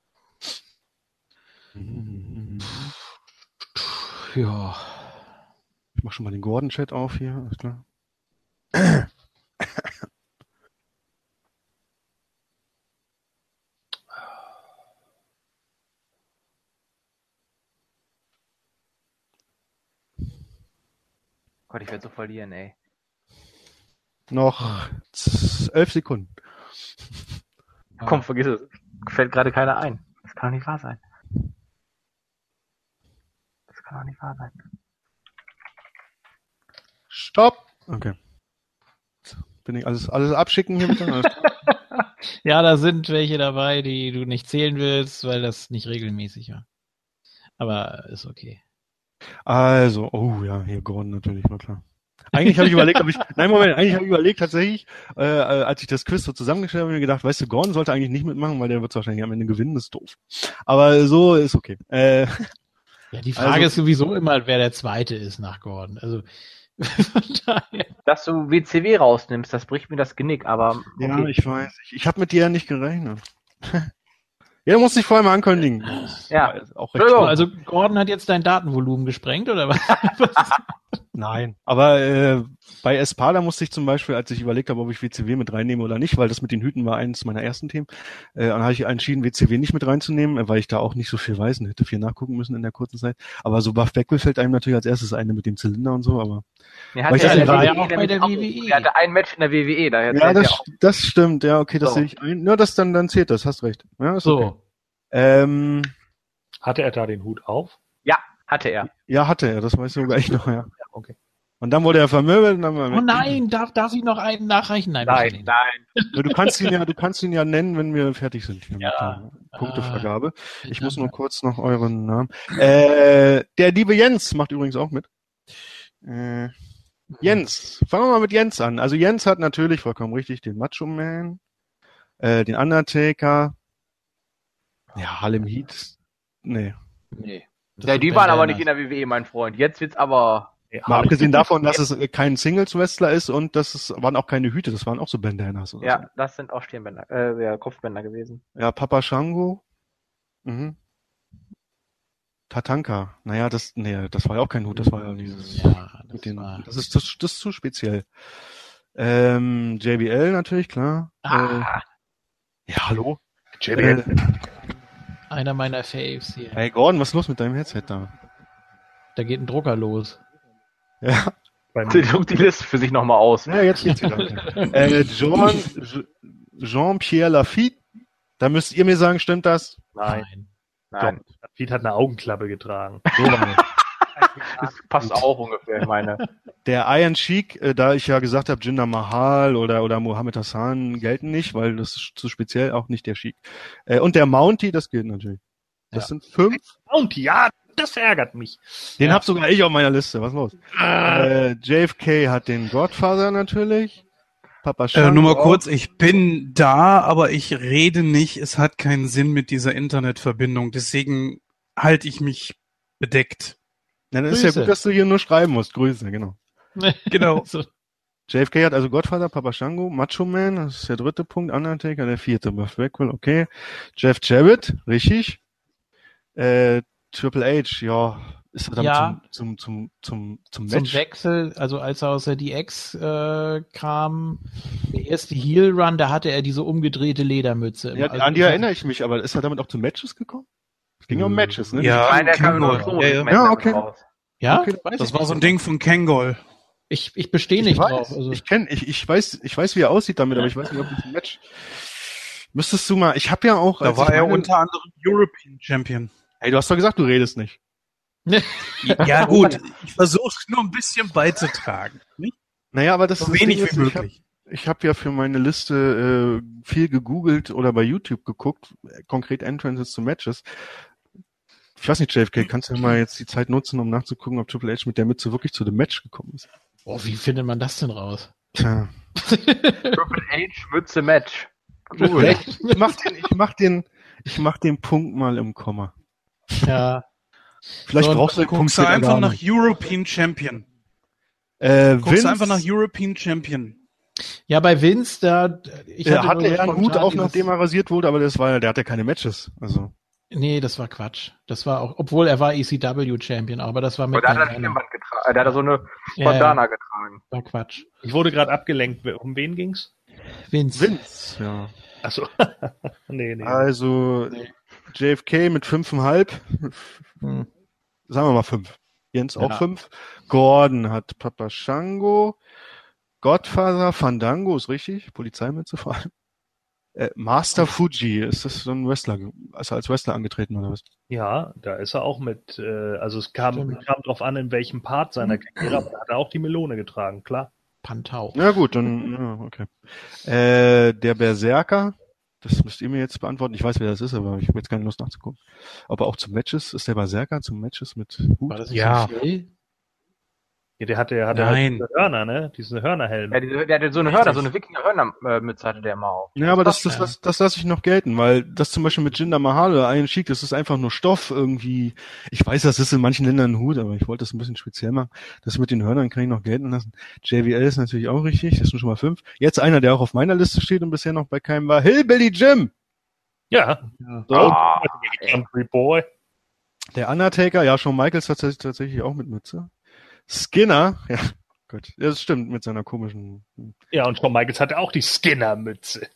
ja. mach schon mal den Gordon-Chat auf hier, alles klar. Gott, ich werde so verlieren, ey. Noch z- elf Sekunden. Komm, vergiss es. Fällt gerade keiner ein. Das kann doch nicht wahr sein. Das kann doch nicht wahr sein. Stopp! Okay. Bin ich alles, alles abschicken hier bitte? Alles klar. Ja, da sind welche dabei, die du nicht zählen willst, weil das nicht regelmäßig war. Aber ist okay. Also, oh ja, hier Gordon natürlich, war klar. Eigentlich habe ich überlegt, ob ich, nein, Moment, eigentlich habe ich überlegt tatsächlich, äh, als ich das Quiz so zusammengestellt habe, habe ich mir gedacht, weißt du, Gordon sollte eigentlich nicht mitmachen, weil der wird wahrscheinlich am Ende gewinnen, das ist doof. Aber so ist okay. Äh, Ja, die Frage Also- ist sowieso immer, wer der Zweite ist nach Gordon. Also, von daher. Dass du W C W rausnimmst, das bricht mir das Genick, aber okay. Ja, ich weiß. Ich, ich habe mit dir ja nicht gerechnet. Ja, du musst dich vorher mal ankündigen. Ja. Ist auch recht Entschuldigung. schlau. Also, Gordon hat jetzt dein Datenvolumen gesprengt, oder was? Nein. Aber äh, bei Espada musste ich zum Beispiel, als ich überlegt habe, ob ich W C W mit reinnehme oder nicht, weil das mit den Hüten war eines meiner ersten Themen, äh, dann habe ich entschieden, W C W nicht mit reinzunehmen, äh, weil ich da auch nicht so viel weiß und hätte viel nachgucken müssen in der kurzen Zeit. Aber so Buff Beckwith fällt einem natürlich als erstes eine mit dem Zylinder und so, aber Er Weil hat ich ja dachte, in der war ja W W E auch bei nämlich der W W E. Er hatte ein Match in der W W E, daher ja, zählt das, ja auch. das stimmt, ja, okay, das So. sehe ich ein. Ja, das dann, dann zählt das, hast recht. Ja, ist okay. So. Ähm, Hatte er da den Hut auf? Ja, hatte er. ja, hatte er, das weiß ich sogar ich noch, ja. Okay. Und dann wurde er vermöbelt und dann war Oh nein, darf, darf ich noch einen nachreichen? Nein, Nein, wahrscheinlich nein. Ja, du kannst ihn ja, du kannst ihn ja nennen, wenn wir fertig sind hier Ja. mit der Punktevergabe. nicht. Ich muss nur kurz noch euren Namen. Äh, der liebe Jens macht übrigens auch mit. Äh, Jens, fangen wir mal mit Jens an. Also Jens hat natürlich vollkommen richtig den Macho Man, äh, den Undertaker, ja, Harlem Heat, nee. Nee. Das Ja, sind die waren aber Bandanas. nicht in der W W E, mein Freund. Jetzt wird's aber. Mal abgesehen davon, dass es kein Singles-Wrestler ist und das ist, waren auch keine Hüte, das waren auch so Bandanas oder Ja, das sind auch Stirnbänder, äh, ja, Kopfbänder gewesen. so. Ja, Papa Shango. Mhm. Tatanka. Naja, das, nee, das war ja auch kein Hut, das war ja dieses, Ja, das mit den, war, das ist, das, das ist zu speziell. Ähm, J B L natürlich, klar. Ah, Äh, ja, hallo? J B L. Äh, einer meiner Faves hier. hey Gordon, was ist los mit deinem Headset da? Da geht ein Drucker los. Ja, Beim, sie druckt die Liste für sich nochmal aus. ja jetzt geht's wieder. äh, Jean, Je- Jean-Pierre Lafitte. Da müsst ihr mir sagen, stimmt das? nein. Nein, Piet hat eine Augenklappe getragen. So war das. das passt auch ungefähr, ich meine. Der Iron Sheik, äh, da ich ja gesagt habe, Jinder Mahal oder oder Mohammed Hassan gelten nicht, weil das ist zu speziell, auch nicht der Sheik. Äh, und der Mountie, das gilt natürlich. Das Ja. sind fünf. Und ja, das ärgert mich. Den Ja. hab sogar ich auf meiner Liste. Was ist los? Äh, J F K hat den Godfather natürlich. Papa Äh, Shango nur mal auch. kurz, ich bin da, aber ich rede nicht. Es hat keinen Sinn mit dieser Internetverbindung. Deswegen halte ich mich bedeckt. Ja, dann ist ja Grüße. gut, dass du hier nur schreiben musst. Grüße, genau. Genau. So. J F K hat also Godfather, Papa Shango, Macho Man, das ist der dritte Punkt, Undertaker, der vierte, Buff Bagwell, okay. Jeff Jarrett, richtig. Äh, Triple H, ja, ist er dann Ja. zum, zum, zum, zum, zum Zum Match. Wechsel, also als er aus der D X äh, kam, der erste Heel Run, da hatte er diese umgedrehte Ledermütze. immer. Ja, Also an die ich- erinnere ich mich, aber ist er damit auch zu Matches gekommen? Es ging ja um Matches, ne? Ja, Ich meine, der kam Kangol. nur so Ja, ja. mit Messer Ja, okay. raus. Ja, Okay, weiß Das ich war so ein nicht. Ding von Kangol. ich, ich bestehe Ich nicht weiß, drauf. Also, ich kenn, ich, ich weiß, ich weiß, wie er aussieht damit, aber ich weiß nicht, ob das ein Match. Müsstest du mal, ich habe ja auch, Da als war ich er meine- unter anderem European Champion. Hey, du hast doch gesagt, du redest nicht. Ja gut, ich versuche nur ein bisschen beizutragen. Nicht Naja, aber das so ist das wenig Ding wie ist, ich hab- möglich. Ich habe ja für meine Liste äh, viel gegoogelt oder bei YouTube geguckt, äh, konkret Entrances zu Matches. Ich weiß nicht, J F K, kannst du ja mal jetzt die Zeit nutzen, um nachzugucken, ob Triple H mit der Mütze wirklich zu dem Match gekommen ist? oh, wie findet man das denn raus? Tja. Triple H Mütze Match. Cool. Ich, ich mach den, ich mach den, ich mach den Punkt mal im Komma. Ja. Vielleicht So, und brauchst du den Punkt Guckst du später einfach gar nach nicht. European Champion. Äh, Guckst Vince, du einfach nach European Champion. Ja, bei Vince, da ich äh, hatte hatte nur er einen spontan Hut auf, dieses- nachdem er rasiert wurde, aber das war, der hatte keine Matches. Also Nee, das war Quatsch. Das war auch, obwohl er war E C W-Champion, aber das war Aber mit da hat er ein Bandana. Stirnband getragen. Äh, da hat er so eine Ja, Bandana ja. getragen. War Quatsch. Ich wurde gerade abgelenkt. Um wen ging's? Vince. Vince, ja. Achso. nee, nee. Also J F K mit fünfeinhalb, Hm. sagen wir mal fünf. Jens auch Ja. fünf. Gordon hat Papa Shango. Godfather, Fandango ist richtig. Polizeimütze vor allem. Äh, Master Fuji, ist das so ein Wrestler? Ist er als Wrestler angetreten oder was? Ja, da ist er auch mit, äh, also es kam, Stimmt. kam drauf an, in welchem Part seiner Karriere, aber da hat er auch die Melone getragen, klar. Pantau. Na gut, dann, ja, okay. Äh, der Berserker, das müsst ihr mir jetzt beantworten. Ich weiß, wer das ist, aber ich habe jetzt keine Lust nachzugucken. Ob er auch zum Matches, ist der Berserker zum Matches mit Hut? War das nicht Ja. so Phil? Ja, der hatte, hatte Nein. halt diese Hörner, ne? Diesen Hörnerhelm. Ja, diese, der hatte so eine Hörner, so eine Wikinger-Hörner-Mütze hatte der immer auf. Ja, aber das, das, Ja. das, das lasse ich noch gelten, weil das zum Beispiel mit Jinder Mahal oder Iron Sheik, das ist einfach nur Stoff irgendwie. Ich weiß, das ist in manchen Ländern ein Hut, aber ich wollte das ein bisschen speziell machen. Das mit den Hörnern kann ich noch gelten lassen. J V L ist natürlich auch richtig, das sind schon mal fünf. Jetzt einer, der auch auf meiner Liste steht und bisher noch bei keinem war, Hillbilly Jim. Ja. So. Ah, Country Boy. Der Undertaker, ja, Shawn Michaels tatsächlich, tatsächlich auch mit Mütze. Skinner, ja, Gott, ja, das stimmt, mit seiner komischen, Ja, und Shawn Michaels hatte auch die Skinner-Mütze.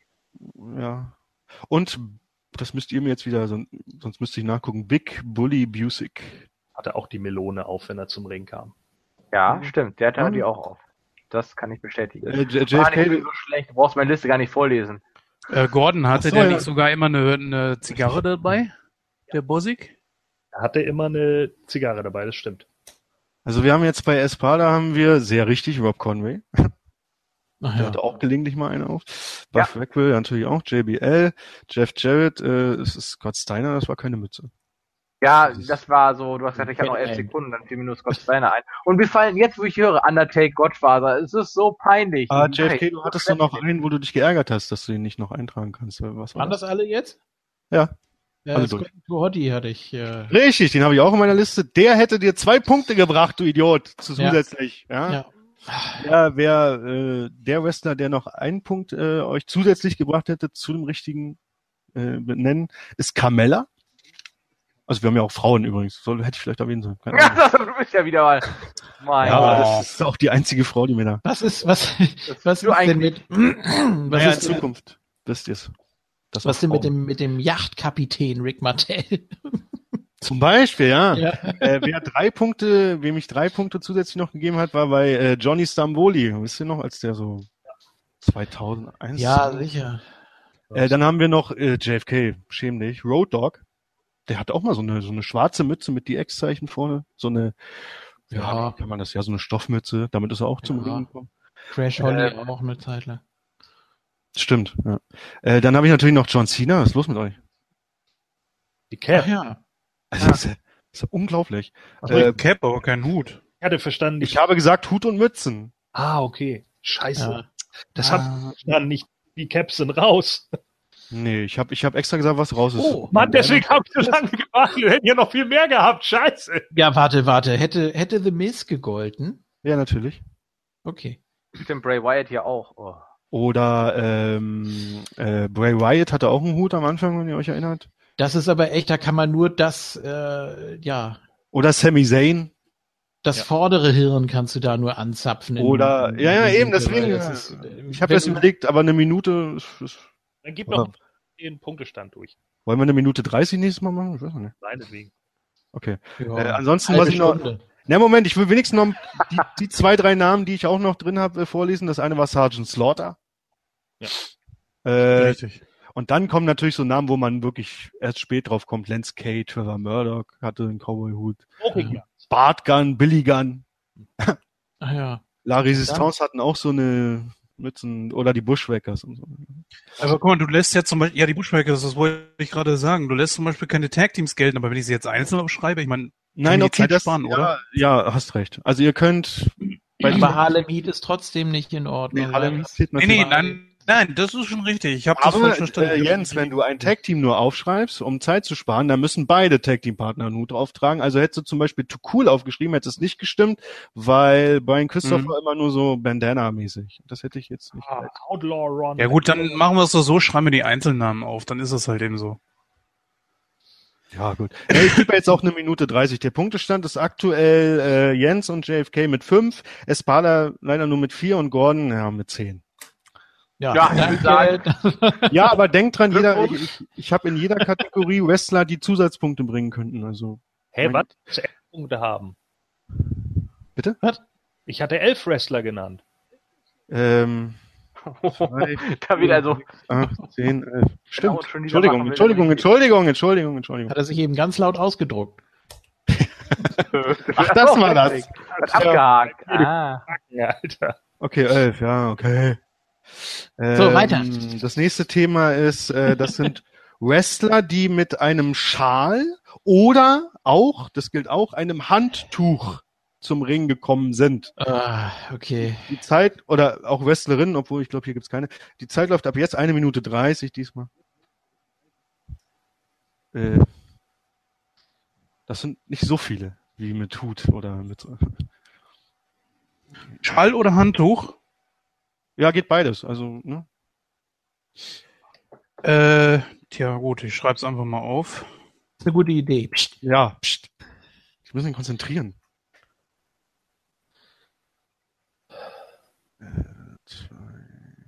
ja. Und, das müsst ihr mir jetzt wieder, son- sonst müsste ich nachgucken, Big Bully Busick. Hatte auch die Melone auf, wenn er zum Ring kam. ja, stimmt. Der hatte Mhm. die auch auf. Das kann ich bestätigen. Äh, J- War nicht JFK, so schlecht. Du brauchst meine Liste gar nicht vorlesen. Äh, Gordon, hatte Ach so, der ja. nicht sogar immer eine, eine Zigarre dabei? Der Bossig? Er hatte immer eine Zigarre dabei, das stimmt. also wir haben jetzt bei Espada haben wir sehr richtig Rob Conway. Ach Der ja. hatte auch gelegentlich mal eine auf. Buff Bagwell natürlich auch, J B L, Jeff Jarrett, äh, es ist Scott Steiner, das war keine Mütze. Ja, Das ist- das war so, du hast gesagt, ich habe noch elf Batman. Sekunden, dann fiel mir nur Scott Steiner ein. Und wir fallen, jetzt wo ich höre, Undertake, Godfather, es ist so peinlich. Ah, J F K, Nein, du hattest doch noch einen, wo du dich geärgert hast, dass du ihn nicht noch eintragen kannst. Was war Waren das alle jetzt? Ja. Ja, Alle Scott durch. Duhotti hatte ich. Äh, Richtig, den habe ich auch in meiner Liste. Der hätte dir zwei Punkte gebracht, du Idiot, zusätzlich. Ja. ja. Ja, wer äh, der Wrestler, der noch einen Punkt äh, euch zusätzlich gebracht hätte zu dem richtigen äh, benennen, ist Carmella. Also wir haben ja auch Frauen übrigens. Soll, hätte ich vielleicht erwähnen sollen. Keine Ahnung. Ja, du bist ja wieder mal. Mein Ja, aber Gott. das ist auch die einzige Frau, die mir da. Was ist, was, was du ist denn mit, was Naja, in ist denn, Zukunft wisst ihr es. Das was auch denn mit Frauen. dem, mit dem Yachtkapitän Rick Martel? Zum Beispiel, ja. Ja. Äh, wer drei Punkte, wem ich drei Punkte zusätzlich noch gegeben hat, war bei äh, Johnny Stamboli. Wisst ihr noch, als der so zweitausendeins. Ja, sicher. Äh, dann haben wir noch äh, J F K, schäm dich, Road Dogg. Der hat auch mal so eine so eine schwarze Mütze mit die X-Zeichen vorne, so eine, ja, Ja. wie kann man das, ja, so eine Stoffmütze. Damit ist er auch zum Ja. Ring gekommen. Crash Holly Äh, auch eine Zeit lang. Stimmt. Ja. Äh, dann habe ich natürlich noch John Cena. Was ist los mit euch? Die Ach Cap. ja. Also, Ja. das, ist ja, das ist ja unglaublich. Also Äh, Cap, aber kein Hut. Ich hatte verstanden, ich habe gesagt Hut und Mützen. ah, okay. Scheiße. Ja. Das Ah. hat dann nicht, die Caps sind raus. Nee, ich habe ich hab extra gesagt, was raus ist. Oh, Mann, deswegen habe ich so lange gewartet. Wir hätten ja noch viel mehr gehabt. Scheiße. Ja, warte, warte. Hätte, hätte The Miz gegolten? Ja, natürlich. Okay. Stimmt, Bray Wyatt hier auch. Oh. Oder ähm, äh, Bray Wyatt hatte auch einen Hut am Anfang, wenn ihr euch erinnert. Das ist aber echt, da kann man nur das, äh, ja, Oder Sami Zayn. das Ja. vordere Hirn kannst du da nur anzapfen. in- Oder- in- ja, ja, in- eben, deswegen, das ja. ist, äh, Ich habe wenn jetzt du- überlegt, aber eine Minute, ist, ist, Dann gib Oder- noch den Punktestand durch. wollen wir eine Minute dreißig nächstes Mal machen? Ich weiß noch nicht. Meinetwegen. Okay. Ja, Äh, ansonsten, halbe was ich noch, Stunde. na Moment, ich will wenigstens noch die, die zwei, drei Namen, die ich auch noch drin habe, äh, vorlesen. Das eine war Sergeant Slaughter. Ja. Äh, Richtig. und dann kommen natürlich so Namen, wo man wirklich erst spät drauf kommt. Lance Kay, Trevor Murdoch hatte einen Cowboy-Hut. Okay, ja. Bart Gunn, Billy Gunn. Ach ja. La Resistance hatten auch so eine Mützen oder die Bushwhackers und so. Aber guck mal, du lässt ja zum Beispiel, ja, die Bushwhackers, das wollte ich gerade sagen, du lässt zum Beispiel keine Tag-Teams gelten, aber wenn ich sie jetzt einzeln aufschreibe, ich meine, Nein, die okay, Zeit das, sparen, ja, oder? ja, hast recht. Also ihr könnt bei Aber Harlem Heat ist trotzdem nicht in Ordnung. nee, Harlem weil- steht Nee, natürlich- nee, nein, nein, das ist schon richtig. Ich habe das Aber falsch verstanden. äh, Jens, wenn du ein Tag-Team nur aufschreibst, um Zeit zu sparen, dann müssen beide Tag-Team-Partner einen Hut drauftragen. Also hättest du zum Beispiel Too Cool aufgeschrieben, hätte es nicht gestimmt, weil Brian Christopher Mhm. immer nur so Bandana-mäßig. Das hätte ich jetzt nicht. Ah, Outlaw Ron. Ja gut, dann machen wir es doch so, schreiben wir die Einzelnamen auf, dann ist es halt eben so. Ja, gut. Hey, ich gebe jetzt auch eine Minute dreißig. Der Punktestand ist aktuell äh, Jens und J F K mit fünf, Espada leider nur mit vier und Gordon ja mit zehn. Ja, Ja, ich würd danke. Ja, aber denkt dran, jeder, ich, Glückwunsch. ich, ich habe in jeder Kategorie Wrestler, die Zusatzpunkte bringen könnten. Also Hey, Mein- was? Elf Punkte haben. bitte? Ich hatte elf Wrestler genannt. Ähm, Drei, da wieder so. acht, zehn, elf. Stimmt. Genau, schon wieder Entschuldigung, machen will, Entschuldigung, aber Entschuldigung, Entschuldigung, Entschuldigung. Hat er sich eben ganz laut ausgedruckt. Ach, das war das. Hat abgehakt. Ah. Ja, Alter. Okay, elf, ja, okay. Ähm, So, weiter. Das nächste Thema ist, äh, das sind Wrestler, die mit einem Schal oder auch, das gilt auch, einem Handtuch zum Ring gekommen sind. Ah, okay. Die Zeit, oder auch Wrestlerinnen, obwohl ich glaube, hier gibt's keine. Die Zeit läuft ab jetzt eine Minute dreißig diesmal. Äh, das sind nicht so viele, wie mit Hut oder mit so. Schall oder Handtuch? Ja, geht beides. Also, ne? Äh, tja, gut, ich schreib's einfach mal auf. Das ist eine gute Idee. Psst. Ja, pst. Ich muss mich konzentrieren. Äh, zwei.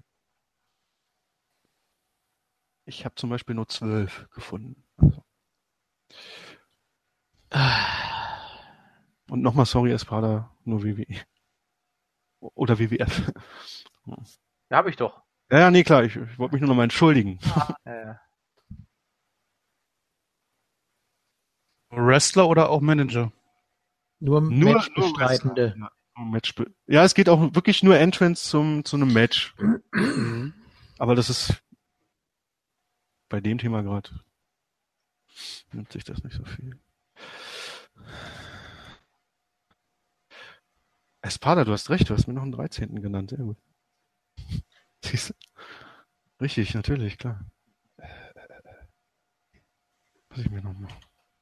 Ich habe zum Beispiel nur zwölf gefunden. Also. Und nochmal sorry, Espada, nur W W E. Oder W W F. Ja, hab ich doch. Ja, ja, nee, klar, ich, ich wollte mich nur nochmal entschuldigen. Äh, Wrestler oder auch Manager? Nur, Nur, Matchbestreitende. nur ja, Match, ja, es geht auch wirklich nur Entrance zum, zu einem Match. Aber das ist bei dem Thema gerade nimmt sich das nicht so viel. Espada, du hast recht, du hast mir noch einen dreizehnten genannt, sehr gut. Siehst du? Richtig, natürlich, klar. Was ich mir noch mal.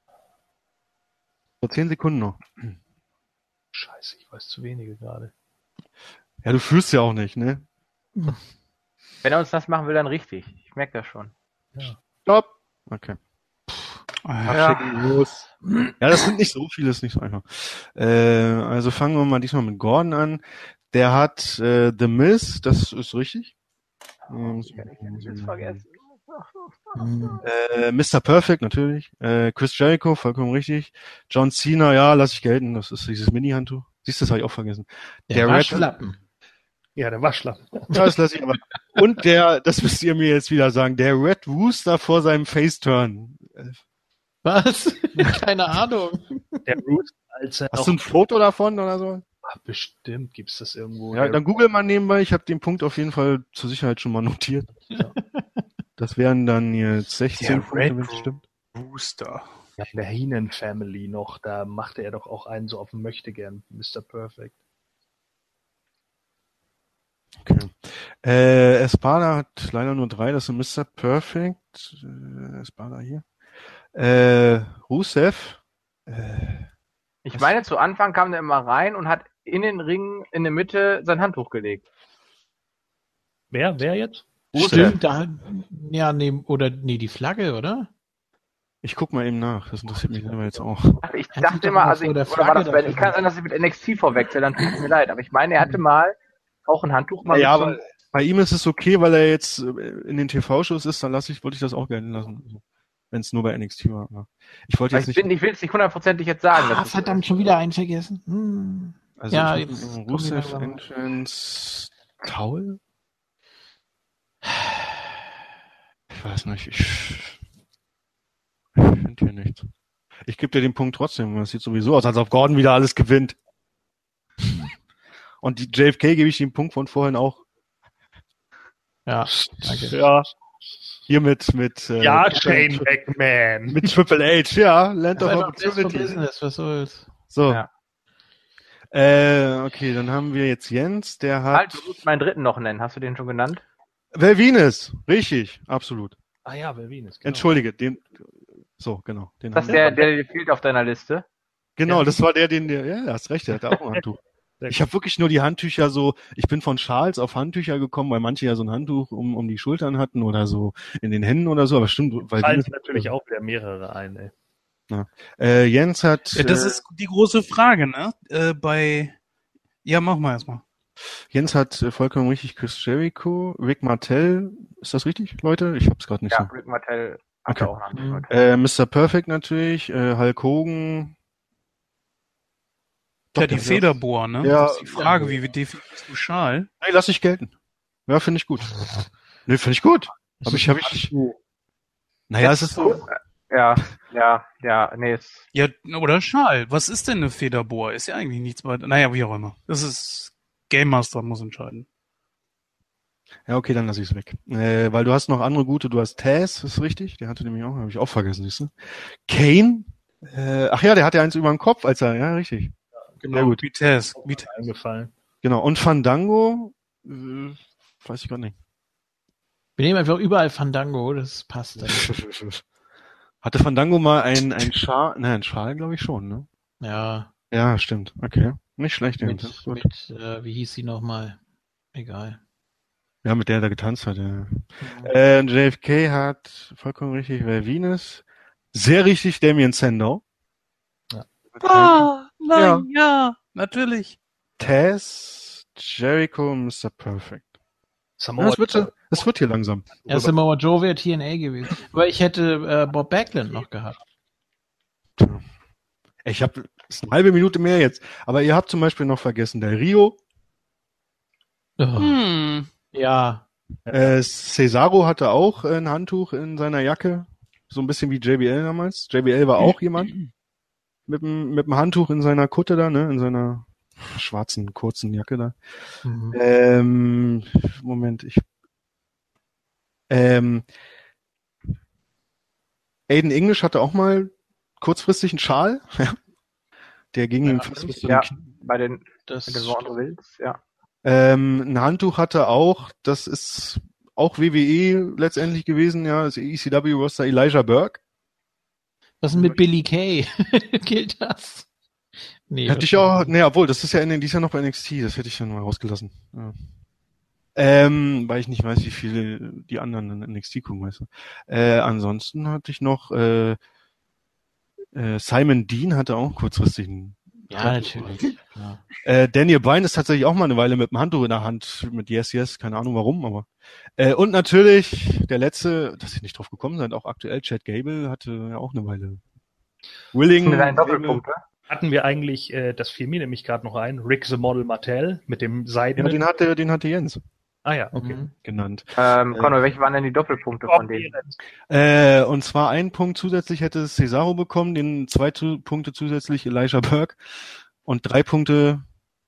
So, zehn Sekunden noch. Scheiße, ich weiß zu wenige gerade. Ja, du fühlst ja auch nicht, ne? wenn er uns das machen will, dann richtig. Ich merke das schon. Stopp! Okay. Ja. Schicken, los. Ja, das sind nicht so viele, ist nicht so einfach. Äh, also fangen wir mal diesmal mit Gordon an. Der hat äh, The Miz, das ist richtig. Ähm, Ich kann ich jetzt vergessen. Hm. äh, Mister Perfect, natürlich. Äh, Chris Jericho, vollkommen richtig. John Cena, ja, lass ich gelten. Das ist dieses Mini-Handtuch. Siehst du, das habe ich auch vergessen. Der, Der Red- Waschlappen. Ja, der Waschlappen. Ja, das lasse ich aber. Und der, das müsst ihr mir jetzt wieder sagen, der Red Rooster vor seinem Face-Turn. Was? Keine Ahnung. Der Root, als er Hast noch... du ein Foto davon oder so? Ach, bestimmt gibt's das irgendwo. Ja, Der- dann google mal nebenbei. Ich habe den Punkt auf jeden Fall zur Sicherheit schon mal notiert. Ja. Das wären dann jetzt sechzehn Der Punkte, Red wenn es stimmt. Booster. Ja, in der Heenan Family noch, da machte er doch auch einen so auf dem Möchtegern, Mister Perfect. Okay. Äh, Espada hat leider nur drei, das sind Mister Perfect. Äh, Espada hier. Äh, Rusev. Äh, Ich meine, zu Anfang kam der immer rein und hat in den Ring in der Mitte sein Handtuch gelegt. Wer, wer jetzt? Stimmt, da, ja, nee, oder, nee, die Flagge, oder? ich guck mal eben nach, das interessiert mich aber jetzt auch. Ach, ich Er sieht dachte doch immer, mal also vor ich, der oder Flagge war das bei, dafür. ich kann sein, dass ich mit N X T verwechsel, dann tut es mir leid. Aber ich meine, er hatte mal auch ein Handtuch mal Ja, mit aber bei ihm ist es okay, weil er jetzt äh, in den T V-Shows ist, dann lasse ich, wollte ich das auch gelten lassen. Wenn es nur bei N X T war. Aber ich wollte so, jetzt ich, nicht. bin, ich will es nicht hundertprozentig jetzt sagen. Ah, das ist- verdammt, schon wieder einen vergessen. Hm. Also Ja, ich jetzt hab, kommen Rusev, wir langsam. Entrance, Towel? Ich weiß nicht, ich, ich finde hier nichts. Ich gebe dir den Punkt trotzdem, weil es sieht sowieso aus, als ob Gordon wieder alles gewinnt. Und die J F K gebe ich den Punkt von vorhin auch. Ja, danke. Ja. Hier mit, mit, äh, Ja, mit, Shane McMahon. mit Triple H, ja, Land of Das war doch Best for Opportunity. Business, was soll's? So. Ja. Äh, okay, dann haben wir jetzt Jens, der hat. Halt, du musst meinen dritten noch nennen. Hast du den schon genannt? Velvines, richtig, absolut. Ah ja, Velvines, genau. Entschuldige, den. So, genau. Den Das ist haben wir. der, der dir fehlt auf deiner Liste. Genau, Ja. das war der, den der. Ja, du hast recht, der hatte auch ein Handtuch. Sehr Ich habe wirklich nur die Handtücher so. Ich bin von Schals auf Handtücher gekommen, weil manche ja so ein Handtuch um, um die Schultern hatten oder so in den Händen oder so. Aber stimmt, weil Falls natürlich auch wieder mehrere ein, ey. Äh, Jens hat... Ja, das äh, ist die große Frage, ne? Äh, bei, ja, mach mal erstmal. Jens hat äh, vollkommen richtig Chris Jericho, Rick Martel, ist das richtig, Leute? Ich hab's gerade nicht Ja, so. Rick Martel hatte Okay. auch noch Mhm. Leute. Äh, Mister Perfect natürlich, äh, Hulk Hogan. Doch, Ja, der die hat ja- Federbohr, ne? Ja, Das ist die Frage, wie definierst du Schal? Nee, lass ich gelten. Ja, finde ich gut. Nee, finde ich gut. Hab ich, hab ich. Naja, es ist so. Ja, ja, ja, nee, es, Ja, oder Schal. Was ist denn eine Federbohr? Ist ja eigentlich nichts weiter. Naja, wie auch immer. Das ist Game Master muss entscheiden. Ja, okay, dann lass ich es weg. Äh, weil du hast noch andere gute, du hast Taz, ist richtig? Der hatte nämlich auch, habe ich auch vergessen, siehst du? Kane? Äh, ach ja, der hatte eins über den Kopf, als er, ja, richtig. Genau, Sehr gut. Vitesse. Vitesse. Eingefallen. Genau. Und Fandango, äh, weiß ich gar nicht. Wir nehmen einfach überall Fandango, das passt. Dann. Hatte Fandango mal ein, ein Schal, ne, ein Schal, glaube ich schon, ne? Ja, Ja, stimmt. Okay. Nicht schlecht, mit, Jens. Gut. mit äh, wie hieß sie nochmal? Egal. Ja, mit der er da getanzt hat, ja. Äh, J F K hat vollkommen richtig, wer Venus. Sehr richtig, Damien Sandow. Ah, nein, ja, natürlich. Taz, Jericho, Mister Perfect. Ja, Samoa es, wird, es wird hier langsam. Ja, Samoa Joe wäre T N A gewesen. Aber ich hätte äh, Bob Backlund noch gehabt. Ich habe eine halbe Minute mehr jetzt. Aber ihr habt zum Beispiel noch vergessen, Del Rio. Oh, Hm. ja. Äh, Cesaro hatte auch ein Handtuch in seiner Jacke. So ein bisschen wie J B L damals. J B L war auch jemand mit dem, mit dem Handtuch in seiner Kutte da, ne? In seiner schwarzen, kurzen Jacke da. Mhm. Ähm, Moment, ich. Ähm, Aiden English hatte auch mal kurzfristig einen Schal. Der ging ihm Ja, fast bis zu ja, den Knie. bei den, Das mit den Wonder Wills, ja. Ähm, ein Handtuch hatte auch, das ist auch W W E letztendlich gewesen, ja, das E C W-Roster Elijah Burke. Was ist denn mit Billy Kay? Gilt das? Nee, Hätte ich auch, nee, obwohl, das ist ja in, die ist ja noch bei N X T, das hätte ich dann mal rausgelassen. Ja. Ähm, weil ich nicht weiß, wie viele die anderen in N X T gucken, weißt du. Äh, ansonsten hatte ich noch, äh, äh, Simon Dean hatte auch kurzfristig einen. Ja, natürlich. Ja. Äh, Daniel Bryan ist tatsächlich auch mal eine Weile mit dem Handtuch in der Hand, mit Yes, Yes, keine Ahnung warum, aber. Äh, und natürlich, der letzte, dass ihr nicht drauf gekommen seid, auch aktuell, Chad Gable hatte ja auch eine Weile. Willing. Mit deinen Doppelpunkte. Hatten wir eigentlich, äh, das fiel mir nämlich gerade noch ein, Rick the Model Martell mit dem Ja, Seidenen. den hatte, den hatte Jens ah ja, okay. Mhm. genannt. Ähm, Äh, Conor, welche waren denn die Doppelpunkte von denen? Äh, und zwar einen Punkt zusätzlich hätte Cesaro bekommen, den zwei zu, Punkte zusätzlich Elijah Burke und drei Punkte,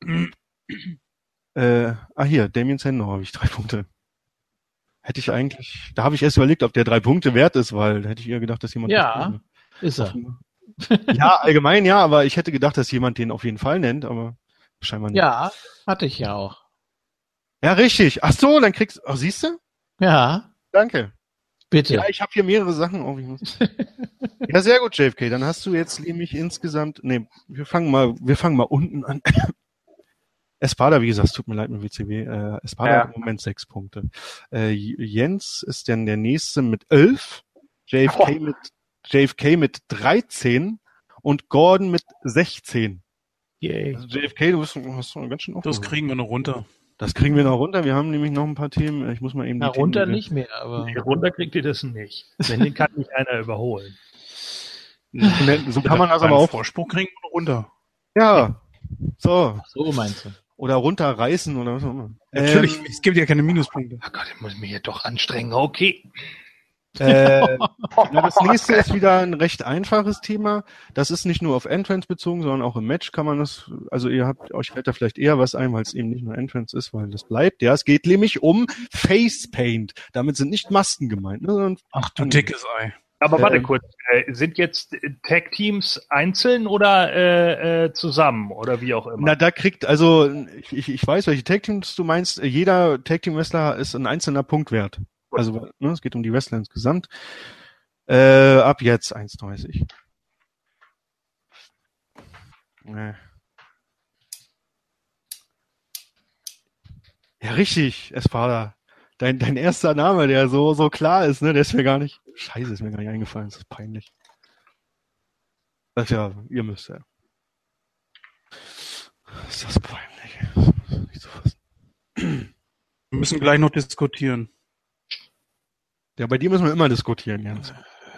äh, ah hier, Damien Sandow habe ich drei Punkte. Hätte ich eigentlich, da habe ich erst überlegt, ob der drei Punkte wert ist, weil da hätte ich eher gedacht, dass jemand... Ja, ist er. Ja, allgemein ja, aber ich hätte gedacht, dass jemand den auf jeden Fall nennt, aber scheinbar nicht. Ja, hatte ich ja auch. Ja, richtig. Ach so, dann kriegst du, ach, siehst du? Ja, Danke. bitte. Ja, ich habe hier mehrere Sachen auf. Ich muss... Ja, sehr gut, J F K. Dann hast du jetzt nämlich insgesamt, nee, wir fangen mal, wir fangen mal unten an. Espada, wie gesagt, es tut mir leid mit W C W. Äh, Espada Ja. hat im Moment sechs Punkte. Äh, Jens ist dann der nächste mit elf. J F K Oh. mit J F K mit dreizehn und Gordon mit sechzehn. Yay. Also J F K, du bist, hast du ganz schön Das aufgeholt. kriegen wir noch runter. Das kriegen wir noch runter. Wir haben nämlich noch ein paar Themen. Ich muss mal eben Na, die runter Themen... nicht mehr, aber. Nee, runter kriegt ihr das nicht. Denn den kann nicht einer überholen. So kann man das aber Beim auch. Vorspruch kriegen wir noch runter. Ja. So. So meinst du. Oder runterreißen oder was auch immer. Natürlich, Ähm, es gibt ja keine Minuspunkte. Oh Gott, ich muss mich hier doch anstrengen. Okay. Äh, na, das nächste ist wieder ein recht einfaches Thema. Das ist nicht nur auf Entrance bezogen, sondern auch im Match kann man das, also ihr habt, euch fällt da vielleicht eher was ein, weil es eben nicht nur Entrance ist, weil das bleibt. Ja, es geht nämlich um Face Paint. Damit sind nicht Masken gemeint, ne, sondern Ach du dickes Ei. Aber warte Ähm, kurz, äh, sind jetzt Tag-Teams einzeln oder äh, äh, zusammen oder wie auch immer? na, da kriegt, also ich, ich, ich weiß, welche Tag Teams du meinst. Jeder Tag Team Wrestler ist ein einzelner Punkt wert. Also, ne, es geht um die Wrestler insgesamt. Äh, ab jetzt eins dreißig. Nee. Ja, richtig, Espada. Dein, dein erster Name, der so, so klar ist, ne, der ist mir gar nicht, scheiße, ist mir gar nicht eingefallen, das ist peinlich. Das ja, ihr müsst ja. Ist das peinlich. Das ist nicht zu fassen. Wir müssen gleich noch diskutieren. Ja, bei dir müssen wir immer diskutieren, Jens.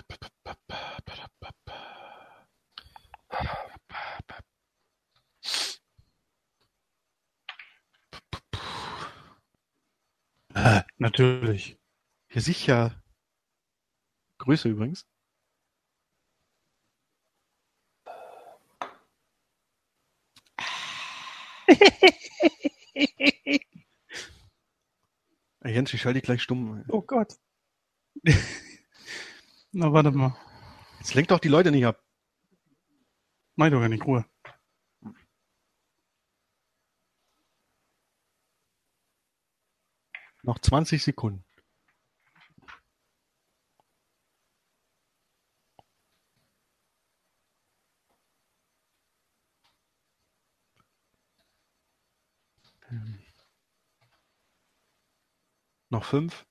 Äh, natürlich. Ja, sicher. Grüße übrigens. Ey, Jens, ich schalte dich gleich stumm. Oh Gott. Na, warte mal. Jetzt lenkt doch die Leute nicht ab. Mach doch gar nicht, Ruhe. Noch zwanzig Sekunden. Hm. Noch fünf.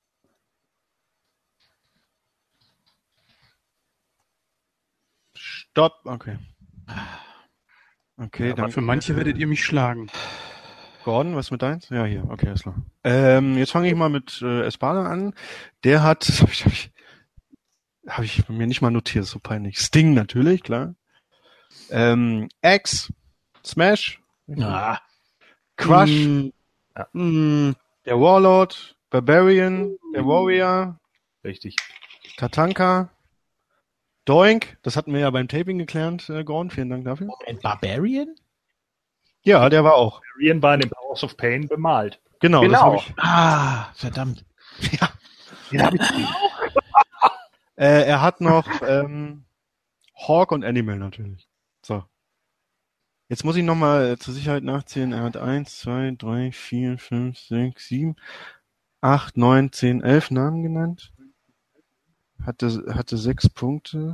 Stopp. Okay. Okay, Ja, aber dann für manche werdet ihr mich schlagen. Gordon, was mit deins? Ja, hier, okay, ist klar. Ähm, jetzt fange ich mal mit äh, Espada an. Der hat, das habe ich, hab ich, hab ich mir nicht mal notiert, so peinlich. Sting natürlich, klar. Ähm, X, Smash, Ah, Crush, Mm, Ja. mm, der Warlord, Barbarian, der Warrior, Richtig. Tatanka, Doink, das hatten wir ja beim Taping geklärt, äh, Gordon, vielen Dank dafür. Moment, Barbarian? Ja, der war auch. Arian war in den Powers of Pain bemalt. Genau, das Genau. habe ich. Ah, verdammt. Ja, den habe ich. äh, er hat noch ähm, Hawk und Animal natürlich. So. Jetzt muss ich nochmal zur Sicherheit nachzählen. Er hat eins, zwei, drei, vier, fünf, sechs, sieben, acht, neun, zehn, elf Namen genannt. Hatte, hatte sechs Punkte.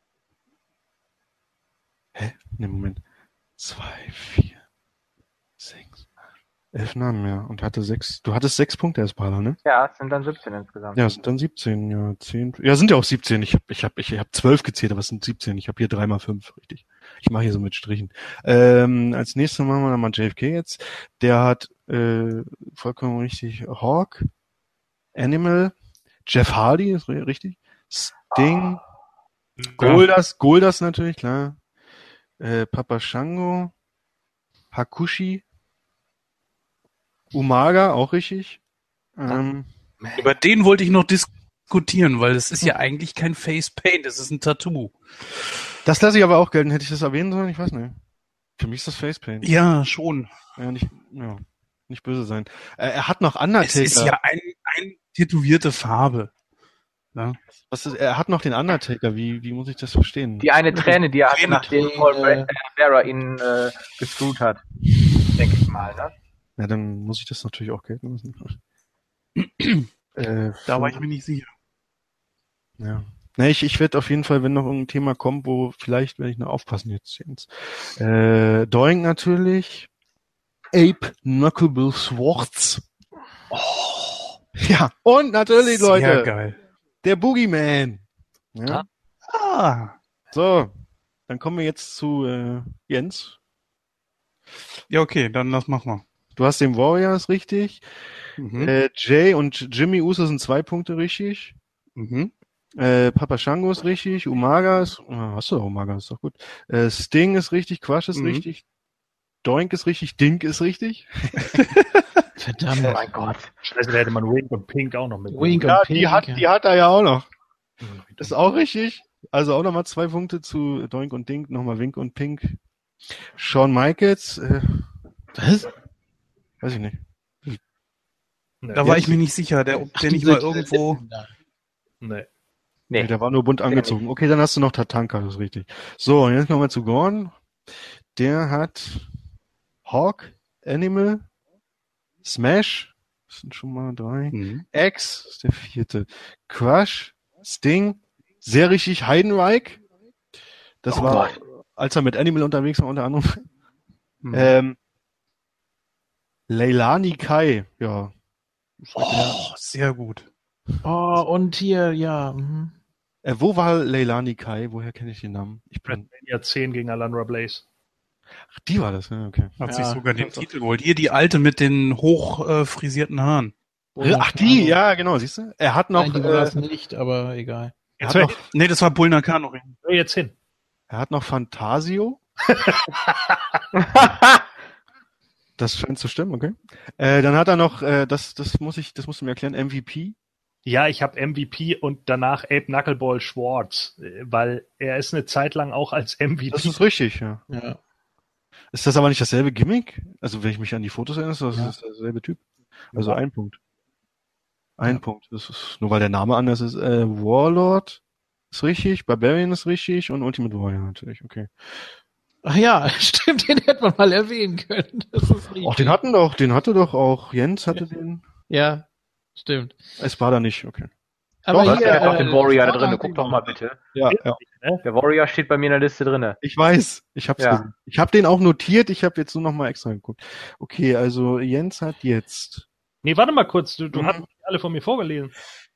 Hä? Ne, Moment. Zwei, vier, sechs, acht, elf Namen mehr. Und hatte sechs. Du hattest sechs Punkte, Espada, ne? Ja, es sind dann siebzehn insgesamt. Ja, es sind dann siebzehn, ja, zehn. Ja, sind ja auch siebzehn. Ich habe ich hab, ich hab zwölf gezählt, aber es sind siebzehn. Ich habe hier drei mal fünf, richtig. Ich mache hier so mit Strichen. Ähm, als nächstes machen wir dann mal J F K jetzt. Der hat äh, vollkommen richtig Hawk, Animal, Jeff Hardy, ist ri- richtig, Sting, Goldust, Goldust natürlich, klar, äh, Papa Shango, Hakushi, Umaga, auch richtig. Ähm, Über den wollte ich noch diskutieren, weil das ist ja eigentlich kein Face Paint, das ist ein Tattoo. Das lasse ich aber auch gelten. Hätte ich das erwähnen sollen? Ich weiß nicht. Für mich ist das Facepaint. Ja, schon. Ja, nicht, ja, nicht böse sein. Äh, er hat noch Es Undertaker. ist ja ein, ein tätowierte Farbe. Ja. Was ist, er hat noch den Undertaker. Wie, wie muss ich das verstehen? Die eine Träne, die er hatte, Träne, nachdem Träne. Paul Bra- äh, Bearer ihn äh, gescrewt hat. Denke ich mal, ne? Ja, dann muss ich das natürlich auch gelten lassen. äh, Da war ich mir nicht sicher. Ja. Ne, ich, ich werde auf jeden Fall, wenn noch irgendein Thema kommt, wo vielleicht werde ich noch aufpassen jetzt. Jens. Äh, Doink natürlich. Ape Knucklebill Swartz. Oh. Ja, und natürlich, Sehr Leute, geil. der Boogeyman. Ja. Ah. So, dann kommen wir jetzt zu äh, Jens. Ja, okay, dann das machen wir. Du hast den Warriors richtig. Mhm. Äh, Jay und Jimmy Uso sind zwei Punkte richtig. Mhm. Äh, Papa Shango ist richtig. Umaga ist, oh, hast du doch Umaga, ist doch gut. Äh, Sting ist richtig. Quash ist Mhm. richtig. Doink ist richtig. Dink ist richtig. Verdammt. Oh mein Gott. Scheiße, da hätte man Wink und Pink auch noch mit. Wink und Ja, Pink. die hat, die hat er ja auch noch. Mhm. Das ist auch richtig. Also auch nochmal zwei Punkte zu Doink und Dink. Nochmal Wink und Pink. Shawn Michaels, äh, Was? weiß ich nicht. Nee. Da war ich mir nicht sicher, der, ob der nicht mal irgendwo. Nee. Nee, Nee. der war nur bunt angezogen. Okay, dann hast du noch Tatanka, das ist richtig. So, und jetzt kommen wir zu Gordon. Der hat Hawk, Animal, Smash, das sind schon mal drei. Mhm. X ist der vierte. Crush, Sting, sehr richtig Heidenreich. Das Oh war, Gott. als er mit Animal unterwegs war, unter anderem. Mhm. Ähm, Leilani Kai, ja. Oh, sehr gut. Oh, und hier, ja. mhm. Äh, wo war Leilani Kai? Woher kenne ich den Namen? Ich bin, WrestleMania zehn gegen Alundra Blaze. ach, die war das, ja, okay. Hat Ja, sich sogar den kannst Titel geholt. Hier die alte mit den hoch äh, frisierten Haaren. Ach, die, ja, genau, siehst du? Er hat noch, Nein, die war äh, es nicht, aber egal. er Jetzt hat hör, noch, Nee, das war Bull Nakano. hör jetzt hin. er hat noch Fantasio. Das scheint zu stimmen, okay. Äh, dann hat er noch, äh, das, das muss ich, das musst du mir erklären, M V P. Ja, ich habe M V P und danach Abe Knuckleball Schwartz, äh, weil er ist eine Zeit lang auch als M V P. Das ist richtig, ja. Ja. Ist das aber nicht dasselbe Gimmick? Also wenn ich mich an die Fotos erinnere, ist das Ja. ist derselbe Typ. Also Ja. ein Punkt. Ein Ja. Punkt. Das ist nur weil der Name anders ist. Äh, Warlord ist richtig, Barbarian ist richtig und Ultimate Warrior natürlich, okay. Ach ja, stimmt, den hätte man mal erwähnen können. Das ist richtig. Ach, den hatten doch, den hatte doch auch Jens hatte den. Ja, stimmt. Espada nicht, okay. Aber Du hast hier, ja auch äh, den Warrior da Sparta drin. hat Guck den doch mal bitte. Ja, ja. Der Warrior steht bei mir in der Liste drin. Ich weiß, ich hab's Ja. gesehen. Ich habe den auch notiert, ich habe jetzt nur noch mal extra geguckt. Okay, also Jens hat jetzt Nee, warte mal kurz, du, du Mhm. hast nicht alle von mir vorgelesen.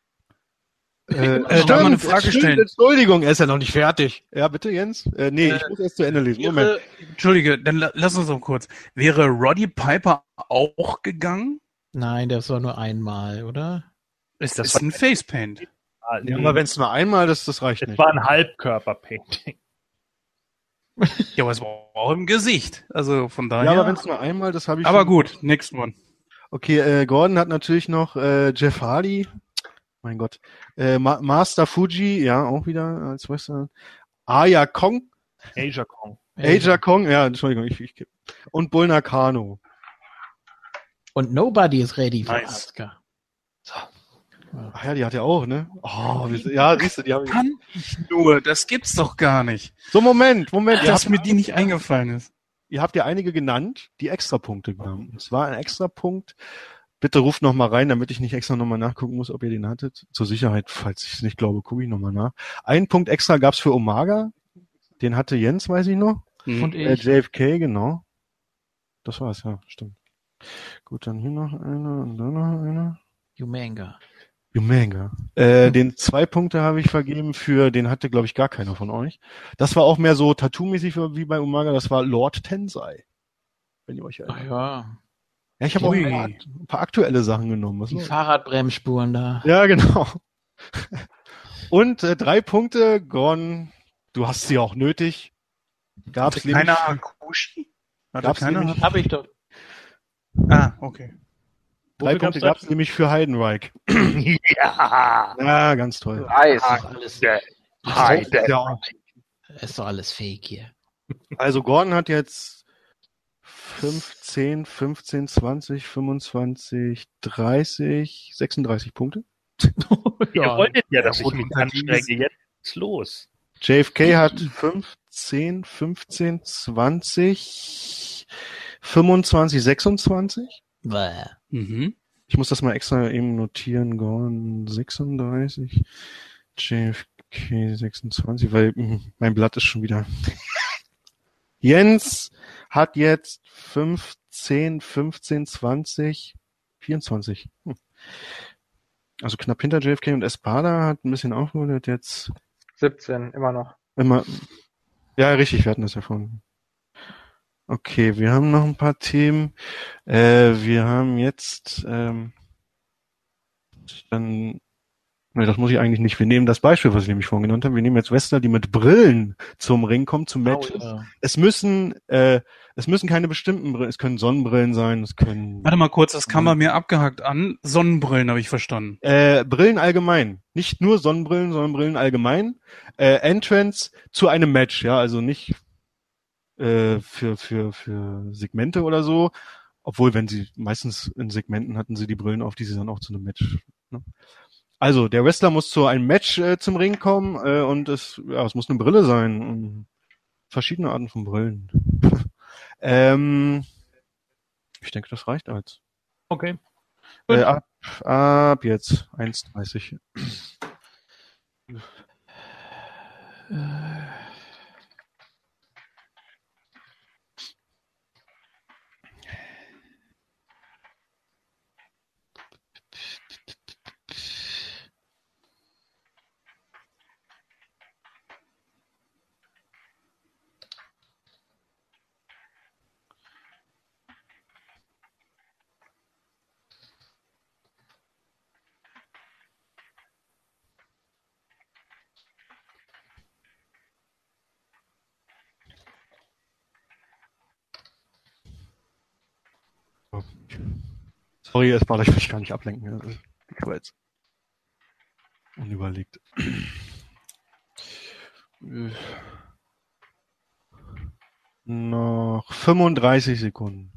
Äh, darf man eine Frage stellen? Entschuldigung, er ist ja noch nicht fertig. Ja, bitte, Jens? Äh, nee, Äh, ich muss erst zu Ende lesen. Moment. Wäre, Entschuldige, dann la- lass uns noch kurz. Wäre Roddy Piper auch gegangen? Nein, das war nur einmal, oder? Es Das ist war- ein Facepaint. Ah, Ja, nee, aber wenn es nur einmal ist, das reicht es nicht. war ein Halbkörper-Painting. Ja, aber es war auch im Gesicht. Also von daher. Ja, aber wenn es nur einmal, das habe ich. aber schon- gut, next one. Okay, äh, Gordon hat natürlich noch äh, Jeff Hardy. Mein Gott. Äh, Ma Master Fuji, ja, auch wieder als Wrestler. Aya Kong. Asia Kong. Aja Kong, ja, Entschuldigung, ich, ich und Bull Nakano. Und nobody is ready for Nice. Asuka. Ach ja, die hat ja auch, ne? Oh, wir- ja, siehst du, die haben. Kann ich nur, das gibt's doch gar nicht. So, Moment, Moment. Ihr Dass habt, mir die nicht eingefallen ist. ihr habt ja einige genannt, die Extrapunkte haben. Es war ein Extrapunkt. Bitte ruft noch mal rein, damit ich nicht extra noch mal nachgucken muss, ob ihr den hattet. Zur Sicherheit, falls ich es nicht glaube, gucke ich noch mal nach. Ein Punkt extra gab's für Umaga. Den hatte Jens, weiß ich noch. Und Äh, ich. J F K, genau. Das war's, ja, stimmt. Gut, dann hier noch einer und dann noch einer. Umanga. Umanga. Äh, den zwei Punkte habe ich vergeben für, den hatte, glaube ich, gar keiner von euch. Das war auch mehr so Tattoo-mäßig wie bei Umaga, das war Lord Tensei. Wenn ihr euch Ach erinnert. ja, Ja, ich habe auch Ui. ein paar, ein paar aktuelle Sachen genommen. Was die los? Fahrradbremsspuren da. Ja, genau. Und äh, drei Punkte, Gordon, du hast sie auch nötig. Gab's Hatte nämlich, keiner Hakushi? Hatte Gab's keiner? nämlich- Hab ich doch. Ah, okay. drei Wofür Punkte gab's gab's nämlich für Heidenreich. Ja. Ja, ganz toll. Nice. Ist doch alles, Hi, Ist ja auch- ist doch alles fake hier. Also Gordon hat jetzt fünfzehn, fünfzehn, zwanzig, fünfundzwanzig, dreißig, sechsunddreißig Punkte. Ihr wolltet ja, dass Ja, ich gut, mich unter anstrenge. dieses- Jetzt ist los. J F K hat fünfzehn, fünfzehn, zwanzig, fünfundzwanzig, sechsundzwanzig. Bäh. Mhm. Ich muss das mal extra eben notieren. Gordon sechsunddreißig, J F K sechsundzwanzig, weil mh, mein Blatt ist schon wieder. Jens hat jetzt fünfzehn, fünfzehn, zwanzig, vierundzwanzig. Hm. Also knapp hinter J F K und Espada hat ein bisschen aufgeholt, hat jetzt siebzehn, immer noch. immer. Ja, richtig, wir hatten das ja vorhin. Okay, wir haben noch ein paar Themen. Äh, wir haben jetzt ähm, dann. Ne, das muss ich eigentlich nicht. Wir nehmen das Beispiel, was ich nämlich vorhin genannt habe. Wir nehmen jetzt Wrestler, die mit Brillen zum Ring kommen, zum Match. Oh, ja. Es müssen, äh, es müssen keine bestimmten Brillen, es können Sonnenbrillen sein, es können Warte mal kurz, das kam bei mir abgehackt an. Sonnenbrillen habe ich verstanden. äh, Brillen allgemein. Nicht nur Sonnenbrillen, sondern Brillen allgemein. Äh, Entrance zu einem Match, ja, also nicht äh, für, für, für Segmente oder so. Obwohl, wenn sie, meistens in Segmenten hatten sie die Brillen auf, die sie dann auch zu einem Match. Ne? Also, der Wrestler muss zu einem Match äh, zum Ring kommen äh, und es, ja, es muss eine Brille sein. Und verschiedene Arten von Brillen. ähm, ich denke, das reicht als. Okay. Äh, ab, ab jetzt eins dreißig. Ja. Sorry, es war, ich will dich gar nicht ablenken. Also, ich war jetzt unüberlegt. Noch fünfunddreißig Sekunden.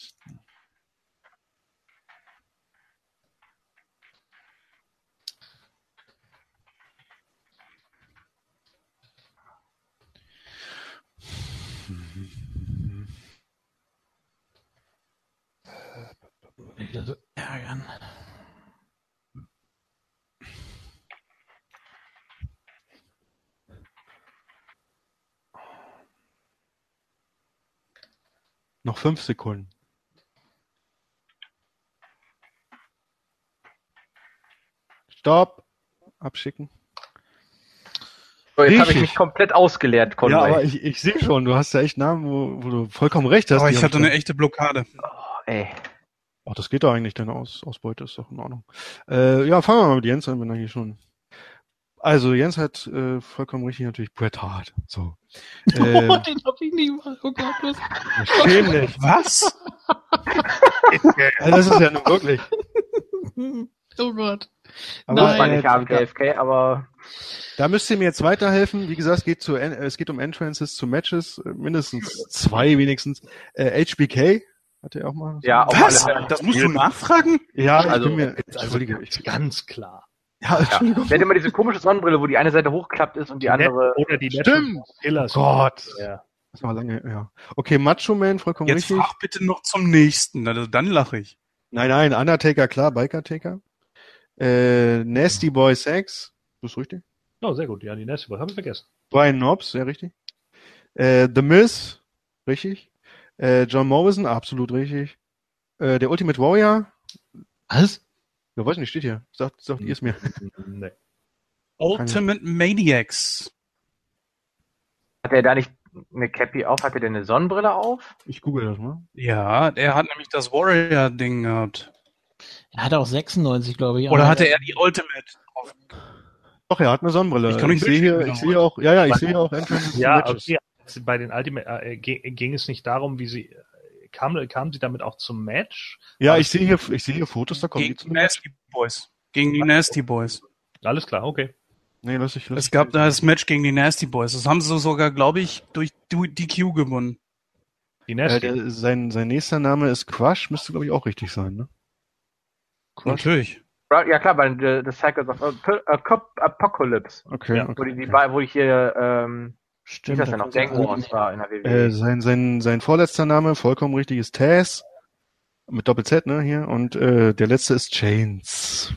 Wieder so ärgern. Noch fünf Sekunden. Stopp. Abschicken. So, jetzt habe ich Richtig. mich komplett ausgeleert, Conway. Ja, aber ich, ich sehe schon, du hast ja echt Namen, wo, wo du vollkommen recht hast. Aber Die ich hab hatte dann- eine echte Blockade. Oh, ey. Ach, das geht doch eigentlich, deine Aus Ausbeute ist doch in Ordnung. Äh, ja, fangen wir mal mit Jens an, wenn er hier schon... Also, Jens hat äh, vollkommen richtig natürlich Bret Hart. So. Oh, Ähm, den hab ich nicht gemacht. Oh Gott, was? schämlich. Was? Also, das ist ja nun wirklich. Oh Gott. Aber, Muss man Nein. nicht haben, J F K, aber Da müsst ihr mir jetzt weiterhelfen. Wie gesagt, es geht, zu, En- es geht um Entrances zu Matches, äh, mindestens zwei wenigstens. Äh, H B K hatte er auch mal. ja, auf Was? alle Fälle. Das musst du nachfragen? Ja, ich Also, bin mir. Also Entschuldige. Ich, ganz klar. ja, Ja. Entschuldigung. Der hat immer diese komische Sonnenbrille, wo die eine Seite hochklappt ist und die andere. Oder die Stimmt. Killers. Oh Gott. Ja. Das war lange, ja. Okay, Macho Man, vollkommen Jetzt richtig. frag bitte noch zum nächsten, also dann lache ich. Nein, nein, Undertaker, klar, Biker Taker. Äh, Nasty Boy Sex, das ist richtig. Oh, sehr gut. Ja, die nächste Woche habe ich vergessen. Brian Knobs, sehr richtig. Äh, The Miz, richtig. Äh, John Morrison, absolut richtig. Äh, der Ultimate Warrior, Was? ja, weiß nicht, steht hier. Sagt, sagt ihr es mir. Nee. Ultimate Maniacs. Hat er da nicht eine Cappy auf? Hatte der eine Sonnenbrille auf? Ich google das mal. Ja, er hat nämlich das Warrior-Ding gehabt. Er hatte auch sechsundneunzig, glaube ich. Oder aber- hatte er die Ultimate drauf? Doch, er hat eine Sonnenbrille. Ich kann nicht sehe hier, durchschauen, ich sehe auch, ja, ja, ich sehe auch Entrances zu Ja, Matches. okay. Bei den Ultimate äh, ging, ging es nicht darum, wie sie äh, kam, kam sie damit auch zum Match? Ja, ich sehe hier, ich sehe hier Fotos, da kommen die Gegen zu die Nasty Boys. Gegen die Nasty Boys. Alles klar, okay. Nee, lass ich, lass Es ich. gab da das Match gegen die Nasty Boys. Das haben sie sogar, glaube ich, durch D Q gewonnen. Die Äh, Nasty. der, sein, sein nächster Name ist Crush, müsste, glaube ich, auch richtig sein, ne? Crush. Natürlich. Ja, klar, bei The, the Cycles of Ap- Ap- Apocalypse. Okay, Ja, Wo, okay. die, die, bei- wo ich hier, ähm, wie Stimmt. ist das denn noch? Gang Wars war in der W W Äh, E. sein, sein, sein vorletzter Name, vollkommen richtig, ist Taz. Mit Doppel-Z, ne, hier. Und äh, der letzte ist Chains.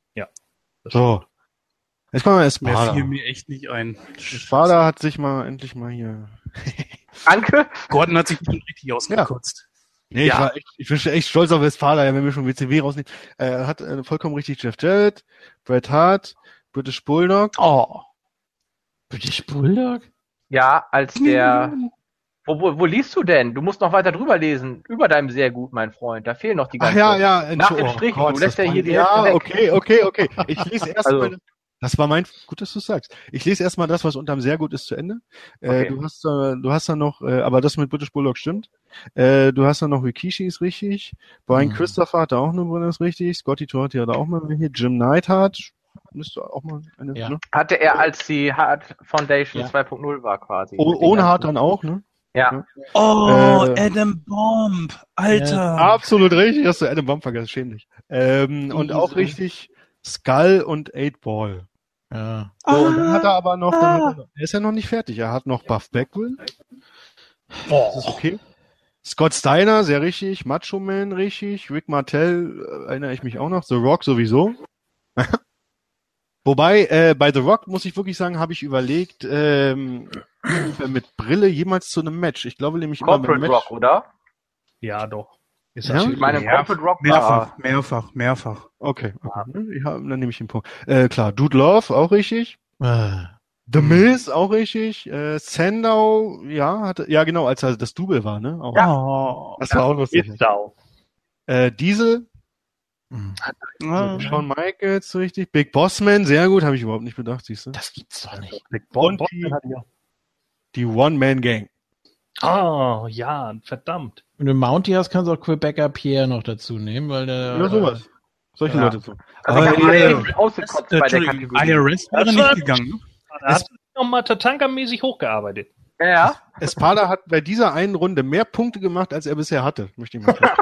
Das So. Jetzt kommen wir erst Mehr Espada. fiel mir echt nicht ein. Espada hat sich mal endlich mal hier... Danke. Gordon hat sich schon richtig ausgekotzt. Nee, Ja. ich war echt, ich bin schon echt stolz auf Westfalen, ja, wenn wir schon W C W rausnehmen. Äh, hat äh, vollkommen richtig Jeff Jarrett, Bret Hart, British Bulldog. Oh. British Bulldog? Ja, als der. Wo, wo, wo liest du denn? Du musst noch weiter drüber lesen. Über deinem sehr gut, mein Freund. Da fehlen noch die Ach ganzen. ja, ja. Nach dem oh Strich, Gott, du lässt das ja hier war- die Ja, Hälfte weg. okay, okay, okay. Ich lese erst Also- mal, das war mein, gut, dass du sagst. Ich lese erstmal das, was unterm sehr gut ist, zu Ende. Äh, Okay. du hast, äh, du hast dann noch, äh, aber das mit British Bulldog stimmt. Äh, du hast dann noch Rikishi ist richtig. Brian Mhm. Christopher hat da auch eine drin, ist richtig. Scotty Torti hat da auch mal hier. Jim Neidhart müsste auch mal eine, Ja. ne? Hatte er, als die Hart Foundation Ja. zwei Punkt null war quasi. Oh, Mit den ohne ganzen- Hart dann auch, ne? Ja. Oh, Äh, Adam Bomb. Alter. Absolut richtig, hast du Adam Bomb vergessen, schämlich. Ähm, und auch Easy. richtig Skull und Eight Ball. Ja. So, und dann hat er aber noch, dann hat er, er ist ja noch nicht fertig. Er hat noch Buff Bagwell. Das ist okay. Scott Steiner, sehr richtig. Macho Man, richtig. Rick Martel, äh, erinnere ich mich auch noch. The Rock sowieso. Wobei, äh, bei The Rock muss ich wirklich sagen, habe ich überlegt, ähm, mit Brille jemals zu einem Match. Ich glaube nämlich immer beim Corporate Match. Rock, oder? Ja, doch. Ist Ja? natürlich- Ich meine, Ja, Corporate Rock war. Mehrfach, mehrfach, mehrfach. Okay, okay. Ja, dann nehme ich den Punkt. Äh, klar, Dude Love, auch richtig. Äh, The Miz, auch richtig. Äh, Sandow, ja, hatte, ja genau, als er das Double war, ne? Auch. Oh. Das war auch lustig. Ist down. Äh, Diesel, mh. Ah. Shawn Michaels, richtig. Big Bossman, sehr gut, habe ich überhaupt nicht bedacht, siehst du? Das gibt's doch nicht. Big Bon Und Bon die- hat ja. Die One-Man-Gang. Oh, ja, verdammt. Wenn du Mountie hast, kannst du auch Quebecer Pierre noch dazu nehmen, weil der... Oder sowas. Solche Ja. Leute so. Also Aber, ich habe äh, richtig ausgekotzt Äh, bei der Entschuldigung, Kategorie. I R S wäre Das nicht war- gegangen. ne? Da hat nochmal Tatanka-mäßig hochgearbeitet. Ja, ja. Espada hat bei dieser einen Runde mehr Punkte gemacht, als er bisher hatte, möchte ich mal sagen.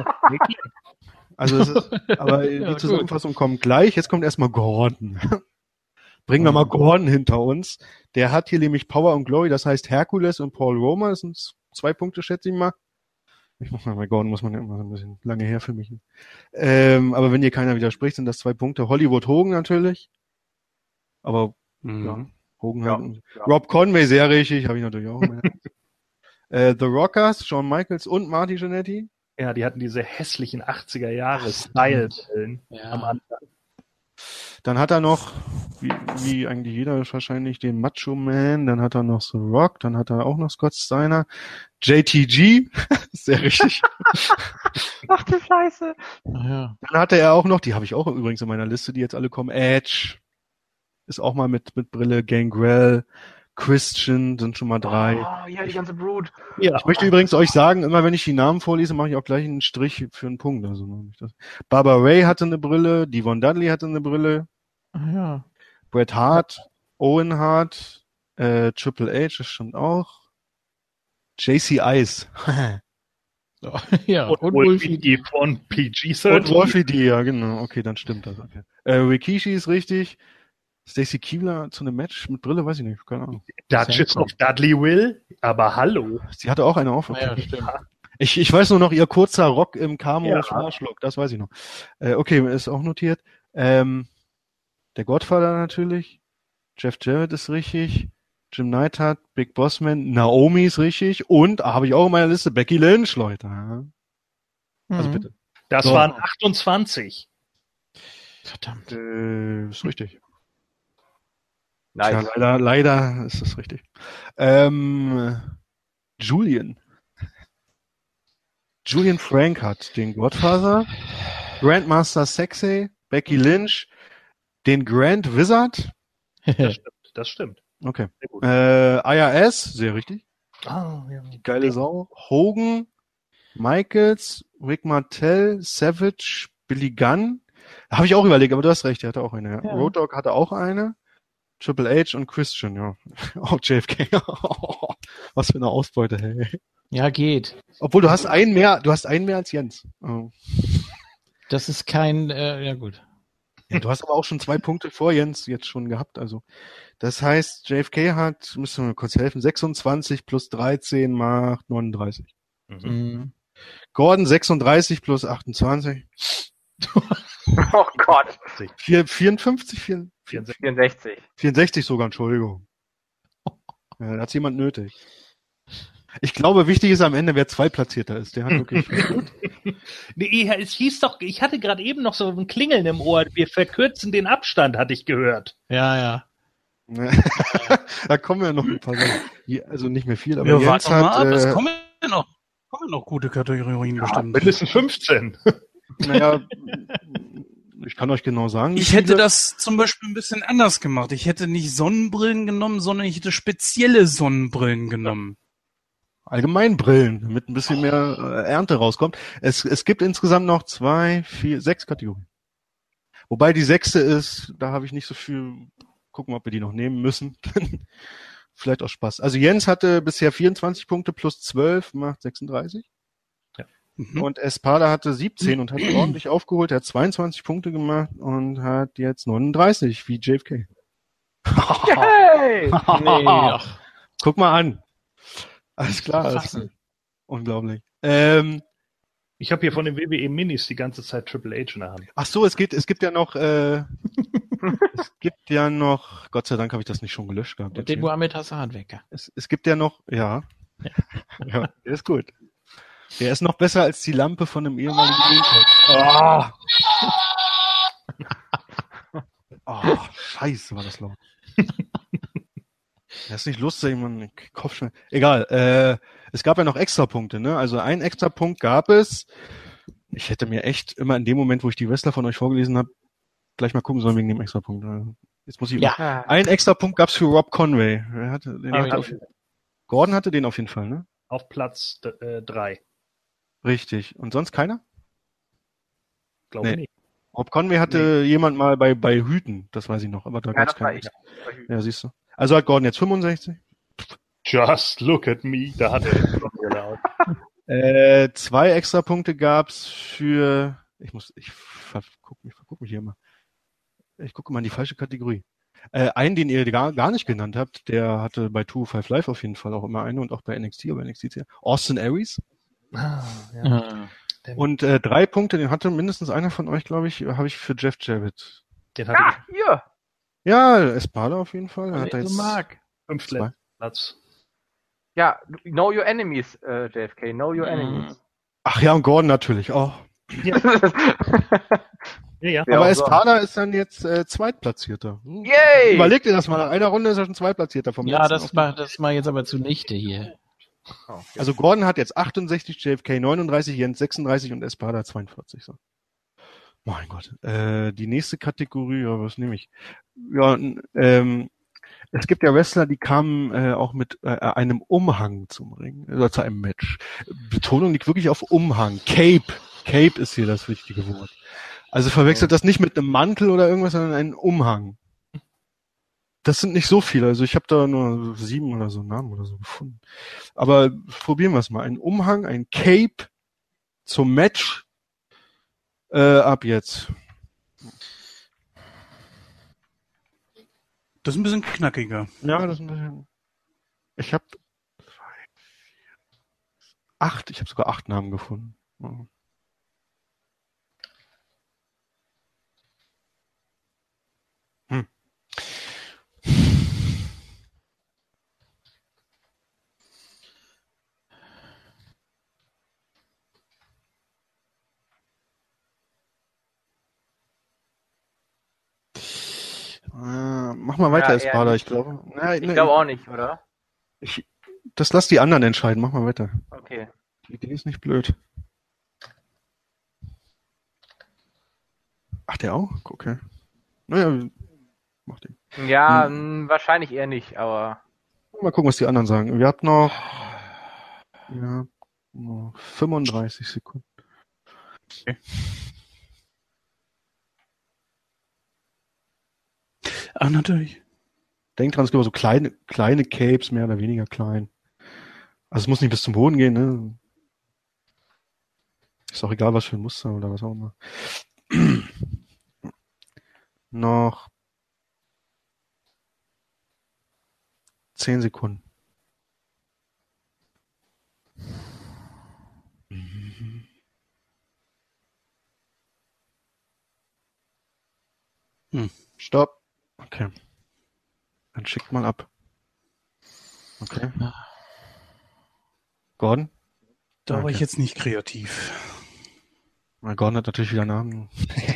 Also es ist, aber Ja, die gut. Zusammenfassung kommt gleich. Jetzt kommt erstmal Gordon. Bringen wir mal Gordon hinter uns. Der hat hier nämlich Power und Glory, das heißt Hercules und Paul Roma. Das sind zwei Punkte, schätze ich mal. Ich muss mal, bei Gordon muss man ja immer so ein bisschen lange her für mich. Ähm, aber wenn hier keiner widerspricht, sind das zwei Punkte. Hollywood Hogan natürlich. Aber Mhm. ja, Hogan Ja, halt. ja. Rob Conway, sehr richtig, habe ich natürlich auch. in meiner Liste. äh, The Rockers, Shawn Michaels und Marty Jannetty. Ja, die hatten diese hässlichen achtziger Jahre Style-Brillen am Ja. Anfang. Dann hat er noch, wie, wie eigentlich jeder wahrscheinlich, den Macho Man. Dann hat er noch The Rock. Dann hat er auch noch Scott Steiner. J T G, sehr richtig. Ach du Scheiße. Ach ja. Dann hatte er auch noch, die habe ich auch übrigens in meiner Liste, die jetzt alle kommen. Edge ist auch mal mit, mit Brille. Gangrel, Christian sind schon mal drei. Oh, ja, die ganze Brut. Ja, Ich möchte übrigens euch sagen, immer wenn ich die Namen vorlese, mache ich auch gleich einen Strich für einen Punkt. Also mache ich das. Barbara Ray hatte eine Brille, Devon Dudley hatte eine Brille, Ach ja. Bret Hart, Owen Hart, äh, Triple H, das stimmt auch. J C Ice. So, ja. und, Und, und Wolfie. die von P G Und dreizehn. Wolfie D, ja genau. Okay, dann stimmt das. Okay. Äh, Rikishi ist richtig. Stacey Keebler zu einem Match mit Brille, weiß ich nicht, keine Ahnung. Duchess of Dudley Will, aber hallo. Sie hatte auch eine auf. Ah, ja, stimmt. Ich, ich weiß nur noch, ihr kurzer Rock im Camo Ja. Flashlock, das weiß ich noch. Äh, okay, ist auch notiert. Ähm, der Godfather natürlich. Jeff Jarrett ist richtig. Jim Neidhart, Big Bossman, Naomi ist richtig. Und, ah, habe ich auch in meiner Liste, Becky Lynch, Leute. Ja. Also Mhm. bitte. Das So. waren achtundzwanzig. Verdammt. Äh, ist richtig. Nice. Tja, leider, leider ist das richtig. Ähm, Julian. Julian Frank hat den Godfather, Grandmaster Sexay, Becky Lynch, den Grand Wizard. Das stimmt. Das stimmt. Okay. Sehr gut. Äh, I R S, sehr richtig. Ah, ja. Geile Sau. Hogan, Michaels, Rick Martel, Savage, Billy Gunn. Habe ich auch überlegt, aber du hast recht, er hatte auch eine. Ja. Ja. Road Dogg hatte auch eine. Triple H und Christian, ja. Auch J F K. Was für eine Ausbeute, hey. Ja, geht. Obwohl du hast einen mehr, du hast einen mehr als Jens. Oh. Das ist kein, äh, ja gut. Ja, du hast aber auch schon zwei Punkte vor Jens jetzt schon gehabt, also. Das heißt, J F K hat, müssen wir mal kurz helfen, sechsundzwanzig plus dreizehn macht neununddreißig. Mhm. Mhm. Gordon sechsunddreißig plus achtundzwanzig. Oh Gott. Vier, vierundfünfzig, vier, vierundsechzig. vierundsechzig sogar, Entschuldigung. Ja, da hat's jemand nötig. Ich glaube, wichtig ist am Ende, wer Zweitplatzierter ist. Der hat wirklich. Nee, es hieß doch, ich hatte gerade eben noch so ein Klingeln im Ohr. Wir verkürzen den Abstand, hatte ich gehört. Ja, ja. Da kommen ja noch ein paar Sachen. Je- Also nicht mehr viel, aber Ja, Jens warte mal hat, ab, es äh, kommen ja noch, kommen noch gute Kategorien bestimmt. Mindestens fünfzehn. naja, ich kann euch genau sagen. wie Ich hätte viele. das zum Beispiel ein bisschen anders gemacht. Ich hätte nicht Sonnenbrillen genommen, sondern ich hätte spezielle Sonnenbrillen genommen. Allgemeinbrillen, damit ein bisschen mehr äh, Ernte rauskommt. Es, es gibt insgesamt noch zwei, vier, sechs Kategorien. Wobei die sechste ist, da habe ich nicht so viel, gucken, ob wir die noch nehmen müssen. Vielleicht auch Spaß. Also Jens hatte bisher vierundzwanzig Punkte plus zwölf, macht sechsunddreißig. Mhm. Und Espada hatte siebzehn und hat ordentlich aufgeholt. Er hat zweiundzwanzig Punkte gemacht und hat jetzt neununddreißig, wie J F K. Yay! Nee, ach, Guck mal an. Alles klar. Alles Fassen. klar. Unglaublich. Ähm, Ich habe hier von den W W E Minis die ganze Zeit Triple H in der Hand. ach so, es gibt, es gibt ja noch, äh, es gibt ja noch, Gott sei Dank habe ich das nicht schon gelöscht gehabt. und jetzt den hier. Muhammad Hassan Wecker. Es, es gibt ja noch, ja. Ja, der ist gut. Der ist noch besser als die Lampe von einem ehemaligen Greencoat. Oh. Oh, scheiße, war das laut. Das ist nicht lustig, man, Kopfschmerz. Egal, äh, es gab ja noch Extrapunkte, ne? Also einen Extrapunkt gab es. Ich hätte mir echt immer in dem Moment, wo ich die Wrestler von euch vorgelesen habe, gleich mal gucken sollen wegen dem Extrapunkt. Also, jetzt muss ich. Ja. Einen Extrapunkt gab's für Rob Conway. Er hatte, den Ah, hatte ja. auf, Gordon hatte den auf jeden Fall, ne? auf Platz drei. Richtig. Und sonst keiner? Glaube Nee. nicht. Rob Conway hatte jemand mal bei, bei Hüten, das weiß ich noch, aber da Ja, gab es das war keinen. ich. Ja, siehst du. Also hat Gordon jetzt fünfundsechzig. Just look at me. Da hat er den Blondbrille aus. Äh, zwei extra Punkte gab's für, ich muss, ich verguck mich, verguck mich hier mal. Ich gucke mal in die falsche Kategorie. Äh, einen, den ihr gar, gar nicht genannt habt, der hatte bei zwei Five Live auf jeden Fall auch immer eine und auch bei N X T, aber N X T zählt. Austin Aries. Ah, ja. Ah. Und äh, drei Punkte, den hatte mindestens einer von euch, glaube ich, habe ich für Jeff Jarrett. Den hatte Ah, hier. Ja, Espada auf jeden Fall. Er hat da Also jetzt Mark. ich fünf zwei. Platz. Ja, know your enemies, äh, J F K. Know your enemies. Ach ja, und Gordon natürlich auch. Ja, ja. Ja, aber auch so. Espada ist dann jetzt äh, Zweitplatzierter. Hm. Yay! Überleg dir das mal, nach einer Runde ist er schon Zweitplatzierter vom Ja, letzten das auf- macht das mal jetzt aber zunichte hier. Oh, okay. Also Gordon hat jetzt achtundsechzig, J F K neununddreißig, Jens sechsunddreißig und Espada zweiundvierzig. So. Mein Gott. Äh, die nächste Kategorie, ja, was nehme ich? Ja, n- ähm, es gibt ja Wrestler, die kamen äh, auch mit äh, einem Umhang zum Ring, oder zu einem Match. Betonung liegt wirklich auf Umhang. Cape. Cape ist hier das richtige Wort. Also verwechselt das nicht mit einem Mantel oder irgendwas, sondern einen Umhang. Das sind nicht so viele, also ich habe da nur sieben oder so Namen oder so gefunden. Aber probieren wir es mal. Ein Umhang, ein Cape zum Match äh, ab jetzt. Das ist ein bisschen knackiger. Ja, das ist ein bisschen. Ich habe acht, ich habe sogar acht Namen gefunden. Ja. Hm. Äh, mach mal weiter, Ja, Espada, eher ich glaube. Na, Ich ne, glaube auch nicht, oder? ich, das lass die anderen entscheiden, mach mal weiter. Okay. Die Idee ist nicht blöd. Ach, der auch? Okay. Naja, mach den. Ja, Hm. mh, wahrscheinlich eher nicht, aber Mal gucken, was die anderen sagen. Wir hatten noch, ja, noch fünfunddreißig Sekunden. Ach, natürlich. Denkt dran, es gibt immer so kleine, kleine Capes, mehr oder weniger klein. Also es muss nicht bis zum Boden gehen, ne? Ist auch egal, was für ein Muster oder was auch immer. Noch zehn Sekunden. Hm. Stopp. Okay. Dann schickt mal ab. Okay. Gordon? Da war Okay. ich jetzt nicht kreativ. Na, Gordon hat natürlich wieder Namen.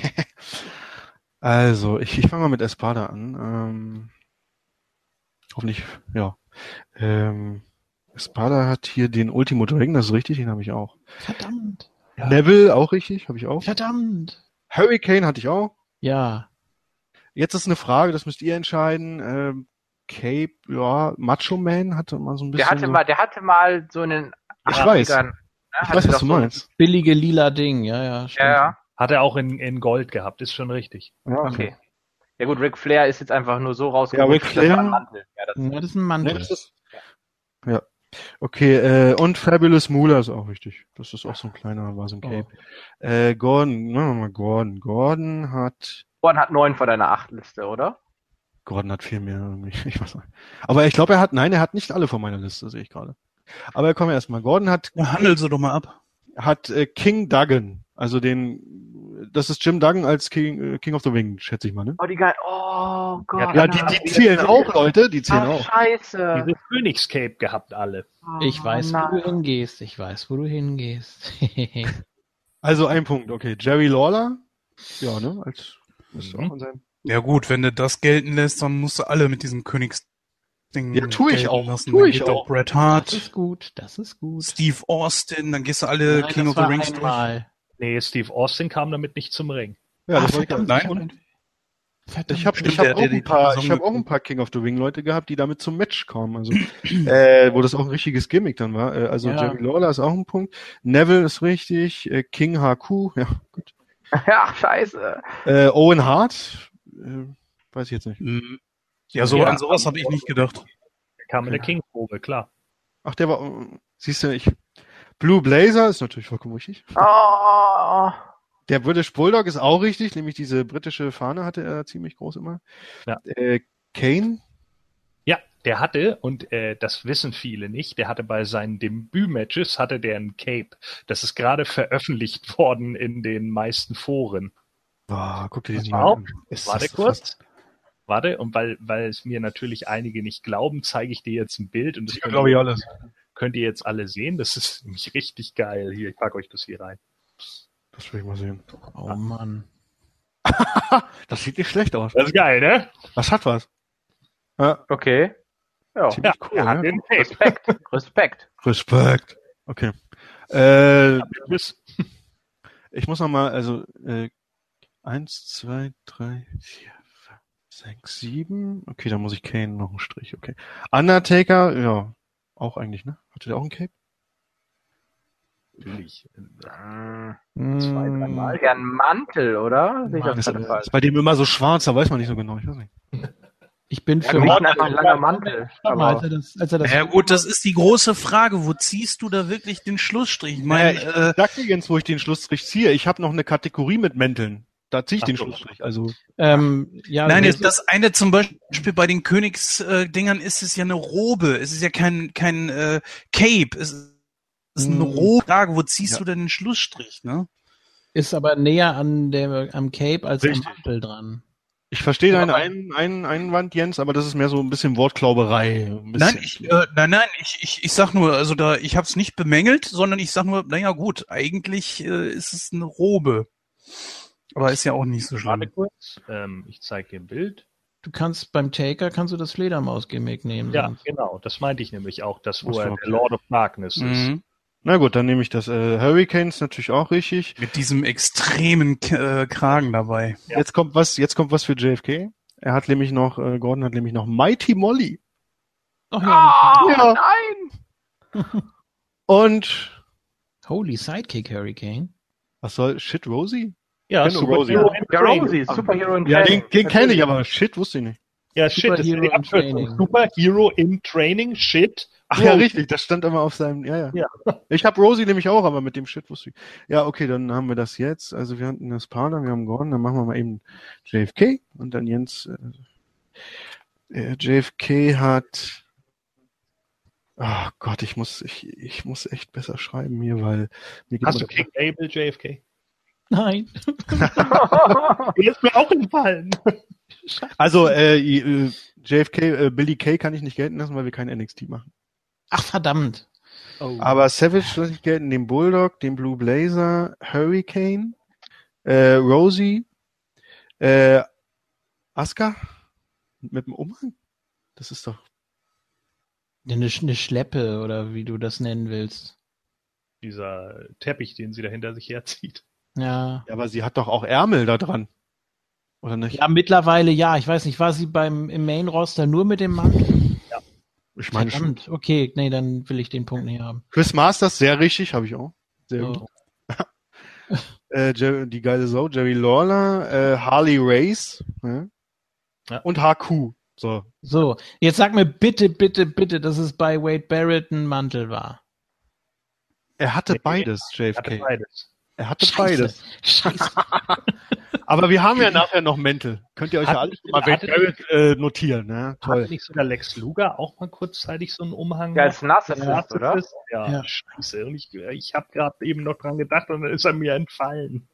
Also, ich, ich fange mal mit Espada an. Ähm, hoffentlich, ja. Ähm, Espada hat hier den Ultimo Dragon, das ist richtig, den habe ich auch. Verdammt. Neville, auch richtig, habe ich auch. Verdammt. Hurricane hatte ich auch. Ja. Jetzt ist eine Frage, das müsst ihr entscheiden. Ähm, Cape, ja, Macho Man hatte mal so ein bisschen. der hatte so, mal, der hatte mal so einen Ich weiß. achtzigern, ne, ich hatte weiß, was doch du so- meinst. Billige lila Ding, ja, ja, stimmt. Ja, ja, Hat er auch in, in Gold gehabt, ist schon richtig. Ja, okay. Ja gut, Ric Flair ist jetzt einfach nur so rausgekommen. Ja, Ric Flair- Das war ein Mantel. Ja, das Ja, das ist ein Nee, Mantel. das ist, ja. Okay, äh, und Fabulous Moolah ist auch richtig. Das ist auch so ein kleiner, war so ein Cape. Äh, Gordon, machen wir mal Gordon. Gordon hat, Gordon hat neun vor deiner Acht-Liste, oder? Gordon hat viel mehr irgendwie. Ich weiß nicht. Aber ich glaube, er hat, nein, er hat nicht alle von meiner Liste, sehe ich gerade. Aber kommen wir erstmal. Gordon hat, Ja, handel sie doch mal ab. hat äh, King Duggan, also den, das ist Jim Duggan als King, äh, King of the Ring, schätze ich mal, ne? Oh, die geil. Oh Gott. Ja, die, die zählen auch, Leute, die zählen Ach, auch. scheiße. Diese Königscape gehabt alle. Oh, Ich weiß, nein. wo du hingehst. Ich weiß, wo du hingehst. Also ein Punkt, okay. Jerry Lawler, ja, ne, als, ist Mhm. auch in seinem, Ja gut, wenn du das gelten lässt, dann musst du alle mit diesem Königsding Ja, tu ich gelten auch, lassen. tu Dann ich geht auch. Bret Das Hart, ist gut, das ist gut. Steve Austin, dann gehst du alle Nein, King das of the war Rings durch. einmal. Nee, Steve Austin kam damit nicht zum Ring. ja, Ah, das wollte ich verdammt, nein. ich hab ein- Verdammt. Ich habe Stimmt, ich hab der- auch, der die ein paar, Saison ich hab auch ein paar King of the Ring Leute gehabt, die damit zum Match kommen. Also, äh, wo das auch ein richtiges Gimmick dann war. Äh, also Ja. Jerry Lawler ist auch ein Punkt. Neville ist richtig. Äh, King H Q, ja gut. Ach, scheiße. Äh, Owen Hart, äh, weiß ich jetzt nicht. Mhm. Ja, so Ja. an sowas habe ich nicht gedacht. Kam in der King-Probe, klar. Ach, der war, äh, siehst du, ich, Blue Blazer ist natürlich vollkommen richtig. Oh. Der British Bulldog ist auch richtig, nämlich diese britische Fahne hatte er ziemlich groß immer. Ja. Äh, Kane, Ja, der hatte, und äh, das wissen viele nicht, der hatte bei seinen Debüt-Matches, hatte der ein Cape. Das ist gerade veröffentlicht worden in den meisten Foren. oh, guck dir diesen Wow. Mann an. Ist Warte das kurz. fast- Warte, und weil, weil es mir natürlich einige nicht glauben, zeige ich dir jetzt ein Bild. Und das Ja, könnt, glaube ich ihr, alles. könnt ihr jetzt alle sehen. Das ist nämlich richtig geil. Hier, ich packe euch das hier rein. Das will ich mal sehen. Oh Mann. Das sieht nicht schlecht aus. Das ist geil, ne? Das hat was. Ja, Okay. Ja. ziemlich Ja, cool. er hat Ja. den Cape. Respekt. Respekt. Respekt. Okay. Äh, Bis- ich muss noch mal, also äh, eins, zwei, drei, vier, fünf, sechs, sieben. Okay, da muss ich Kane noch einen Strich. Okay. Undertaker, ja, auch eigentlich, ne? Hatte der auch einen Cape? Natürlich. Hm. Zwei, dreimal. Ja, ein Mantel, oder? Sehe ich das Ist, gerade falsch? ist bei dem immer so schwarz, da weiß man nicht so genau. Ich weiß nicht. Ich bin Ja, für mich mich. einfach ein langer Mantel. Schau mal, als Aber er das, als er das Ja gut, das ist die große Frage. Wo ziehst du da wirklich den Schlussstrich? Ich meine, Naja, äh, Sag dir Jens, wo ich den Schlussstrich ziehe. Ich habe noch eine Kategorie mit Mänteln. Da ziehe ich Ach den so. Schlussstrich. Also ähm, ja, nein, so- jetzt das eine zum Beispiel bei den Königsdingern ist es ja eine Robe. Es ist ja kein kein äh, Cape. Es ist eine Hm. Robe. Frage, wo ziehst Ja. du denn den Schlussstrich? Ne? ist aber näher an der, am Cape als Richtig. am Mantel dran. ich verstehe deinen Aber- einen, einen Einwand, Jens, aber das ist mehr so ein bisschen Wortklauberei. Ein bisschen. Nein, ich, äh, nein, nein, ich, ich, ich sag nur, also da, ich habe es nicht bemängelt, sondern ich sag nur, naja gut, eigentlich äh, ist es eine Robe. Aber ist ja auch nicht so Warte schlimm. kurz. Ähm, ich zeige dir ein Bild. Du kannst beim Taker kannst du das Fledermaus-Gimmick nehmen. Ja, sonst. genau. Das meinte ich nämlich auch, das, wo Ach so, er okay. der Lord of Darkness ist. Mhm. Na gut, dann nehme ich das. Äh, Hurricanes natürlich auch richtig. Mit diesem extremen K äh, Kragen dabei. Ja. Jetzt kommt was, jetzt kommt was für J F K. Er hat nämlich noch, äh, Gordon hat nämlich noch Mighty Molly. Ach ja. Ah, Ja. nein! Und Holy Sidekick Hurricane. was soll Shit Rosie? Ja, Kenn nur Superhero Rosie. in Der Training. Rosie, Superhero in Ja, Training. den, den kenne ich, aber Shit wusste ich nicht. Ja, Shit, das ist die Superhero in Abkürzung. Training. Superhero in Training, Shit. Ach ja, Rosie. richtig, das stand immer auf seinem, ja, ja. Ja. Ich habe Rosie nämlich auch, aber mit dem Shit wusste ich. Ja, okay, dann haben wir das jetzt. Also wir hatten das Partner, wir haben Gordon, dann machen wir mal eben J F K und dann Jens. Äh, äh, J F K hat. Ach Gott, ich muss, ich, ich muss echt besser schreiben hier, weil mir geht Hast du immer- King Abel, J F K? Nein. Der ist mir auch entfallen. Also äh, äh, J F K, äh, Billy Kay kann ich nicht gelten lassen, weil wir kein N X T machen. Ach verdammt. Oh. Aber Savage lasse ich gelten, den Bulldog, den Blue Blazer, Hurricane, äh, Rosie, äh, Asuka mit dem Umhang. Das ist doch. Eine, eine Schleppe oder wie du das nennen willst. Dieser Teppich, den sie da hinter sich herzieht. Ja. Ja, aber sie hat doch auch Ärmel da dran. Oder nicht? Ja, mittlerweile ja. Ich weiß nicht, war sie beim im Main Roster nur mit dem Mantel? Ich meine schon. Verdammt. Okay, nee, dann will ich den Punkt nicht haben. Chris Masters, sehr richtig, habe ich auch. Sehr So. gut. Äh, Jerry, die geile Sau, Jerry Lawler, äh, Harley Race ja? Ja. und H Q. So. So, jetzt sag mir bitte, bitte, bitte, dass es bei Wade Barrett ein Mantel war. Er hatte Nee, beides, J F Hatte K. beides. Er hatte Scheiße. beides. Scheiße. Aber wir haben ja nachher noch Mäntel. Könnt ihr euch Hat- ja alles mal hat- Wade Barrett, äh, notieren. Ne? Hatte Toll. nicht sogar Lex Luger auch mal kurzzeitig so einen Umhang? Ja, als noch? Narzisst, oder? Narzisst? Ja, Ja. scheiße. Und ich ich habe gerade eben noch dran gedacht und dann ist er mir entfallen.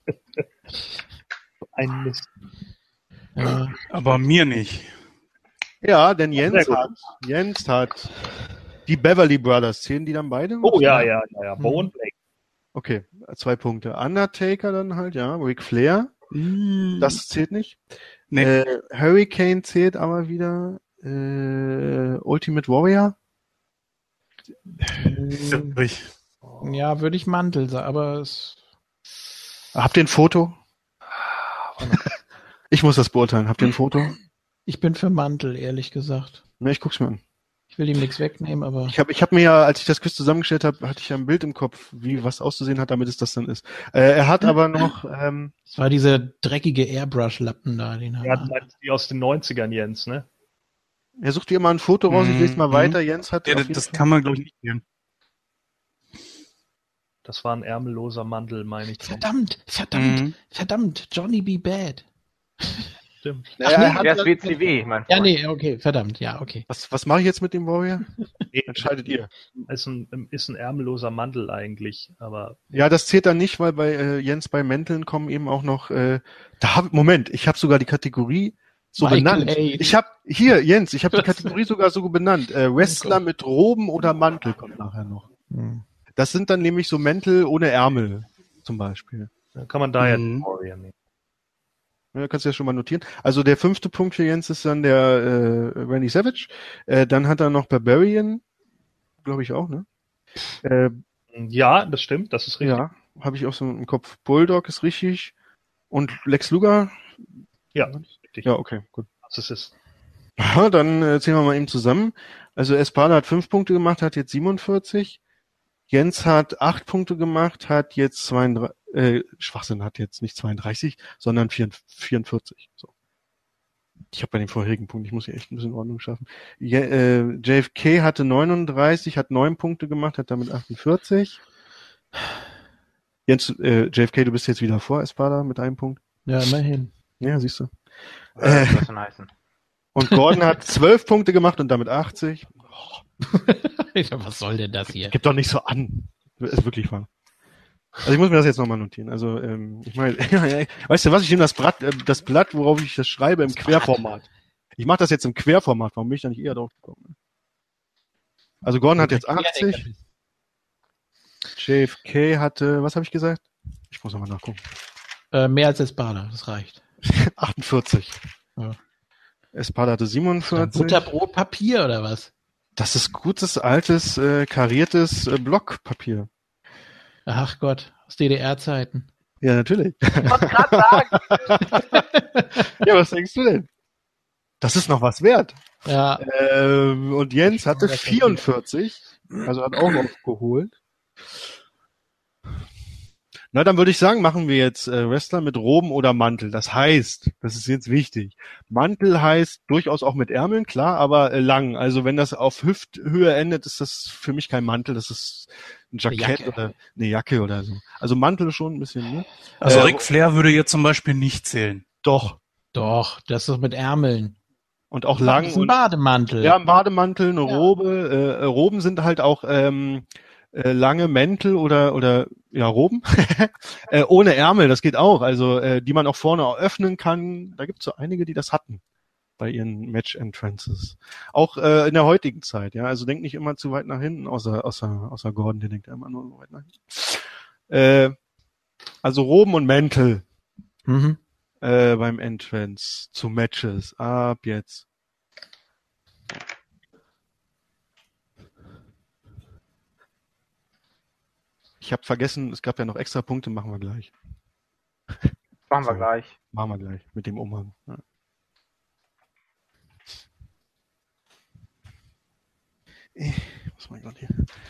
Ein Mist. Ja. Aber mir nicht. Ja, denn Jens Sehr gut. hat, Jens hat die Beverly Brothers. Zählen die dann beide? Oh ja, ja, ja, ja. Bo Mhm. und Blake. Okay, zwei Punkte. Undertaker dann halt, ja. Ric Flair, das zählt nicht. Nee. Äh, Hurricane zählt aber wieder. Äh, Ultimate Warrior. Wirklich. Ja, würde ich Mantel sagen, aber es. Habt ihr ein Foto? Ich muss das beurteilen. Habt ihr ein Foto? Ich bin für Mantel, ehrlich gesagt. Ne, ich guck's mir an. Ich will ihm nichts wegnehmen, aber Ich habe ich hab mir ja, als ich das Quiz zusammengestellt habe, hatte ich ja ein Bild im Kopf, wie was auszusehen hat, damit es das dann ist. Äh, er hat aber noch, ähm, es war dieser dreckige Airbrush-Lappen da, den haben Er hat wir. halt die aus den neunzigern, Jens, ne? er sucht dir mal ein Foto raus, ich lese mal Mhm. weiter. Jens hat Ja, auf das jeden das Fall- kann man, glaube ich, nicht sehen. Das war ein ärmelloser Mantel, meine ich. Verdammt, verdammt, Mhm. verdammt, Johnny B. Bad. Stimmt. Ja, Ach, er nee, hat, Der ist W C W, mein Ja, Freund. nee, okay, verdammt, ja, okay. was, was mache ich jetzt mit dem Warrior? Entscheidet ihr. Ist ein, ist ein ärmelloser Mantel eigentlich, aber Ja, das zählt dann nicht, weil bei äh, Jens bei Mänteln kommen eben auch noch, äh, da hab, Moment, ich habe sogar die Kategorie so Michael benannt. A. Ich habe hier, Jens, ich habe die Kategorie sogar so benannt. Äh, Wrestler mit Roben oder Mantel kommt nachher noch. Hm. Das sind dann nämlich so Mäntel ohne Ärmel zum Beispiel. dann kann man da ja den Mhm. Warrior nehmen. Ja, kannst du ja schon mal notieren. Also der fünfte Punkt für Jens ist dann der äh, Randy Savage. Äh, dann hat er noch Barbarian, glaube ich auch, ne? Äh, Ja, das stimmt, das ist richtig. ja, habe ich auch so im Kopf. Bulldog ist richtig. Und Lex Luger? Ja, richtig. Ja, okay, gut. Das ist es. Ja, dann äh, zählen wir mal eben zusammen. Also Espada hat fünf Punkte gemacht, hat jetzt siebenundvierzig. Jens hat acht Punkte gemacht, hat jetzt zweiunddreißig, äh, Schwachsinn, hat jetzt nicht zweiunddreißig, sondern vierundvierzig. So. Ich habe bei dem vorherigen Punkt, ich muss hier echt ein bisschen Ordnung schaffen. Je, äh, J F K hatte neununddreißig, hat neun Punkte gemacht, hat damit achtundvierzig. Jens, äh, J F K, du bist jetzt wieder vor Espada mit einem Punkt. Ja, immerhin. Ja, siehst du. Äh, Äh, was denn heißen? Und Gordon hat zwölf Punkte gemacht und damit achtzig. Was soll denn das hier? Gib doch nicht so an. Ist wirklich wahr. Also ich muss mir das jetzt nochmal notieren. Also ähm, ich meine, weißt du was, ich nehme das Blatt, äh, das Blatt, worauf ich das schreibe, im Querformat. Ich mache das jetzt im Querformat. Warum bin ich da nicht eher drauf gekommen? Also Gordon hat jetzt achtzig. J F K hatte, was habe ich gesagt? Ich muss nochmal nachgucken. Äh, mehr als Espada, das reicht. achtundvierzig. Ja. Espada hatte siebenundvierzig. Butterbrotpapier oder was? Das ist gutes, altes, äh, kariertes äh, Blockpapier. Ach Gott, aus D D R-Zeiten. Ja, natürlich. Ich wollte gerade sagen. Ja, was denkst du denn? Das ist noch was wert. Ja, Ähm, und Jens hatte das vierundvierzig, also hat auch aufgeholt. Na, dann würde ich sagen, machen wir jetzt äh, Wrestler mit Roben oder Mantel. Das heißt, das ist jetzt wichtig. Mantel heißt durchaus auch mit Ärmeln, klar, aber äh, lang. Also wenn das auf Hüfthöhe endet, ist das für mich kein Mantel, das ist ein Jackett Jacke. oder eine Jacke oder so. Also Mantel schon ein bisschen, ne? Also Äh, Ric Flair würde jetzt zum Beispiel nicht zählen. Doch. doch, das ist mit Ärmeln. Und auch Das lang. ist ein Und, Bademantel. ja, ein Bademantel, eine Ja. Robe. Äh, Roben sind halt auch ähm, äh, lange Mäntel oder oder ja Roben äh, ohne Ärmel. Das geht auch. Also äh, die man auch vorne auch öffnen kann. Da gibt es so einige, die das hatten bei ihren Match Entrances. Auch äh, in der heutigen Zeit. Ja, also denkt nicht immer zu weit nach hinten, außer außer außer Gordon, der denkt immer nur so weit nach hinten. Äh, also Roben und Mäntel Mhm. äh, beim Entrance zu Matches. Ab jetzt. Ich habe vergessen, es gab ja noch extra Punkte, machen wir gleich. Machen wir So. gleich. Machen wir gleich mit dem Umhang. Ja. Ich muss mal gerade hier.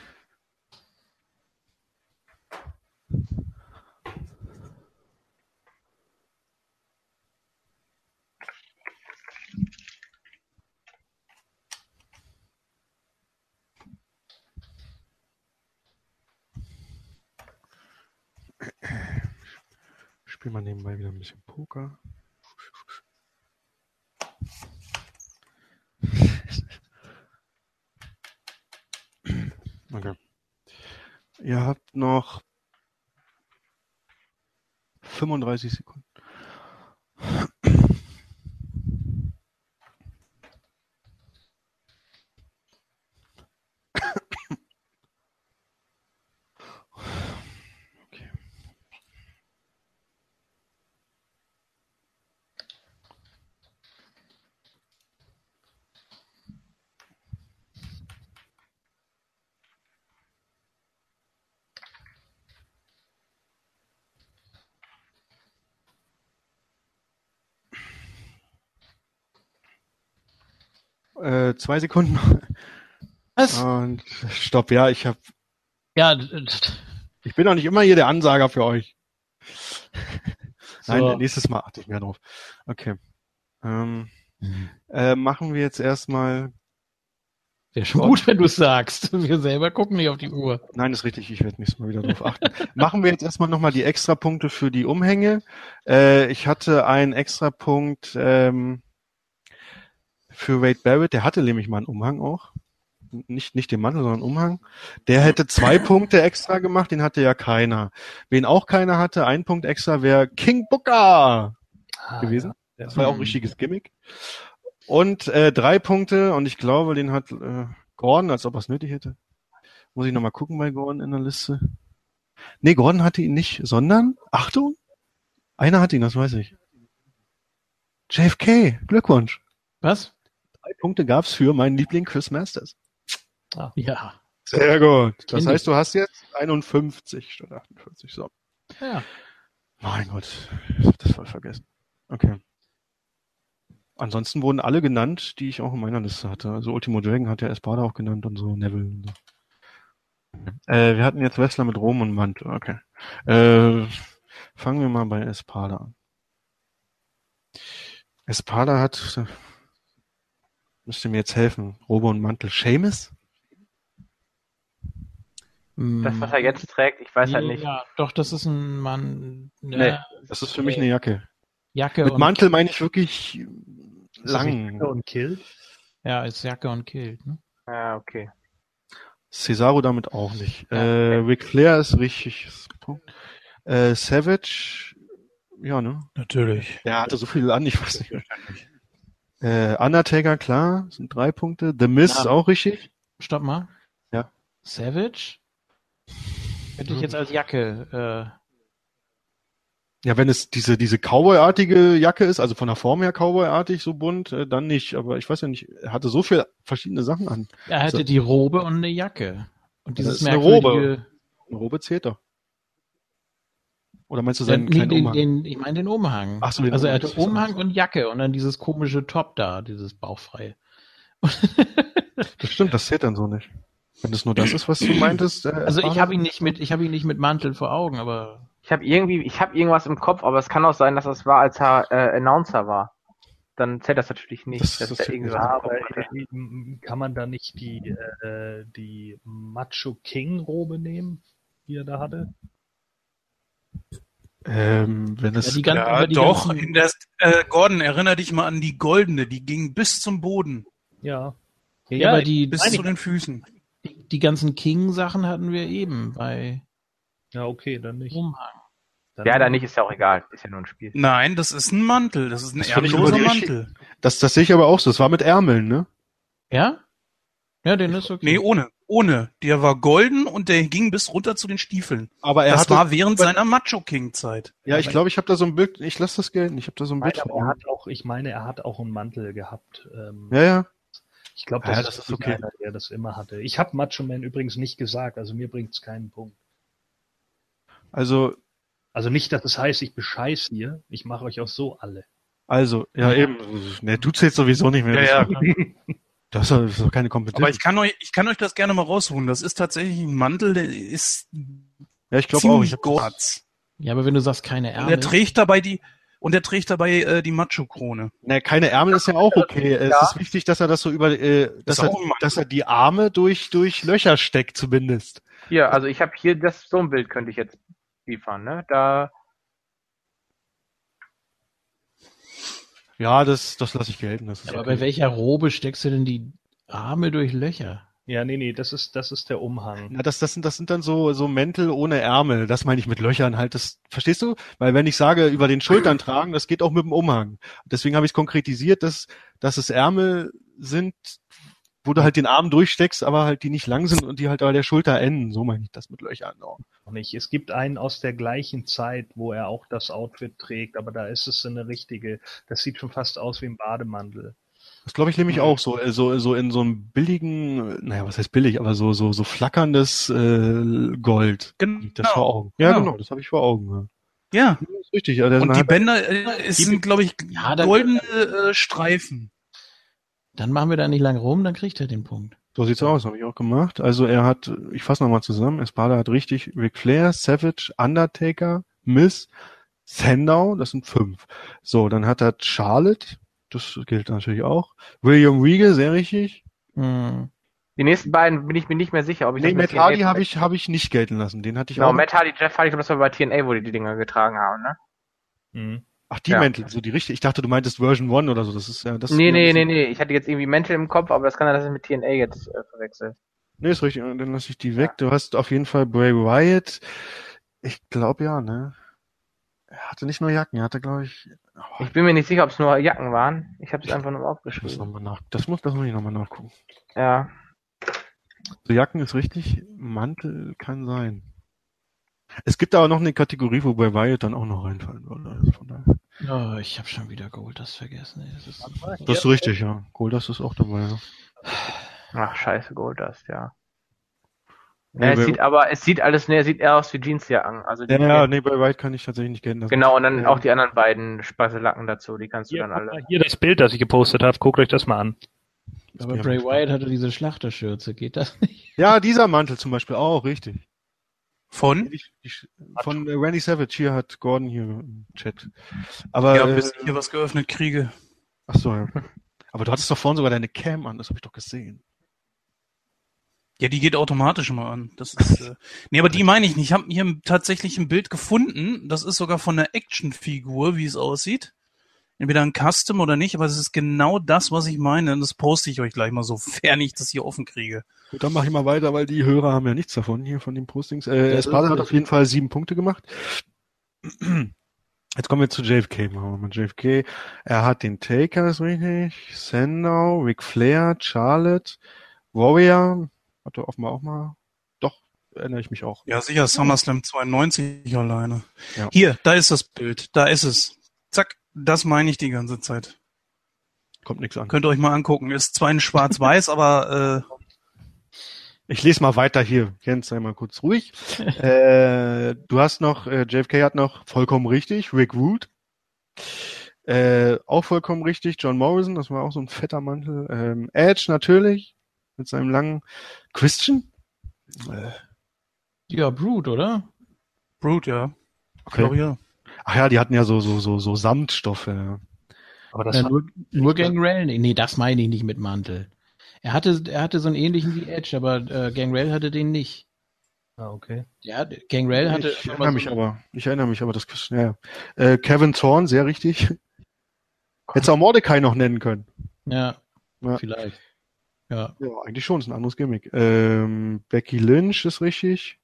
Ich spiele mal nebenbei wieder ein bisschen Poker. Okay. Ihr habt noch fünfunddreißig Sekunden. Okay. Äh, zwei Sekunden. Was? Und stopp, ja, ich hab. Ja, d- d- Ich bin doch nicht immer hier der Ansager für euch. So. Nein, nächstes Mal achte ich mehr drauf. Okay. Ähm, äh, machen wir jetzt erstmal. wäre schon gut, wenn du es sagst. Wir selber gucken nicht auf die Uhr. Nein, ist richtig, ich werde nächstes Mal wieder drauf achten. Machen wir jetzt erstmal nochmal die Extrapunkte für die Umhänge. Äh, ich hatte einen Extrapunkt ähm, für Wade Barrett, der hatte nämlich mal einen Umhang auch. Nicht, nicht den Mantel, sondern einen Umhang. Der hätte zwei Punkte extra gemacht, den hatte ja keiner. Wen auch keiner hatte, ein Punkt extra wäre King Booker Ah, gewesen. Ja. Das war ja auch ein richtiges Gimmick. Und äh, drei Punkte, und ich glaube, den hat äh, Gordon, als ob er es nötig hätte. Muss ich nochmal gucken bei Gordon in der Liste. Nee, Gordon hatte ihn nicht, sondern, Achtung, einer hat ihn, das weiß ich. J F K, Glückwunsch. Was? Drei Punkte gab's für meinen Liebling Chris Masters. Ja. Sehr gut. Das Kenn heißt, du hast jetzt einundfünfzig statt achtundvierzig. So. Ja. Mein Gott, ich hab das voll vergessen. Okay. Ansonsten wurden alle genannt, die ich auch in meiner Liste hatte. Also Ultimo Dragon hat ja Espada auch genannt und so, Neville und so. Äh, wir hatten jetzt Wrestler mit Rom und Mantel. Okay. Äh, fangen wir mal bei Espada an. Espada hat, äh, müsst ihr mir jetzt helfen, Robe und Mantel. Seamus? Das, was er jetzt trägt, ich weiß halt nicht. Ja, doch, das ist ein Mann. Nee, Ne, Das ist für mich eine Jacke. Jacke Mit und Mantel meine ich wirklich Ist das nicht lang. Jacke und Kill? Ja, ist Jacke und Kilt. Ne? Ja, okay. Cesaro damit auch nicht. Ja, äh, Ric Flair ist richtig. Punkt. Äh, Savage, ja, ne? Natürlich. Der hatte so viel an, ich weiß nicht. Äh, Undertaker, klar, sind drei Punkte. The Miz Ja. auch richtig. Stopp mal. Ja. Savage? Hätte ich jetzt als Jacke. Ja, wenn es diese diese Cowboy-artige Jacke ist, also von der Form her Cowboy-artig, so bunt, äh, dann nicht. Aber ich weiß ja nicht, er hatte so viel verschiedene Sachen an. Äh, er hatte So. die Robe und eine Jacke. Und Das dieses ist eine merkwürdige. Eine Robe zählt doch. Oder meinst du Den, seinen nee, kleinen den, Umhang? den, ich meine den Umhang. Ach so, den also er Umhang. hatte Umhang und Jacke und dann dieses komische Top da, dieses bauchfreie. Das stimmt, das zählt dann so nicht. Wenn das nur das ist, was du meintest. Äh, Also ich Espada? habe ihn nicht mit, ich habe ihn nicht mit Mantel vor Augen, aber Ich habe irgendwie, ich habe irgendwas im Kopf, aber es kann auch sein, dass das war, als er äh, Announcer war. Dann zählt das natürlich nicht. Das- dass das er zählt irgendwie nicht. was Ja, im Kopf aber hatte. äh, kann man da nicht die, äh, die Macho King Robe nehmen, die er da hatte? Ähm, wenn es ja, die ganzen, Ja, aber die doch. ganzen, In der, äh, Gordon, erinnere dich mal an die goldene. Die ging bis zum Boden. Ja. ja, aber die, Bis nein, zu den Füßen. die, die ganzen King-Sachen hatten wir eben bei Ja, okay, dann nicht. Umhang. Dann Ja, dann nicht, ist ja auch egal. Ist ja nur ein Spiel. Nein, das ist ein Mantel. Das ist ein Das finde ich ärmelloser aber die Mantel. Das, das sehe ich aber auch so. Das war mit Ärmeln, ne? Ja? Ja, den ist okay. Nee, ohne. Ohne. Der war golden und der ging bis runter zu den Stiefeln. Aber er das hatte, war während seiner Macho King Zeit. ja, ich glaube, ich habe da so ein Bild. Ich lasse das gelten. Ich habe da so ein Nein, Bild. aber von er ihm. hat auch, ich meine, er hat auch einen Mantel gehabt. Ähm, Ja, ja. Ich glaube, Ja, das, das ist ist wirklich okay. einer, der das immer hatte. Ich habe Macho Man übrigens nicht gesagt, also mir bringt's keinen Punkt. Also, Also nicht, dass es heißt, ich bescheiß hier, ich mache euch auch so alle. also, ja, eben. Ne, du zählst sowieso nicht mehr. Ja, Das- ja. Das ist doch, das ist doch keine Competition. Aber ich kann euch, ich kann euch das gerne mal rausholen. Das ist tatsächlich ein Mantel, der ist ja, ich glaube auch. ziemlich Ich hab das, schwarz. Ja, aber wenn du sagst keine Und Ärmel. er trägt dabei die, und er trägt dabei äh, die Macho-Krone. ne, keine Ärmel ist ja auch okay. Es ist wichtig, dass er das so über, äh, dass Ist er, auch ein Mann. dass er die Arme durch, durch Löcher steckt zumindest. Hier, also ich habe hier das, so ein Bild könnte ich jetzt liefern, ne? Da, Ja, das, das lasse ich gelten. Das ist aber okay. bei welcher Robe steckst du denn die Arme durch Löcher? Ja, nee, nee, das ist, das ist der Umhang. Na, das, das sind, das sind dann so, so Mäntel ohne Ärmel. Das meine ich mit Löchern halt. Das, verstehst du? Weil wenn ich sage, über den Schultern tragen, das geht auch mit dem Umhang. Deswegen habe ich es konkretisiert, dass, dass es Ärmel sind, wo du halt den Arm durchsteckst, aber halt die nicht lang sind und die halt an der Schulter enden. So meine ich das mit Löchern. Oh. Noch nicht. Es gibt einen aus der gleichen Zeit, wo er auch das Outfit trägt, aber da ist es so eine richtige, das sieht schon fast aus wie ein Bademantel. Das glaube ich nämlich auch so, äh, so, so in so einem billigen, naja, was heißt billig, aber so, so, so flackerndes äh, Gold. Genau. Das vor Augen. Ja, Ja. genau, das habe ich vor Augen. Ja. Ja. Das ist richtig. Also Und dann die hat- Bänder äh, es sind, glaube ich, Ja, da- goldene äh, Streifen. Dann machen wir da nicht lang rum, dann kriegt er den Punkt. So sieht's aus, habe ich auch gemacht. Also er hat, ich fasse nochmal zusammen, Espada hat richtig Ric Flair, Savage, Undertaker, Miz, Sandow, das sind fünf. So, dann hat er Charlotte, das gilt natürlich auch. William Regal, sehr richtig. Hm. Die nächsten beiden bin ich mir nicht mehr sicher, ob ich Nee, das mit Matt T N A Hardy habe ich, habe ich nicht gelten lassen. Den hatte ich Genau, auch. Matt Hardy, Jeff Hardy, ich glaube, das war bei T N A, wo die die Dinger getragen haben, ne? Mhm. Ach, die Ja. Mäntel, so die richtig. Ich dachte, du meintest Version One oder so. Das ist ja, das Nee, ist nee, ja nee, ein nee. Ich hatte jetzt irgendwie Mantle im Kopf, aber das kann sein, dass ich mit T N A jetzt äh, verwechsel. Nee, ist richtig. Dann lasse ich die weg. Du hast auf jeden Fall Bray Wyatt. Ich glaube ja, ne? Er hatte nicht nur Jacken, er hatte, glaube ich. Oh, Ich bin mir nicht sicher, ob es nur Jacken waren. Ich habe es einfach nur ich muss aufgeschrieben. noch mal nach. Das muss, das muss ich nochmal nachgucken. Ja. So, Jacken ist richtig. Mantel kann sein. Es gibt aber noch eine Kategorie, wo Bray Wyatt dann auch noch reinfallen würde. Also von daher. Oh, ich habe schon wieder Gold, das vergessen. Das ist Das ist richtig, ja. Goldust ist auch dabei, ja. Ach, scheiße, Goldust, ja. Nee, Ja, es Bray- sieht aber, es sieht alles, ne, es sieht eher aus wie Jeansjacken. Also die, Ja, ja, nee, Bray Wyatt kann ich tatsächlich nicht gelten lassen. genau, und dann Ja. auch die anderen beiden Spasselacken dazu, die kannst du Hier, dann guck alle. mal, hier das Bild, das ich gepostet habe. Guckt euch das mal an. Aber Ja, Bray ja. Wyatt hatte diese Schlachterschürze, geht das nicht? Ja, dieser Mantel zum Beispiel auch, richtig. Von? Die, die, von äh, Randy Savage, hier hat Gordon hier im Chat. Aber, Ja, äh, bis ich hier was geöffnet kriege. ach so, ja. Aber du hattest doch vorhin sogar deine Cam an, das habe ich doch gesehen. Ja, die geht automatisch immer an. Das ist, äh, nee, aber die meine ich nicht. Ich habe hier tatsächlich ein Bild gefunden. Das ist sogar von einer Actionfigur, wie es aussieht. Entweder ein Custom oder nicht, aber es ist genau das, was ich meine. Und das poste ich euch gleich mal, sofern ich das hier offen kriege. Gut, dann mache ich mal weiter, weil die Hörer haben ja nichts davon hier von den Postings. Äh, Das Espada ist hat auf jeden Fall sieben Punkte gemacht. Jetzt kommen wir zu J F K. Machen wir mal J F K. Er hat den Taker, ist richtig. Sandow, Ric Flair, Charlotte, Warrior. Hat er offenbar auch mal. Doch, erinnere ich mich auch. Ja, sicher, SummerSlam zweiundneunzig alleine. Ja. Hier, da ist das Bild. Da ist es. Zack, das meine ich die ganze Zeit. Kommt nichts an. Könnt ihr euch mal angucken. Ist zwar in schwarz-weiß, aber äh, Ich lese mal weiter hier. Jens, sei mal kurz ruhig. äh, du hast noch, äh, J F K hat noch vollkommen richtig, Rick Rude. Äh, auch vollkommen richtig, John Morrison, das war auch so ein fetter Mantel. Ähm, Edge natürlich, mit seinem langen Christian. Äh, Ja, Brood, oder? Brute, ja. Ich okay. glaube, ja. Ach ja, die hatten ja so, so, so, so Samtstoffe. Ja. Aber das Äh, hat, nur nur Gangrel? Nee, nee, das meine ich nicht mit Mantel. Er hatte, er hatte so einen ähnlichen wie Edge, aber äh, Gangrel hatte den nicht. ah, okay. Ja, Gangrel hatte. Ich erinnere mich aber, ich erinnere mich aber, das Christian, ja. Äh, Kevin Thorne, sehr richtig. Hättest auch Mordecai noch nennen können. Ja, Ja. vielleicht. Ja. Ja, eigentlich schon, ist ein anderes Gimmick. Ähm, Becky Lynch ist richtig.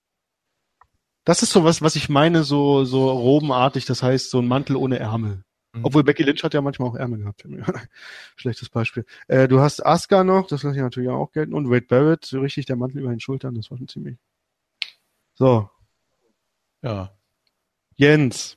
Das ist so was, was ich meine, so, so robenartig, das heißt so ein Mantel ohne Ärmel. Mhm. Obwohl Becky Lynch hat ja manchmal auch Ärmel gehabt. Schlechtes Beispiel. Äh, du hast Asuka noch, das lasse ich natürlich auch gelten. Und Wade Barrett, so richtig der Mantel über den Schultern, das war schon ziemlich. So, Ja. Jens.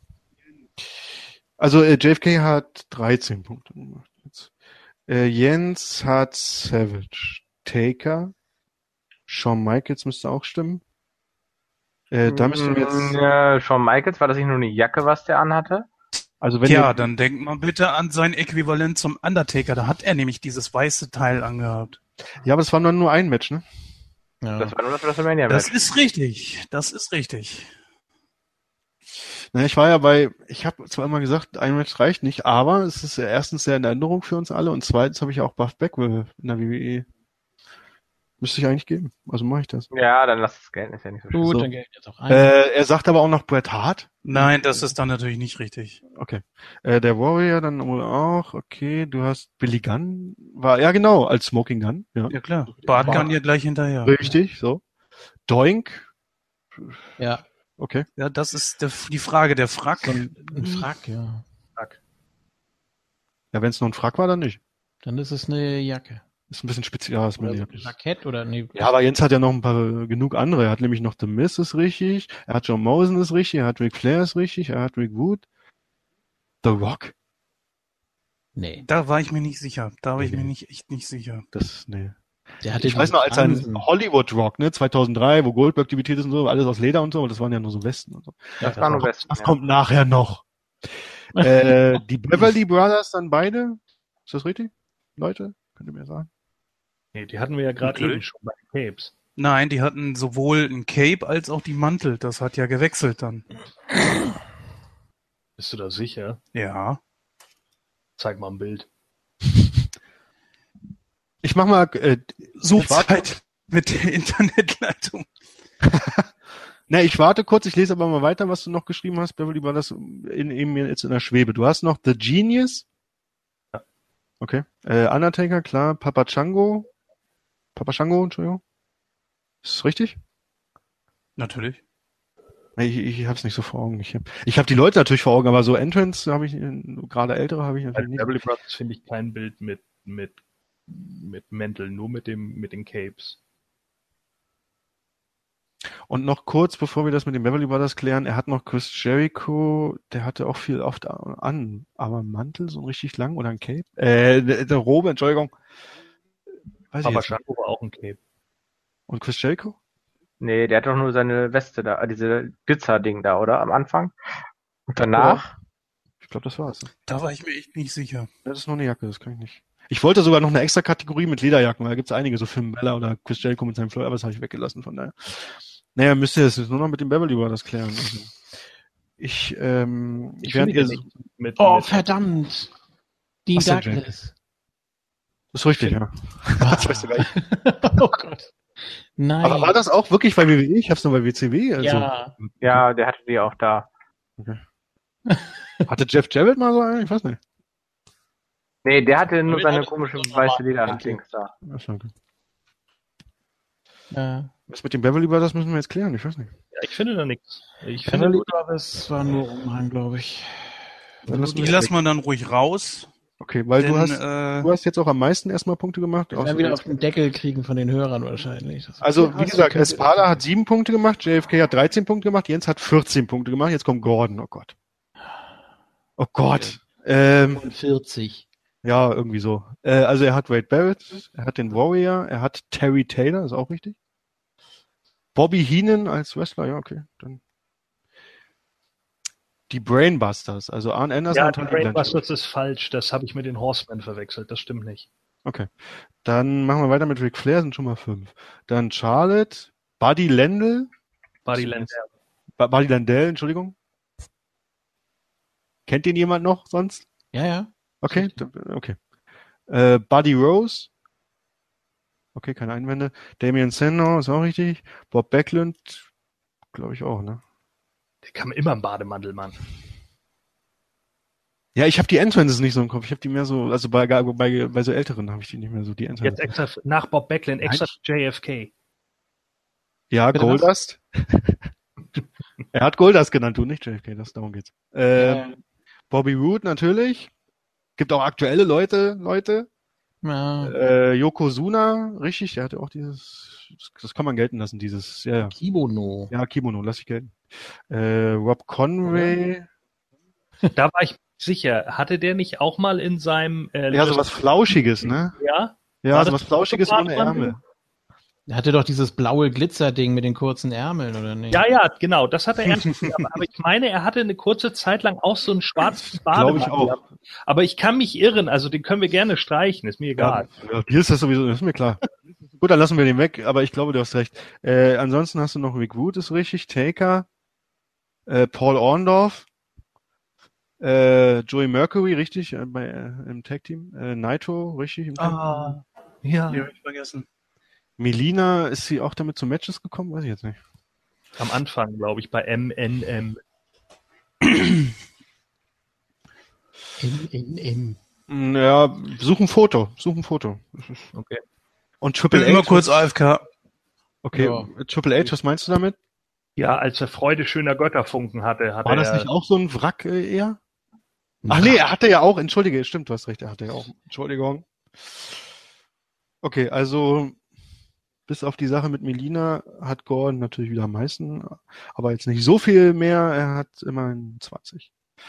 Also äh, J F K hat dreizehn Punkte gemacht. Jetzt. Äh, Jens hat Savage, Taker, Shawn Michaels müsste auch stimmen. Äh, da müssen wir jetzt, Ja, Shawn Michaels, war das nicht nur eine Jacke, was der anhatte? also wenn Ja, ihr, dann denkt mal bitte an sein Äquivalent zum Undertaker. Da hat er nämlich dieses weiße Teil angehabt. ja, aber das war nur, nur ein Match, ne? Ja. Das war nur das WrestleMania Das Match. ist richtig. Das ist richtig. Na, ich war ja bei, ich habe zwar immer gesagt, ein Match reicht nicht, aber es ist ja erstens sehr in Erinnerung für uns alle und zweitens habe ich ja auch Buff Bagwell in der W W E. Müsste ich eigentlich geben, also mache ich das. Ja, dann lass es gelten, ist ja nicht so schlimm. Gut, So. dann gelten jetzt auch ein. Äh, er sagt aber auch noch Bret Hart. Nein, das ist dann natürlich nicht richtig. Okay. Äh, der Warrior dann wohl auch, okay, du hast Billy Gunn, war, ja genau, als Smoking Gun, ja. Ja klar. Bart kann ja gleich hinterher. Richtig, so. Doink, Ja, okay. Ja, das ist der, die Frage. Der Frack. so ein, ein Frack, ja. Ja, wenn es nur ein Frack war, dann nicht. Dann ist es eine Jacke. Ist ein bisschen speziell, ja, ist mir Oder so nicht. ein Jackett oder nee. Ja, aber Jens hat ja noch ein paar genug andere. Er hat nämlich noch The Miz ist richtig, er hat John Morrison ist richtig, er hat Ric Flair ist richtig, er hat Rick Wood. The Rock? Nee. Da war ich mir nicht sicher. Da war ich Nee. mir nicht echt nicht sicher. Das, nee. Der hatte Ich weiß diesen noch, als ein Fransen. Hollywood Rock, ne, zweitausenddrei, wo Goldberg debütiert ist und so, alles aus Leder und so, aber das waren ja nur so Westen und so. Das war nur Westen. Das ja. kommt nachher noch. äh, die Beverly Brothers dann beide? Ist das richtig, Leute? Könnt ihr mir sagen? Nee, die hatten wir ja gerade Natürlich. eben schon bei den Capes. Nein, die hatten sowohl ein Cape als auch die Mantel. Das hat ja gewechselt dann. Bist du da sicher? Ja. Zeig mal ein Bild. Ich mach mal, äh, So Ich warte- Zeit mit der Internetleitung. na, ich warte kurz, ich lese aber mal weiter, was du noch geschrieben hast, Beverly, war das in, eben jetzt in der Schwebe. Du hast noch The Genius. Ja. Okay. Äh, Undertaker, klar. Papa Chango. Papa Chango, Entschuldigung. Ist das richtig? Natürlich. Nee, Ich, ich hab's nicht so vor Augen. Ich hab, ich hab die Leute natürlich vor Augen, aber so Entrance habe ich, äh, gerade ältere habe ich Bei natürlich den nicht. Beverly Brothers finde ich kein Bild mit, mit, mit Mäntel, nur mit dem, mit den Capes. Und noch kurz, bevor wir das mit den Beverly Brothers klären, er hat noch Chris Jericho, der hatte auch viel oft an, aber einen Mantel, so ein richtig lang oder ein Cape? Äh, der, der Robe, Entschuldigung. Weiß ich Aber jetzt nicht. Shango war auch ein Cape. Und Chris Jericho? Nee, der hat doch nur seine Weste da, äh, diese Glitzer-Ding da, oder? Am Anfang. Und danach? Ich glaube, das war's. Da war ich mir echt nicht sicher. Das ist noch eine Jacke, das kann ich nicht. Ich wollte sogar noch eine extra Kategorie mit Lederjacken, weil da gibt's einige, so Finn Bella oder Chris Jericho mit seinem Floyd, aber das habe ich weggelassen, von daher. Naja, müsst ihr es nur noch mit dem Beverly Brothers klären. Also, ich, ähm, Ich während finde ihr, ja nicht mit, Oh, mit verdammt. Dean Was denn, Jake? Douglas. ist richtig, ja. Das weißt du gar nicht. Oh Gott. Nein. Aber war das auch wirklich bei W W E? Ich hab's nur bei W C W. Also, Ja. Ja, der hatte die auch da. Hatte Jeff Jarrett mal so einen? Ich weiß nicht. Nee, der hatte nur Damit seine hatte komische ich so weiße normal- Leder-Dings da. Ach so, okay. Ja. Was mit dem Beverly Brothers müssen wir jetzt klären, ich weiß nicht. Ja, ich finde da nichts. Ich finde Beverly nur, Brothers war nur Umhang, glaube ich. Dann lassen Die wir lassen wir dann ruhig raus. Okay, weil denn, du hast, äh, du hast jetzt auch am meisten erstmal Punkte gemacht. Wir Außer werden wieder jetzt- auf den Deckel kriegen von den Hörern wahrscheinlich. Das- Also, Ja, wie das gesagt, könnte- Espada hat sieben Punkte gemacht, J F K hat dreizehn Punkte gemacht, Jens hat vierzehn Punkte gemacht, jetzt kommt Gordon, oh Gott. Oh Gott. Ähm, vierzig. ja, irgendwie so. Äh, also er hat Wade Barrett, er hat den Warrior, er hat Terry Taylor, ist auch richtig. Bobby Heenan als Wrestler, ja, okay. Dann die Brainbusters, also Arn Anderson ja, und die Tully Blanchard. Brainbusters ist falsch. Das habe ich mit den Horsemen verwechselt. Das stimmt nicht. Okay. Dann machen wir weiter mit Ric Flair, sind schon mal fünf. Dann Charlotte, Buddy Landel, Buddy So, Landell. Ba- Buddy Landell, Entschuldigung. Kennt den jemand noch sonst? Ja, ja. Okay, d- okay. Äh, Buddy Rose. Okay, keine Einwände. Damien Sandow ist auch richtig. Bob Backlund, glaube ich auch, ne? Der kam immer im Bademantel, Mann. Ja, ich habe die Entrances nicht so im Kopf. Ich habe die mehr so, also bei, bei, bei so älteren habe ich die nicht mehr so, die Entrances. Jetzt extra nach Bob Backlund, extra J F K. Ja, Bitte Goldust. Er hat Goldust genannt, du nicht J F K, das darum geht's. Ähm, Ja. Bobby Roode natürlich. Gibt auch aktuelle Leute, Leute. Ja. Äh, Yokozuna, richtig, der hatte auch dieses, das, das kann man gelten lassen, dieses, ja, ja. Kimono. Ja, Kimono, lass ich gelten. Äh, Rob Conway. Da war ich sicher. Hatte der nicht auch mal in seinem äh, Ja, sowas Flauschiges, ne? Ja? Ja, War sowas das Flauschiges so ohne Bademantel? Ärmel. Er hatte doch dieses blaue Glitzerding mit den kurzen Ärmeln, oder nicht? Ja, ja, genau. Das hat er ernst genommen. Aber ich meine, er hatte eine kurze Zeit lang auch so einen schwarzen Glaube ich Bademantel. auch. Aber ich kann mich irren. Also den können wir gerne streichen. Ist mir egal. Ja, dir ist das sowieso, das ist mir klar. Gut, dann lassen wir den weg, aber ich glaube, du hast recht. Äh, ansonsten hast du noch Rick Wood, ist richtig, Taker, äh, Paul Orndorff, äh, Joey Mercury, richtig, äh, bei, äh, im Tag-Team, äh, Naito, richtig, im Tag Ah, ja. Die hab ich vergessen. Melina, ist sie auch damit zu Matches gekommen? Weiß ich jetzt nicht. Am Anfang, glaube ich, bei M N M. In, in, in. Mm, Ja, such ein Foto, such ein Foto. Okay. Und Ich Triple bin H. immer kurz A F K. Okay, Ja. Triple H, was meinst du damit? Ja, als er Freude schöner Götterfunken hatte, hat War er. das nicht auch so ein Wrack äh, eher? Ach nee, er hatte ja auch, entschuldige, stimmt, du hast recht, er hatte ja auch, Entschuldigung. Okay, also bis auf die Sache mit Melina hat Gordon natürlich wieder am meisten, aber jetzt nicht so viel mehr, er hat immerhin zwanzig.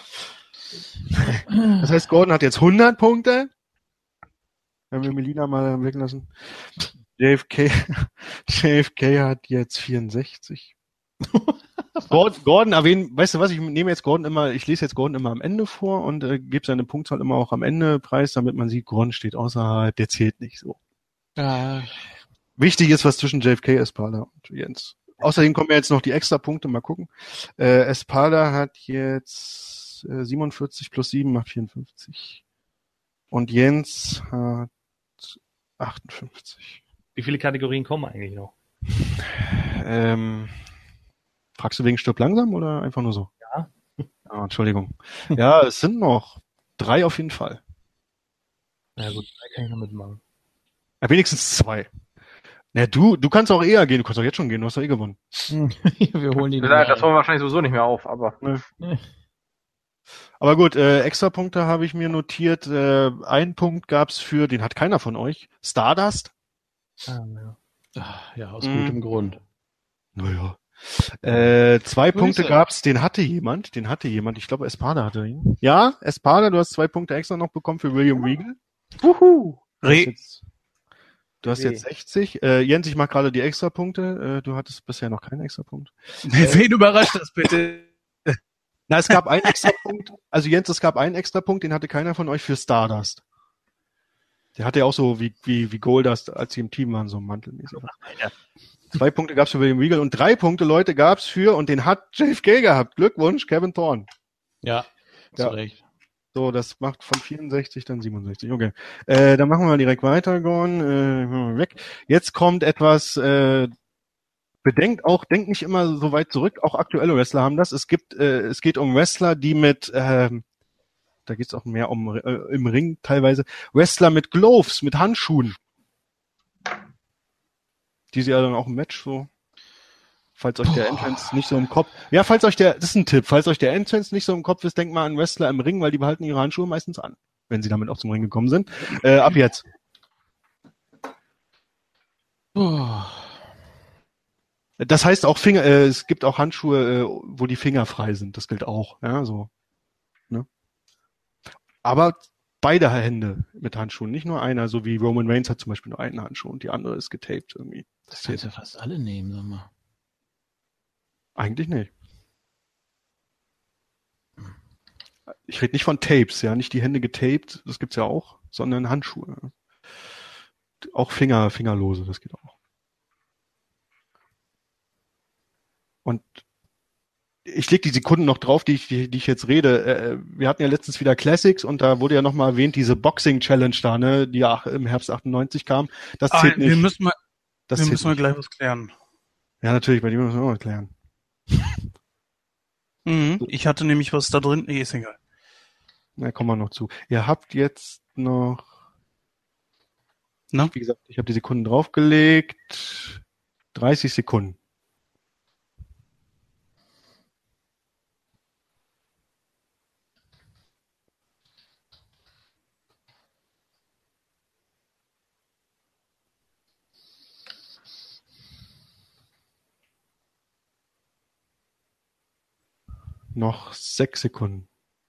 Das heißt, Gordon hat jetzt hundert Punkte, wenn wir Melina mal weglassen. J F K, J F K hat jetzt vierundsechzig. Gordon, Gordon erwähnen, weißt du was, ich nehme jetzt Gordon immer, ich lese jetzt Gordon immer am Ende vor und äh, gebe seine Punktzahl immer auch am Ende preis, damit man sieht, Gordon steht außerhalb, der zählt nicht so. Ja, Wichtig ist, was zwischen J F K, Espada und Jens. Außerdem kommen ja jetzt noch die extra Punkte, mal gucken. Äh, Espada hat jetzt äh, siebenundvierzig plus sieben macht vierundfünfzig. Und Jens hat achtundfünfzig. Wie viele Kategorien kommen eigentlich noch? Ähm, fragst du wegen Stirb langsam oder einfach nur so? Ja. Ah, Entschuldigung. Ja, es sind noch drei auf jeden Fall. Na gut, da kann ich noch mitmachen. Ja, wenigstens zwei. Na, du, du kannst auch eher gehen, du kannst auch jetzt schon gehen, du hast doch eh gewonnen. wir holen die. Ja, das holen wir wahrscheinlich sowieso nicht mehr auf, aber. Aber gut, äh, Extrapunkte habe ich mir notiert. Äh, ein Punkt gab's für, den hat keiner von euch, Stardust. Ah, ja. Ach, ja, aus Mhm. gutem Grund. Naja. Äh, zwei Grüße. Punkte gab's, den hatte jemand, den hatte jemand. Ich glaube, Espada hatte ihn. Ja, Espada, du hast zwei Punkte extra noch bekommen für William Regal. Wuhu! Du hast Re jetzt, du hast Nee. jetzt sechzig. Äh, Jens, ich mach gerade die Extrapunkte. Äh, du hattest bisher noch keinen Extrapunkt. Wen überrascht das bitte? Na, es gab einen Extrapunkt. Also Jens, es gab einen Extrapunkt, den hatte keiner von euch für Stardust. Der hatte ja auch so wie, wie, wie Goldust, als sie im Team waren, so mantelmäßig. Ja. Zwei Punkte gab's für William Regal und drei Punkte, Leute, gab's für, und den hat J F K gehabt. Glückwunsch, Kevin Thorne. Ja, zu Ja. Recht. So, das macht von vierundsechzig dann siebenundsechzig. Okay. Äh, dann machen wir direkt weiter, Gorn. Äh, weg. Jetzt kommt etwas, äh, bedenkt auch, denkt nicht immer so weit zurück, auch aktuelle Wrestler haben das. Es gibt, äh, es geht um Wrestler, die mit, ähm, da geht's auch mehr um äh, im Ring teilweise, Wrestler mit Gloves, mit Handschuhen. Die sie ja dann auch im Match so, falls euch der Entrance nicht so im Kopf, ja, falls euch der, das ist ein Tipp, falls euch der Entrance nicht so im Kopf ist, denkt mal an Wrestler im Ring, weil die behalten ihre Handschuhe meistens an, wenn sie damit auch zum Ring gekommen sind. Äh, ab jetzt. Oh. Das heißt auch Finger, äh, es gibt auch Handschuhe, äh, wo die Finger frei sind. Das gilt auch, ja, so. Ne? Aber beide Hände mit Handschuhen, nicht nur einer, so wie Roman Reigns hat zum Beispiel nur einen Handschuh und die andere ist getaped irgendwie. Das kannst du ja fast alle nehmen, sag mal. Eigentlich nicht. Ich rede nicht von Tapes, ja, nicht die Hände getaped, das gibt's ja auch, sondern Handschuhe. Auch Finger, Fingerlose, das geht auch. Und ich lege die Sekunden noch drauf, die ich, die, die ich jetzt rede. Äh, wir hatten ja letztens wieder Classics und da wurde ja nochmal erwähnt, diese Boxing-Challenge da, ne, die ja im Herbst achtundneunzig kam. Das Ah, zählt nicht. wir müssen mal, das wir zählt müssen mal nicht. gleich was klären. Ja, natürlich, bei dem müssen wir mal klären. Mhm. Ich hatte nämlich was da drin. Nee, ist egal. Da kommen wir noch zu. Ihr habt jetzt noch, Na? wie gesagt, ich habe die Sekunden draufgelegt. dreißig Sekunden. Noch sechs Sekunden.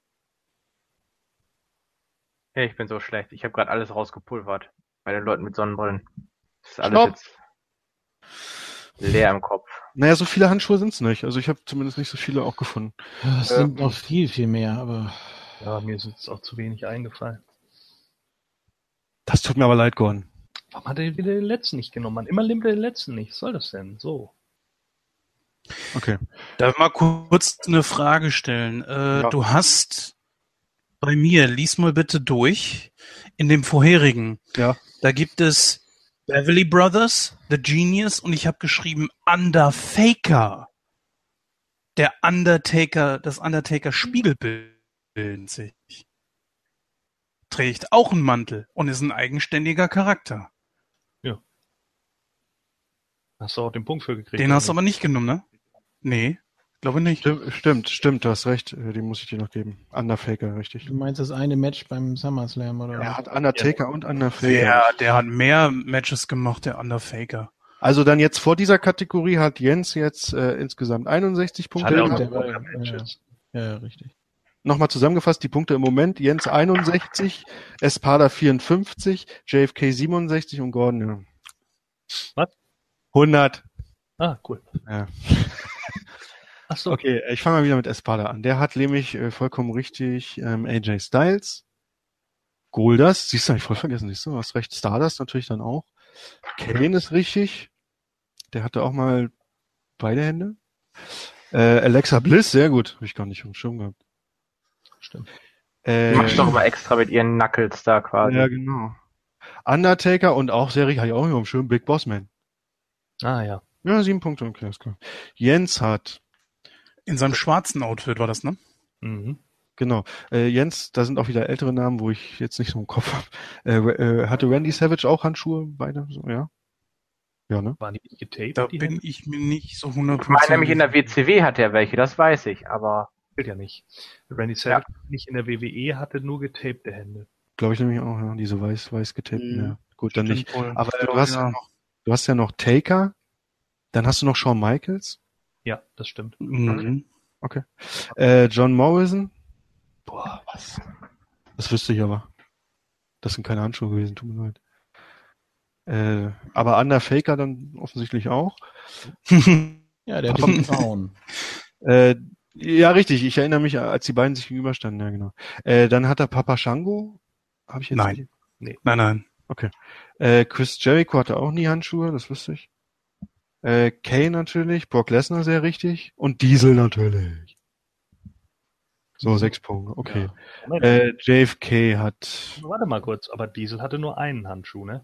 Hey, ich bin so schlecht. Ich habe gerade alles rausgepulvert. Bei den Leuten mit Sonnenbrillen. Das ist alles Stopp. jetzt leer im Kopf. Naja, so viele Handschuhe sind's nicht. Also ich habe zumindest nicht so viele auch gefunden. Ja, es sind noch viel, viel mehr, aber Ja, mir ist jetzt auch zu wenig eingefallen. Das tut mir aber leid, Gordon. Warum hat er wieder den letzten nicht genommen? Man, immer nimmt er den letzten nicht. Was soll das denn? So. Okay. Darf ich mal kurz eine Frage stellen? Äh, Ja. Du hast bei mir, lies mal bitte durch, in dem vorherigen, Ja. da gibt es Beverly Brothers, The Genius und ich habe geschrieben Underfaker. Der Undertaker, das Undertaker Spiegelbild in sich. Trägt auch einen Mantel und ist ein eigenständiger Charakter. Hast du auch den Punkt für gekriegt? Den oder hast du nicht? aber nicht genommen, ne? Nee, glaube nicht. Stimmt, stimmt, stimmt, du hast recht. Äh, Den muss ich dir noch geben. Underfaker, richtig. du meinst das eine Match beim SummerSlam, oder? Er hat Undertaker und Underfaker. Der, der hat mehr Matches gemacht, der Underfaker. Also dann jetzt vor dieser Kategorie hat Jens jetzt äh, insgesamt einundsechzig Punkte. Hat er auch gehabt. der war- noch Matches. Ja, ja, richtig. Nochmal zusammengefasst, die Punkte im Moment. Jens einundsechzig, Espada vierundfünfzig, J F K siebenundsechzig und Gordon, ja. Was? hundert. Ah, cool. Ja. Ach Ach so. Okay, ich fange mal wieder mit Espada an. Der hat nämlich äh, vollkommen richtig ähm, A J Styles, Goldust, siehst du, hab ich voll vergessen, siehst du, du hast recht, Stardust natürlich dann auch. Kane ist richtig, der hatte auch mal beide Hände. Äh, Alexa Bliss, sehr gut, habe ich gar nicht auf dem Schirm gehabt. Stimmt. Äh, Die macht doch immer extra mit ihren Knuckles da quasi. Ja, genau. Undertaker und auch sehr richtig, habe ich auch immer auf dem Schirm, Big Boss Man. Ah, ja. Ja, sieben Punkte, okay, ist klar. Jens hat, In seinem schwarzen Outfit war das, ne? Mhm. genau, äh, Jens, da sind auch wieder ältere Namen, wo ich jetzt nicht so im Kopf habe. Äh, äh, hatte Randy Savage auch Handschuhe, beide, so, ja? Ja, ne? Waren die nicht getaped? Da die bin Hände? ich mir nicht so Ich hundertprozentig. meine nämlich in der W C W hat er welche, das weiß ich, aber Gilt ja nicht. Randy Savage nicht in der W W E hatte nur getapte Hände. Glaube ich nämlich auch, ja, diese weiß, weiß getapten, Mhm. ja. Gut, dann nicht. Wohl. Aber Ja, du hast ja ja. noch, du hast ja noch Taker, dann hast du noch Shawn Michaels, Ja, das stimmt. Mhm. äh, John Morrison. Boah, was? Das wüsste ich aber. Das sind keine Handschuhe gewesen, tut mir leid. Äh, aber Undertaker dann offensichtlich auch. Ja, der hat den Frauen. Äh, ja, richtig. Ich erinnere mich, als die beiden sich gegenüberstanden. Ja, genau. Äh, dann hat er Papa Shango. Habe ich jetzt Nein. nicht. Nein, nein. Äh, Chris Jericho hatte auch nie Handschuhe, das wüsste ich. Äh, Kane natürlich, Brock Lesnar sehr richtig und Diesel natürlich. So, sechs Punkte, okay. Ja. Moment, Äh, J F K hat, warte mal kurz, aber Diesel hatte nur einen Handschuh, ne?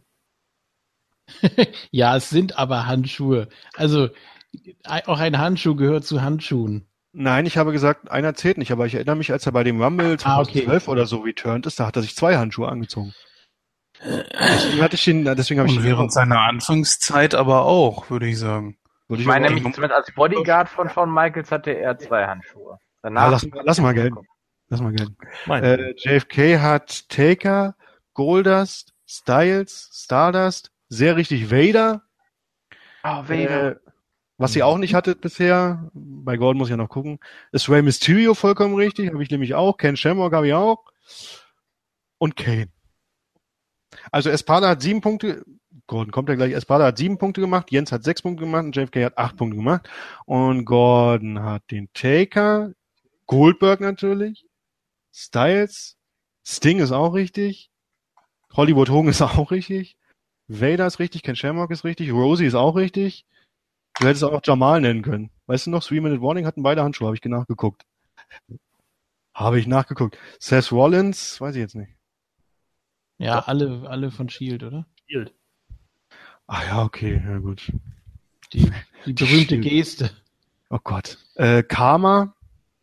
Ja, es sind aber Handschuhe. Also auch ein Handschuh gehört zu Handschuhen. nein, ich habe gesagt, einer zählt nicht, aber ich erinnere mich, als er bei dem Rumble Ah, okay. zweitausendzwölf oder so returned ist, da hat er sich zwei Handschuhe angezogen. Deswegen hatte ich ihn, deswegen habe ich Und ihn während seiner Anfangszeit aber auch, würde ich sagen. würde ich meine aber- nämlich, zumindest als Bodyguard von Shawn Michaels hatte er zwei Handschuhe. Danach Ja, lass, lass mal gelten. Lass mal gelten. Mein Äh, J F K hat Taker, Goldust, Styles, Stardust, sehr richtig Vader. Oh, Vader. Äh, was ihr auch nicht hattet bisher, bei Gordon muss ich ja noch gucken, ist Rey Mysterio vollkommen richtig, habe ich nämlich auch. Ken Shamrock habe ich auch. Und Kane. Also Espada hat sieben Punkte, Gordon kommt ja gleich, Espada hat sieben Punkte gemacht, Jens hat sechs Punkte gemacht und J F K hat acht Punkte gemacht. Und Gordon hat den Taker, Goldberg natürlich, Styles, Sting ist auch richtig, Hollywood Hogan ist auch richtig, Vader ist richtig, Ken Shamrock ist richtig, Rosie ist auch richtig. Du hättest auch Jamal nennen können. Weißt du noch, Three Minute Warning hatten beide Handschuhe, habe ich nachgeguckt. Habe ich nachgeguckt. Seth Rollins, weiß ich jetzt nicht. Ja, alle, alle von Shield, oder? Shield. Ah ja, okay, ja gut. Die, die berühmte Shield. Geste. Oh Gott. Äh, Karma,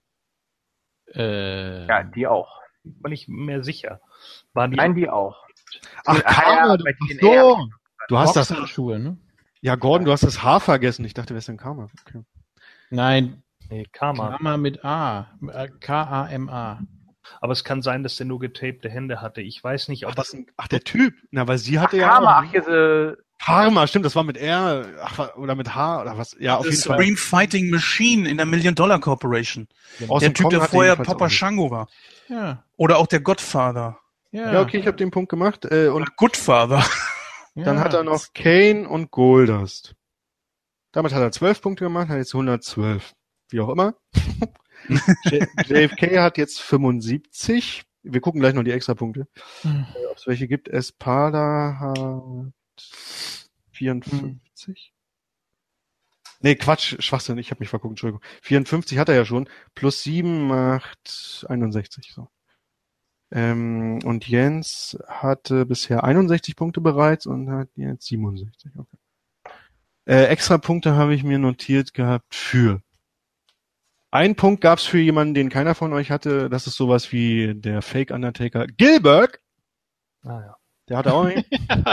Äh, Ja, die auch. War nicht mehr sicher. Waren die Nein, die auch. ach Ah, Karma, ja, du, bei ach T N R. so. Du hast das, Boxhandschuhe, ne? ja Gordon, du hast das H vergessen. Ich dachte, wer ist denn Karma? Okay. Nein, Nee, Karma. Karma mit A. Äh, K A M A. Aber es kann sein, dass der nur getapte Hände hatte. Ich weiß nicht, ob Ach, das, ach, der Typ. Na, weil sie Ach, hatte ja Karma, auch- ach, hier ist, äh, Karma, stimmt, das war mit R, ach, oder mit H, oder was? Ja, auf The jeden Fall. Supreme Fighting Machine in der Million Dollar Corporation. Awesome Der Typ, Kong der hatte vorher jedenfalls auch Papa nicht. Shango war. Ja, Oder auch der Godfather. ja. Ja, okay, ich habe den Punkt gemacht. Äh, und Oder Goodfather. ja. dann hat er noch Kane und Goldust. Damit hat er zwölf Punkte gemacht, hat jetzt hundertzwölf. Wie auch immer. J- J F K hat jetzt fünfundsiebzig. Wir gucken gleich noch die Extrapunkte. Hm. Äh, Ob es welche gibt. Espada hat vierundfünfzig. Nee, Quatsch, Schwachsinn, ich habe mich verguckt, Entschuldigung. vierundfünfzig hat er ja schon. Plus sieben macht einundsechzig. So. Ähm, und Jens hatte bisher einundsechzig Punkte bereits und hat jetzt siebenundsechzig. Okay. Äh, extra Punkte habe ich mir notiert gehabt für. Ein Punkt gab's für jemanden, den keiner von euch hatte. Das ist sowas wie der Fake Undertaker Gilbert. Ah, ja. Der hatte auch nicht.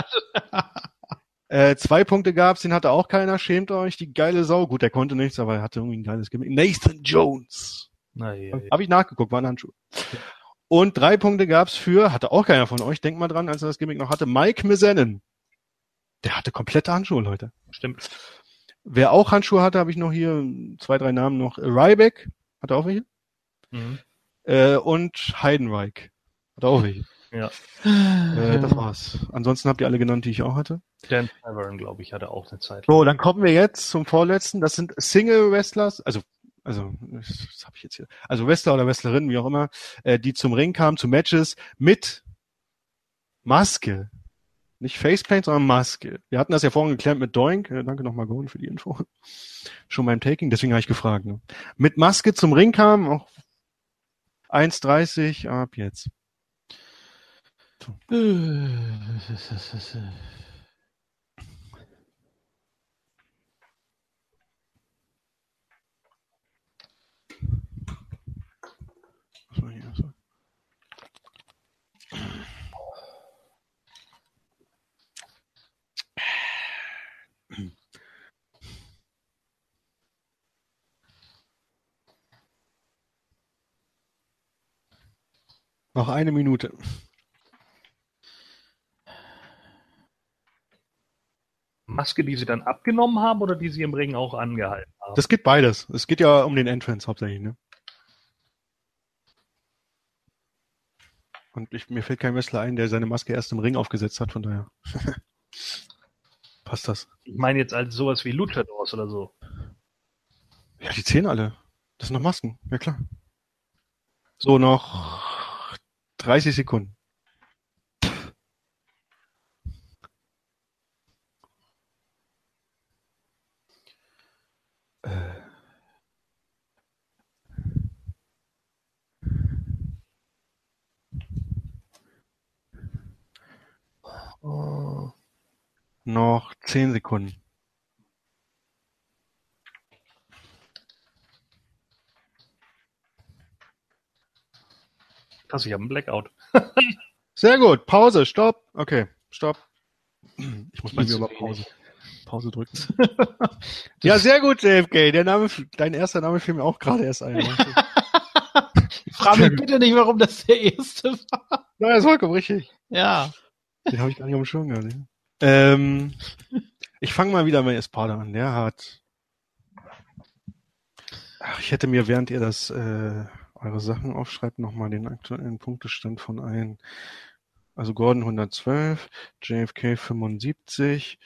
Äh, zwei Punkte gab's, den hatte auch keiner. Schämt euch, die geile Sau. Gut, der konnte nichts, aber er hatte irgendwie ein geiles Gimmick. Nathan Jones. Na, ja, ja. Habe ich nachgeguckt, war ein Handschuh. Und drei Punkte gab's für, hatte auch keiner von euch, denkt mal dran, als er das Gimmick noch hatte, Mike Mizanin. Der hatte komplette Handschuhe, Leute. Stimmt. Wer auch Handschuhe hatte, habe ich noch hier zwei, drei Namen noch. Ryback, hat er auch welche? Mhm. Äh, und Heidenreich. Hat er auch welche. Ja. Äh, das war's. Ansonsten habt ihr alle genannt, die ich auch hatte. Dan Severn, glaube ich, hatte auch eine Zeit. So, dann kommen wir jetzt zum vorletzten. Das sind Single-Wrestlers, also also das, das habe ich jetzt hier, also Wrestler oder Wrestlerinnen, wie auch immer, äh, die zum Ring kamen, zu Matches mit Maske. Nicht Facepaint, sondern Maske. Wir hatten das ja vorhin geklärt mit Doink. Äh, danke nochmal, Gordon, für die Info. Schon beim Taking, deswegen habe ich gefragt. Ne? Mit Maske zum Ring kamen, auch eins dreißig ab jetzt. So, hier, so. Noch eine Minute. Maske, die sie dann abgenommen haben oder die sie im Ring auch angehalten haben? Das geht beides. Es geht ja um den Entrance hauptsächlich, ne? Und ich, mir fällt kein Wrestler ein, der seine Maske erst im Ring aufgesetzt hat, von daher. Passt das. Ich meine jetzt als sowas wie Luchadors oder so. Ja, die zählen alle. Das sind noch Masken, ja klar. So, noch dreißig Sekunden. Äh. Oh. Noch zehn Sekunden. Krass, ich habe einen Blackout. Sehr gut. Pause. Stopp. Okay. Stopp. Ich muss mal Viel wieder zu mal Pause. wenig. Pause drücken. Ja, sehr gut, J F K. Der Name, dein erster Name fiel mir auch gerade erst ein. Frag mich bitte nicht, warum das der erste war. Na, das ist vollkommen richtig. Ja. Den habe ich gar nicht auf dem Schirm gehabt. Ja. Ähm, ich fange mal wieder mit Espada an. Der hat... Ach, ich hätte mir, während ihr das äh, eure Sachen aufschreibt, nochmal den aktuellen Punktestand von allen. Also Gordon hundertzwölf, J F K fünfundsiebzig,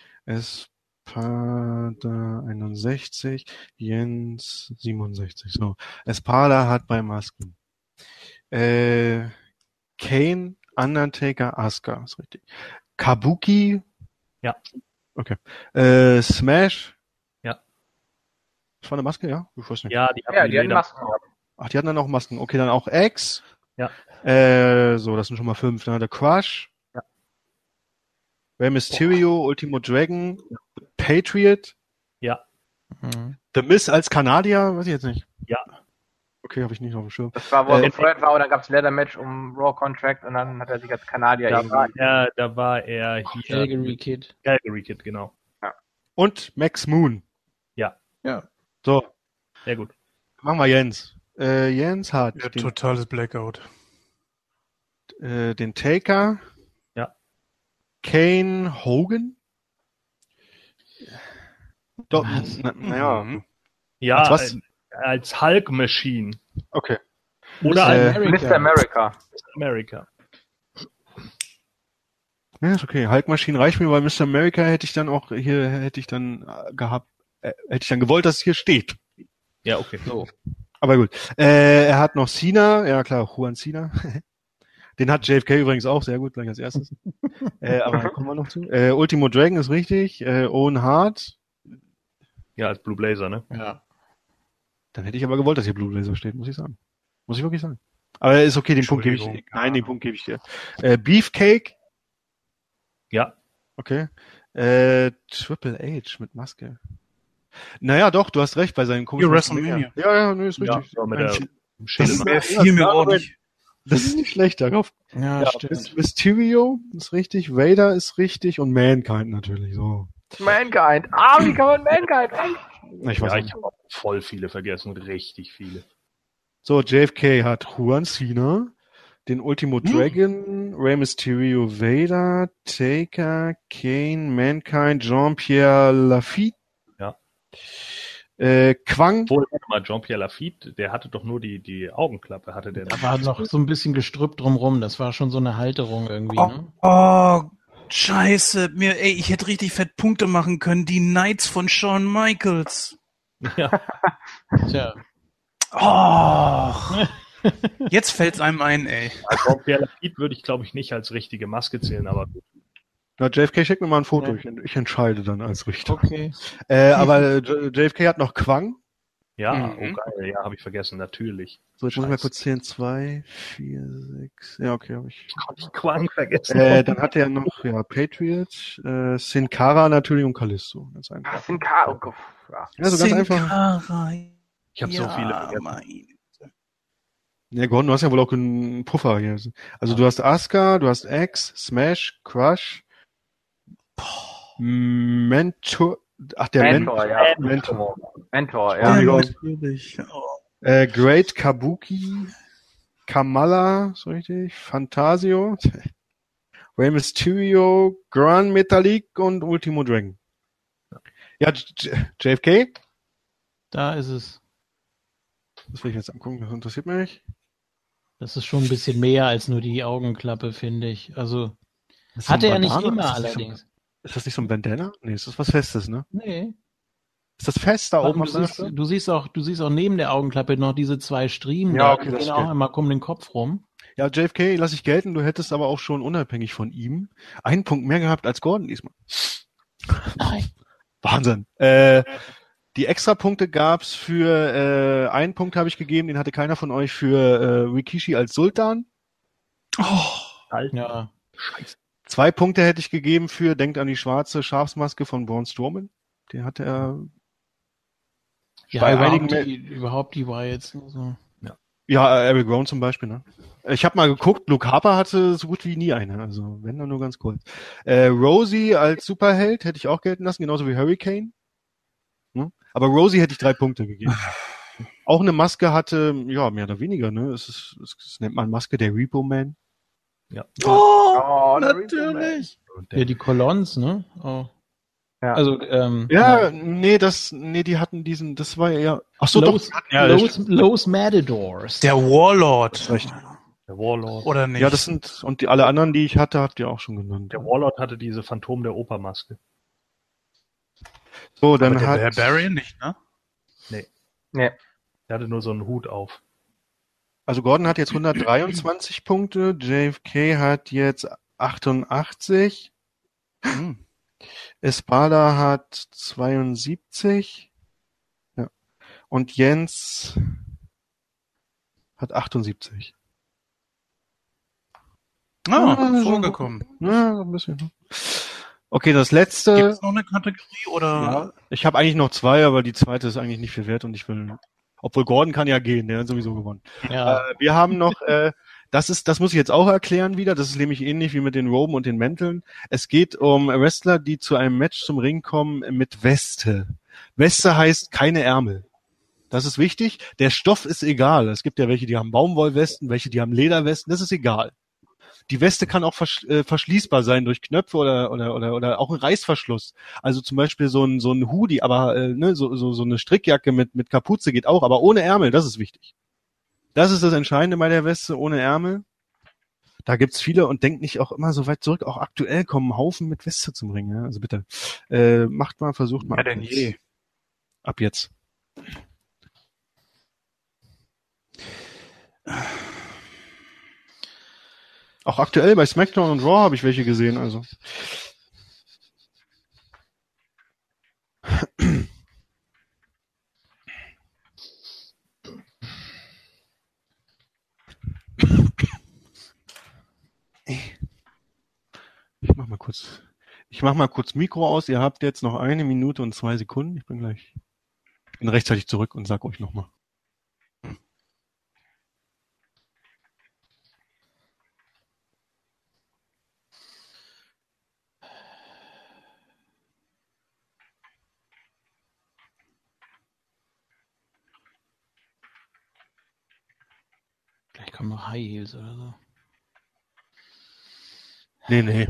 Espada einundsechzig, Jens siebenundsechzig. So, Espada hat bei Masken. Äh, Kane, Undertaker, Asuka, ist richtig. Kabuki. Ja. Okay. Äh, Smash. Ja. Das war eine Maske, ja? Ich weiß nicht. Ja, die haben Ja, die hatten Leder- Masken. Ach, die hatten dann auch Masken. Okay, dann auch X. Ja. Äh, so, das sind schon mal fünf. Ne? Der Crush. Ja. Rey Mysterio, Ultimo Dragon, Patriot, Ja. Mhm. The Miz als Kanadier, weiß ich jetzt nicht. Ja. Okay, habe ich nicht auf dem Schirm. Das war, wo er Äh, gefeuert war, und dann gab es ein Leather-Match um Raw Contract und dann hat er sich als Kanadier Da war irgendwie. er, da war er hier. Calgary Kid. Calgary Kid, genau. Und Max Moon. Ja. So, Sehr gut. machen wir Jens. Äh, Jens hat Ja, den, totales Blackout. äh, den Taker. Ja. Kane Hogan. Doch, Was? na, naja. Mhm. Ja, Als was? äh, als Hulk Machine. Okay. Oder Äh, als Mister America. America. Ja, ist okay. Hulk Machine reicht mir, weil Mister America hätte ich dann auch hier, hätte ich dann äh, gehabt, äh, hätte ich dann gewollt, dass es hier steht. Ja, okay. So. Aber gut. Äh, er hat noch Cena, ja klar, Juan Cena. Den hat J F K übrigens auch, sehr gut, gleich als erstes. äh, aber da kommen wir noch zu. Äh, Ultimo Dragon ist richtig. Äh, Owen Hart. Ja, als Blue Blazer, ne? Ja. Dann hätte ich aber gewollt, dass hier Blue Blazer steht, muss ich sagen. Muss ich wirklich sagen. Aber ist okay, den Punkt gebe ich dir. Entschuldigung. Nein, den Punkt gebe ich dir. Äh, Beefcake. Ja. Okay. Äh, Triple H mit Maske. Naja, doch, du hast recht bei seinen komischen... Hier, WrestleMania. Ja, ja, nee, ist Ja, richtig. ja, mit Nein, der das Schädel. ist- Wer fiel mir Ja, auch nicht. Das ist nicht schlecht, darauf. Ja, Ja, stimmt. Mysterio ist richtig, Vader ist richtig und Mankind natürlich, so. Mankind. Ah, wie kann man Mankind? Na, ich weiß Ja, nicht. ich habe auch voll viele vergessen. Richtig viele. So, J F K hat Juan Cena, den Ultimo Hm. Dragon, Rey Mysterio, Vader, Taker, Kane, Mankind, Jean-Pierre Lafitte. Ja. Äh, Quang. Obwohl, warte mal, Jean-Pierre Lafitte, der hatte doch nur die, die Augenklappe, hatte der. Da war noch so ein bisschen Gestrüpp drumrum. Das war schon so eine Halterung irgendwie, Oh, ne? oh, scheiße. Mir, ey, ich hätte richtig fett Punkte machen können. Die Knights von Shawn Michaels. Ja. Tja. Oh, jetzt fällt's einem ein, ey. Also Pierre Lafitte würde ich, glaube ich, nicht als richtige Maske zählen, aber gut. Na, J F K, schick mir mal ein Foto. Ja. Ich, ich entscheide dann als Richter. Okay. Äh, aber J- J F K hat noch Quang. Ja, Mhm. oh geil, ja, habe ich vergessen, natürlich. So, jetzt muss ich mal Scheiße. kurz zählen. Zwei, vier, sechs. Ja, okay, habe ich. Hab ich Quang vergessen. Äh, dann hat er noch, ja, Patriot, äh, Sin Cara natürlich und Callisto. Ganz einfach. Das sind K. Oh Gott. Ja. Ja, so ganz Sin einfach. Cara. Ich habe so viele vergessen. mein- Ja, Gordon, du hast ja wohl auch einen Puffer hier. Also du hast Asuka, du hast X, Smash, Crush, Mentor, ach der Mentor, ja. Mentor. Mentor, Ja, ja. Ja. natürlich. Oh. Äh, Great Kabuki, Kamala, so richtig, Fantasio, Rey Mysterio, Gran Metalik und Ultimo Dragon. Ja, J- J F K? Da ist es. Das will ich jetzt angucken, das interessiert mich. Das ist schon ein bisschen mehr als nur die Augenklappe, finde ich. Also, Ist das hatte ein er nicht Bandana? immer Ist das nicht allerdings. So, ist das nicht so ein Bandana? Nee, ist das was Festes, ne? Nee. Ist das fest da oben Du am siehst, Nase? du siehst auch, du siehst auch neben der Augenklappe noch diese zwei Striemen. Ja, da, okay, die das gehen stimmt. auch einmal um den Kopf rum. Ja, J F K lasse ich gelten, du hättest aber auch schon unabhängig von ihm einen Punkt mehr gehabt als Gordon diesmal. Nein. Wahnsinn. Äh, die Extrapunkte gab's für, äh, einen Punkt habe ich gegeben, den hatte keiner von euch für äh, Rikishi als Sultan. Oh. Ja. Zwei Punkte hätte ich gegeben für, denkt an die schwarze Schafsmaske von Braun Strowman. Den hatte er, Ja, Bei überhaupt einigen die, überhaupt die war jetzt nur so. ja, Eric Rowan zum Beispiel, ne? Ich habe mal geguckt, Luke Harper hatte so gut wie nie eine, also wenn dann nur ganz kurz. Äh, Rosie als Superheld hätte ich auch gelten lassen, genauso wie Hurricane. Hm? Aber Rosie hätte ich drei Punkte gegeben. Auch eine Maske hatte, ja, mehr oder weniger, ne? Es ist, es, es nennt man Maske der Repo Man. Ja. Oh, Oh, der natürlich. Und Ja, der, die Colons, ne? Oh. Ja. Also, ähm, Ja, nee, das, nee, die hatten diesen, das war ja, ach so, Los, doch, ja, das Los, Los Matadors. Der Warlord. ist recht. der Warlord. Oder nicht? Ja, das sind, und die, alle anderen, die ich hatte, habt ihr auch schon genannt. Der Warlord hatte diese Phantom der Oper-Maske. So, Aber dann der hat, Barbarian nicht, ne? Nee. Der hatte nur so einen Hut auf. also Gordon hat jetzt hundertdreiundzwanzig Punkte, J F K hat jetzt achtundachtzig, Hm. Espada hat zweiundsiebzig, ja, und Jens hat achtundsiebzig. Ah, Ah, so. vorgekommen. Ja, so ein bisschen. ne? Okay, das letzte. Gibt's noch eine Kategorie oder? Ja, ich habe eigentlich noch zwei, aber die zweite ist eigentlich nicht viel wert und ich will, obwohl Gordon kann ja gehen, der hat sowieso gewonnen. Ja. Äh, wir haben noch, äh, das ist, das muss ich jetzt auch erklären wieder, das ist nämlich ähnlich wie mit den Roben und den Mänteln. Es geht um Wrestler, die zu einem Match zum Ring kommen mit Weste. Weste heißt keine Ärmel. Das ist wichtig. Der Stoff ist egal. Es gibt ja welche, die haben Baumwollwesten, welche, die haben Lederwesten. Das ist egal. Die Weste kann auch versch äh, verschließbar sein durch Knöpfe oder oder oder oder auch ein Reißverschluss. Also zum Beispiel so ein so ein Hoodie, aber äh, ne, so so so eine Strickjacke mit mit Kapuze geht auch, aber ohne Ärmel. Das ist wichtig. Das ist das Entscheidende bei der Weste, ohne Ärmel. Da gibt's viele und denkt nicht auch immer so weit zurück. Auch aktuell kommen Haufen mit Weste zum Ring. Ja? Also bitte äh, macht mal, versucht mal. Ja, denn je. Ab jetzt. Auch aktuell bei SmackDown und Raw habe ich welche gesehen, also. Ich mach mal kurz, ich mach mal kurz Mikro aus. Ihr habt jetzt noch eine Minute und zwei Sekunden. Ich bin gleich, ich bin rechtzeitig zurück und sag euch nochmal. Vielleicht kommen noch High Heels oder so. Nee, nee.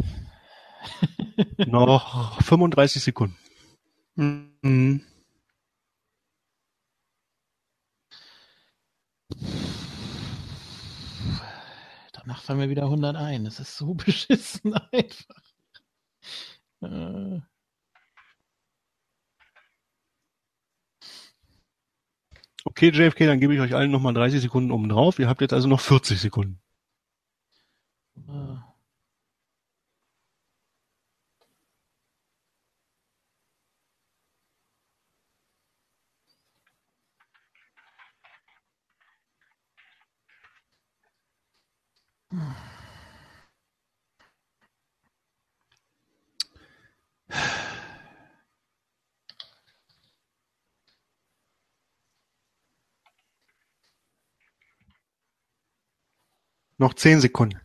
Noch fünfunddreißig Sekunden. Mhm. Danach fallen mir wieder hundert ein. Das ist so beschissen einfach. Äh. Okay, J F K, dann gebe ich euch allen nochmal dreißig Sekunden oben drauf. Ihr habt jetzt also noch vierzig Sekunden. Äh, Noch zehn Sekunden.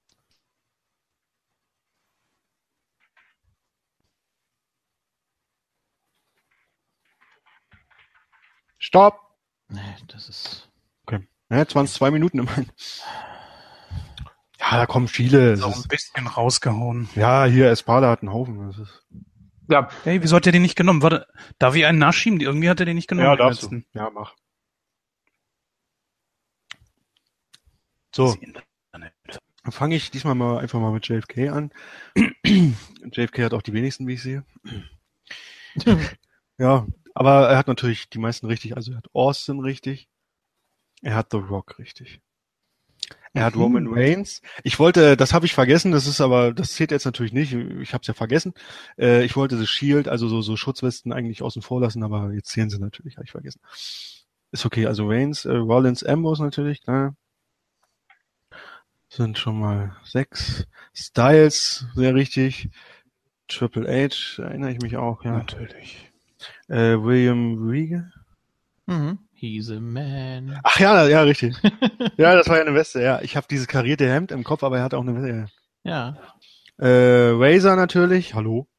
Stopp! Nee, das ist. Okay. Ja, jetzt waren es zwei Minuten immerhin. Ja, da kommen viele. Ist auch Das ein ist, bisschen rausgehauen. ja, hier, Espada hat einen Haufen. Das ist, Ja, Hey, wieso hat er den nicht genommen? Warte, darf ich einen nachschieben? Irgendwie hat er den nicht genommen. ja, den darfst du. letzten. Ja, mach. So, dann fange ich diesmal mal einfach mal mit J F K an. J F K hat auch die wenigsten, wie ich sehe. Ja, aber er hat natürlich die meisten richtig. Also er hat Austin richtig. Er hat The Rock richtig. Er hat Mhm. Roman Reigns. Ich wollte, das habe ich vergessen, das ist aber, das zählt jetzt natürlich nicht. Ich habe es ja vergessen. Äh, ich wollte The Shield, also so, so Schutzwesten eigentlich außen vor lassen, aber jetzt zählen sie natürlich, habe ich vergessen. Ist okay, also Reigns, äh, Rollins, Ambrose natürlich, klar. Sind schon mal sechs. Styles, sehr richtig. Triple H, erinnere ich mich auch, ja. Natürlich. Äh, William Regal. Mhm. He's a man. Ach ja, ja, richtig. Ja, das war ja eine Weste, ja. Ich habe dieses karierte Hemd im Kopf, aber er hatte auch eine Weste. Ja. Ja. Äh, Razor natürlich, hallo.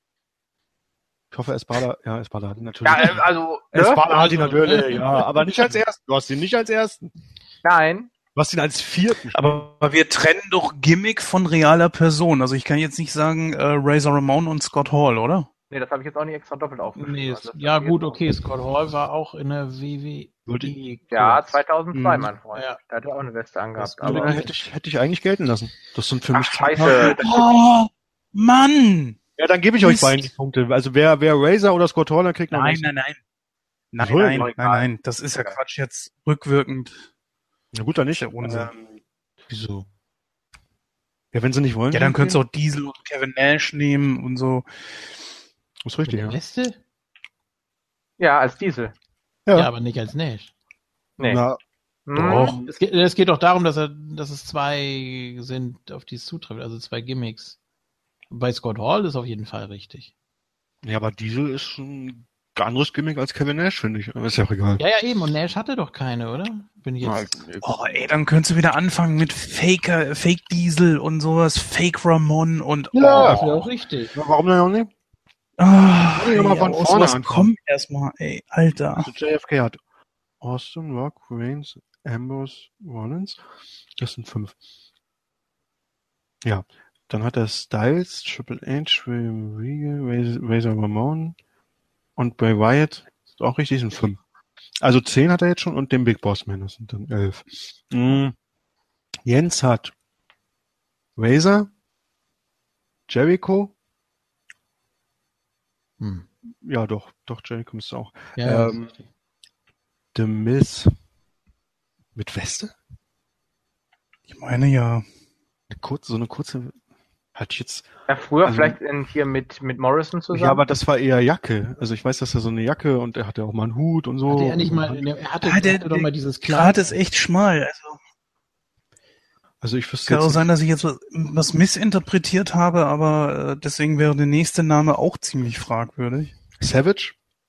Ich hoffe, Espada, ja, Espada hat ihn natürlich. ja äh, also, ne? Espada hat ihn Also, natürlich, ja, aber nicht als ersten. Du hast ihn nicht als ersten. Nein. Du hast ihn als vierten. Aber wir trennen doch Gimmick von realer Person. Also ich kann jetzt nicht sagen äh, Razor Ramon und Scott Hall, oder? Nee, das habe ich jetzt auch nicht extra doppelt aufgeschrieben. Nee, Also, es, das ja hab ich gut, jetzt okay. Scott Hall war auch in der W W Würde E. Ja, kurz. zweitausendzwei, Mhm. mein Freund. Ja. Da hat er auch eine Weste angehabt. Das würde Aber, Ja, hätte ich, hätte ich eigentlich gelten lassen. Das sind für ach, mich scheiße. Das Oh, Mann! Ja, dann gebe ich euch Mist. beiden die Punkte. Also wer, wer Razor oder Scott Hall, dann kriegt noch Nein, was. nein, nein. Nein, So, nein, doch nein, egal. nein. Das ist ja Quatsch jetzt rückwirkend. Na gut, dann nicht. Der Unsinn. Ähm, wieso? Ja, wenn sie nicht wollen. Ja, dann könntest du auch Diesel und Kevin Nash nehmen und so. Ist Mit richtig, der ja. Weste? ja, als Diesel. Ja. Ja. aber nicht als Nash. Nee. Na, Hm. Doch. Es geht, es geht doch darum, dass er, dass es zwei sind, auf die es zutrifft, also zwei Gimmicks. Bei Scott Hall ist auf jeden Fall richtig. ja, aber Diesel ist ein anderes Gimmick als Kevin Nash, finde ich. Aber ist ja auch egal. Ja, ja, eben. Und Nash hatte doch keine, oder? Bin ich jetzt. Oh, ey, dann könntest du wieder anfangen mit Faker, Fake Diesel und sowas, Fake Ramon und Ja, Das wäre oh, auch richtig. Na, warum denn auch nicht? Ah, ich noch mal ey, von aus vorne was anfangen. kommt erstmal, ey, Alter. Also J F K hat Austin, Rock, Reigns, Ambrose, Rollins. Das sind fünf. Ja. Dann hat er Styles, Triple H, William Regal, Razor Ramon und Bray Wyatt. Ist auch richtig, sind fünf. Also zehn hat er jetzt schon und den Big Boss Man, das sind dann elf. Mhm. Jens hat Razor, Jericho. Hm. Ja, doch, doch, Jericho müsste auch. Ja, Ähm, The Miz mit Weste? Ich meine ja. Eine kurze, so eine kurze, hatte ich jetzt, Ja, früher Also- vielleicht in, hier mit, mit Morrison zusammen. ja, aber das war eher Jacke. Also ich weiß, dass er so eine Jacke und er hatte auch mal einen Hut und so. hatte er nicht mal, er hatte, Ah, der- hatte doch mal dieses Gerade Kleid. ist echt schmal. Also Also ich wüsste kann auch jetzt sein, dass ich jetzt was, was missinterpretiert habe, aber äh, deswegen wäre der nächste Name auch ziemlich fragwürdig. nicht. Savage?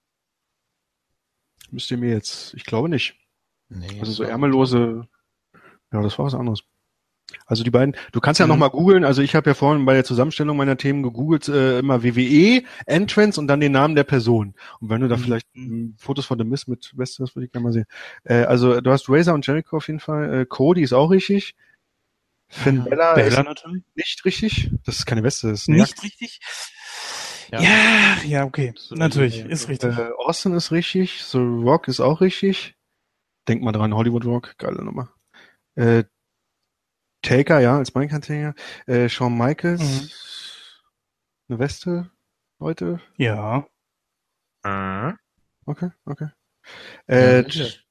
Müsst ihr mir jetzt, ich glaube nicht. Nee, Also so das war- ärmellose, ja, das war was anderes. Also die beiden, du kannst ja Mhm. noch mal googeln, also ich habe ja vorhin bei der Zusammenstellung meiner Themen gegoogelt, äh, immer W W E, Entrance und dann den Namen der Person. Und wenn du da Mhm. vielleicht m, Fotos von The Miz mit Weste, das würde ich gerne mal sehen. Äh, also du hast Razor und Jericho auf jeden Fall, äh, Cody ist auch richtig. Finn Ja. Bella, Bella ist natürlich. nicht richtig. Das ist keine Weste, das ist eine Nicht richtig? Ja. Ja, ja, okay. So, Natürlich, ja, ist ja. richtig. Äh, Austin ist richtig, The Rock ist auch richtig. Denk mal dran, Hollywood Rock, geile Nummer. Äh, Taker, ja, als Mike-Anhänger. Äh, Shawn Michaels, Mhm. eine Weste, Leute. Ja. Mhm. Okay, okay. Ja, Äh, sicher.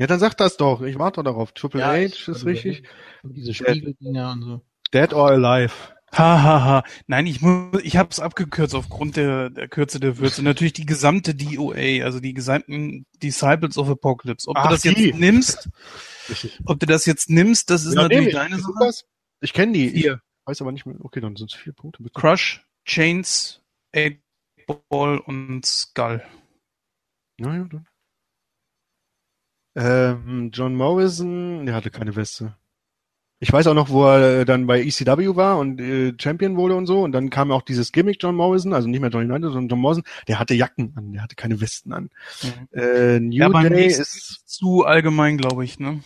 Ja, dann sag das doch. Ich warte darauf. Triple H ich- ist richtig. Diese Spiegeldinger und so. Dead or Alive. Ha, ha, ha. Nein, ich muss, ich habe es abgekürzt aufgrund der, der Kürze der Würze. Natürlich die gesamte D O A, also die gesamten Disciples of Apocalypse. Ob Ach, du das die. jetzt nimmst, Richtig. ob du das jetzt nimmst, das ist Ja, natürlich nehm ich. deine Ist Sache. das? Ich kenne die. Ich Vier. weiß aber nicht mehr. Okay, dann sind es vier Punkte. Bitte. Crush, Chains, Eight Ball und Skull. Ja, ja, dann. Ähm, John Morrison, der hatte keine Weste. Ich weiß auch noch, wo er dann bei E C W war und äh, Champion wurde und so. Und dann kam auch dieses Gimmick John Morrison, also nicht mehr John United, sondern John Morrison. Der hatte Jacken an, der hatte keine Westen an. Mhm. Äh, New Ja, beim Day nächsten ist... zu allgemein, glaube ich, ne?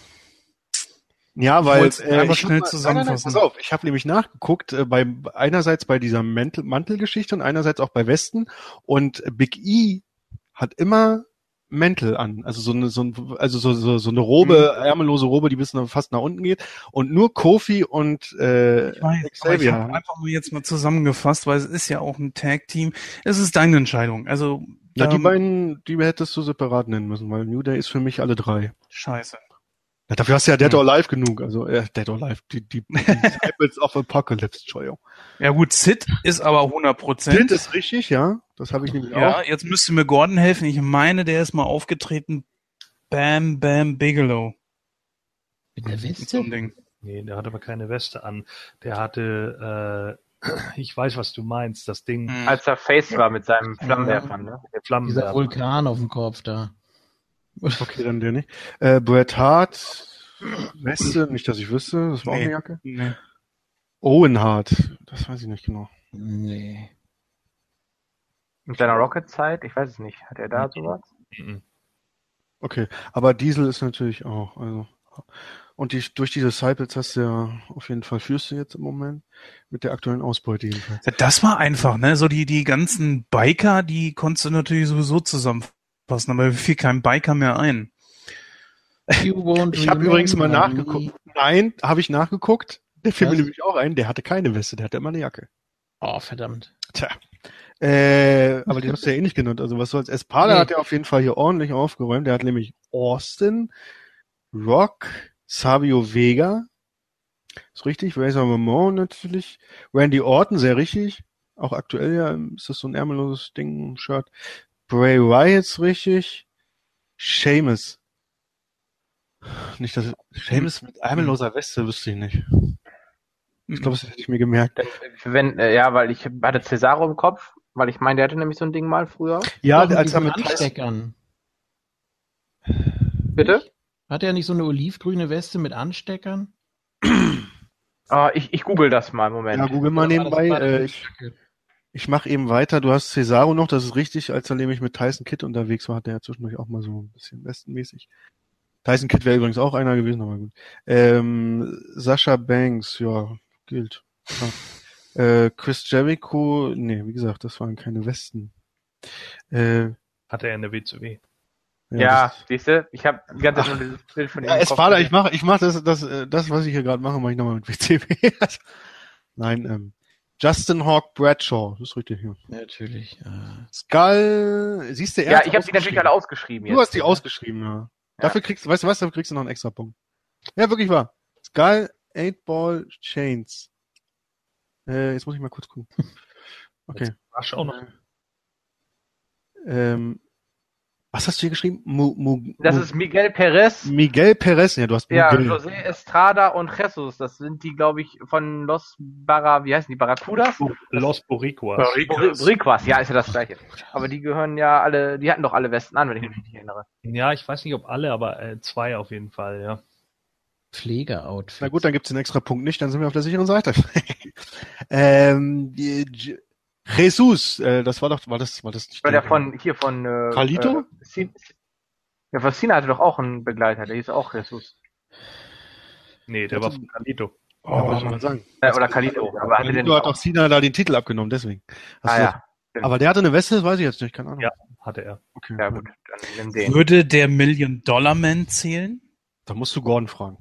Ja, Ich weil wollt's äh, einfach ich schnell hab mal- zusammenfassen. Nein, nein, nein, pass auf, ich habe nämlich nachgeguckt, äh, bei einerseits bei dieser Mantel, Mantelgeschichte und einerseits auch bei Westen. Und Big E hat immer Mäntel an, also so eine so, ein, also so, so, so eine Robe, ärmellose Robe, die bis nach, fast nach unten geht. Und nur Kofi und äh, Ich weiß, aber ich Xavier. habe einfach nur jetzt mal zusammengefasst, weil es ist ja auch ein Tag-Team. Es ist deine Entscheidung. Also, Ja, die ähm, beinen, die hättest du separat nennen müssen, weil New Day ist für mich alle drei. scheiße. Ja, dafür hast du ja Dead Hm. or Alive genug, also äh, Dead or Alive, die, die, die Disciples of Apocalypse, Entschuldigung. Ja gut, Sid ist aber hundert Prozent. Das ist richtig, ja, das habe ich nämlich Ja, auch. jetzt müsste mir Gordon helfen. Ich meine, der ist mal aufgetreten. Bam Bam Bigelow. Mit der Mit so einem Weste? Ding. Nee, der hatte aber keine Weste an. Der hatte, äh, ich weiß, was du meinst, das Ding, Hm. Als er Face war mit seinem Flammenwerfer, ne? der Dieser Flammenwerfer. Vulkan auf dem Kopf da. Okay, dann der nicht. Äh, Bret Hart, Weste, nicht, dass ich wüsste, das war auch Nee. eine Jacke. Nee. Owen Hart, das weiß ich nicht genau. Nee. In seiner Rocket-Zeit, ich weiß es nicht. Hat er da sowas? Mhm. Okay, aber Diesel ist natürlich auch, also. Und die, durch die Disciples hast du ja auf jeden Fall führst du jetzt im Moment mit der aktuellen Ausbeute jedenfalls. Ja, das war einfach, ne? So die, die ganzen Biker, die konntest du natürlich sowieso zusammenfassen, aber mir fiel kein Biker mehr ein. You won't Ich habe übrigens mal remember me. nachgeguckt. Nein, habe ich nachgeguckt. Der fiel mir Was? nämlich auch ein, der hatte keine Weste, der hatte immer eine Jacke. Oh, verdammt. Tja. Äh, aber die hast du ja eh nicht genannt. Also was soll's. Espada Nee. hat ja auf jeden Fall hier ordentlich aufgeräumt. Der hat nämlich Austin, Rock, Savio Vega. Ist richtig. Razor Ramon natürlich. Randy Orton, sehr richtig. Auch aktuell ja, ist das so ein ärmelloses Ding, Shirt. Bray Wyatt ist richtig. Sheamus. Nicht, dass Sheamus mit ärmelloser Weste wüsste ich nicht. Ich glaube, das hätte ich mir gemerkt. Wenn, äh, ja, weil ich hatte Cesaro im Kopf, weil ich meine, der hatte nämlich so ein Ding mal früher. Ja, Doch, mit als er diesen mit Tyson, Ansteckern. Bitte? Hat er nicht so eine olivgrüne Weste mit Ansteckern? Ah, ich, ich google das mal, Moment. ja, google mal Oder war das nebenbei. gerade Äh, eine ich Jacke? ich mache eben weiter. Du hast Cesaro noch, das ist richtig. Als er nämlich mit Tyson Kidd unterwegs war, hat er ja zwischendurch auch mal so ein bisschen westenmäßig. Tyson Kidd wäre übrigens auch einer gewesen, aber gut. Ähm, Sasha Banks, ja, gilt. Ja. Äh, Chris Jericho, nee, wie gesagt, das waren keine Westen. Äh, Hatte er in der W C W. Ja, das- siehst du, ich habe die ganze Zeit nur dieses Bild von ihm Ja, im es Kopf war da, gesehen. ich mache ich mach das, das, äh, das, was ich hier gerade mache, mache ich nochmal mit W C W. Nein, ähm, Justin Hawk Bradshaw, das ist richtig hier. Natürlich. Äh, Skull, siehst du, er Ja, hat's ich habe die natürlich alle ausgeschrieben jetzt. Du hast die ausgeschrieben, ja. Dafür kriegst du, weißt du was, dafür kriegst du noch einen extra Punkt. Ja, wirklich wahr. Skull, Eight Ball, Chains. Äh, jetzt muss ich mal kurz gucken. Okay. Rush auch noch. Ähm, was hast du hier geschrieben? Mu, Mu, Das Mu, ist Miguel Perez, Miguel Perez. Ja, du hast ja, Miguel. José Estrada und Jesus. Das sind die, glaube ich, von Los Barra, wie heißen die, Barracudas? Los Boricuas. Bori- Boricuas, ja, ist ja das gleiche. Aber die gehören ja alle, die hatten doch alle Westen an, wenn ich mich richtig erinnere. Ja, ich weiß nicht, ob alle, aber äh, zwei auf jeden Fall, ja. Pflegeoutfit. Na gut, dann gibt's den extra Punkt nicht, dann sind wir auf der sicheren Seite. ähm, die, J- Jesus, äh, das war doch, war das, war das nicht Weil der von, hier von, äh, Carlito? Äh, Cien- ja, von Cena hatte doch auch einen Begleiter, der hieß auch Jesus. Nee, der war von Carlito. Oh, wollte ich mal sagen. Äh, oder Carlito. Aber hatte den Carlito hat doch Cena da den Titel abgenommen, deswegen. Hast Ah du ja, das- Aber der hatte eine Weste, das weiß ich jetzt nicht, keine Ahnung. Ja. Hatte er. Okay. ja gut, dann nimm den. Würde der Million-Dollar-Man zählen? Da musst du Gordon fragen.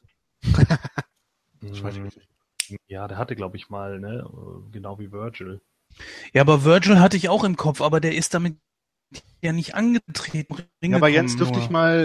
Das weiß ich nicht. Ja, der hatte, glaube ich, mal, ne, genau wie Virgil. Ja, aber Virgil hatte ich auch im Kopf, aber der ist damit ja nicht angetreten. Ja, aber Ringe Jens, kommen dürfte nur. ich mal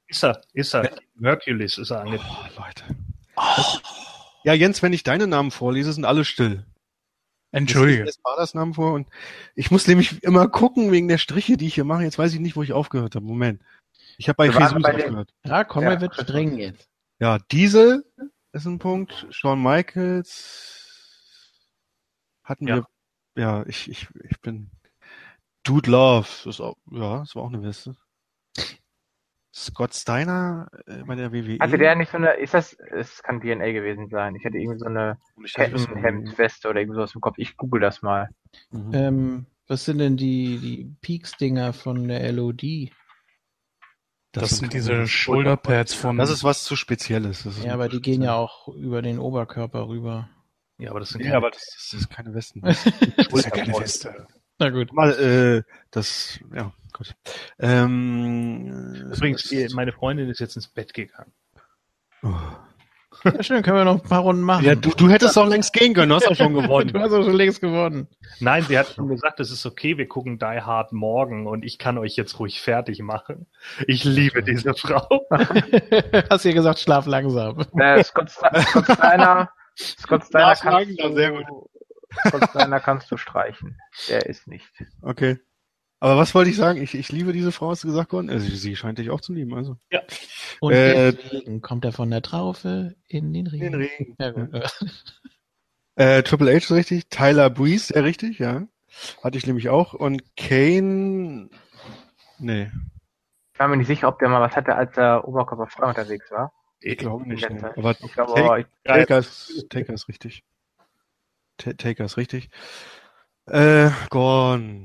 Ist er, ist er. Hercules ist er angetreten. Oh, Leute. Oh. Ja, Jens, wenn ich deine Namen vorlese, sind alle still. Entschuldige. Ich lese Namen vor und ich muss nämlich immer gucken wegen der Striche, die ich hier mache. Jetzt weiß ich nicht, wo ich aufgehört habe. Moment. Ich habe bei Wir waren Jesus bei den- aufgehört. Ja, Conway Ja. wird streng jetzt. Ja, Diesel ist ein Punkt. Shawn Michaels hatten Ja. wir. Ja, ich, ich, ich bin Dude Love. Das ist auch, ja, das war auch eine Weste. Scott Steiner äh, bei der W W E. Hatte der nicht so eine, ist das, es kann D N A gewesen sein. Ich hatte irgendwie so eine Ich weiß nicht, was- Kettenhemdweste oder irgendwie sowas im Kopf. Ich google das mal. Mhm. Ähm, was sind denn die, die Peaks-Dinger von der L O D? Das, sind diese keine- Shoulderpads von... Das ist was zu Spezielles. Das ist Ja, aber die gehen ja auch über den Oberkörper rüber. Ja, aber das sind Ja, keine aber das, das ist keine Westen. das ist ja keine Weste. Na gut. Mal, äh, das, ja, gut. Ähm, Übrigens, äh, meine Freundin ist jetzt ins Bett gegangen. oh. Ja, schön, können wir noch ein paar Runden machen. Ja, du, du hättest auch längst gehen können, du hast auch schon gewonnen. Du hast auch schon längst gewonnen. Nein, sie hat schon gesagt, es ist okay, wir gucken Die Hard morgen und ich kann euch jetzt ruhig fertig machen. Ich liebe diese Frau. Hast du ja gesagt, schlaf langsam. Äh, Scott, St- Scott Steiner, Scott Steiner Lars kannst Wagner, du, sehr gut. Scott Steiner kannst du streichen. Der ist nicht. Okay. Aber was wollte ich sagen? Ich, ich liebe diese Frau, hast du gesagt, Gordon? Also, sie scheint dich auch zu lieben, also. Und Äh, deswegen kommt er von der Traufe in den Regen. Den Regen. Ja, gut. Äh, Triple H ist richtig. Tyler Breeze, sehr richtig, ja. Hatte ich nämlich auch. Und Kane, nee, Ich war mir nicht sicher, ob der mal was hatte, als er oberkörperfrei unterwegs war. ich glaube nicht. In Nee. der Zeit. Aber Ich glaube, Take- aber ich, Taker ist, Taker ist richtig. Ta- Taker ist richtig. Äh, Gordon.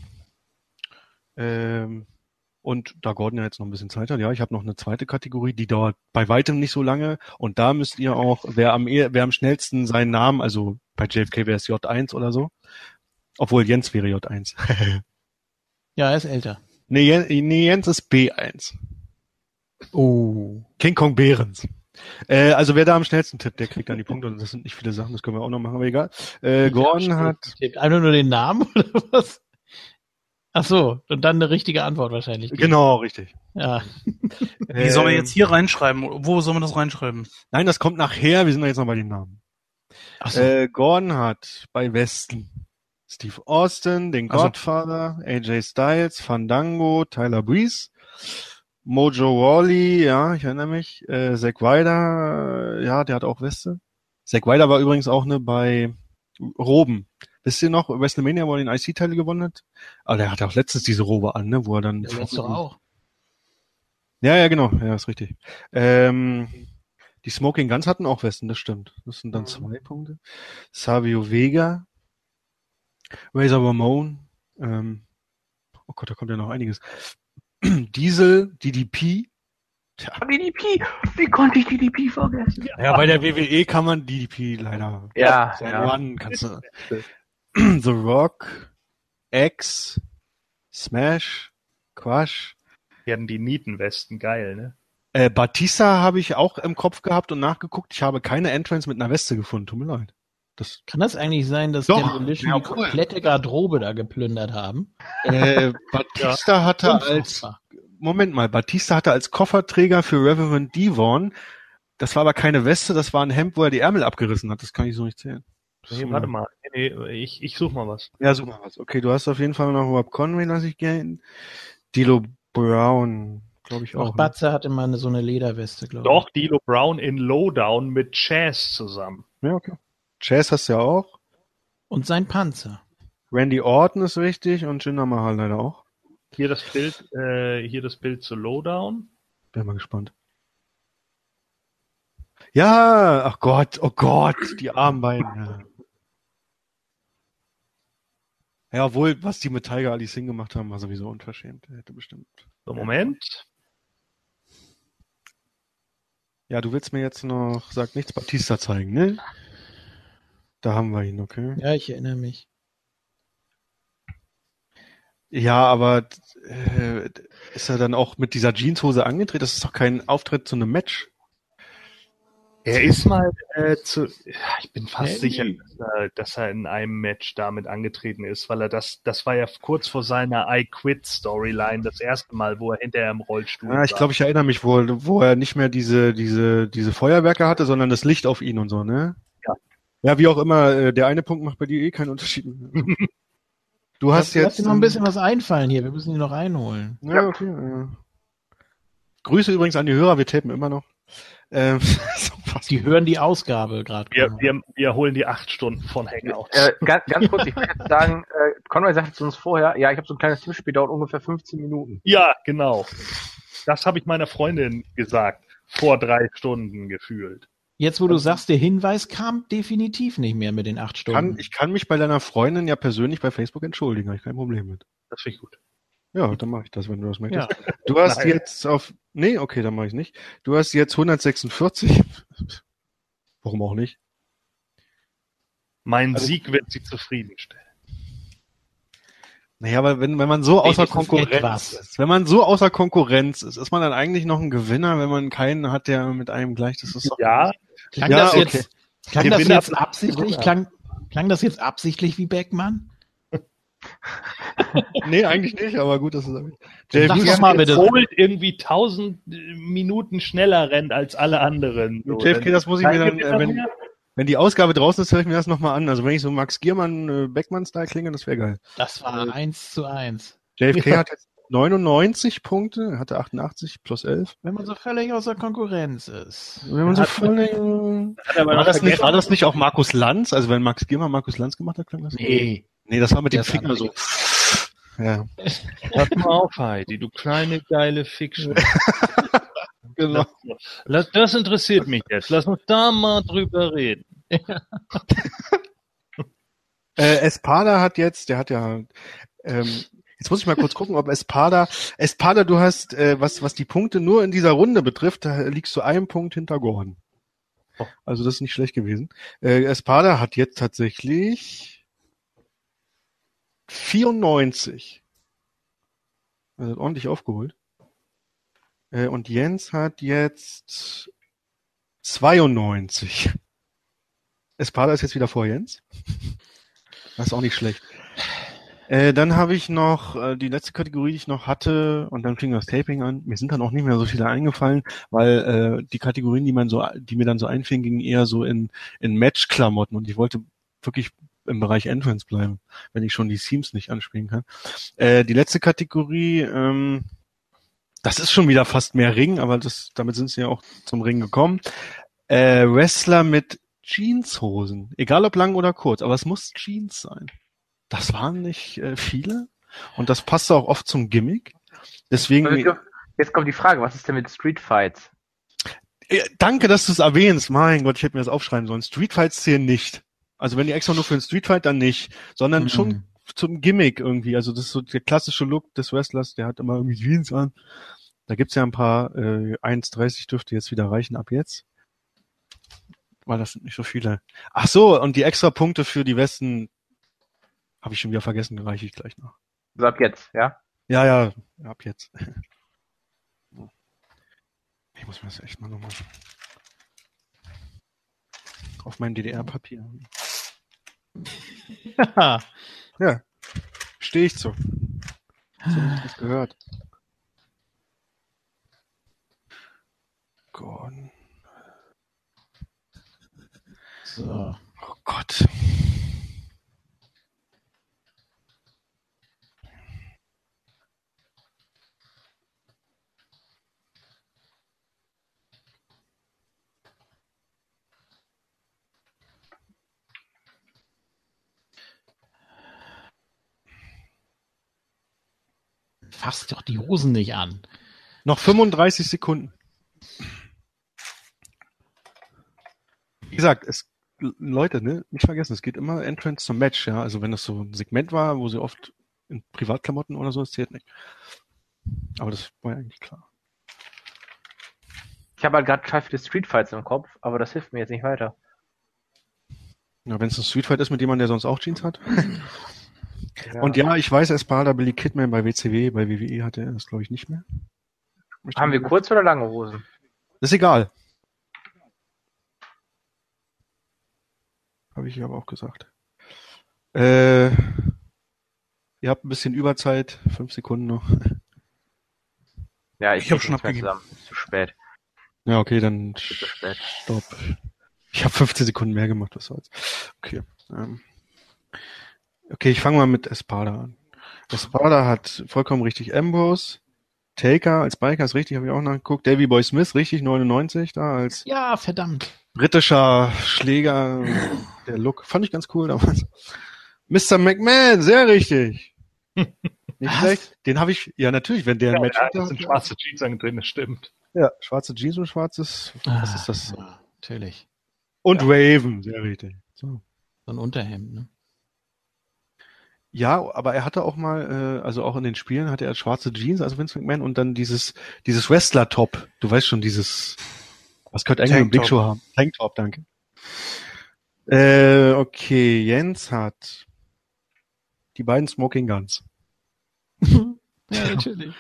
Ähm, und da Gordon ja jetzt noch ein bisschen Zeit hat, ja, ich habe noch eine zweite Kategorie, die dauert bei weitem nicht so lange. Und da müsst ihr auch, wer am, ehe- wer am schnellsten seinen Namen, also bei J F K wäre es J eins oder so. Obwohl Jens wäre J eins. Ja, er ist älter. nee, Jens, nee, Jens ist B eins. Oh. King Kong Behrens. Äh, also wer da am schnellsten tippt, der kriegt dann die Punkte. Und das sind nicht viele Sachen, das können wir auch noch machen, aber egal. Äh, Gordon hat, Einfach nur den Namen oder was? Ach so, und dann eine richtige Antwort wahrscheinlich. geben. genau, richtig. Ja. Wie soll man Ähm, jetzt hier reinschreiben? Wo soll man das reinschreiben? Nein, das kommt nachher, wir sind jetzt noch bei den Namen. Ach so. Äh, Gordon hat bei Westen Steve Austin, den Also- Godfather, A J Styles, Fandango, Tyler Breeze, Mojo Rawley, ja, ich erinnere mich, äh, Zack Ryder, ja, der hat auch Weste. Zack Ryder war übrigens auch ne bei Roben. Wisst ihr noch, WrestleMania, wo er den I C-Teil gewonnen hat? Aber der hatte auch letztens diese Robe an, ne, wo er dann... Der letzte doch auch. Ja, ja, genau, ja, ist richtig. Ähm, die Smoking Guns hatten auch Westen, das stimmt. Das sind dann zwei Punkte. Savio Vega, Razor Ramon, ähm, oh Gott, da kommt ja noch einiges. Diesel, D D P. Tja, D D P! Wie konnte ich D D P vergessen? ja, bei der W W E kann man D D P leider. Ja, Sein ja. One kannst du. The Rock, X, Smash, Quash. Die hatten die Nietenwesten, geil, ne? Äh, Batista habe ich auch im Kopf gehabt und nachgeguckt. Ich habe keine Entrance mit einer Weste gefunden. Tut mir leid. Das, Kann das eigentlich sein, dass Doch, Demolition ja, die cool. komplette Garderobe da geplündert haben? äh, Batista hatte als, Unfassbar. Moment mal, Batista hatte als Kofferträger für Reverend Devon, das war aber keine Weste, das war ein Hemd, wo er die Ärmel abgerissen hat. Das kann ich so nicht zählen. Nee, warte mal. Nee, nee, ich, ich such mal was. Ja, such mal was. Okay, du hast auf jeden Fall noch Rob Conway, lass ich gehen. Dilo Brown, glaube ich Auch auch. Ne? Batze hatte mal eine, so eine Lederweste, glaube ich. Doch, D'Lo Brown in Lowdown mit Chaz zusammen. Ja, okay. Chase hast du ja auch. Und sein Panzer. Randy Orton ist richtig und Jinder Mahal leider auch. Hier das Bild, äh, hier das Bild zu Lowdown. Bin mal gespannt. Ja, ach Gott, oh Gott, die armen beiden. Ja. Ja, obwohl, was die mit Tiger Ali Singh gemacht haben, war sowieso unverschämt. Der hätte bestimmt. So, Moment. Ja, du willst mir jetzt noch, sag nichts, Batista zeigen, ne? Da haben wir ihn, okay. Ja, ich erinnere mich. Ja, aber äh, ist er dann auch mit dieser Jeanshose angetreten? Das ist doch kein Auftritt zu einem Match. Er ist mal äh, zu, ich bin fast Handy. sicher, dass er, dass er in einem Match damit angetreten ist, weil er das, das war ja kurz vor seiner I Quit Storyline das erste Mal, wo er hinterher im Rollstuhl Ja, ich saß. glaube, ich erinnere mich, wo, wo er nicht mehr diese, diese, diese Feuerwerke hatte, sondern das Licht auf ihn und so, ne? Ja. Ja, wie auch immer, äh, der eine Punkt macht bei dir eh keinen Unterschied. Du hast Lass, lass jetzt. dir noch ein bisschen was einfallen hier. Wir müssen ihn noch einholen. Ja, okay. Ja. Grüße übrigens an die Hörer, wir tapen immer noch. Ähm, so was. Die hören die Ausgabe gerade. Wir, wir, wir holen die acht Stunden von Hangout. Äh, ganz, ganz kurz, ich will jetzt sagen, äh, Conrad sagte zu uns vorher, ja, ich habe so ein kleines Tippspiel, dauert ungefähr fünfzehn Minuten. Ja, genau. Das habe ich meiner Freundin gesagt, vor drei Stunden gefühlt. Jetzt, wo du sagst, der Hinweis kam definitiv nicht mehr mit den acht Stunden. Kann, ich kann mich bei deiner Freundin ja persönlich bei Facebook entschuldigen, habe ich kein Problem mit. Das finde ich gut. Ja, dann mache ich das, wenn du das möchtest. Ja. Du hast Nein. jetzt auf. Nee, okay, dann mache ich nicht. Du hast jetzt hundertsechsundvierzig. Warum auch nicht? Mein Also- Sieg wird sie zufriedenstellen. Naja, aber wenn, wenn man so außer Wenigstens Konkurrenz etwas. ist, wenn man so außer Konkurrenz ist, ist man dann eigentlich noch ein Gewinner, wenn man keinen hat, der mit einem gleich, das ist doch, Ja, Klang Ja, das okay. jetzt, klang das Gewinner- jetzt absichtlich? Klang, klang das jetzt absichtlich wie Beckmann? nee, eigentlich nicht, aber gut, das ist, Sag J doch mal bitte. Holt irgendwie tausend Minuten schneller rennt als alle anderen. So, J F K, das muss ich mir dann, Kein äh, wenn, Gewinner mehr? wenn die Ausgabe draußen ist, höre ich mir das nochmal an. Also wenn ich so Max Giermann, äh, Beckmann-Style klinge, das wäre geil. Das war eins zu eins. J F K hat jetzt neunundneunzig Punkte, hatte achtundachtzig plus elf. Wenn man so völlig außer Konkurrenz ist. Wenn man so Hat- völlig, Hat er aber war, noch das nicht, vergessen. war das nicht auch Markus Lanz? Also wenn Max Giermann Markus Lanz gemacht hat, klang das? Nee. Nee, das war mit dem Das Finger andere so. Ja, Pass mal auf, Heidi, du kleine geile Fiction. genau. Lass, das interessiert mich jetzt. Lass uns da mal drüber reden. Äh, Espada hat jetzt, der hat ja, ähm, jetzt muss ich mal kurz gucken, ob Espada, Espada, du hast, äh, was, was die Punkte nur in dieser Runde betrifft, da liegst du einen Punkt hinter Gordon. Oh. Also das ist nicht schlecht gewesen. Äh, Espada hat jetzt tatsächlich vierundneunzig. Also hat ordentlich aufgeholt. Äh, und Jens hat jetzt zweiundneunzig. Espada ist jetzt wieder vor Jens. Das ist auch nicht schlecht. Äh, dann habe ich noch äh, die letzte Kategorie, die ich noch hatte, und dann fing das Taping an. Mir sind dann auch nicht mehr so viele eingefallen, weil äh, die Kategorien, die man so, die mir dann so einfielen, gingen eher so in in Match-Klamotten und ich wollte wirklich im Bereich Entrance bleiben, wenn ich schon die Themes nicht anspielen kann. Äh, die letzte Kategorie, ähm, das ist schon wieder fast mehr Ring, aber das, damit sind sie ja auch zum Ring gekommen. Äh, Wrestler mit Jeanshosen, egal ob lang oder kurz, aber es muss Jeans sein. Das waren nicht äh, viele und das passte auch oft zum Gimmick. Deswegen, Also, jetzt kommt die Frage, was ist denn mit Street Fights? äh, danke, dass du es erwähnst. Mein Gott, ich hätte mir das aufschreiben sollen. Street Fights zählen nicht. Also wenn die extra nur für den Street Fight, dann nicht, sondern Mhm. schon zum Gimmick irgendwie. Also das ist so der klassische Look des Wrestlers, der hat immer irgendwie Jeans an. Da gibt's ja ein paar, äh, eins dreißig dürfte jetzt wieder reichen ab jetzt. Weil das sind nicht so viele. Ach so, und die extra Punkte für die Westen habe ich schon wieder vergessen, reiche ich gleich noch. So ab jetzt, ja? Ja, ja, ab jetzt. Ich muss mir das echt mal nochmal auf mein D D R-Papier. Ja, stehe ich zu. So hab ich das gehört. Gordon. So. Oh Gott. Fass doch die Hosen nicht an. Noch fünfunddreißig Sekunden. Wie gesagt, es, Leute, ne, nicht vergessen, es geht immer Entrance zum Match, ja. Also wenn das so ein Segment war, wo sie oft in Privatklamotten oder so, das zählt nicht. Aber das war ja eigentlich klar. Ich habe halt gerade total viele Street Fights im Kopf, aber das hilft mir jetzt nicht weiter. Ja, wenn es ein Streetfight ist mit jemandem, der sonst auch Jeans hat. Ja. Und ja, ich weiß, Espada, Billy Kidman bei W C W, bei W W E hatte er das, glaube ich, nicht mehr. Haben wir kurze oder lange Hosen? Das ist egal. Habe ich aber auch gesagt. Äh, ihr habt ein bisschen Überzeit, fünf Sekunden noch. Ja, ich, Ich hab krieg schon nichts mehr abgegeben. zusammen. Ist zu spät. Ja, okay, dann Ist zu spät. stopp. Ich habe fünfzehn Sekunden mehr gemacht, was soll's. Okay. Ähm. Okay, ich fange mal mit Espada an. Espada hat vollkommen richtig Ambrose. Taker als Biker ist richtig, habe ich auch nachgeguckt. Davey Boy Smith, richtig, neunundneunzig da als Ja, verdammt. britischer Schläger. Der Look fand ich ganz cool damals. Mister McMahon, sehr richtig. Nicht Was? schlecht. Den habe ich, ja natürlich, wenn der ein Ja, Match da hatte. sind schwarze Jeans drin, das stimmt. Ja, schwarze Jeans und schwarzes, was ist das? Ah, ja, natürlich. Und Raven, sehr richtig. So. So ein Unterhemd, ne? Ja, aber er hatte auch mal, äh, also auch in den Spielen hatte er schwarze Jeans, also Vince McMahon, und dann dieses, dieses Wrestler-Top. Du weißt schon, dieses, was Kurt Angle und Big Show haben. Tanktop, danke. Äh, okay, Jens hat die beiden Smoking Guns. Ja, natürlich.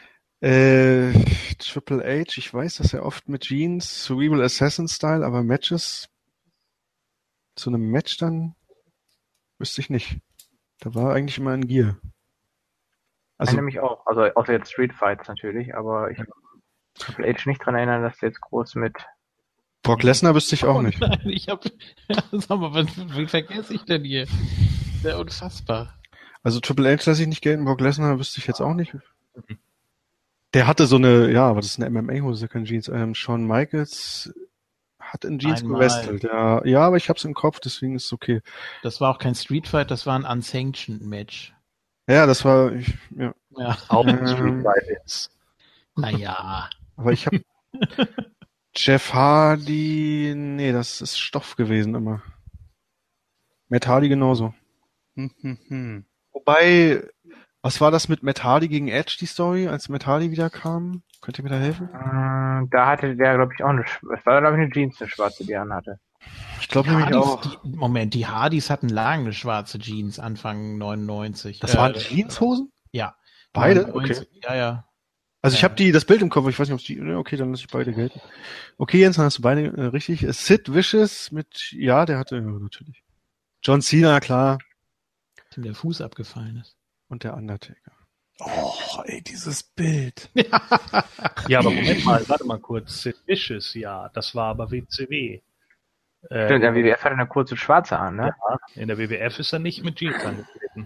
Äh, Triple H, ich weiß, dass er oft mit Jeans, Cerebral Assassin Style, aber Matches, zu einem Match dann, wüsste ich nicht. Da war eigentlich immer ein Gear. Also, Also, nämlich auch. Also außer jetzt Street Fights natürlich, aber ich kann Triple H nicht dran erinnern, dass der jetzt groß mit. Brock Lesnar wüsste ich auch Oh nicht. nein, ich hab, sag mal, was, wie vergesse ich denn hier? Sehr unfassbar. Also Triple H lasse ich nicht gelten, Brock Lesnar wüsste ich jetzt auch nicht. Der hatte so eine, ja, aber das ist eine M M A-Hose, keine Jeans. Ähm, Shawn Michaels hat in Jeans Einmal. gewestelt. Ja, ja, aber ich hab's im Kopf, deswegen ist es okay. Das war auch kein Street Fight, das war ein Unsanctioned Match. Ja, das war, ich, ja. Ja. Auch Ähm, Street Fight jetzt. Naja. Aber ich habe Jeff Hardy, nee, das ist Stoff gewesen immer. Matt Hardy genauso. Hm, hm, hm. Wobei, was war das mit Matt Hardy gegen Edge, die Story, als Matt Hardy wieder kam? Könnt ihr mir da helfen? Äh, da hatte der, glaube ich, auch eine, Sch- es war, glaube ich, eine Jeans, eine schwarze, die er anhatte. Ich glaube Die nämlich Hardys, auch. die, Moment, die Hardys hatten lange eine schwarze Jeans Anfang neunundneunzig. Das Äh, waren Jeanshosen? Ja. Beide? neunundneunzig. Okay. Ja, ja. Also ich Ja. habe die das Bild im Kopf, ich weiß nicht, ob es die, ja, okay, dann lasse ich beide gelten. Okay, Jens, dann hast du beide äh, richtig. Äh, Sid Vicious mit, ja, der hatte, ja, natürlich. John Cena, klar. Dem der Fuß abgefallen ist. Und der Undertaker. Oh, ey, dieses Bild. Ja, aber Moment mal, warte mal kurz. Sid Vicious, ja, das war aber W C W. Äh, Stimmt, der W W F hatte eine kurze schwarze an, ne? ja, in der W W F ist er nicht mit Jeans angetreten.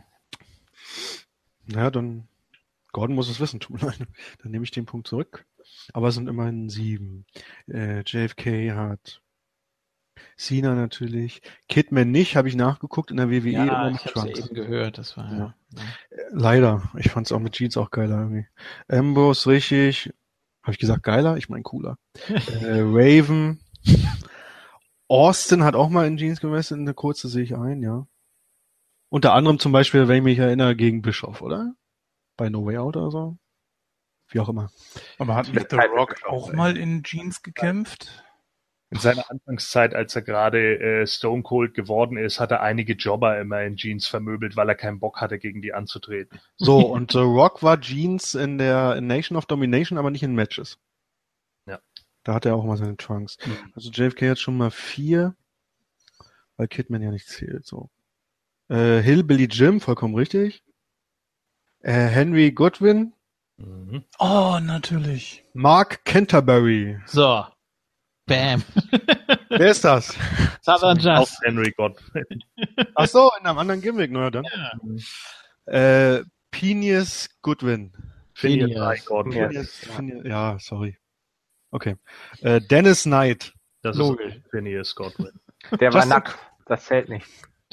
Ja, dann, Gordon muss es wissen, tut mir leid. Dann nehme ich den Punkt zurück. Aber es sind immerhin sieben. Äh, J F K hat Cena natürlich. Kidman nicht, habe ich nachgeguckt, in der W W E Ja, immer mit ich hab's ja Trunks. eben gehört. Das war ja. ja. Leider. Ich fand's auch mit Jeans auch geiler irgendwie. Ambrose richtig. Habe ich gesagt geiler? Ich mein cooler. äh, Raven. Austin hat auch mal in Jeans gewesselt, eine kurze sehe ich ein, ja. Unter anderem zum Beispiel, wenn ich mich erinnere, gegen Bischof, oder? Bei No Way Out oder so. Wie auch immer. Aber hat nicht The Rock auch mal in Jeans gekämpft? In seiner Anfangszeit, als er gerade äh, Stone Cold geworden ist, hat er einige Jobber immer in Jeans vermöbelt, weil er keinen Bock hatte, gegen die anzutreten. So, und The Rock war Jeans in der in Nation of Domination, aber nicht in Matches. Ja. Da hat er auch mal seine Trunks. Mhm. Also J F K hat schon mal vier, weil Kidman ja nicht zählt, so. Äh, Hillbilly Jim, vollkommen richtig. Äh, Henry Goodwin. Mhm. Oh, natürlich. Mark Canterbury. So. Bam. Wer ist das? Southern Auch Jazz. Henry Godwin. Ach so, in einem anderen Gimmick, naja dann. Ja. Äh, Phineas Goodwin. Phineas Phineas. I. Godwin. Phineas, Phineas, ja, sorry. Okay. Äh, Dennis Knight. Das Logisch. ist Phineas Godwin. Der war Justin- nackt. Das zählt nicht.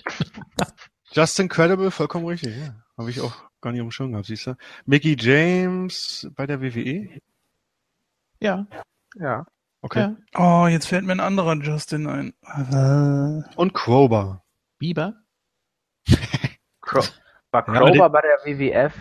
Just Incredible, vollkommen richtig, ja. Habe ich auch gar nicht auf dem Schirm gehabt, siehst du. Mickey James bei der W W E. Ja. Ja. Okay. Ja. Oh, jetzt fällt mir ein anderer Justin ein. Äh, Und Crowbar. Bieber? Cro war Ja, aber Crowbar bei der W W F?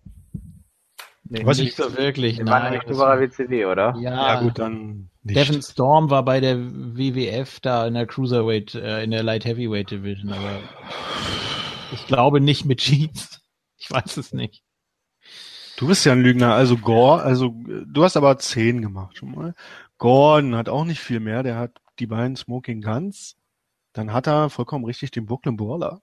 Nee, Weiß Nicht so wirklich. Der war Nein. nämlich das nur bei war- der W C W, oder? Ja, Ja gut, dann nicht. Devin Storm war bei der W W F da in der Cruiserweight, äh, in der Light Heavyweight Division, aber ich glaube nicht mit Jeans. Ich weiß es nicht. Du bist ja ein Lügner. Also Gore, also äh, du hast aber zehn gemacht schon mal. Gordon hat auch nicht viel mehr. Der hat die beiden Smoking Guns. dann hat er vollkommen richtig den Brooklyn Brawler.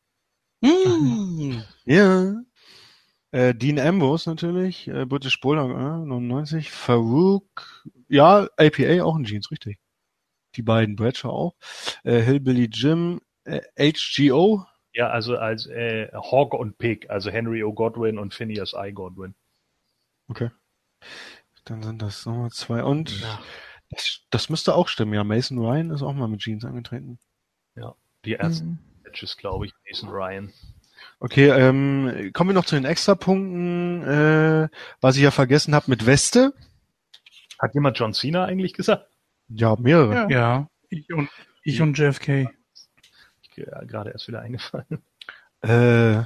Mm. Ja. Äh, Dean Ambrose natürlich, äh, British Bulldog, äh, neunundneunzig, Farouk, ja, A P A auch in Jeans, richtig. Die beiden, Bradshaw auch, äh, Hillbilly Jim, äh, H G O. Ja, also als äh, Hawk und Pig, also Henry O. Godwin und Phineas I. Godwin. Okay. Dann sind das nochmal zwei und Ja. das, das müsste auch stimmen, ja. Mason Ryan ist auch mal mit Jeans angetreten. Ja, die ersten Mhm. Matches, glaube ich, Mason Ryan. Okay, ähm, kommen wir noch zu den Extrapunkten, äh, was ich ja vergessen habe mit Weste. Hat jemand John Cena eigentlich gesagt? Ja, mehrere. Ja, ich und, ich und J F K. Ich ja, gerade erst wieder eingefallen. Äh,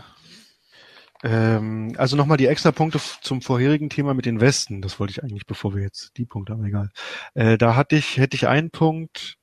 ähm, also nochmal die Extrapunkte f- zum vorherigen Thema mit den Westen. Das wollte ich eigentlich, bevor wir jetzt die Punkte, aber egal. Äh, da hatte ich, hätte ich einen Punkt,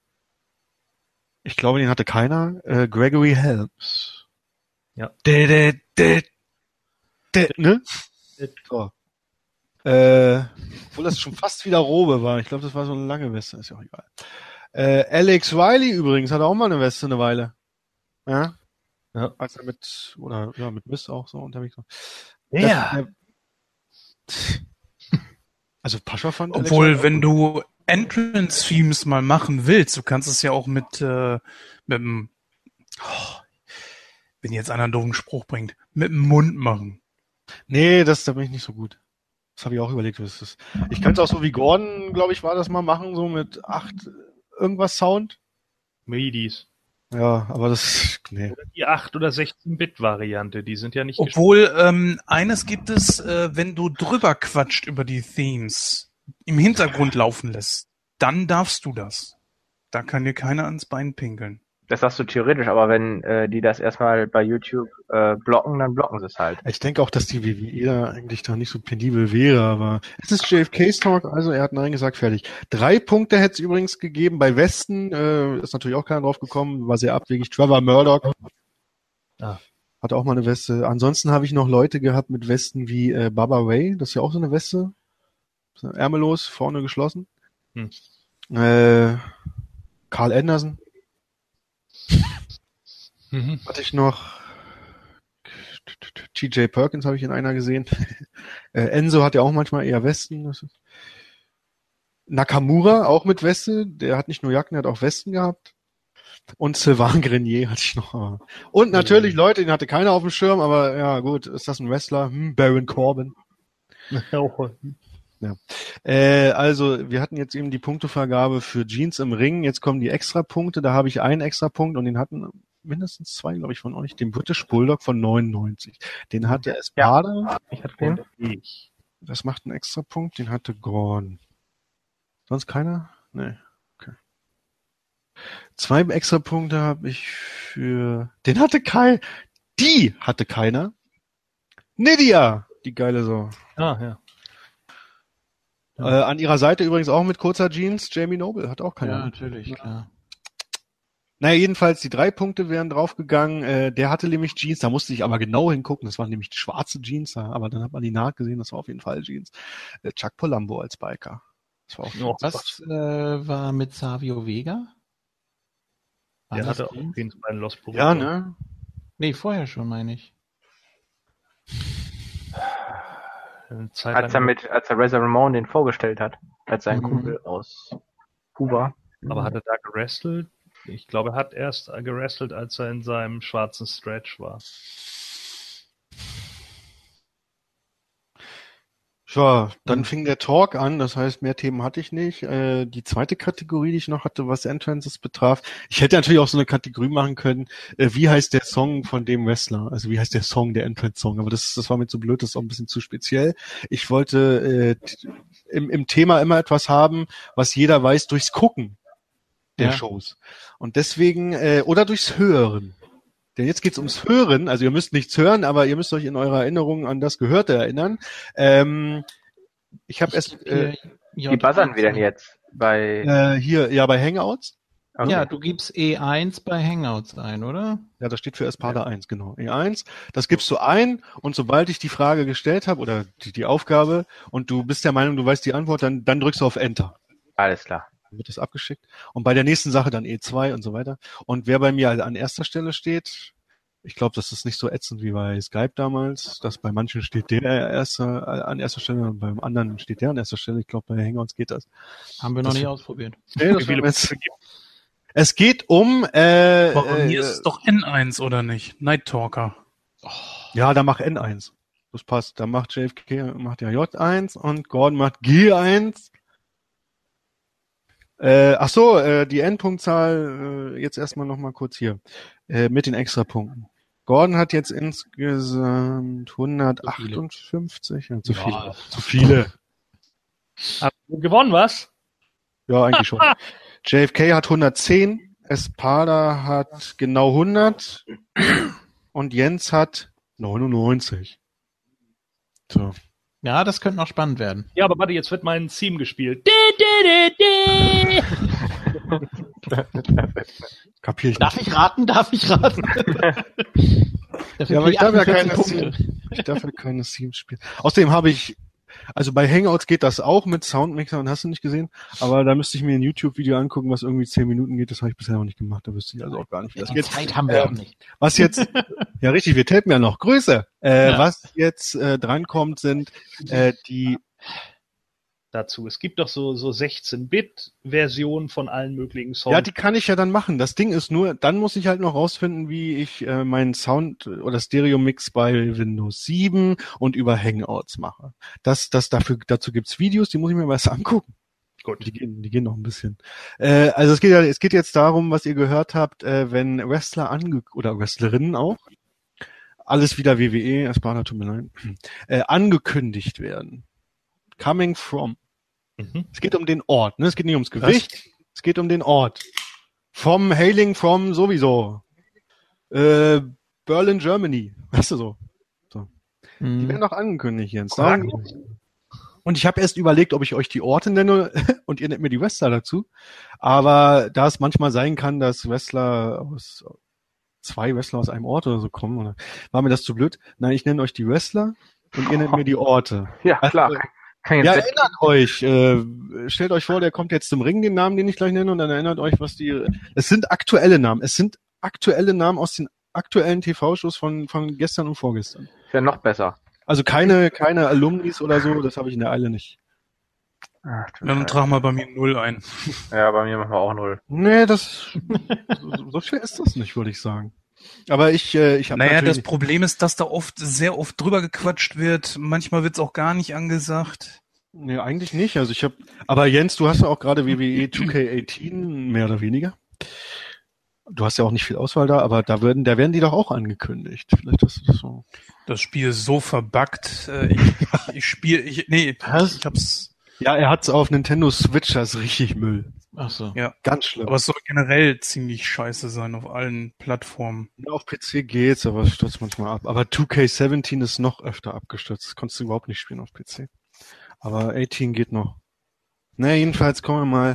ich glaube, den hatte keiner, äh, Gregory Helms. Ja. De, de, de, de, ne? So. Äh, obwohl das schon fast wieder Robe war. Ich glaube, das war so eine lange Weste, ist ja auch egal. Äh, Alex Riley übrigens hatte auch mal eine Weste eine Weile. Ja? Ja. Als er mit, oder, ja, mit Mist auch so unterwegs war. Wer? Das- Also Pascha fand Alex Obwohl, Riley wenn du Entrance-Themes mal machen willst, du kannst es ja auch mit, äh, mit dem, oh, wenn jetzt einer einen doofen Spruch bringt, mit dem Mund machen. Nee, das, da bin ich nicht so gut. Das habe ich auch überlegt, was das ist. Ich könnte es auch so wie Gordon, glaube ich, war das mal machen, so mit acht irgendwas Sound. Midis. Ja, aber das, nee. Oder die acht- oder sechzehn-Bit-Variante, die sind ja nicht Obwohl, ähm, eines gibt es, äh, wenn du drüber quatscht über die Themes, im Hintergrund laufen lässt, dann darfst du das. Da kann dir keiner ans Bein pinkeln. Das sagst du theoretisch, aber wenn äh, die das erstmal bei YouTube äh, blocken, dann blocken sie es halt. Ich denke auch, dass die W W E da eigentlich da nicht so penibel wäre, aber es ist J F K's Talk, also er hat Nein gesagt, fertig. Drei Punkte hätte es übrigens gegeben bei Westen, äh, ist natürlich auch keiner drauf gekommen, war sehr abwegig. Trevor Murdoch Ah. hat auch mal eine Weste. Ansonsten habe ich noch Leute gehabt mit Westen wie äh, Baba Ray, das ist ja auch so eine Weste, so ärmellos, vorne geschlossen. Hm. Äh, Carl Anderson Mhm. hatte ich noch. T J Perkins habe ich in einer gesehen. äh, Enzo hat ja auch manchmal eher Westen. Das ist Nakamura auch mit Weste. Der hat nicht nur Jacken, der hat auch Westen gehabt. Und Sylvain Grenier hatte ich noch. Und natürlich Leute, den hatte keiner auf dem Schirm, aber ja gut, ist das ein Wrestler? Hm, Baron Corbin. Äh, also wir hatten jetzt eben die Punktevergabe für Jeans im Ring. Jetzt kommen die Extrapunkte. Da habe ich einen Extrapunkt und den hatten mindestens zwei, glaube ich, von euch. Den British Bulldog von neunundneunzig. Den hatte Espada. Ich hatte den. Ich. Das macht einen Extrapunkt. Den hatte Gorn. Sonst keiner? Nee. Okay. Zwei Extrapunkte habe ich für... Den hatte Kai. Die hatte keiner. Nydia. Die geile Sau. Ah, ja. Äh, an ihrer Seite übrigens auch mit kurzer Jeans. Jamie Noble hat auch keiner. Ja, natürlich, klar. Naja, jedenfalls die drei Punkte wären draufgegangen. Äh, der hatte nämlich Jeans, da musste ich aber genau hingucken. Das waren nämlich die schwarze Jeans, aber dann hat man die Naht gesehen, das war auf jeden Fall Jeans. Äh, Chuck Palumbo als Biker. Das war auch Oh, Was äh, war mit Savio Vega? War Der das hatte auch Jeans? Jeans bei den Los Burritos. Ja, ne? Nee, vorher schon, meine ich. Eine Zeit Als er lang- mit, als er Razor Ramon den vorgestellt hat, als sein Mhm. Kumpel aus Kuba. Aber hat er da gerestelt? Ich glaube, er hat erst gerestelt, als er in seinem schwarzen Stretch war. Ja, dann fing der Talk an, das heißt, mehr Themen hatte ich nicht. Äh, die zweite Kategorie, die ich noch hatte, was Entrances betraf, ich hätte natürlich auch so eine Kategorie machen können, äh, wie heißt der Song von dem Wrestler? Also wie heißt der Song, der Entrance-Song? Aber das, das war mir zu blöd, das ist auch ein bisschen zu speziell. Ich wollte äh, t- im, im Thema immer etwas haben, was jeder weiß durchs Gucken der Ja. Shows. Und deswegen, äh, oder durchs Hören. Denn jetzt geht's ums Hören, also ihr müsst nichts hören, aber ihr müsst euch in eurer Erinnerung an das Gehörte erinnern. Ähm, ich habe erst äh, Wie buzzern wir denn jetzt? Bei äh, hier, ja, bei Hangouts. okay. Ja, du gibst E eins bei Hangouts ein, oder? Ja, das steht für Espada eins, genau. E eins, das gibst du ein und sobald ich die Frage gestellt habe oder die, die Aufgabe und du bist der Meinung, du weißt die Antwort, dann, dann drückst du auf Enter. Alles klar. wird das abgeschickt. Und bei der nächsten Sache dann E zwei und so weiter. Und wer bei mir also an erster Stelle steht, ich glaube, das ist nicht so ätzend wie bei Skype damals, dass bei manchen steht der erste, an erster Stelle und beim anderen steht der an erster Stelle. Ich glaube, bei Hangouts geht das. Haben wir noch Das- nicht ausprobiert. Nee, das wir jetzt, es geht um, äh, Aber bei äh, mir ist es doch N eins, oder nicht? Night Talker. ja, da mach N eins. Das passt. Da macht J F K, macht ja J eins und Gordon macht G eins. Äh, ach so, äh, die Endpunktzahl, äh, jetzt erstmal nochmal kurz hier, äh, mit den Extrapunkten. Gordon hat jetzt insgesamt hundertachtundfünfzig, ja, zu Ja. viele. Zu viele. Hast du gewonnen, was? Ja, eigentlich schon. J F K hat hundertzehn, Espada hat genau hundert und Jens hat neunundneunzig. So. Ja, das könnte noch spannend werden. Ja, aber warte, jetzt wird mein Theme gespielt. Di, di, di, di. Kapier ich Darf nicht. ich raten? Darf ich raten? Dafür Ja, aber ich darf ja keine achtundzwanzig Themes, ich darf ja keine Themes spielen. Außerdem habe ich, also bei Hangouts geht das auch mit Soundmixer und hast du nicht gesehen, aber da müsste ich mir ein YouTube-Video angucken, was irgendwie zehn Minuten geht, das habe ich bisher noch nicht gemacht, da wüsste ich also auch gar nicht, wie das Die geht. Zeit haben wir Ähm, auch nicht. Was jetzt, ja richtig, wir tapen ja noch, Grüße. Äh, Ja. Was jetzt äh, drankommt, sind äh, die, Dazu. Es gibt doch so, so sechzehn-Bit-Versionen von allen möglichen Songs. ja, die kann ich ja dann machen. Das Ding ist nur, dann muss ich halt noch rausfinden, wie ich äh, meinen Sound oder Stereo-Mix bei Windows sieben und über Hangouts mache. Das, das dafür, dazu gibt's Videos, die muss ich mir mal erst angucken. Gut. Die gehen, die gehen noch ein bisschen. Äh, also es geht ja, es geht jetzt darum, was ihr gehört habt, äh, wenn Wrestler ange oder Wrestlerinnen auch, alles wieder W W E, Espada, tut mir leid, äh, angekündigt werden. Coming from. Mhm. Es geht um den Ort, ne? Es geht nicht ums Gewicht, es geht um den Ort. Vom Hailing from sowieso. Äh, Berlin, Germany. Weißt du so. Die Hm. werden noch angekündigt, Jens. Darum geht's. Und ich habe erst überlegt, ob ich euch die Orte nenne und ihr nennt mir die Wrestler dazu. Aber da es manchmal sein kann, dass Wrestler aus zwei Wrestler aus einem Ort oder so kommen, oder war mir das zu blöd? Nein, ich nenne euch die Wrestler und ihr nennt mir die Orte. Ja, klar. Also, Kann ich ja, jetzt erinnert euch. Äh, stellt euch vor, der kommt jetzt zum Ring, den Namen, den ich gleich nenne, und dann erinnert euch, was die. Es sind aktuelle Namen. Es sind aktuelle Namen aus den aktuellen T V-Shows von von gestern und vorgestern. wäre noch besser. Also keine keine Alumnis oder so. Das habe ich in der Eile nicht. Ach, du Dann Scheiße. trag mal bei mir null ein. Ja, bei mir machen wir auch null. Nee, das so, so schwer ist das nicht, würde ich sagen. Aber ich äh, ich habe Naja, das natürlich. Problem ist, dass da oft, sehr oft drüber gequatscht wird. Manchmal wird's auch gar nicht angesagt. Nee, eigentlich nicht. Also ich habe. Aber Jens, du hast ja auch gerade W W E zwei K achtzehn mehr oder weniger. Du hast ja auch nicht viel Auswahl da, aber da werden, da werden die doch auch angekündigt. Vielleicht ist das so. Das Spiel ist so verbuggt. Äh, ich ich spiele, ich, nee, Was? ich hab's, Ja, er hat's auf Nintendo Switch, das ist richtig Müll. Ach so. ja. Ganz schlimm. Aber es soll generell ziemlich scheiße sein auf allen Plattformen. Ja, auf P C geht's, aber es stürzt manchmal ab. Aber zwei K siebzehn ist noch öfter abgestürzt. Das konntest du überhaupt nicht spielen auf P C. Aber achtzehn geht noch. Na, jedenfalls kommen wir mal.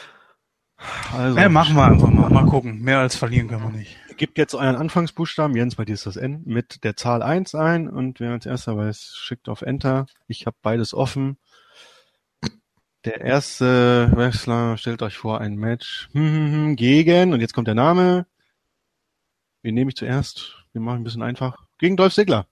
Also, Ja, machen wir einfach mal. Mal gucken. Mehr als verlieren können wir nicht. Gebt jetzt euren Anfangsbuchstaben, Jens, bei dir ist das N, mit der Zahl eins ein und wer als erster weiß, schickt auf Enter. Ich habe beides offen. Der erste Wrestler stellt euch vor ein Match hm, hm, hm, gegen, und jetzt kommt der Name. Wen nehme ich zuerst? Wir machen ein bisschen einfach. Gegen Dolph Ziggler.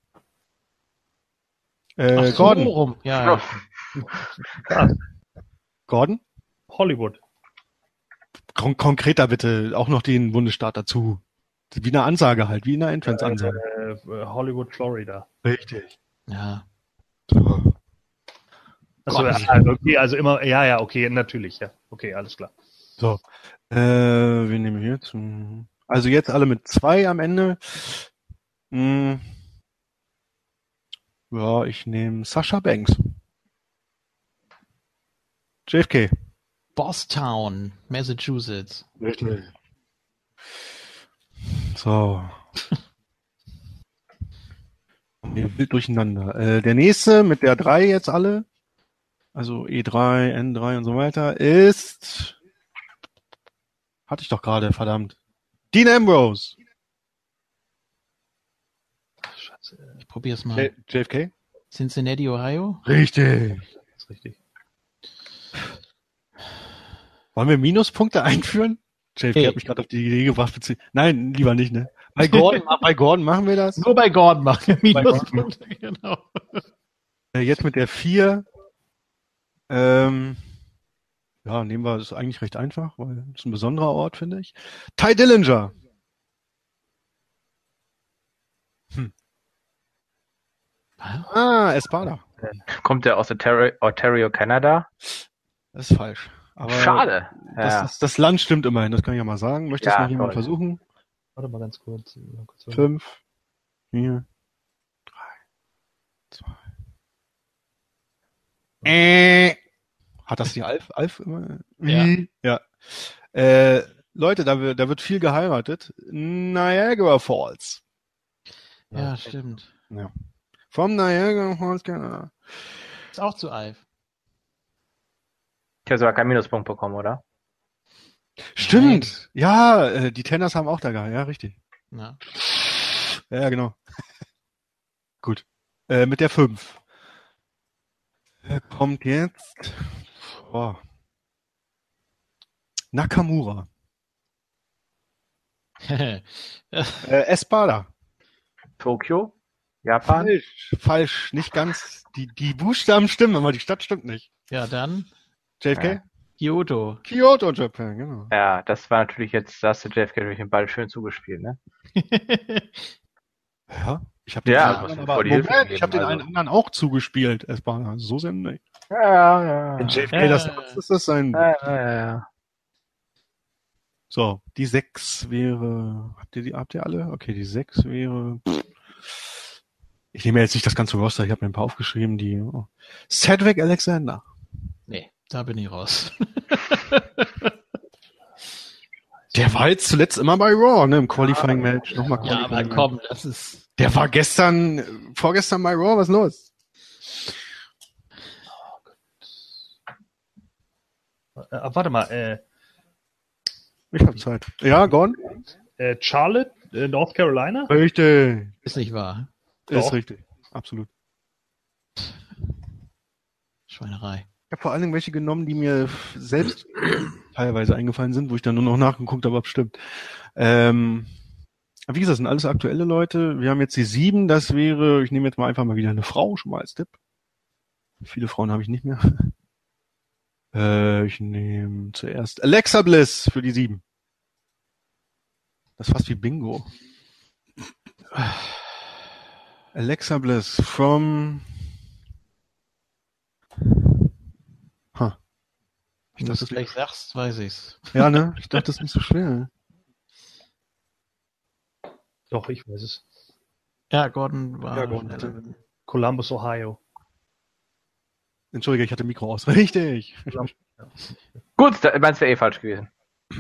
Äh, Ach so, Gordon. rum. Ja, ja. Gordon? Hollywood. Kon konkreter bitte, auch noch den Bundesstaat dazu. Wie eine Ansage halt, wie eine Entrance-Ansage. Äh, äh, Hollywood, Florida. Richtig. ja. So. Achso, Gott. ja, also, okay, also immer, ja, ja, okay, natürlich, ja. Okay, alles klar. So. Äh, wen nehme ich jetzt? Hm. Also jetzt alle mit zwei am Ende. Hm. Ja, ich nehme Sasha Banks. J F K. Bosstown, Massachusetts. Richtig. So. Nee, wild durcheinander. Äh, der nächste mit der drei jetzt alle, also E drei, N drei und so weiter, ist, hatte ich doch gerade, verdammt, Dean Ambrose. Scheiße. Ich probier's mal. J- JFK? Cincinnati, Ohio. Richtig. Das ist richtig. Wollen wir Minuspunkte einführen? J F K Hey. hat mich gerade auf die Idee gebracht. bezieh- Nein, lieber nicht, ne? Bei Gordon, bei Gordon machen wir das. Nur bei Gordon machen wir Bei Minuspunkte, genau. Äh, Jetzt mit der vier. Ähm, ja, nehmen wir, das ist eigentlich recht einfach, weil es ist ein besonderer Ort, finde ich. Ty Dillinger. Ah, Espada. Kommt der aus Ontario, Ontario, Kanada? Das ist falsch. Aber Schade. Das, Ja. das, das Land stimmt immerhin, das kann ich ja mal sagen. Möchte das Ja, noch jemand toll. versuchen? Warte mal ganz kurz. mal kurz was- Fünf, vier, drei, zwei. Äh. Hat das die Alf, Alf immer? Wie? Ja. Äh, Leute, da, wird- da wird viel geheiratet. Niagara Falls. Ja, stimmt. Vom Niagara Falls, Kanada. Ist auch zu Alf. Ich habe sogar keinen Minuspunkt bekommen, oder? Stimmt. Ja, äh, die Tenners haben auch da geheiratet. Ja, richtig. Ja. Ja, ja, genau. Gut. Äh, mit der fünf. Wer kommt jetzt? Oh. Nakamura. Äh, Espada. Tokio? Japan? Falsch. Falsch. Nicht ganz. Die, die Buchstaben stimmen, aber die Stadt stimmt nicht. Ja, dann J F K? Ja. Kyoto. Kyoto, Japan, genau. Ja, das war natürlich jetzt, da hast du J F K natürlich den Ball schön zugespielt, ne? Ja. Ich habe den, Ja, einen muss anderen, mir aber, voll die Hilfe Moment, geben, ich hab den also. einen anderen auch zugespielt, Espada. So sind nicht. Ja, ja. Wenn J F K Ja. das nutzt, ist das sein. Ja, ja, ja. So, die sechs wäre. Habt ihr die, habt ihr alle? Okay, die sechs wäre. Ich nehme jetzt nicht das ganze Roster, ich habe mir ein paar aufgeschrieben, die. Oh. Cedric Alexander. Nee, da bin ich raus. Der war jetzt zuletzt immer bei Raw, ne? Im Qualifying Match. Nochmal Ja, Qualifying aber Match. komm, das ist. Der war gestern, äh, vorgestern bei Raw, was ist los? Äh, warte mal, äh, Ich hab Zeit. Ja, Gordon? äh, Charlotte, äh, North Carolina? Richtig. Ist nicht wahr. Ist Doch. richtig. Absolut. Schweinerei. Ich habe vor allen Dingen welche genommen, die mir f- selbst teilweise eingefallen sind, wo ich dann nur noch nachgeguckt habe, ob es stimmt. Ähm, wie gesagt, das sind alles aktuelle Leute. Wir haben jetzt die sieben, das wäre, ich nehme jetzt mal einfach mal wieder eine Frau, schon mal als Tipp. Viele Frauen habe ich nicht mehr. Äh, ich nehme zuerst Alexa Bliss für die sieben. Das ist fast wie Bingo. Alexa Bliss from... Huh. Wenn du es gleich sagst, weiß ich's. Ja, ne? Ich dachte, das ist nicht so schwer. Doch, ich weiß es. Ja, Gordon war. Ja, Gordon schneller. hatte- Columbus, Ohio. Entschuldige, ich hatte Mikro aus. Richtig. Gut, da meinst du eh falsch gewesen.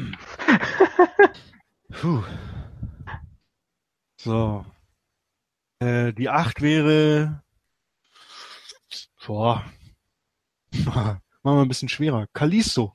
Puh. So. Äh, die acht wäre... Boah. Machen wir ein bisschen schwerer. Kalisto.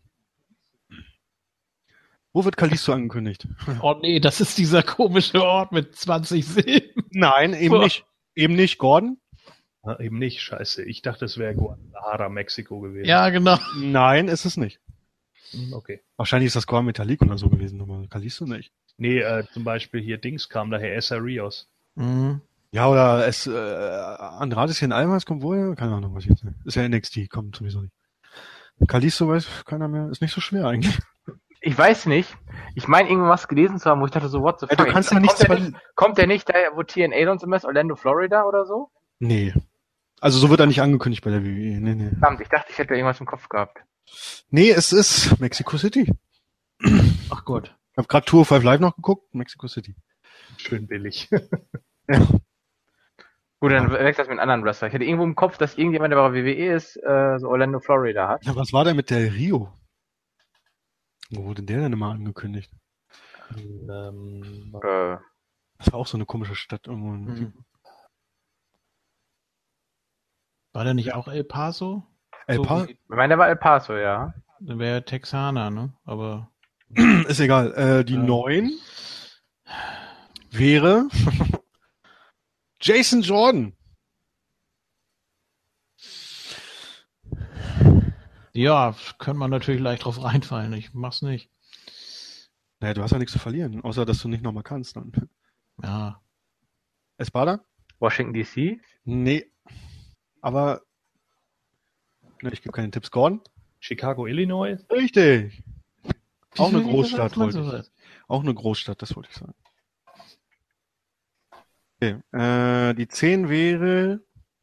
Wo wird Kalisto angekündigt? Oh nee, das ist dieser komische Ort mit zwanzig Silben. Nein, eben Boah. nicht. Eben nicht, Gordon? Na, eben nicht, scheiße. Ich dachte, es wäre Guadalajara, Mexiko gewesen. Ja, genau. Nein, ist es nicht. Hm, okay. Wahrscheinlich ist das Guam Metallic oder so gewesen, aber Kalisto nicht. Nee, äh, zum Beispiel hier Dings kam daher, Essa Rios. Mhm. Ja, oder es, äh, Andrade hier in Almas kommt woher? Keine Ahnung, was ich jetzt nicht. Ist ja N X T, kommt sowieso nicht. Kalisto weiß keiner mehr, ist nicht so schwer eigentlich. Ich weiß nicht. Ich meine, irgendwas gelesen zu haben, wo ich dachte so, what the Ja, fuck. du kannst kommt, ja nichts der ver- nicht, kommt der nicht daher, wo T N A sonst immer ist, Orlando, Florida oder so? Nee. Also so wird er nicht angekündigt bei der W W E. Nee, nee. Verdammt, ich dachte, ich hätte irgendwas im Kopf gehabt. Nee, es ist Mexico City. Ach Gott. Ich habe gerade Tour fünf Live noch geguckt, Mexico City. Schön billig. Gut, dann wechselt das mit einem anderen Wrestler. Ich hatte irgendwo im Kopf, dass irgendjemand, der bei der W W E ist, äh, so Orlando, Florida hat. Ja, was war denn mit der Rio? Wo wurde der denn immer angekündigt? ähm, Äh, Das war auch so eine komische Stadt irgendwo. Mhm. War der nicht auch El Paso? El So Pa- wie- ich meine, der war El Paso, ja. Der wäre Texaner, ne? Aber. ist egal. Äh, die Ja. neun wäre Jason Jordan. Ja, könnte man natürlich leicht drauf reinfallen. Ich mach's nicht. Naja, du hast ja nichts zu verlieren, außer dass du nicht nochmal kannst dann. Ja. Espada? Washington D C? Nee. Aber. Ne, ich gebe keine Tipps. Gordon? Chicago, Illinois? Richtig. Auch eine Wieso- Großstadt wieso sagt man wollte ich. sowas? Auch eine Großstadt, das wollte ich sagen. Okay. Äh, die zehn wäre.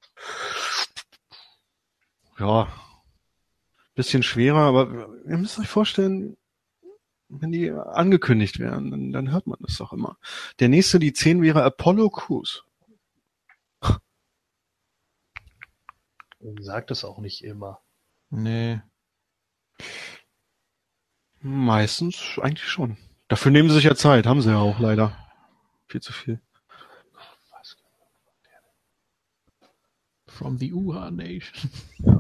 Ja. Bisschen schwerer, aber ihr müsst euch vorstellen, wenn die angekündigt werden, dann, dann hört man das doch immer. Der nächste, die zehn wäre Apollo Crews. Sagt es auch nicht immer. Nee. Meistens eigentlich schon. Dafür nehmen sie sich ja Zeit, haben sie ja auch leider. Viel zu viel. From the Uha Nation.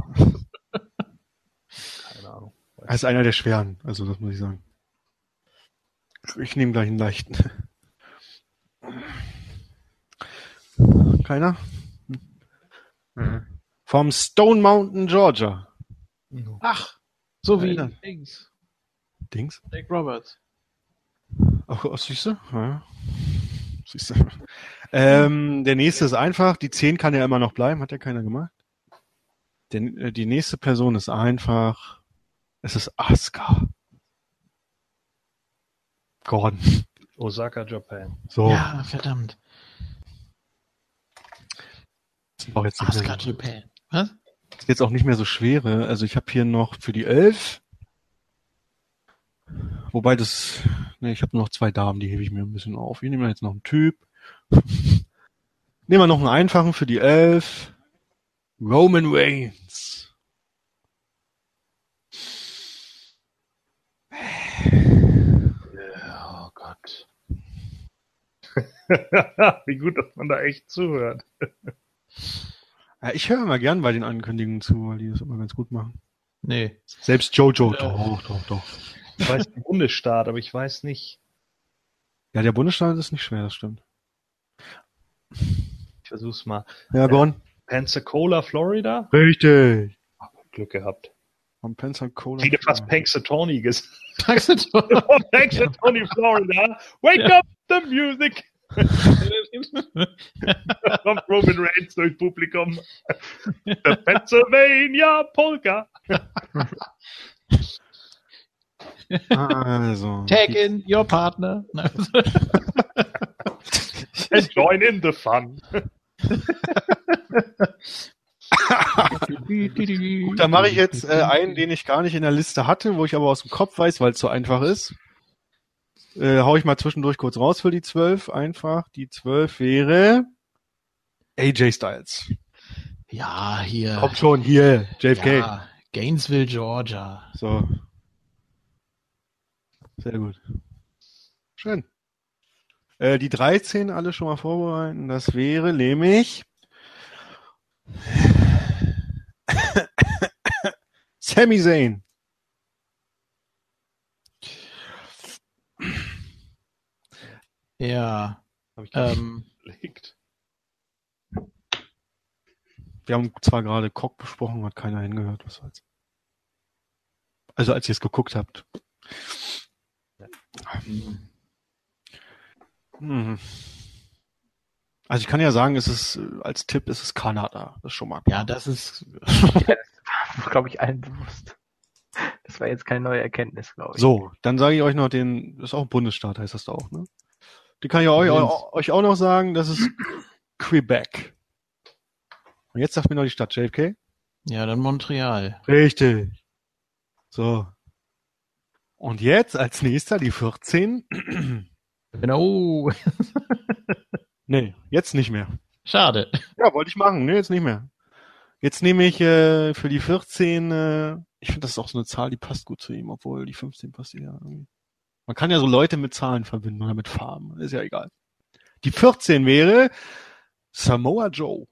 Keine Ahnung. Er ist einer der schweren, also das muss ich sagen. Ich nehme gleich einen leichten. Keiner? Mhm. Vom Stone Mountain, Georgia. Ach, so wie Erinnern. Dings. Dings? Jake Roberts. Ach, oh, siehst du? Ja. Siehst du. Ähm, der nächste ist einfach. Die zehn kann ja immer noch bleiben. Hat ja keiner gemacht. Der, äh, die nächste Person ist einfach. Es ist Asuka. Gordon. Osaka, Japan. So. Ja, verdammt. Ist auch jetzt nicht mehr Asuka so, Japan. Was? ist jetzt auch nicht mehr so schwere. Also ich habe hier noch für die elf. Wobei das. Ne, ich habe noch zwei Damen, die hebe ich mir ein bisschen auf. Hier nehmen wir jetzt noch einen Typ. Nehmen wir noch einen einfachen für die elf. Roman Reigns. Oh Gott. Wie gut, dass man da echt zuhört. Ja, ich höre immer gern bei den Ankündigungen zu, weil die das immer ganz gut machen. Nee. Selbst Jojo. Äh. Doch, doch, doch. Ich weiß den Bundesstaat, aber ich weiß nicht. Ja, der Bundesstaat ist nicht schwer, das stimmt. Ich versuch's mal. Ja, Gordon. Pensacola, Florida? Richtig. Glück gehabt. Vom Pensacola. Ich hätte fast Punxsutawney gesagt. Punxsutawney. Punxsutawney, Florida. Wake Ja. up the music. Kommt Roman Reigns durchs Publikum. The Pennsylvania Polka. Also. Tag in your partner. And join in the fun. Gut, dann mache ich jetzt äh, einen, den ich gar nicht in der Liste hatte, wo ich aber aus dem Kopf weiß, weil es so einfach ist. Äh, hau ich mal zwischendurch kurz raus für die zwölf. Einfach. Die zwölf wäre A J Styles. Ja, hier. Kommt schon, hier. J F K. Ja, Gainesville, Georgia. So. Sehr gut. Schön. Äh, die dreizehn alle schon mal vorbereiten. Das wäre nämlich Sami Zayn. Ja. Hab ich Ähm, gelegt. Wir haben zwar gerade Cock besprochen, hat keiner hingehört. Was soll's. Also als ihr es geguckt habt. Hm. Also ich kann ja sagen, es ist äh, als Tipp, es ist Kanada. Das ist schon mal ja, das ist. Glaube ich, allen bewusst. Das war jetzt keine neue Erkenntnis, glaube ich. So, dann sage ich euch noch den, das ist auch ein Bundesstaat, heißt das da auch, ne? Die kann ich euch, eu- euch auch noch sagen, das ist Quebec. Und jetzt sagt mir noch die Stadt J F K. Ja, dann Montreal. Richtig. So. Und jetzt als nächster die vierzehn. Genau. Nee, jetzt nicht mehr. Schade. Ja, wollte ich machen. Nee, jetzt nicht mehr. Jetzt nehme ich äh, für die vierzehn, äh, ich finde, das ist auch so eine Zahl, die passt gut zu ihm, obwohl die fünfzehn passt ja irgendwie. Man kann ja so Leute mit Zahlen verbinden oder mit Farben. Ist ja egal. Die vierzehn wäre Samoa Joe.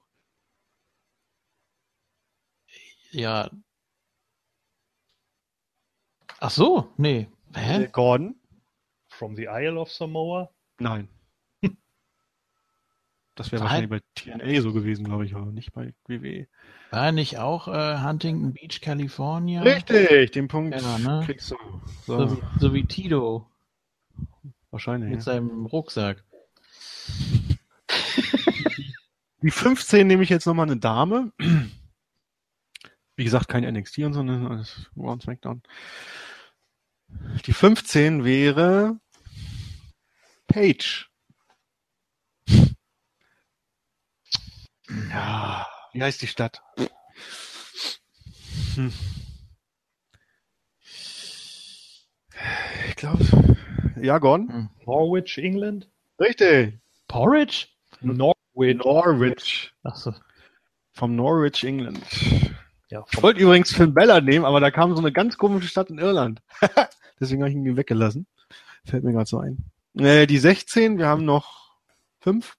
Ja. Ach so, nee. Äh, Hä? Gordon? From the Isle of Samoa. Nein. Das wäre War wahrscheinlich bei T N A so gewesen, glaube ich, aber nicht bei W W E. War nicht auch äh, Huntington Beach, California? Richtig, den Punkt Ja, ne? kriegst du. So, So, wie, so wie Tito wahrscheinlich. mit Ja. seinem Rucksack. Die fünfzehn nehme ich jetzt nochmal eine Dame. Wie gesagt, kein N X T und so, ne? Alles Raw und SmackDown. Die fünfzehn wäre Paige. Ja, wie heißt die Stadt? Hm. Ich glaube, ja, Gordon. Norwich, England? Richtig. Porridge? Norwich. Norwich. Achso. Vom Norwich, England. Ja, Ich wollte übrigens Finn Bella nehmen, aber da kam so eine ganz komische Stadt in Irland. Deswegen habe ich ihn weggelassen. Fällt mir gerade so ein. Äh, die sechzehn, wir haben noch fünf.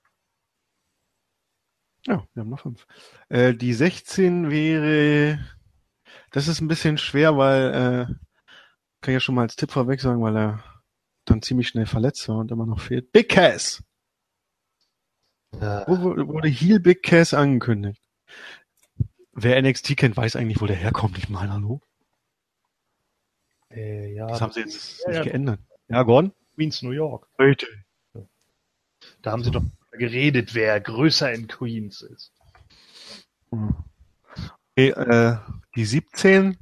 Ja, wir haben noch fünf. Äh, die sechzehn wäre, das ist ein bisschen schwer, weil, äh, kann ich ja schon mal als Tipp vorweg sagen, weil er dann ziemlich schnell verletzt war und immer noch fehlt. Big Cass. Wo wurde, wurde Heel Big Cass angekündigt? Wer N X T kennt, weiß eigentlich, wo der herkommt. Ich meine, hallo? Äh, ja, Das haben sie jetzt ja, nicht ja. geändert. Ja, Gordon? Queens, New York. Richtig. Da haben sie doch geredet, wer größer in Queens ist. Okay, äh, die siebzehn.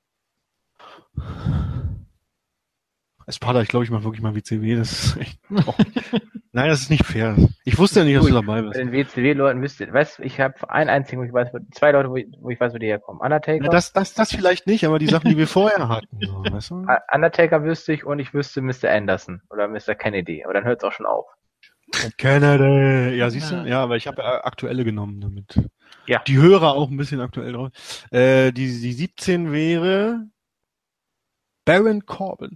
Espada, ich glaube, ich mache wirklich mal W C W. Das ist echt. Oh. Nein, das ist nicht fair. Ich wusste ja nicht, dass du dabei Bei bist. den W C W-Leuten wisst ihr, weißt du, ich habe einen einzigen, wo ich weiß, wo, zwei Leute, wo ich, wo ich weiß, wo die herkommen. Undertaker. Ja, das, das, das vielleicht nicht, aber die Sachen, die wir vorher hatten. So, weißt du? U- Undertaker wüsste ich und ich wüsste Mister Anderson oder Mister Kennedy. Aber dann hört es auch schon auf. Canada. Ja, siehst du? Ja, aber ich habe ja aktuelle genommen damit. Ja. Die Hörer auch ein bisschen aktuell drauf. Äh, die, die siebzehn wäre Baron Corbin.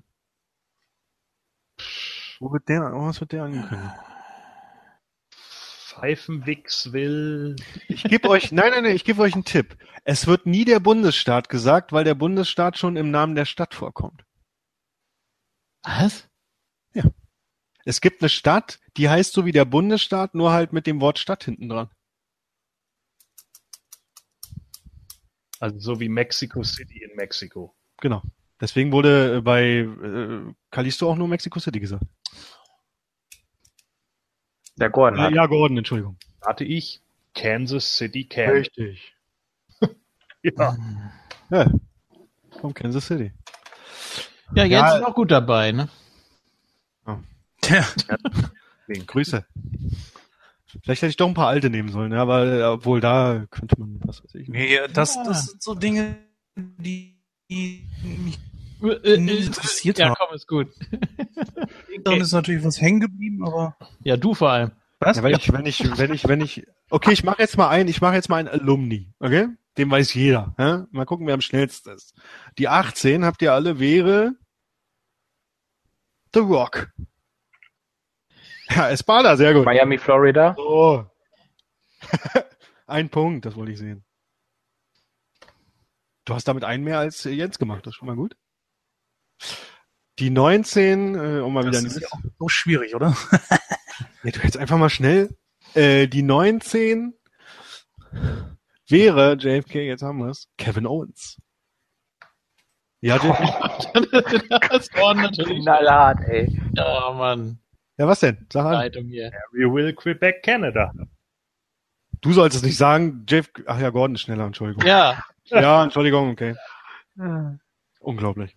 Wo wird der, was wird der angekündigt? Pfeifenwix will. Ich gebe euch, nein, nein, nein, ich gebe euch einen Tipp. Es wird nie der Bundesstaat gesagt, weil der Bundesstaat schon im Namen der Stadt vorkommt. Was? Es gibt eine Stadt, die heißt so wie der Bundesstaat, nur halt mit dem Wort Stadt hinten dran. Also so wie Mexico City in Mexiko. Genau. Deswegen wurde äh, bei äh, Kalisto auch nur Mexico City gesagt. Der Gordon Äh, hat. ja, Gordon, Entschuldigung. Hatte ich Kansas City, Kansas. Richtig. Ja. Ja, von Kansas City. Ja, jetzt Ja. ist auch gut dabei, ne? Tja, Grüße. Vielleicht hätte ich doch ein paar alte nehmen sollen, ja, aber äh, obwohl da könnte man, was weiß ich. nee, das, Ja. das sind so Dinge, die, die mich Äh, nie äh, interessiert Ja, haben. komm, ist gut. Dann ist natürlich was hängen geblieben, aber Ja, du vor allem. was? Ja, weil ich, wenn ich, wenn ich, wenn ich, okay, ich mache jetzt mal ein, ich mache jetzt mal einen Alumni, okay? Den weiß jeder, ja? Mal gucken, wer am schnellsten ist. Die achtzehn habt ihr alle, wäre The Rock. Ja, Espada, sehr gut. Miami, Florida. So. Ein Punkt, das wollte ich sehen. Du hast damit einen mehr als äh, Jens gemacht, das ist schon mal gut. Die neunzehn, äh, um mal Das wieder ist eine ja auch so schwierig, oder? Ja, du jetzt einfach mal schnell. Äh, die neunzehn wäre, J F K, jetzt haben wir es, Kevin Owens. Ja, J F K. Das war natürlich. Knallhart, ey. Oh Mann. Ja, was denn? Sag an. Leitung hier. We will Quebec, Canada. Du sollst es nicht sagen. J F K, ach ja, Gordon ist schneller, Entschuldigung. Ja. Ja, Entschuldigung, okay. Unglaublich.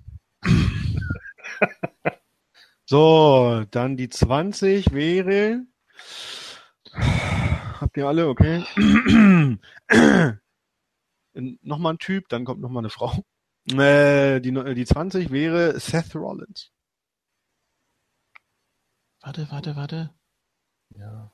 So, dann die zwanzig wäre. Habt ihr alle, okay? Nochmal ein Typ, dann kommt nochmal eine Frau. Äh, die, die zwanzig wäre Seth Rollins. Warte, warte, warte. Ja.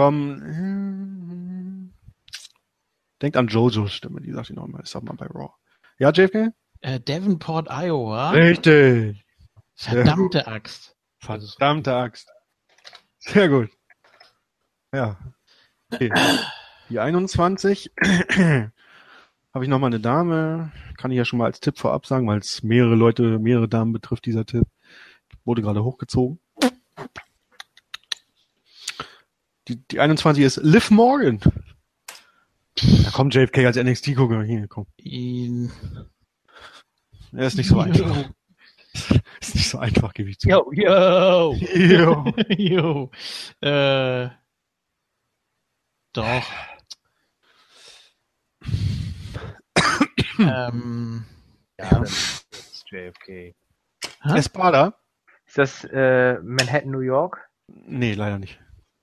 From. Denkt an Jojos Stimme, die sagt ihn nochmal. Ich sag mal bei Raw. Ja, J F K? Äh, Davenport, Iowa. Richtig. Verdammte Axt. Verdammte Axt. Sehr gut. Ja. Okay. Die einundzwanzig habe ich nochmal eine Dame. Kann ich ja schon mal als Tipp vorab sagen, weil es mehrere Leute, mehrere Damen betrifft, dieser Tipp. Wurde gerade hochgezogen. Die, die einundzwanzig ist Liv Morgan. Da kommt J F K als N X T-Gucker. Hier, komm. Ihn. Er ist nicht so einfach. Ist nicht so einfach, gebe ich zu. Yo, yo. Jo. Jo. Äh, doch. ähm, Ja, dann ist es J F K. hä? Espada? Ist das äh, Manhattan, New York? Nee, leider nicht.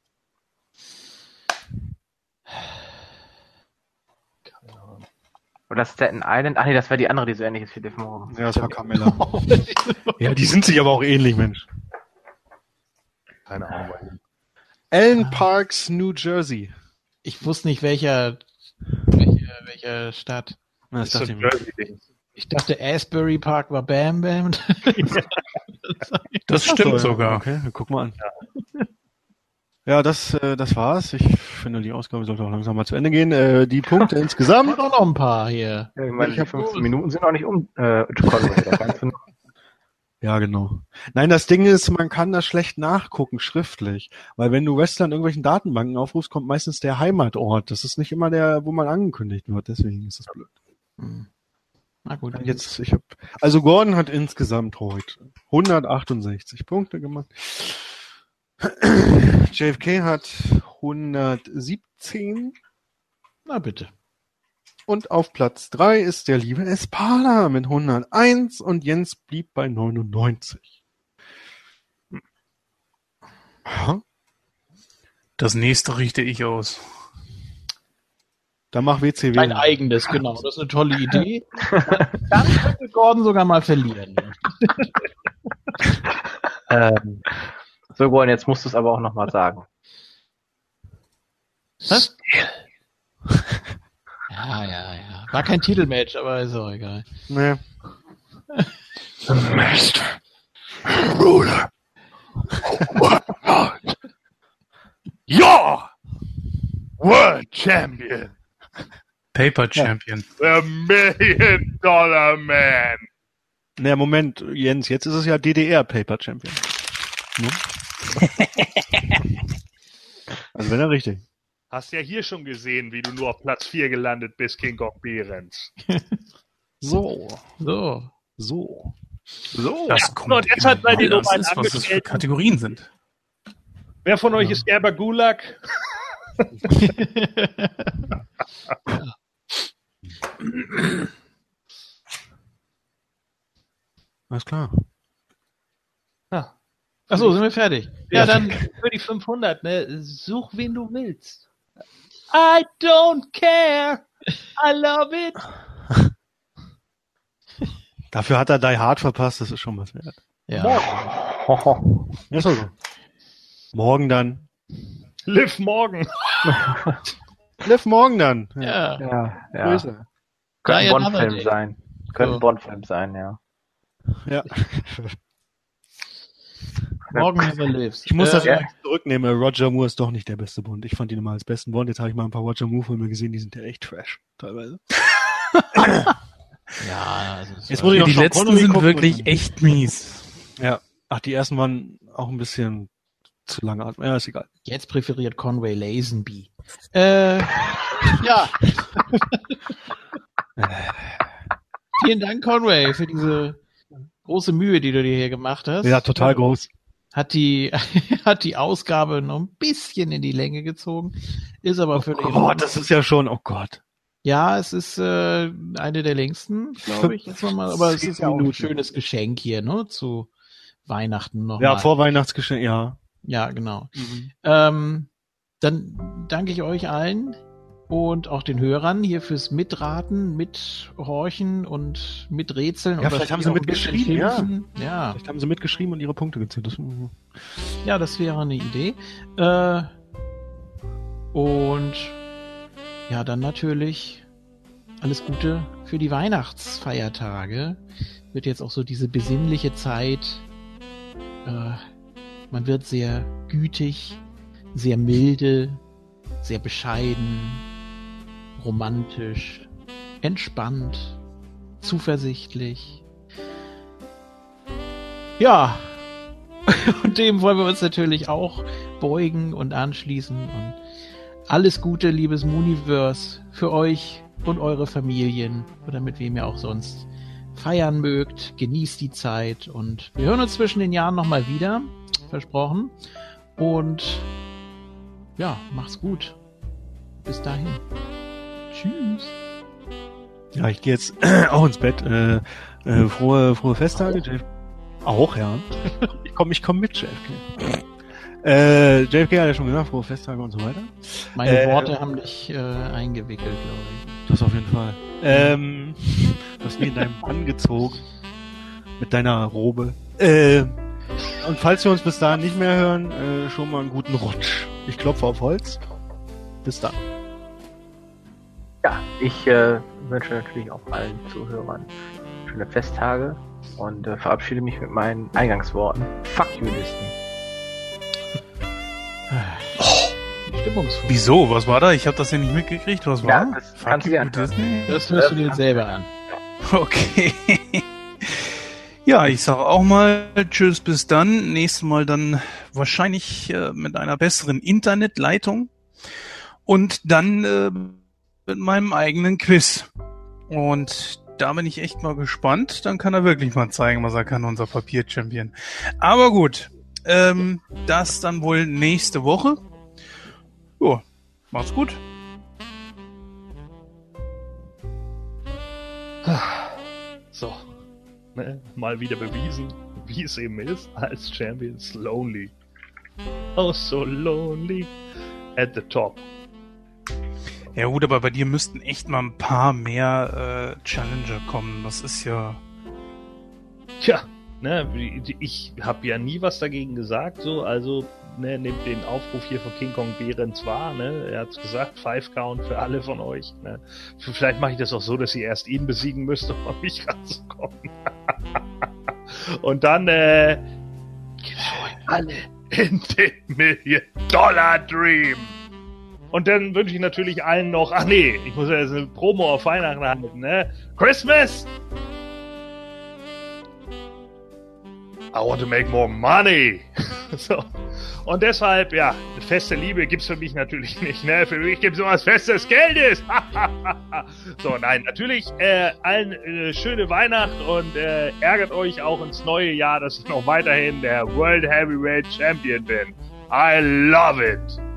Keine Ahnung. Oder Staten Island? Ach nee, das wäre die andere, die so ähnlich ist wie Liv Morgan. Ja, das war Carmella. Ja, die sind sich aber auch ähnlich, Mensch. Keine Ahnung. Allen Parks, New Jersey. Ich wusste nicht, welcher, welche, welcher Stadt. Na, Das das ist dachte so ich ein mir. Jersey-Ding. Ich dachte, Asbury Park war Bam Bam. Das Ach stimmt so, ja. sogar. Okay, dann guck mal an. Ja, das, äh, das war's. Ich finde, die Ausgabe sollte auch langsam mal zu Ende gehen. Äh, die Punkte Haben insgesamt. doch noch ein paar hier. Ja, ich meine, Ich die hab fünfzehn wohl- Minuten sind auch nicht um. Äh, Conway, da kannst du- Ja, genau. Nein, das Ding ist, man kann das schlecht nachgucken, schriftlich. Weil wenn du Wrestler in irgendwelchen Datenbanken aufrufst, kommt meistens der Heimatort. Das ist nicht immer der, wo man angekündigt wird. Deswegen ist das blöd. Hm. Na gut. Jetzt, ich hab, also Gordon hat insgesamt heute hundertachtundsechzig Punkte gemacht. J F K hat hundertsiebzehn. Na bitte. Und auf Platz drei ist der liebe Espada mit hunderteins und Jens blieb bei neunundneunzig. Hm. Ja, Das nächste richte ich aus. dann mach W C W. Ein eigenes, genau. Das ist eine tolle Idee. Dann könnte Gordon sogar mal verlieren. ähm, so, Gordon, jetzt musst du es aber auch nochmal sagen. Was? Ja, ja, ja. War kein Titelmatch, aber ist auch egal. Nee. Master. Ruler. Ja! World Champion. Paper Champion. The Million Dollar Man. Nee, Moment, Jens, jetzt ist es ja D D R Paper Champion. Ne? Also wenn er richtig. Hast ja hier schon gesehen, wie du nur auf Platz vier gelandet bist, King Kong Behrens. So, So. so. So. Das kommt Und jetzt hat bei immer den an, Nummern was das für angestellt. Kategorien sind. Wer von euch ist Gerber Gulag? Alles klar. Achso, sind wir fertig? Ja, dann für die fünfhundert, ne? Such, wen du willst. I don't care. I love it. Dafür hat er Die Hard verpasst, das ist schon was wert. ja. Ja, ist also. Morgen dann. Liv Morgan. Liv morgen dann. Ja. Ja, So ja. ist er. Könnte ein Die another Bond-Film day. sein. Könnte So. ein Bond-Film sein, ja. Ja. Morgen never lives. Ich muss Äh, das ja. übrigens zurücknehmen. Roger Moore ist doch nicht der beste Bond. Ich fand ihn immer als besten Bond. Jetzt habe ich mal ein paar Roger Moore-Filme gesehen, die sind ja echt Trash. Teilweise. Ja, also es Jetzt war- muss ich noch Die Sean letzten Connery sind gucken wirklich und dann- echt mies. Ja. Ach, die ersten waren auch ein bisschen zu lange. Ja, ist egal. Jetzt präferiert Conway Lazenby. Äh, ja. Vielen Dank, Conway, für diese große Mühe, die du dir hier gemacht hast. Ja, total groß. Hat die, hat die Ausgabe noch ein bisschen in die Länge gezogen. Ist aber völlig in Oh, Ordnung. das ist ja schon, oh Gott. Ja, es ist äh, eine der längsten, glaube ich, jetzt nochmal. Aber es Zehn ist ja auch ein Minuten. schönes Geschenk hier, ne? Zu Weihnachten nochmal. Ja, vor Weihnachtsgeschenk, ja. Ja, genau. Ähm, dann danke ich euch allen und auch den Hörern hier fürs Mitraten, Mithorchen und Miträtseln. Ja, und vielleicht das haben sie auch ein bisschen mitgeschrieben, ja. schimpfen. Ja. Vielleicht haben sie mitgeschrieben und ihre Punkte gezählt. Das, Ja, das wäre eine Idee. Äh, und ja, dann natürlich alles Gute für die Weihnachtsfeiertage. Wird jetzt auch so diese besinnliche Zeit. Äh, man wird sehr gütig, sehr milde, sehr bescheiden, romantisch, entspannt, zuversichtlich. Ja, und dem wollen wir uns natürlich auch beugen und anschließen. Und alles Gute, liebes Mooniverse, für euch und eure Familien oder mit wem ihr auch sonst feiern mögt. Genießt die Zeit und wir hören uns zwischen den Jahren nochmal wieder. Versprochen. Und ja, macht's gut. Bis dahin. Tschüss. Ja, ich gehe jetzt auch ins Bett. Äh, äh, frohe, frohe Festtage. J F K. Auch, ja. Ich komme ich komm mit, J F K. Äh, J F K hat ja schon gesagt, frohe Festtage und so weiter. Meine äh, Worte haben dich äh, eingewickelt, glaube ich. Das auf jeden Fall. Ähm, du hast mich in deinem Bann gezogen. Mit deiner Robe. Äh, und falls wir uns bis dahin nicht mehr hören, äh, schon mal einen guten Rutsch. Ich klopfe auf Holz. Bis dann. Ja, ich äh, wünsche natürlich auch allen Zuhörern schöne Festtage und äh, verabschiede mich mit meinen Eingangsworten. Fuck you, Disney. Stimmungsvoll. Wieso? Was war da? Ich habe das ja nicht mitgekriegt. Was war? Ja, das Fuck kannst du you, dir anhören. Disney? Das hörst du dir jetzt selber an. Okay. Ja, ich sage auch mal tschüss, bis dann. Nächstes Mal dann wahrscheinlich äh, mit einer besseren Internetleitung und dann äh, mit meinem eigenen Quiz. Und da bin ich echt mal gespannt. Dann kann er wirklich mal zeigen, was er kann, unser Papier-Champion. Aber gut, ähm, das dann wohl nächste Woche. Jo, macht's gut. So. Ne? Mal wieder bewiesen, wie es eben ist, als Champions lonely. Oh, so lonely at the top. Ja gut, aber bei dir müssten echt mal ein paar mehr äh, Challenger kommen. Das ist ja... Tja, ne, ich habe ja nie was dagegen gesagt, so, also ne, nehmt den Aufruf hier von King Kong Behrens wahr, ne, er hat's gesagt, Five Count für alle von euch, ne. Vielleicht mache ich das auch so, dass ihr erst ihn besiegen müsst, um an mich ranzukommen. Und dann, äh, geht's für euch alle in den Million Dollar Dream. Und dann wünsche ich natürlich allen noch, ach nee, ich muss ja jetzt eine Promo auf Weihnachten halten, ne, Christmas! I want to make more money. So. Und deshalb, ja, feste Liebe gibt's für mich natürlich nicht, ne? Für mich gibt's nur was festes Geldes. So, nein, natürlich, äh, allen äh, schöne Weihnacht und äh, ärgert euch auch ins neue Jahr, dass ich noch weiterhin der World Heavyweight Champion bin. I love it.